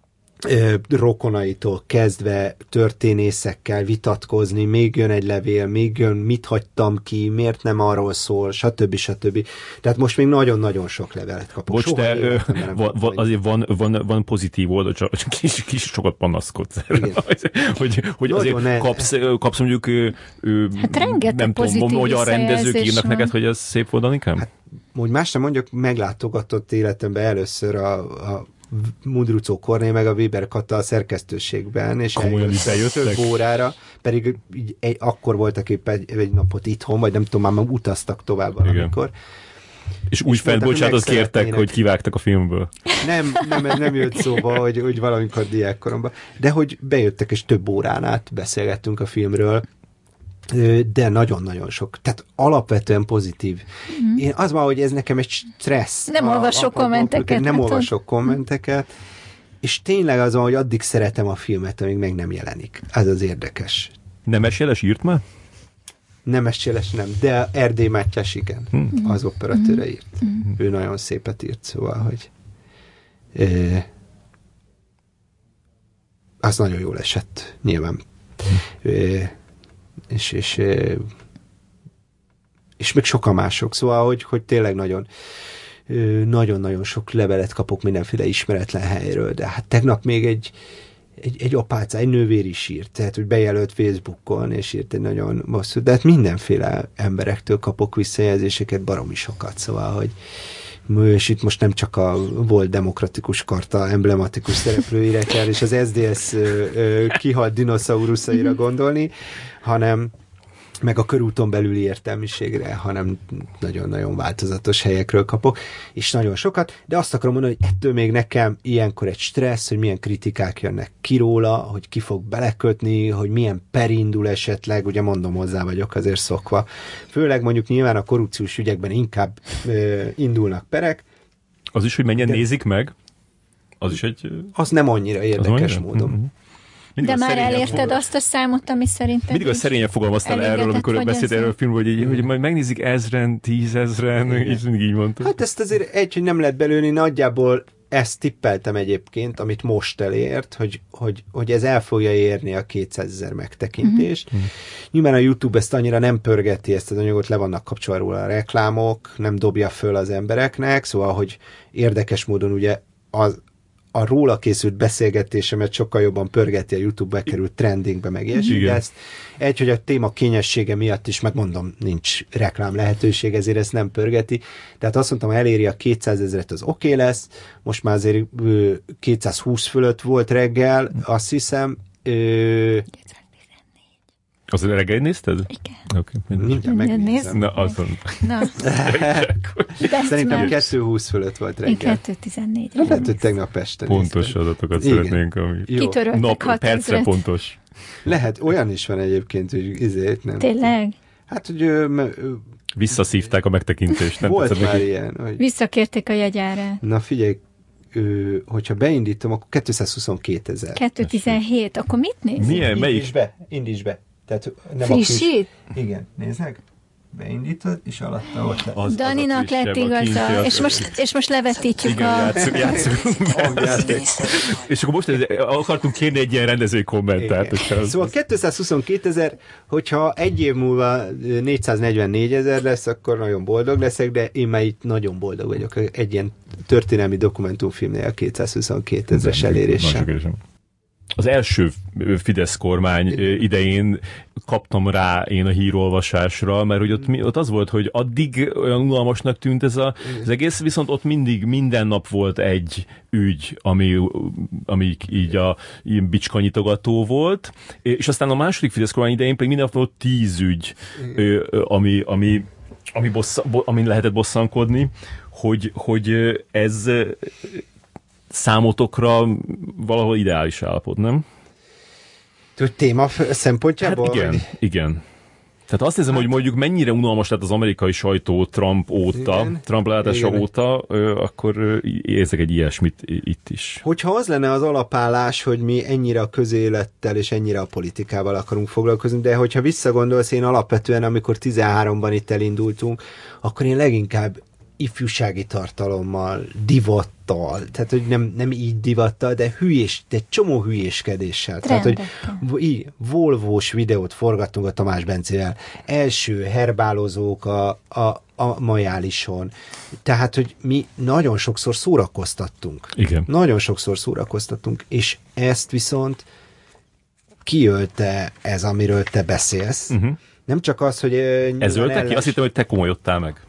[SPEAKER 3] rokonaitól kezdve történészekkel vitatkozni, még jön egy levél, még jön, mit hagytam ki, miért nem arról szól, stb. Tehát most még nagyon-nagyon sok levelet kapok.
[SPEAKER 1] Bocs, de azért van pozitív oldal, csak kis sokat panaszkodsz. hogy azért kapsz mondjuk nem tudom, magyar rendezők írnak neked, hogy ez szép volt, Anikám?
[SPEAKER 3] Hát, hogy más nem mondjuk, meglátogatott életemben először a Mundrucó Kornél meg a Weber Kata a szerkesztőségben, és több órára, pedig akkor voltak épp egy napot itthon, vagy nem tudom, már utaztak tovább valamikor.
[SPEAKER 1] És úgy felbocsátot kértek, hogy kivágtak a filmből.
[SPEAKER 3] Nem jött szóba, hogy valamikor diákkoromban. De hogy bejöttek, és több órán át beszélgettünk a filmről, de nagyon-nagyon sok. Tehát alapvetően pozitív. Én az van, hogy ez nekem egy stressz.
[SPEAKER 2] Nem olvasok kommenteket.
[SPEAKER 3] Nem olvasok kommenteket, és tényleg az van, hogy addig szeretem a filmet, amíg meg nem jelenik. Ez az érdekes.
[SPEAKER 1] Nemes Jeles írt már?
[SPEAKER 3] Nemes Jeles nem, de Erdély Mátyás igen. Az operatőre írt. Ő nagyon szépet írt, szóval, hogy az nagyon jól esett, nyilván. És még sokan mások. Szóval, hogy tényleg nagyon-nagyon sok levelet kapok mindenféle ismeretlen helyről, de hát tegnap még egy apáca, egy nővér is írt, tehát, hogy bejelölt Facebookon, és írt egy nagyon bosszú, de hát mindenféle emberektől kapok visszajelzéseket, baromi sokat, szóval, hogy és itt most nem csak a volt demokratikus karta emblematikus szereplőire kell, és az SZDSZ kihalt dinoszauruszaira gondolni, hanem meg a körúton belüli értelmiségre, hanem nagyon-nagyon változatos helyekről kapok, és nagyon sokat, de azt akarom mondani, hogy ettől még nekem ilyenkor egy stressz, hogy milyen kritikák jönnek ki róla, hogy ki fog belekötni, hogy milyen per indul esetleg, ugye mondom, hozzá vagyok azért szokva. Főleg mondjuk nyilván a korrupciós ügyekben inkább indulnak perek.
[SPEAKER 1] Az is, hogy mennyien nézik meg? Az is egy...
[SPEAKER 3] Az nem annyira érdekes módon.
[SPEAKER 1] Mm-hmm.
[SPEAKER 2] De már elérted azt a számot, ami szerinted...
[SPEAKER 1] Mindig a szerényen fogalmaztál erről, amikor beszélt erről a filmről, hogy majd megnézik 1000-en, 10 000-en, és mindig így mondtad.
[SPEAKER 3] Hát ezt azért hogy nem lehet belőni, nagyjából ezt tippeltem egyébként, amit most elért, hogy ez el fogja érni a 200 000 megtekintést. Mm-hmm. Nyilván a YouTube ezt annyira nem pörgeti, ezt az anyagot, le vannak kapcsolva róla a reklámok, nem dobja föl az embereknek, szóval, hogy érdekes módon ugye a róla készült beszélgetésemet sokkal jobban pörgeti a YouTube-ba került trendingbe meg ilyesmi, de ezt hogy a téma kényessége miatt is, megmondom, nincs reklám lehetőség, ezért ezt nem pörgeti. Tehát azt mondtam, ha eléri a 200 000-et, az oké lesz. Most már azért 220 fölött volt reggel, azt hiszem.
[SPEAKER 1] Az reggel nézted?
[SPEAKER 2] Igen.
[SPEAKER 1] Okay.
[SPEAKER 3] Mindjárt megnézem.
[SPEAKER 1] Na, azon.
[SPEAKER 2] Na.
[SPEAKER 3] Szerintem 220 fölött volt reggel.
[SPEAKER 2] Én 2:14.
[SPEAKER 3] Lehet, hogy tegnap este
[SPEAKER 1] pontos
[SPEAKER 3] néztem.
[SPEAKER 1] adatokat szeretnénk, ami
[SPEAKER 2] kitöröltek
[SPEAKER 1] percre pontos.
[SPEAKER 3] Lehet, olyan is van egyébként, hogy nem.
[SPEAKER 2] Tényleg?
[SPEAKER 3] Hát, hogy
[SPEAKER 1] visszaszívták a megtekintést. Nem
[SPEAKER 3] volt már ilyen. Hogy...
[SPEAKER 2] Visszakérték a jegyárát.
[SPEAKER 3] Na figyelj, hogyha beindítom, akkor 222 000.
[SPEAKER 2] 217, akkor mit néz?
[SPEAKER 1] Milyen? Melyik?
[SPEAKER 3] Indíts be. Tehát nem
[SPEAKER 2] frissít?
[SPEAKER 3] Igen, nézd meg. Beindítod, és alatta ott lesz.
[SPEAKER 2] Daninak lett igaza, és most levetítjük
[SPEAKER 1] igen, játszunk. És akkor most akartunk kérni egy ilyen rendezői kommentárt.
[SPEAKER 3] Szóval 222 000, hogyha egy év múlva 444 000 lesz, akkor nagyon boldog leszek, de én már itt nagyon boldog vagyok egy ilyen történelmi dokumentumfilmnél a 222 000-es eléréssel.
[SPEAKER 1] Az első Fidesz kormány idején kaptam rá én a hírolvasásra, mert hogy ott az volt, hogy addig olyan unalmasnak tűnt az egész, viszont ott mindig minden nap volt egy ügy, ami így ilyen bicskanyitogató volt, és aztán a második Fidesz kormány idején pedig minden nap volt 10 ügy, ami lehetett bosszankodni, hogy ez számotokra valahol ideális állapot, nem?
[SPEAKER 3] Hogy téma szempontjából?
[SPEAKER 1] Hát igen. Tehát azt hiszem, hogy mondjuk mennyire unalmas lett az amerikai sajtó Trump lelátása óta, akkor érzek egy ilyesmit itt is.
[SPEAKER 3] Hogyha az lenne az alapállás, hogy mi ennyire a közélettel és ennyire a politikával akarunk foglalkozni, de hogyha visszagondolsz, én alapvetően, amikor 13-ban itt elindultunk, akkor én leginkább ifjúsági tartalommal, divattal, tehát hogy nem így divattal, de csomó hülyéskedéssel. Tehát, hogy Volvós videót forgattunk a Tamás Bencével, első herbálozók a Majálison. Tehát, hogy mi nagyon sokszor szórakoztattunk.
[SPEAKER 1] Igen.
[SPEAKER 3] Nagyon sokszor szórakoztattunk, és ezt viszont kiölte ez, amiről te beszélsz. Uh-huh. Nem csak az, hogy...
[SPEAKER 1] Ez ölte ki? Azt hittem, hogy te komolyodtál meg.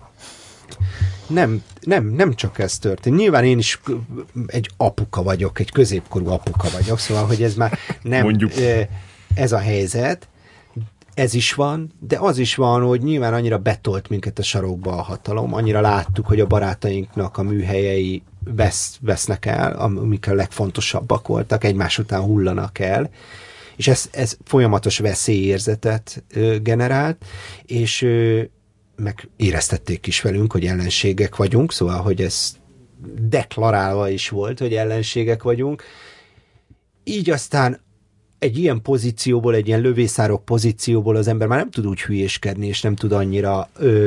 [SPEAKER 3] Nem csak ez történt. Nyilván én is egy apuka vagyok, egy középkorú apuka vagyok, szóval, hogy ez már nem mondjuk. Ez a helyzet, ez is van, de az is van, hogy nyilván annyira betolt minket a sarokba a hatalom, annyira láttuk, hogy a barátainknak a műhelyei vesznek el, amik a legfontosabbak voltak, egymás után hullanak el, és ez folyamatos veszélyérzetet generált, és meg éreztették is velünk, hogy ellenségek vagyunk, szóval, hogy ez deklarálva is volt, hogy ellenségek vagyunk. Így aztán egy ilyen pozícióból, egy ilyen lövészárok pozícióból az ember már nem tud úgy hülyéskedni, és nem tud annyira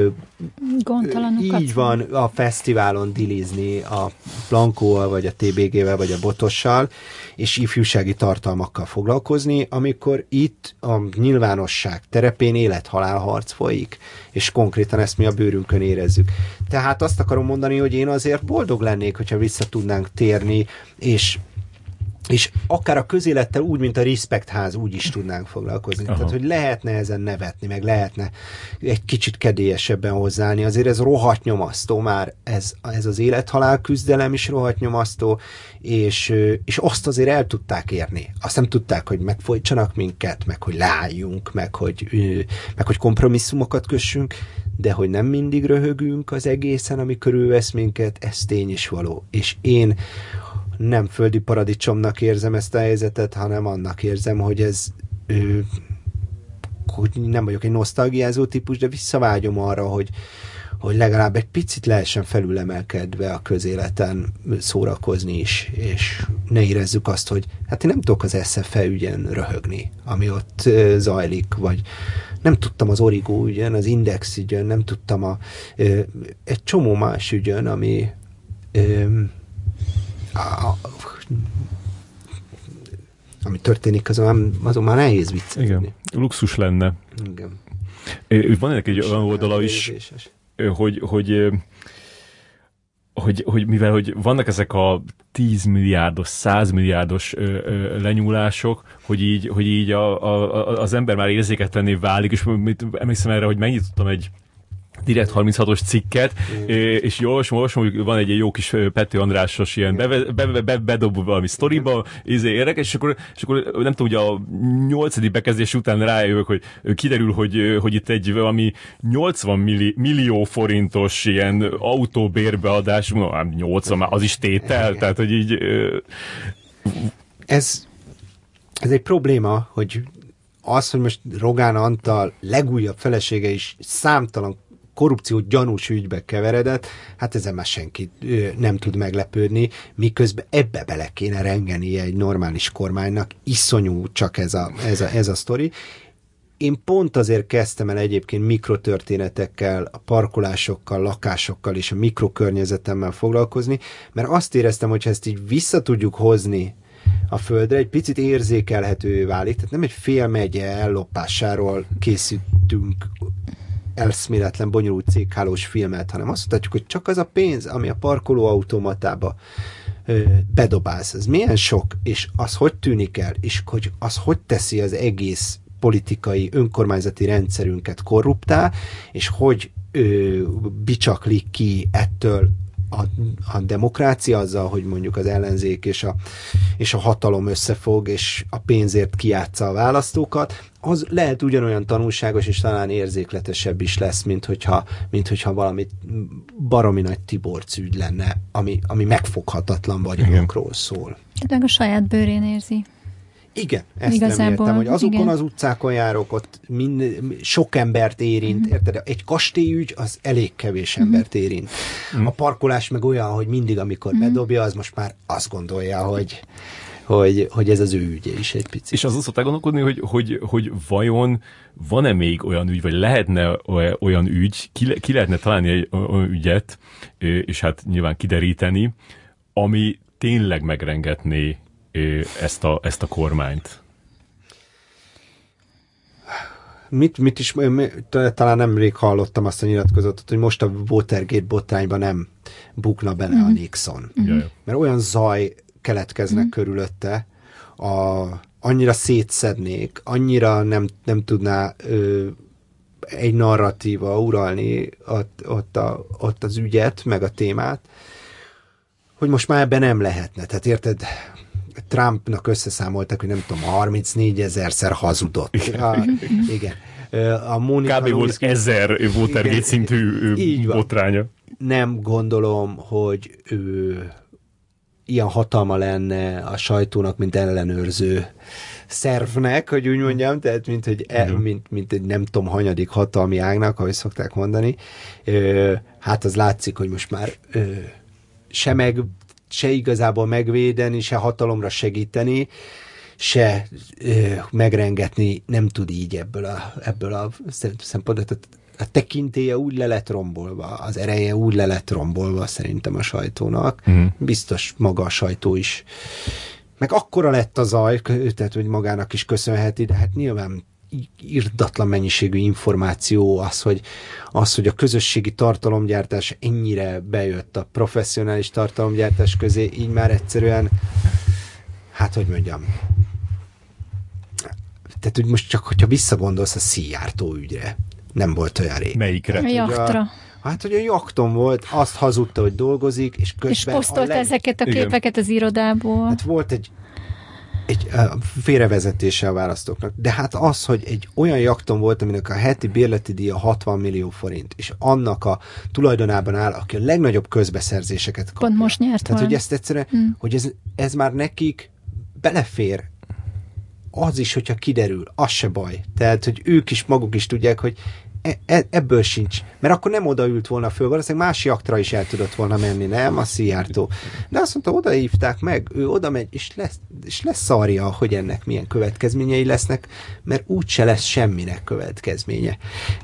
[SPEAKER 3] így van a fesztiválon dilizni a Blankóval, vagy a TBG-vel, vagy a Botossal, és ifjúsági tartalmakkal foglalkozni, amikor itt a nyilvánosság terepén élet-halál harc folyik, és konkrétan ezt mi a bőrünkön érezzük. Tehát azt akarom mondani, hogy én azért boldog lennék, hogyha vissza tudnánk térni, és és akár a közélettel úgy, mint a Respect ház, úgy is tudnánk foglalkozni. Tehát, hogy lehetne ezen nevetni, meg lehetne egy kicsit kedélyesebben hozzáállni. Azért ez rohadt nyomasztó már, ez az élethalál küzdelem is rohadt nyomasztó, és azt azért el tudták érni. Azt nem tudták, hogy megfojtsanak minket, meg hogy leálljunk, meg hogy kompromisszumokat kössünk, de hogy nem mindig röhögünk az egészen, ami körülvesz minket, ez tény is való. És én nem földi paradicsomnak érzem ezt a helyzetet, hanem annak érzem, hogy hogy nem vagyok egy nosztalgiázó típus, de visszavágyom arra, hogy legalább egy picit lehessen felülemelkedve a közéleten szórakozni is, és ne érezzük azt, hogy hát én nem tudok az SFE ügyen röhögni, ami ott zajlik, vagy nem tudtam az Origo ügyen, az Index ügyen, nem tudtam egy csomó más ügyön, ami ami történik, azon már nehéz viccelni.
[SPEAKER 1] Igen, luxus lenne.
[SPEAKER 3] Igen.
[SPEAKER 1] Van ennek egy olyan oldala is, hogy mivel hogy vannak ezek a 10 milliárdos, 100 milliárdos lenyúlások, hogy így az ember már érzéketlenné válik, és emlékszem erre, hogy megnyitottam egy Direkt 36-os cikket, és olvasom, hogy van egy jó kis Pető Andrásos ilyen bedob valami sztoriba, érdekes, és akkor nem tudom, hogy a 8. bekezdés után rájövök, hogy kiderül, hogy itt egy valami 80 millió forintos ilyen autóbérbeadás, 80, az is tétel, tehát, hogy így...
[SPEAKER 3] Ez egy probléma, hogy az, hogy most Rogán Antal legújabb felesége is számtalan korrupció gyanús ügybe keveredett, hát ezen már senki nem tud meglepődni, miközben ebbe bele kéne rengenie egy normális kormánynak, iszonyú csak ez a sztori. Én pont azért kezdtem el egyébként mikrotörténetekkel, a parkolásokkal, lakásokkal és a mikrokörnyezetemmel foglalkozni, mert azt éreztem, hogy ha ezt így vissza tudjuk hozni a földre, egy picit érzékelhetővé válik, tehát nem egy fél megye ellopásáról készítünk elszméletlen, bonyolult céghálós filmet, hanem azt mutatjuk, hogy csak az a pénz, ami a parkolóautomatába bedobálsz, az milyen sok, és az hogy tűnik el, és hogy az hogy teszi az egész politikai, önkormányzati rendszerünket korruptá, és hogy bicsaklik ki ettől a demokrácia azzal, hogy mondjuk az ellenzék és a hatalom összefog, és a pénzért kijátsza a választókat, az lehet ugyanolyan tanulságos, és talán érzékletesebb is lesz, mint hogyha valami baromi nagy Tiborcs ügy lenne, ami megfoghatatlan vagyonokról szól.
[SPEAKER 2] Tehát a saját bőrén érzi.
[SPEAKER 3] Igen, ezt igazából, nem értem, hogy azokon igen. Az utcákon járok, ott sok embert érint, érted? Egy kastélyügy, az elég kevés embert érint. A parkolás meg olyan, hogy mindig, amikor bedobja, az most már azt gondolja, hogy ez az ő ügye is egy picit.
[SPEAKER 1] És azon szokták gondolkodni, hogy vajon van-e még olyan ügy, vagy lehetne olyan ügy, ki lehetne találni egy olyan ügyet, és hát nyilván kideríteni, ami tényleg megrengetné ezt a kormányt.
[SPEAKER 3] Mit is, talán nemrég hallottam azt a nyilatkozatot, hogy most a Watergate botrányban nem bukna bele a Nixon. Mert olyan zaj keletkeznek körülötte, annyira szétszednék, annyira nem tudná egy narratíva uralni ott az ügyet, meg a témát, hogy most már ebben nem lehetne. Tehát érted, Trumpnak összeszámoltak, hogy nem tudom, 34 000-szer hazudott. Igen. A Monica
[SPEAKER 1] kb. Volt 1000 Watergate szintű botránya.
[SPEAKER 3] Nem gondolom, hogy ilyen hatalma lenne a sajtónak, mint ellenőrző szervnek, hogy úgy mondjam, tehát mint egy nem tudom hanyadik hatalmi ágnak, ahogy szokták mondani. Hát az látszik, hogy most már se igazából megvédeni, se hatalomra segíteni, se megrengetni nem tud így ebből a szempontból. A tekintélye úgy le lett rombolva, az ereje úgy le lett rombolva szerintem a sajtónak. Biztos maga a sajtó is. Meg akkora lett a zaj, tehát hogy magának is köszönheti, de hát nyilván irdatlan mennyiségű információ az, hogy a közösségi tartalomgyártás ennyire bejött a professzionális tartalomgyártás közé, így már egyszerűen hát hogy mondjam, tehát úgy most csak, hogyha visszagondolsz a Szijjártó ügyre, nem volt olyan rég.
[SPEAKER 1] Melyikre?
[SPEAKER 2] A jachtra.
[SPEAKER 3] Hát, hogy a jachton volt, azt hazudta, hogy dolgozik, és közben...
[SPEAKER 2] És posztolt ezeket a képeket az irodából.
[SPEAKER 3] Hát volt egy félrevezetése a választóknak. De hát az, hogy egy olyan jachton volt, aminek a heti bérleti díja 60 millió forint, és annak a tulajdonában áll, aki a legnagyobb közbeszerzéseket kapja.
[SPEAKER 2] Pont most nyert.
[SPEAKER 3] Tehát, hogy ezt egyszerűen, hogy ez már nekik belefér, az is, hogyha kiderül, az se baj. Tehát, hogy ők is maguk is tudják, hogy ebből sincs. Mert akkor nem odaült volna föl, valószínűleg más jaktra is el tudott volna menni, nem? A Szijjártó. De azt mondta, odaívták meg, ő oda megy, és lesz szarja, hogy ennek milyen következményei lesznek, mert úgyse lesz semminek következménye.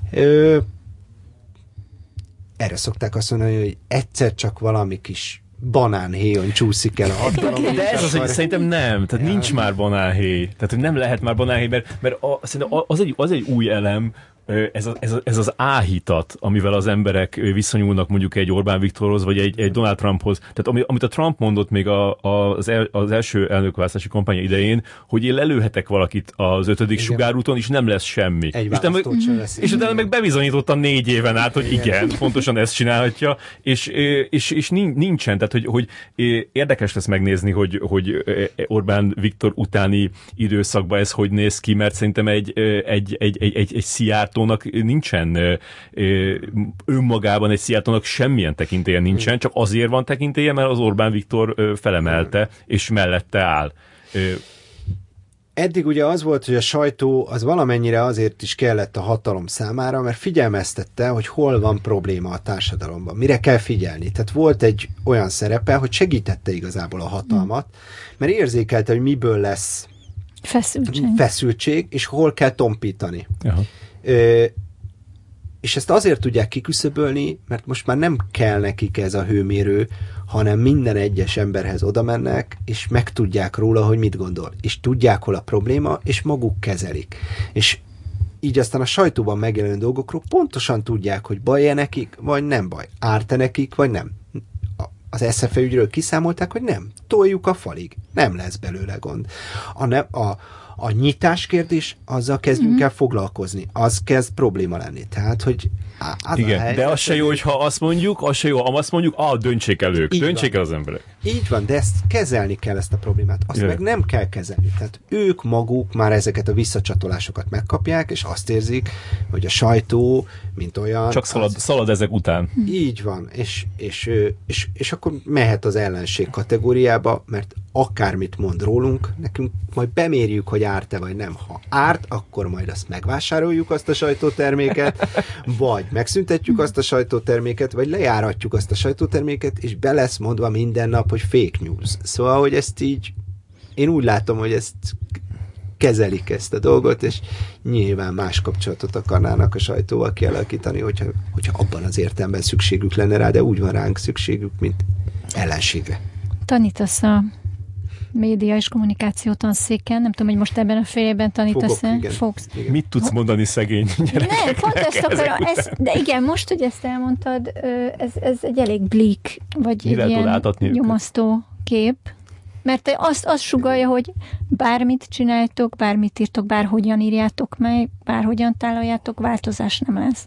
[SPEAKER 3] Erre szokták azt mondani, hogy egyszer csak valami kis banánhéjon csúszik el a hatalom.
[SPEAKER 1] De ez az, hogy szerintem nem. Tehát nincs már banánhéj. Tehát, hogy nem lehet már banánhéj, mert szerintem az egy új elem, ez az áhítat, amivel az emberek viszonyulnak mondjuk egy Orbán Viktorhoz, vagy egy Donald Trumphoz. Tehát amit a Trump mondott még az első elnökválasztási kampánya idején, hogy én lelőhetek valakit az 5. sugárúton, és nem lesz semmi. És utána meg bebizonyította 4 éven át, hogy igen, pontosan ezt csinálhatja, és nincsen. Tehát, hogy érdekes lesz megnézni, hogy Orbán Viktor utáni időszakban ez hogy néz ki, mert szerintem egy Szijjártónak nincsen önmagában, egy Szijjártónak semmilyen tekintélye nincsen, csak azért van tekintélye, mert az Orbán Viktor felemelte, és mellette áll.
[SPEAKER 3] Eddig ugye az volt, hogy a sajtó az valamennyire azért is kellett a hatalom számára, mert figyelmeztette, hogy hol van probléma a társadalomban, mire kell figyelni. Tehát volt egy olyan szerepe, hogy segítette igazából a hatalmat, mert érzékelte, hogy miből lesz feszültség, és hol kell tompítani. Aha. És ezt azért tudják kiküszöbölni, mert most már nem kell nekik ez a hőmérő, hanem minden egyes emberhez oda mennek, és megtudják róla, hogy mit gondol. És tudják, hol a probléma, és maguk kezelik. És így aztán a sajtóban megjelenő dolgokról pontosan tudják, hogy baj-e nekik, vagy nem baj. Árt-e nekik, vagy nem. Az SZFE ügyről kiszámolták, hogy nem. Toljuk a falig. Nem lesz belőle gond. A nyitás kérdés, azzal kezdjünk el foglalkozni. Az kezd probléma lenni. Tehát, hogy
[SPEAKER 1] igen, de az se jó, hogyha azt mondjuk, döntsék el ők, döntsék el az emberek.
[SPEAKER 3] Így van, de ezt kezelni kell, ezt a problémát. Azt meg nem kell kezelni. Tehát ők maguk már ezeket a visszacsatolásokat megkapják, és azt érzik, hogy a sajtó, mint olyan...
[SPEAKER 1] Csak szalad ezek után.
[SPEAKER 3] Így van, és akkor mehet az ellenség kategóriába, mert akármit mond rólunk, nekünk majd bemérjük, hogy árt-e vagy nem. Ha árt, akkor majd azt megvásároljuk, azt a sajtóterméket, vagy megszüntetjük azt a sajtóterméket, vagy lejáratjuk azt a sajtóterméket, és be lesz mondva minden nap, hogy fake news. Szóval, hogy ezt így, én úgy látom, hogy ezt kezelik ezt a dolgot, és nyilván más kapcsolatot akarnának a sajtóval kialakítani, hogyha abban az értelemben szükségük lenne rá, de úgy van ránk szükségük, mint ellenségre.
[SPEAKER 2] Tanítasz a média és kommunikáció tanszéken, nem tudom, hogy most ebben a fél évben tanítasz-e?
[SPEAKER 3] Fogsz. Igen.
[SPEAKER 1] Mit tudsz mondani szegény gyerekek?
[SPEAKER 2] Nem, pont ezt akarom, de igen, most, hogy ezt elmondtad, ez egy elég bleak, vagy egy ilyen nyomasztó kép, mert azt sugalja, hogy bármit csináltok, bármit írtok, bárhogyan írjátok meg, bárhogyan tálaljátok, változás nem lesz.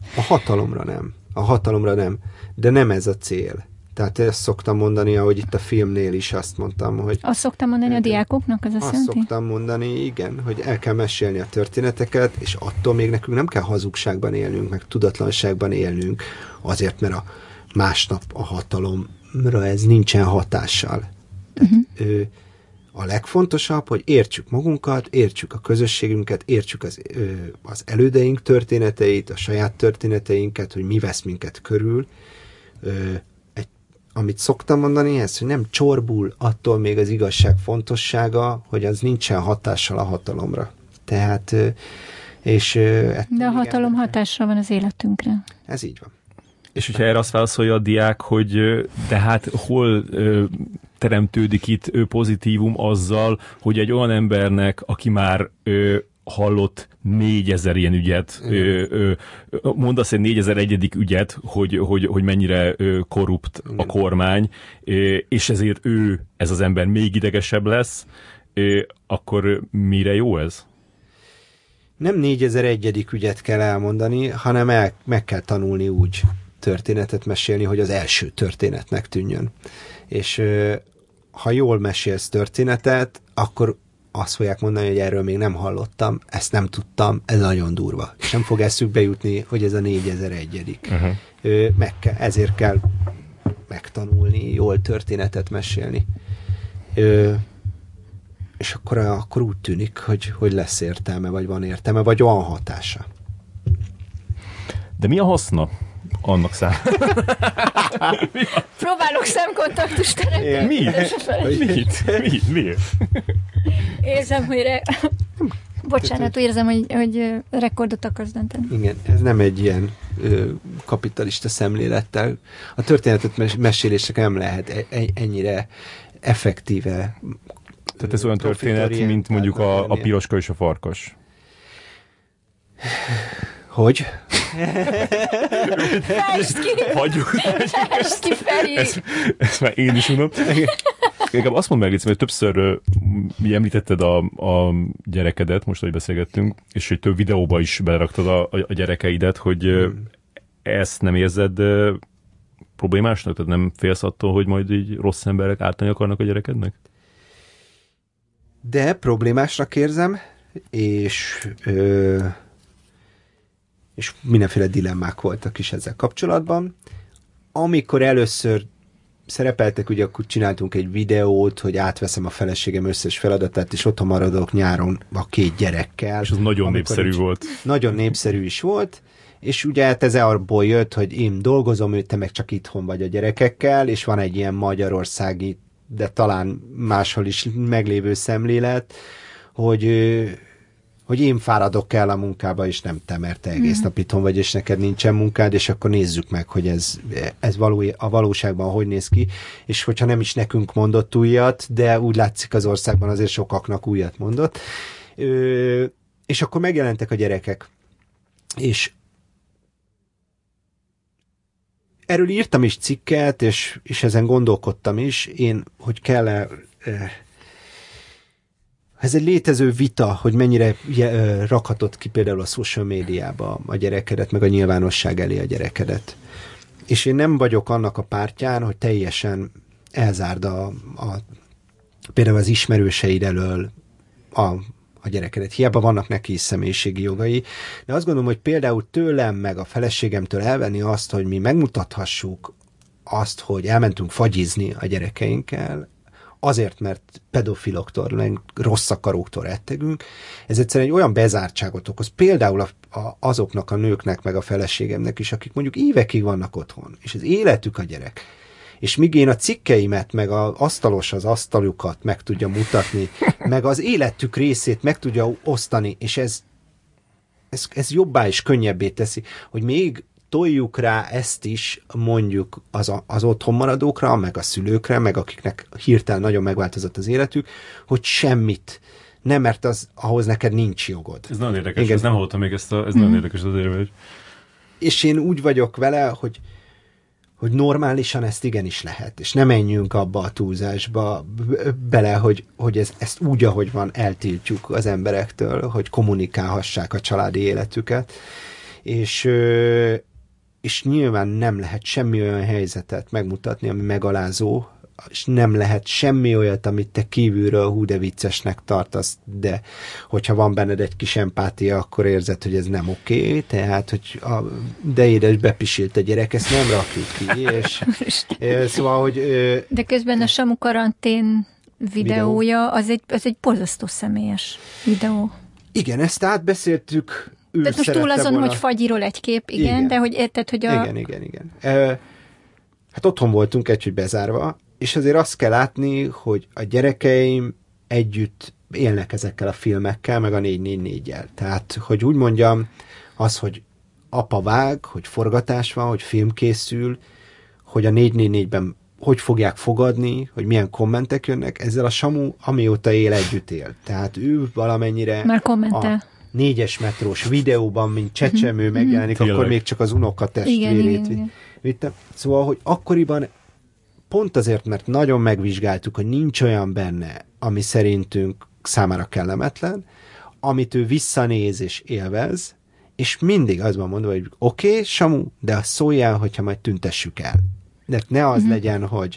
[SPEAKER 2] A hatalomra nem, de nem ez a cél. Tehát ezt szoktam mondani, ahogy itt a filmnél is azt mondtam, hogy... Azt szoktam mondani a diákoknak, az azt jelenti?
[SPEAKER 3] Azt szoktam mondani, igen, hogy el kell mesélni a történeteket, és attól még nekünk nem kell hazugságban élnünk, meg tudatlanságban élnünk, azért, mert a másnap a hatalomra ez nincsen hatással. Tehát, a legfontosabb, hogy értsük magunkat, értsük a közösségünket, értsük az elődeink történeteit, a saját történeteinket, hogy mi vesz minket körül, amit szoktam mondani, ez, hogy nem csorbul attól még az igazság fontossága, hogy az nincsen hatással a hatalomra. Tehát,
[SPEAKER 2] de a hatalom hatással van az életünkre.
[SPEAKER 3] Ez így van.
[SPEAKER 1] És hogyha erre azt válaszolja a diák, hogy de hát hol teremtődik itt pozitívum azzal, hogy egy olyan embernek, aki már hallott 4000 ilyen ügyet, mondasz egy 4001. ügyet, hogy mennyire korrupt a kormány, és ezért ez az ember még idegesebb lesz, Akkor mire jó ez?
[SPEAKER 3] Nem 4001. ügyet kell elmondani, hanem meg kell tanulni úgy történetet mesélni, hogy az első történetnek tűnjön. És ha jól mesélsz történetet, akkor azt fogják mondani, hogy erről még nem hallottam, ezt nem tudtam, ez nagyon durva. És nem fog eszükbe jutni, hogy ez a 4001. Ezért kell megtanulni, jól történetet mesélni. És akkor úgy tűnik, hogy lesz értelme, vagy van értelme, vagy van hatása.
[SPEAKER 1] De mi a haszna annak számára?
[SPEAKER 2] Próbálok szemkontaktust teremteni.
[SPEAKER 1] Miért?
[SPEAKER 2] Érzem, hogy bocsánat, érzem, hogy rekordot akarsz dönteni.
[SPEAKER 3] Igen, ez nem egy ilyen kapitalista szemlélettel. A történetet mesélések nem lehet ennyire effektíve.
[SPEAKER 1] Tehát ez olyan történet, mint mondjuk a piroska és a farkas.
[SPEAKER 3] Hogy?
[SPEAKER 2] Fest ki!
[SPEAKER 1] Hagyjuk.
[SPEAKER 2] Fest ki, Feri!
[SPEAKER 1] Ezt már én is mondom. Inkább azt mondd meg, Lici, hogy többször említetted a gyerekedet, most, hogy beszélgettünk, és hogy több videóba is beleraktad a gyerekeidet, hogy ezt nem érzed problémásnak? Tehát nem félsz attól, hogy majd így rossz emberek ártani akarnak a gyerekednek?
[SPEAKER 3] De problémásnak érzem, és mindenféle dilemmák voltak is ezzel kapcsolatban. Amikor először szerepeltek, ugye akkor csináltunk egy videót, hogy átveszem a feleségem összes feladatát, és otthon maradok nyáron a 2 gyerekkel.
[SPEAKER 1] És az nagyon népszerű volt.
[SPEAKER 3] Nagyon népszerű is volt, és ugye hát ez abból jött, hogy én dolgozom, te meg csak itthon vagy a gyerekekkel, és van egy ilyen magyarországi, de talán máshol is meglévő szemlélet, hogy én fáradok el a munkába, és nem te, mert te egész nap itthon vagy, és neked nincsen munkád, és akkor nézzük meg, hogy ez a valóságban hogy néz ki, és hogyha nem is nekünk mondott újat, de úgy látszik az országban azért sokaknak újat mondott. És akkor megjelentek a gyerekek, és erről írtam is cikket, és ezen gondolkodtam is, hogy kell-e ez egy létező vita, hogy mennyire rakhatod ki például a social médiába a gyerekedet, meg a nyilvánosság elé a gyerekedet. És én nem vagyok annak a pártján, hogy teljesen elzárd például az ismerőseid elől a gyerekedet. Hiába vannak neki is személyiségi jogai, de azt gondolom, hogy például tőlem meg a feleségemtől elvenni azt, hogy mi megmutathassuk azt, hogy elmentünk fagyizni a gyerekeinkkel, azért, mert pedofiloktól, meg rossz akaróktól rettegünk, ez egyszerűen egy olyan bezártságot okoz, például azoknak a nőknek, meg a feleségemnek is, akik mondjuk évekig vannak otthon, és az életük a gyerek. És míg én a cikkeimet, meg az asztalukat meg tudja mutatni, meg az életük részét meg tudja osztani, és ez jobbá és könnyebbé teszi, hogy még toljuk rá ezt is mondjuk az otthon maradókra, meg a szülőkre, meg akiknek hirtelen nagyon megváltozott az életük, hogy semmit. Nem, mert ahhoz neked nincs jogod.
[SPEAKER 1] Ez nagyon érdekes, igen. Ez nem hallottam még ez nagyon érdekes az érvelés. És
[SPEAKER 3] én úgy vagyok vele, hogy normálisan ezt igenis lehet, és nem menjünk abba a túlzásba bele, hogy ezt úgy, ahogy van, eltiltjuk az emberektől, hogy kommunikálhassák a családi életüket, és nyilván nem lehet semmi olyan helyzetet megmutatni, ami megalázó, és nem lehet semmi olyat, amit te kívülről hú de viccesnek tartasz, de hogyha van benned egy kis empátia, akkor érzed, hogy ez nem oké, tehát, hogy de édes bepisilt a gyerek, ezt nem rakjuk ki, és szóval, hogy...
[SPEAKER 2] De közben a Samu karantén videója, az egy borzasztó személyes videó.
[SPEAKER 3] Igen, ezt átbeszéltük.
[SPEAKER 2] Tehát most túl azon, hogy fagyról egy kép, igen, de hogy érted, hogy
[SPEAKER 3] Igen. Hát otthon voltunk hogy bezárva, és azért azt kell látni, hogy a gyerekeim együtt élnek ezekkel a filmekkel, meg a 444-jel. Tehát, hogy úgy mondjam, az, hogy apa vág, hogy forgatás van, hogy film készül, hogy a 444-ben hogy fogják fogadni, hogy milyen kommentek jönnek, ezzel a Samu amióta együtt él. Tehát ő valamennyire...
[SPEAKER 2] Már kommentel.
[SPEAKER 3] 4-es metrós videóban, mint csecsemő megjelenik, akkor még csak az unokatestvérét vittem. Szóval, hogy akkoriban pont azért, mert nagyon megvizsgáltuk, hogy nincs olyan benne, ami szerintünk számára kellemetlen, amit ő visszanéz és élvez, és mindig az van mondva, hogy oké, Samu, de azt szóljál, hogyha majd tüntessük el. De ne az legyen, hogy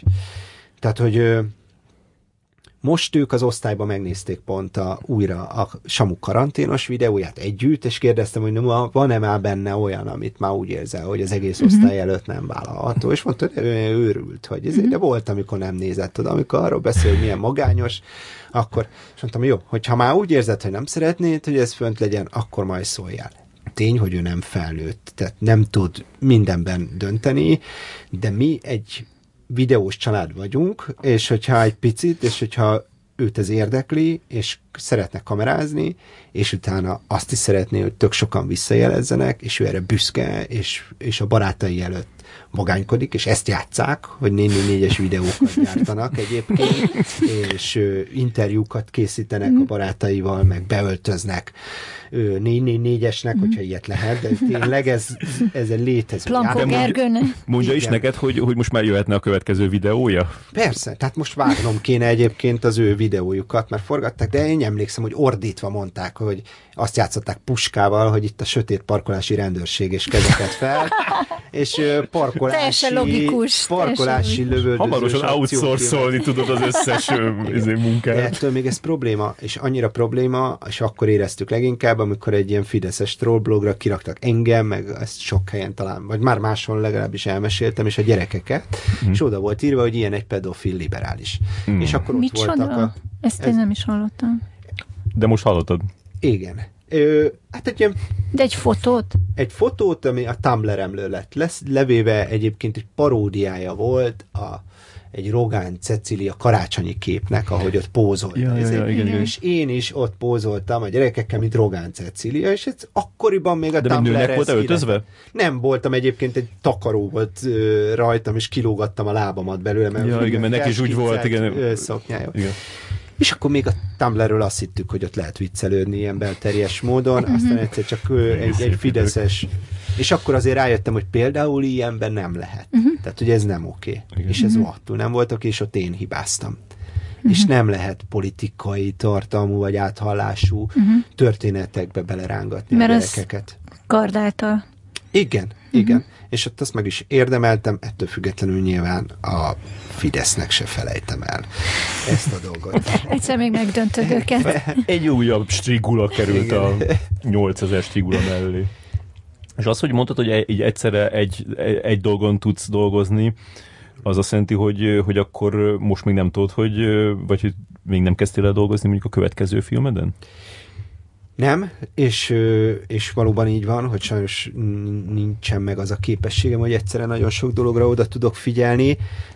[SPEAKER 3] most ők az osztályban megnézték pont újra a Samu karanténos videóját együtt, és kérdeztem, hogy van-e már benne olyan, amit már úgy érzel, hogy az egész osztály előtt nem vállalható, és mondta, hogy őrült, hogy ezért, de volt, amikor nem nézett oda, amikor arról beszél, hogy milyen magányos, akkor, és mondtam, jó, hogyha már úgy érzed, hogy nem szeretnéd, hogy ez fönt legyen, akkor majd szóljál. Tény, hogy ő nem felnőtt, tehát nem tud mindenben dönteni, de mi egy videós család vagyunk, és hogyha egy picit, és hogyha őt ez érdekli, és szeretne kamerázni, és utána azt is szeretné, hogy tök sokan visszajelezzenek, és ő erre büszke, és a barátai előtt magánykodik, és ezt játsszák, hogy 444-es videókat gyártanak egyébként, és interjúkat készítenek a barátaival, meg beöltöznek 444-esnek, hogyha ilyet lehet, de tényleg ez egy létező.
[SPEAKER 2] Plankó Gergőnek.
[SPEAKER 1] Mondja is neked, hogy most már jöhetne a következő videója?
[SPEAKER 3] Persze, tehát most vágnom kéne egyébként az ő videójukat, mert forgatták, de én emlékszem, hogy ordítva mondták, hogy azt játszották puskával, hogy itt a sötét parkolási rendőrség és kezeket fel, és parkolási lövöldözős.
[SPEAKER 1] Hamarosan outsourcolni tudod az összes munkát.
[SPEAKER 3] De ettől még ez probléma, és annyira probléma, és akkor éreztük leginkább, amikor egy ilyen fideszes trollblogra kiraktak engem, meg ezt sok helyen talán, vagy már máshol legalábbis elmeséltem, és a gyerekeket, és oda volt írva, hogy ilyen egy pedofil liberális. És akkor ott voltak
[SPEAKER 2] Ezt én nem is hallottam.
[SPEAKER 1] De most hallottad?
[SPEAKER 3] Igen. Hát egy ilyen...
[SPEAKER 2] De egy fotót?
[SPEAKER 3] Egy fotót, ami a Tumblr-emről lett levéve, egyébként egy paródiája volt egy Rogán Cecília karácsonyi képnek, ahogy ott pózolt.
[SPEAKER 1] Igen.
[SPEAKER 3] És én is ott pózoltam a gyerekekkel, mint Rogán Cecília, és ez akkoriban még a
[SPEAKER 1] Tumblr-re... De még nőnek volt öltözve?
[SPEAKER 3] Nem voltam, egyébként egy takaró volt rajtam, és kilógattam a lábamat belőle.
[SPEAKER 1] Mert neki is úgy volt, igen.
[SPEAKER 3] Szoknyája. Igen. És akkor még a Tumblrről azt hittük, hogy ott lehet viccelődni ilyen belterjes módon, aztán egyszer csak egy fideszes, és akkor azért rájöttem, hogy például ilyenben nem lehet. Tehát, hogy ez nem oké. És ez rohadtul nem volt oké, és ott én hibáztam. És nem lehet politikai tartalmú vagy áthallású történetekbe belerángatni a gyerekeket.
[SPEAKER 2] Kard által.
[SPEAKER 3] Igen. És ott azt meg is érdemeltem, ettől függetlenül nyilván a Fidesznek se felejtem el ezt a dolgot.
[SPEAKER 2] Egyszer még megdöntöd őket.
[SPEAKER 1] Egy újabb strigula került a 8000 strigula mellé. És az, hogy mondtad, hogy így egyszerre egy dolgon tudsz dolgozni, az azt jelenti, hogy akkor most még nem tudod, vagy hogy még nem kezdtél el dolgozni mondjuk a következő filmeden?
[SPEAKER 3] Nem, és valóban így van, hogy sajnos nincsen meg az a képességem, hogy egyszerre nagyon sok dologra oda tudok figyelni,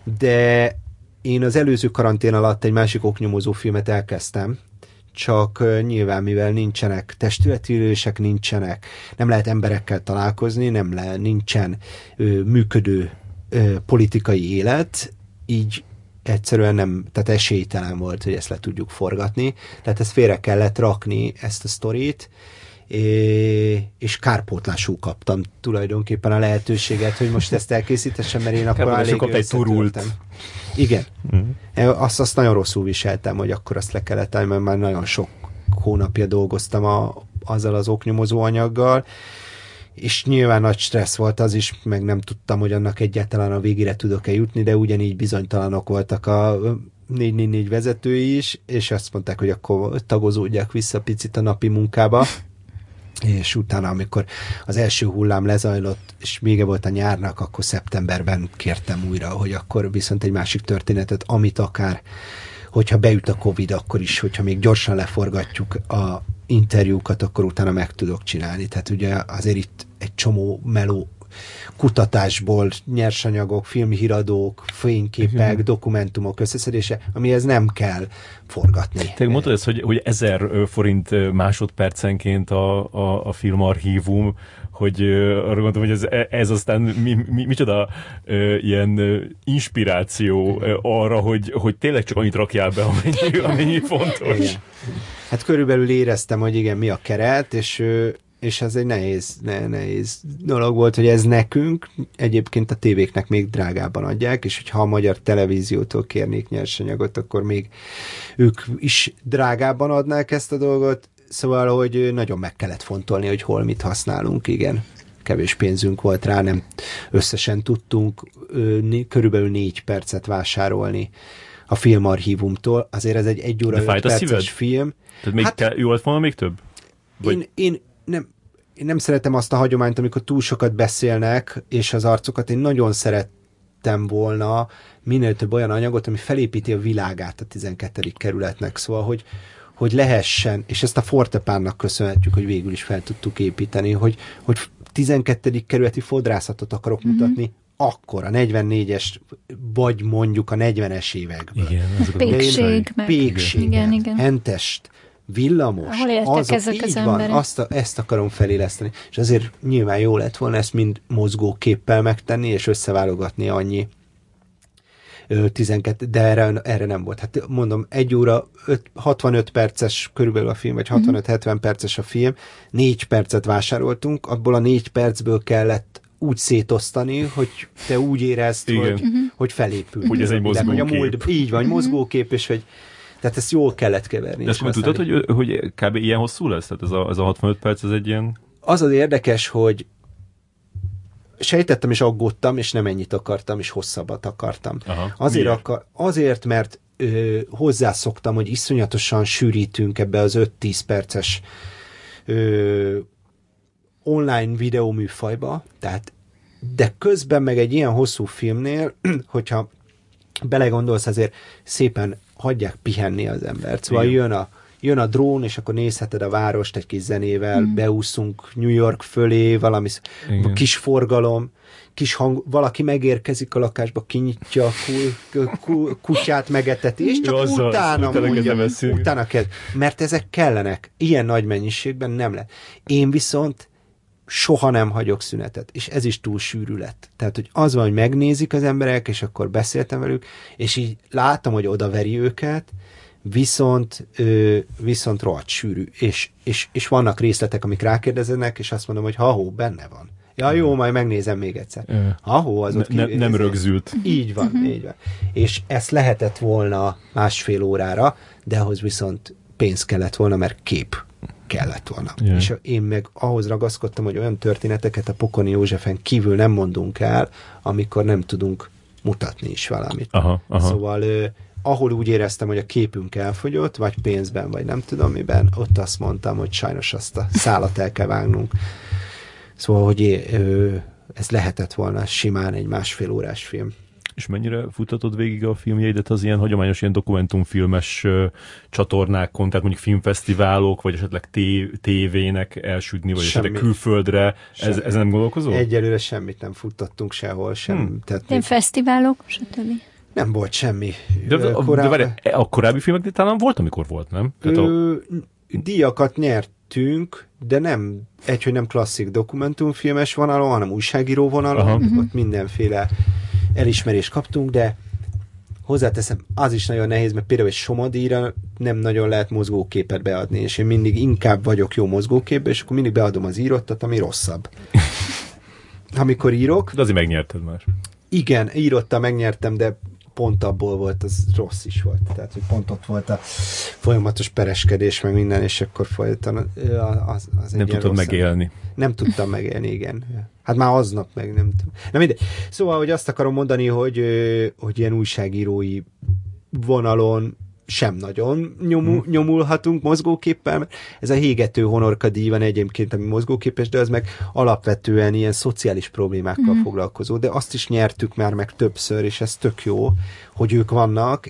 [SPEAKER 3] de én az előző karantén alatt egy másik oknyomozó filmet elkezdtem, csak nyilván, mivel nincsenek testületi ülések, nincsenek, nem lehet emberekkel találkozni, nincsen működő politikai élet, így egyszerűen nem, tehát esélytelen volt, hogy ezt le tudjuk forgatni. Tehát ezt félre kellett rakni, ezt a sztorit, és kárpótlású kaptam tulajdonképpen a lehetőséget, hogy most ezt elkészítessem, mert én akkor elég
[SPEAKER 1] összetörtem.
[SPEAKER 3] Igen. Azt nagyon rosszul viseltem, hogy akkor azt le kellett állni, mert már nagyon sok hónapja dolgoztam azzal az oknyomozó anyaggal, és nyilván nagy stressz volt az is, meg nem tudtam, hogy annak egyáltalán a végére tudok-e jutni, de ugyanígy bizonytalanok voltak a 444 vezetői is, és azt mondták, hogy akkor tagozódjak vissza picit a napi munkába, és utána, amikor az első hullám lezajlott, és vége volt a nyárnak, akkor szeptemberben kértem újra, hogy akkor viszont egy másik történetet, amit akár, hogyha beüt a Covid, akkor is, hogyha még gyorsan leforgatjuk a interjúkat, akkor utána meg tudok csinálni. Tehát ugye azért itt egy csomó meló kutatásból, nyersanyagok, filmhíradók, fényképek, dokumentumok összeszedése, amihez nem kell forgatni.
[SPEAKER 1] Te mondtad ezt, hogy 1000 forint másodpercenként a filmarchívum, hogy arra gondolom, hogy ez aztán micsoda ilyen inspiráció arra, hogy tényleg csak annyit rakjál be, amennyi fontos.
[SPEAKER 3] Igen. Hát körülbelül éreztem, hogy igen, mi a keret, és és ez egy nehéz dolog volt, hogy ez nekünk, egyébként a tévéknek még drágában adják, és hogyha a magyar televíziótól kérnék nyersanyagot, akkor még ők is drágában adnák ezt a dolgot, szóval, hogy nagyon meg kellett fontolni, hogy hol mit használunk, igen. Kevés pénzünk volt rá, nem összesen tudtunk körülbelül 4 percet vásárolni a filmarchívumtól. Azért ez egy 1 óra 5 perces film.
[SPEAKER 1] Tehát jó volt volna még több?
[SPEAKER 3] Én nem szeretem azt a hagyományt, amikor túl sokat beszélnek, és az arcokat. Én nagyon szerettem volna minél több olyan anyagot, ami felépíti a világát a 12. kerületnek. Szóval, hogy lehessen, és ezt a Fortepánnak köszönhetjük, hogy végül is fel tudtuk építeni, hogy 12. kerületi fodrászatot akarok mutatni, akkor a 44-es, vagy mondjuk a 40-es évekből.
[SPEAKER 2] Igen,
[SPEAKER 3] Pékség,
[SPEAKER 2] igen.
[SPEAKER 3] Hentest, villamos,
[SPEAKER 2] ahol éltek ezek az emberek.
[SPEAKER 3] Ezt akarom feléleszteni. És azért nyilván jó lett volna ezt mind mozgóképpel megtenni, és összeválogatni annyi 12, de erre nem volt. Hát mondom, 1 óra 65 perces körülbelül a film, vagy 65-70 perces a film, 4 percet vásároltunk, abból a 4 percből kellett úgy szétosztani, hogy te úgy érezd, hogy felépül.
[SPEAKER 1] Hogy ez egy mozgókép.
[SPEAKER 3] Így van, mozgókép, és hogy tehát ezt jól kellett keverni.
[SPEAKER 1] De ezt majd tudod, hogy kb. Ilyen hosszú lesz? Tehát ez a 65 perc, ez egy ilyen...
[SPEAKER 3] Az érdekes, hogy sejtettem és aggódtam, és nem ennyit akartam, és hosszabbat akartam.
[SPEAKER 1] Aha,
[SPEAKER 3] azért, mert hozzászoktam, hogy iszonyatosan sűrítünk ebbe az 5-10 perces online videó műfajba, tehát, de közben meg egy ilyen hosszú filmnél, hogyha belegondolsz, azért szépen hagyják pihenni az embert. Szóval jön a drón, és akkor nézheted a várost egy kis zenével, beúszunk New York fölé, valami kis forgalom, kis hang, valaki megérkezik a lakásba, kinyitja a kutyát, megeteti, és csak utána kezd. Mert ezek kellenek. Ilyen nagy mennyiségben nem lehet. Én viszont soha nem hagyok szünetet, és ez is túl sűrű lett. Tehát, hogy az van, hogy megnézik az emberek, és akkor beszéltem velük, és így látom, hogy odaveri őket, viszont rohadt sűrű, és vannak részletek, amik rákérdezenek, és azt mondom, hogy ha-hó, benne van. Ja, jó, majd megnézem még egyszer. Ha-hó, az ott
[SPEAKER 1] nem rögzült.
[SPEAKER 3] Így van, így van. És ezt lehetett volna 1,5 órára, de ahhoz viszont pénz kellett volna, mert kép kellett volna. Yeah. És én meg ahhoz ragaszkodtam, hogy olyan történeteket a Pokoni Józsefen kívül nem mondunk el, amikor nem tudunk mutatni is valamit.
[SPEAKER 1] Aha.
[SPEAKER 3] Szóval ahol úgy éreztem, hogy a képünk elfogyott, vagy pénzben, vagy nem tudom miben, ott azt mondtam, hogy sajnos azt a szálat el kell vágnunk. Szóval, hogy ez lehetett volna simán egy 1,5 órás film.
[SPEAKER 1] És mennyire futtatod végig a filmjeidet az ilyen hagyományos ilyen dokumentumfilmes csatornákon, tehát mondjuk filmfesztiválok, vagy esetleg tévének elsütni, vagy esetleg külföldre, ez nem gondolkozol?
[SPEAKER 3] Egyelőre semmit nem futtattunk sehol sem.
[SPEAKER 2] Tehát fesztiválok, stb.
[SPEAKER 3] Nem volt semmi.
[SPEAKER 1] De a korábbi filmek talán volt, amikor volt, nem?
[SPEAKER 3] Díjakat nyertünk, de nem hogy nem klasszik dokumentumfilmes vonalon, hanem újságíró vonalon. Ott mindenféle elismerést kaptunk, de hozzáteszem, az is nagyon nehéz, mert például egy Somadíjra nem nagyon lehet mozgóképet beadni, és én mindig inkább vagyok jó mozgóképbe, és akkor mindig beadom az írottat, ami rosszabb. Amikor írok...
[SPEAKER 1] De azért megnyerted már.
[SPEAKER 3] Igen, írottal megnyertem, de pont abból volt, az rossz is volt. Tehát, hogy pont ott volt a folyamatos pereskedés, meg minden, és akkor folyton az
[SPEAKER 1] nem tudtad megélni.
[SPEAKER 3] Nem tudtam megélni, igen. Hát már aznap meg nem tudom. Na mindegy. Szóval, hogy azt akarom mondani, hogy ilyen újságírói vonalon sem nagyon nyomulhatunk mozgóképpel. Ez a Hégető Honorka díj van egyébként, ami mozgóképes, de az meg alapvetően ilyen szociális problémákkal foglalkozó, de azt is nyertük már meg többször, és ez tök jó, hogy ők vannak,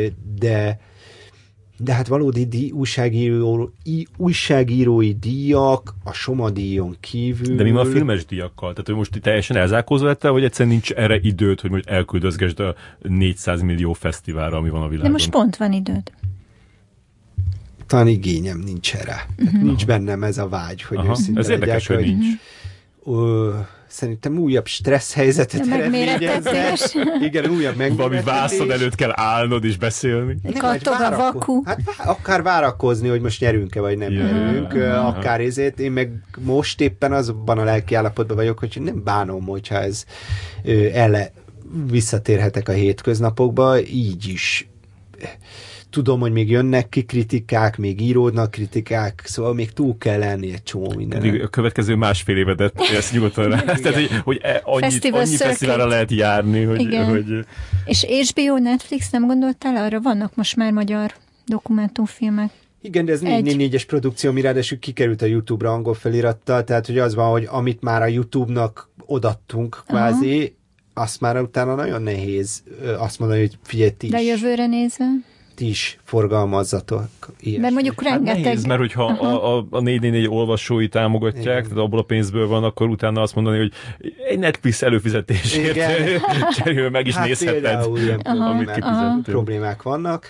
[SPEAKER 3] de hát valódi újságírói díjak a Soma díjon kívül...
[SPEAKER 1] De mi van a filmes díjakkal? Tehát, hogy most teljesen elzárkózva lettel, vagy egyszerűen nincs erre időd, hogy most elküldözgesd a 400 millió fesztiválra, ami van a világon?
[SPEAKER 2] De most pont van időd.
[SPEAKER 3] Talán igényem nincs erre. Nincs bennem ez a vágy, hogy őszinte
[SPEAKER 1] ez érdekes, hogy nincs.
[SPEAKER 3] szerintem újabb stressz helyzetet eredményezne. Igen, újabb megmérettetés.
[SPEAKER 1] Valami vászon előtt kell állnod és beszélni.
[SPEAKER 2] Kattog a vaku.
[SPEAKER 3] Hát akár várakozni, hogy most nyerünk-e, vagy nem nyerünk. Akár ezért. Én meg most éppen azban a lelki állapotban vagyok, hogy nem bánom, hogyha ez visszatérhetek a hétköznapokba, így is. Tudom, hogy még jönnek ki kritikák, még íródnak kritikák, szóval még túl kell lenni egy csomó minden.
[SPEAKER 1] Pedig a következő másfél évedet ezt nyugodtan rá. Tehát, hogy annyi fesztiválra lehet járni, hogy...
[SPEAKER 2] És HBO, Netflix, nem gondoltál arra? Vannak most már magyar dokumentumfilmek.
[SPEAKER 3] Igen, de ez 4-4-es produkció, mi ráadásul kikerült a YouTube-ra angol felirattal, tehát hogy az van, hogy amit már a YouTube-nak odattunk kvázi, azt már utána nagyon nehéz azt mondani, hogy figyelj, ti is.
[SPEAKER 2] De jövőre nézve?
[SPEAKER 3] Ti is forgalmazzatok. Ilyesmi.
[SPEAKER 2] Mert mondjuk rengeteg...
[SPEAKER 1] Nehéz, mert hogyha a 444 olvasói támogatják, tehát abból a pénzből van, akkor utána azt mondani, hogy egy Netflix előfizetésért cserél meg is nézheted, amit kifizettél.
[SPEAKER 3] Problémák vannak.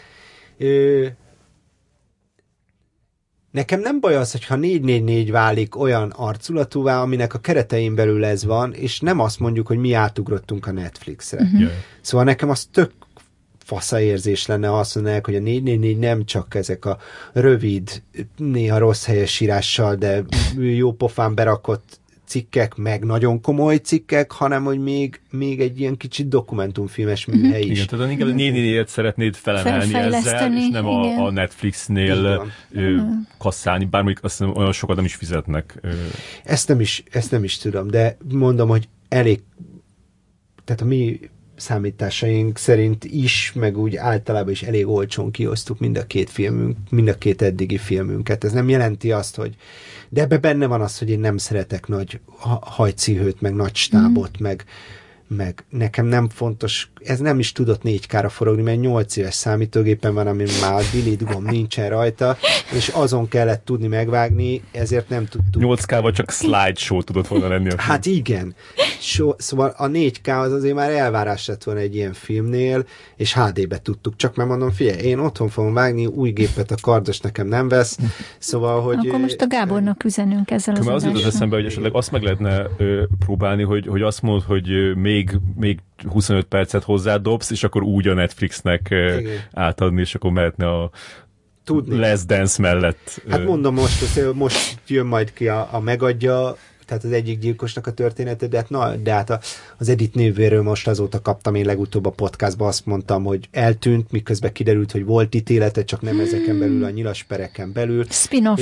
[SPEAKER 3] Nekem nem baj az, hogyha 444 válik olyan arculatúvá, aminek a keretein belül ez van, és nem azt mondjuk, hogy mi átugrottunk a Netflixre. Szóval nekem az tök faszaérzés lenne, azt mondanák, hogy a 444 nem csak ezek a rövid, néha rossz helyesírással, de jó pofán berakott cikkek, meg nagyon komoly cikkek, hanem hogy még egy ilyen kicsit dokumentumfilmes műhely is.
[SPEAKER 1] Igen, tehát inkább a 444-et szeretnéd felemelni ezzel, és nem a Netflixnél kasszálni, bár mondjuk azt hiszem, olyan sokat nem is fizetnek.
[SPEAKER 3] Ezt nem is tudom, de mondom, hogy elég, tehát a mi számításaink szerint is, meg úgy általában is elég olcsón kiosztuk mind a két eddigi filmünket. Ez nem jelenti azt, hogy de ebbe benne van az, hogy én nem szeretek nagy hajcihőt, meg nagy stábot, meg nekem nem fontos, ez nem is tudott 4K-ra forogni, mert 8 éves számítógépen van, ami már a delete gomb nincsen rajta, és azon kellett tudni megvágni, ezért nem tudtuk.
[SPEAKER 1] 8K-val csak slideshow tudott volna lenni a film.
[SPEAKER 3] Hát igen. Szóval a 4K az azért már elvárás lett volna egy ilyen filmnél, és HD-be tudtuk. Csak már mondom, figyelj, én otthon fogom vágni, új gépet a kardos nekem nem vesz, szóval, hogy...
[SPEAKER 2] Akkor most a Gábornak üzenünk ezzel az
[SPEAKER 1] adással. Az jutott eszembe, hogy esetleg azt meg lehetne próbálni, hogy azt mondod, hogy még 25 percet hozzádobsz, és akkor úgy a Netflixnek átadni, és akkor mehetne a Last Dance mellett.
[SPEAKER 3] Hát mondom, most jön majd ki a megadja, tehát az egyik gyilkosnak a története, de hát az Edith nővéről most azóta kaptam én legutóbb a podcastban, azt mondtam, hogy eltűnt, miközben kiderült, hogy volt ítélete, csak nem ezeken belül, a nyilaspereken belül.
[SPEAKER 2] Spin-off.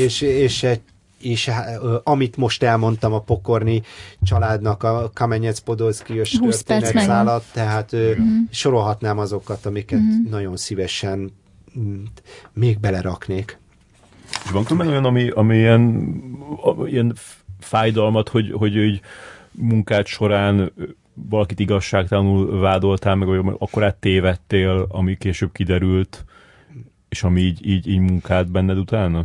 [SPEAKER 3] És amit most elmondtam a Pokorni családnak a Kamenyec-Podolszky-ös történetszálat, tehát sorolhatnám azokat, amiket nagyon szívesen még beleraknék.
[SPEAKER 1] És van tudom olyan, ami ilyen fájdalmat, hogy munkád során valakit igazságtalanul vádoltál, meg akkor tévedtél, ami később kiderült, és ami így munkád benned utána?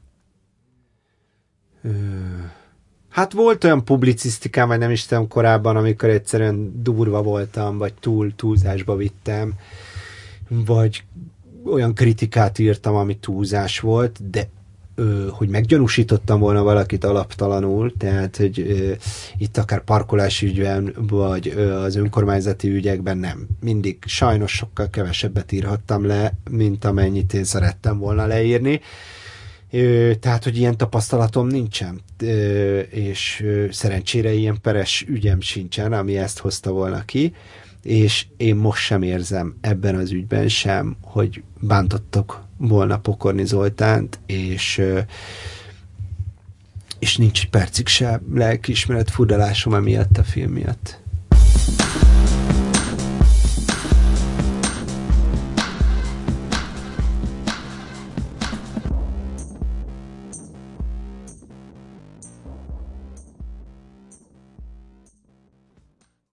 [SPEAKER 3] Hát volt olyan publicisztikám, vagy nem is tudom korábban, amikor egyszerűen durva voltam, vagy túlzásba vittem, vagy olyan kritikát írtam, ami túlzás volt, de hogy meggyanúsítottam volna valakit alaptalanul, tehát, hogy itt akár parkolási ügyben, vagy az önkormányzati ügyekben nem. Mindig sajnos sokkal kevesebbet írhattam le, mint amennyit én szerettem volna leírni. Tehát, hogy ilyen tapasztalatom nincsen, és szerencsére ilyen peres ügyem sincsen, ami ezt hozta volna ki, és én most sem érzem ebben az ügyben sem, hogy bántottak volna Pokorni Zoltánt, és nincs egy percig se lelkiismeret furdalásom emiatt a film miatt.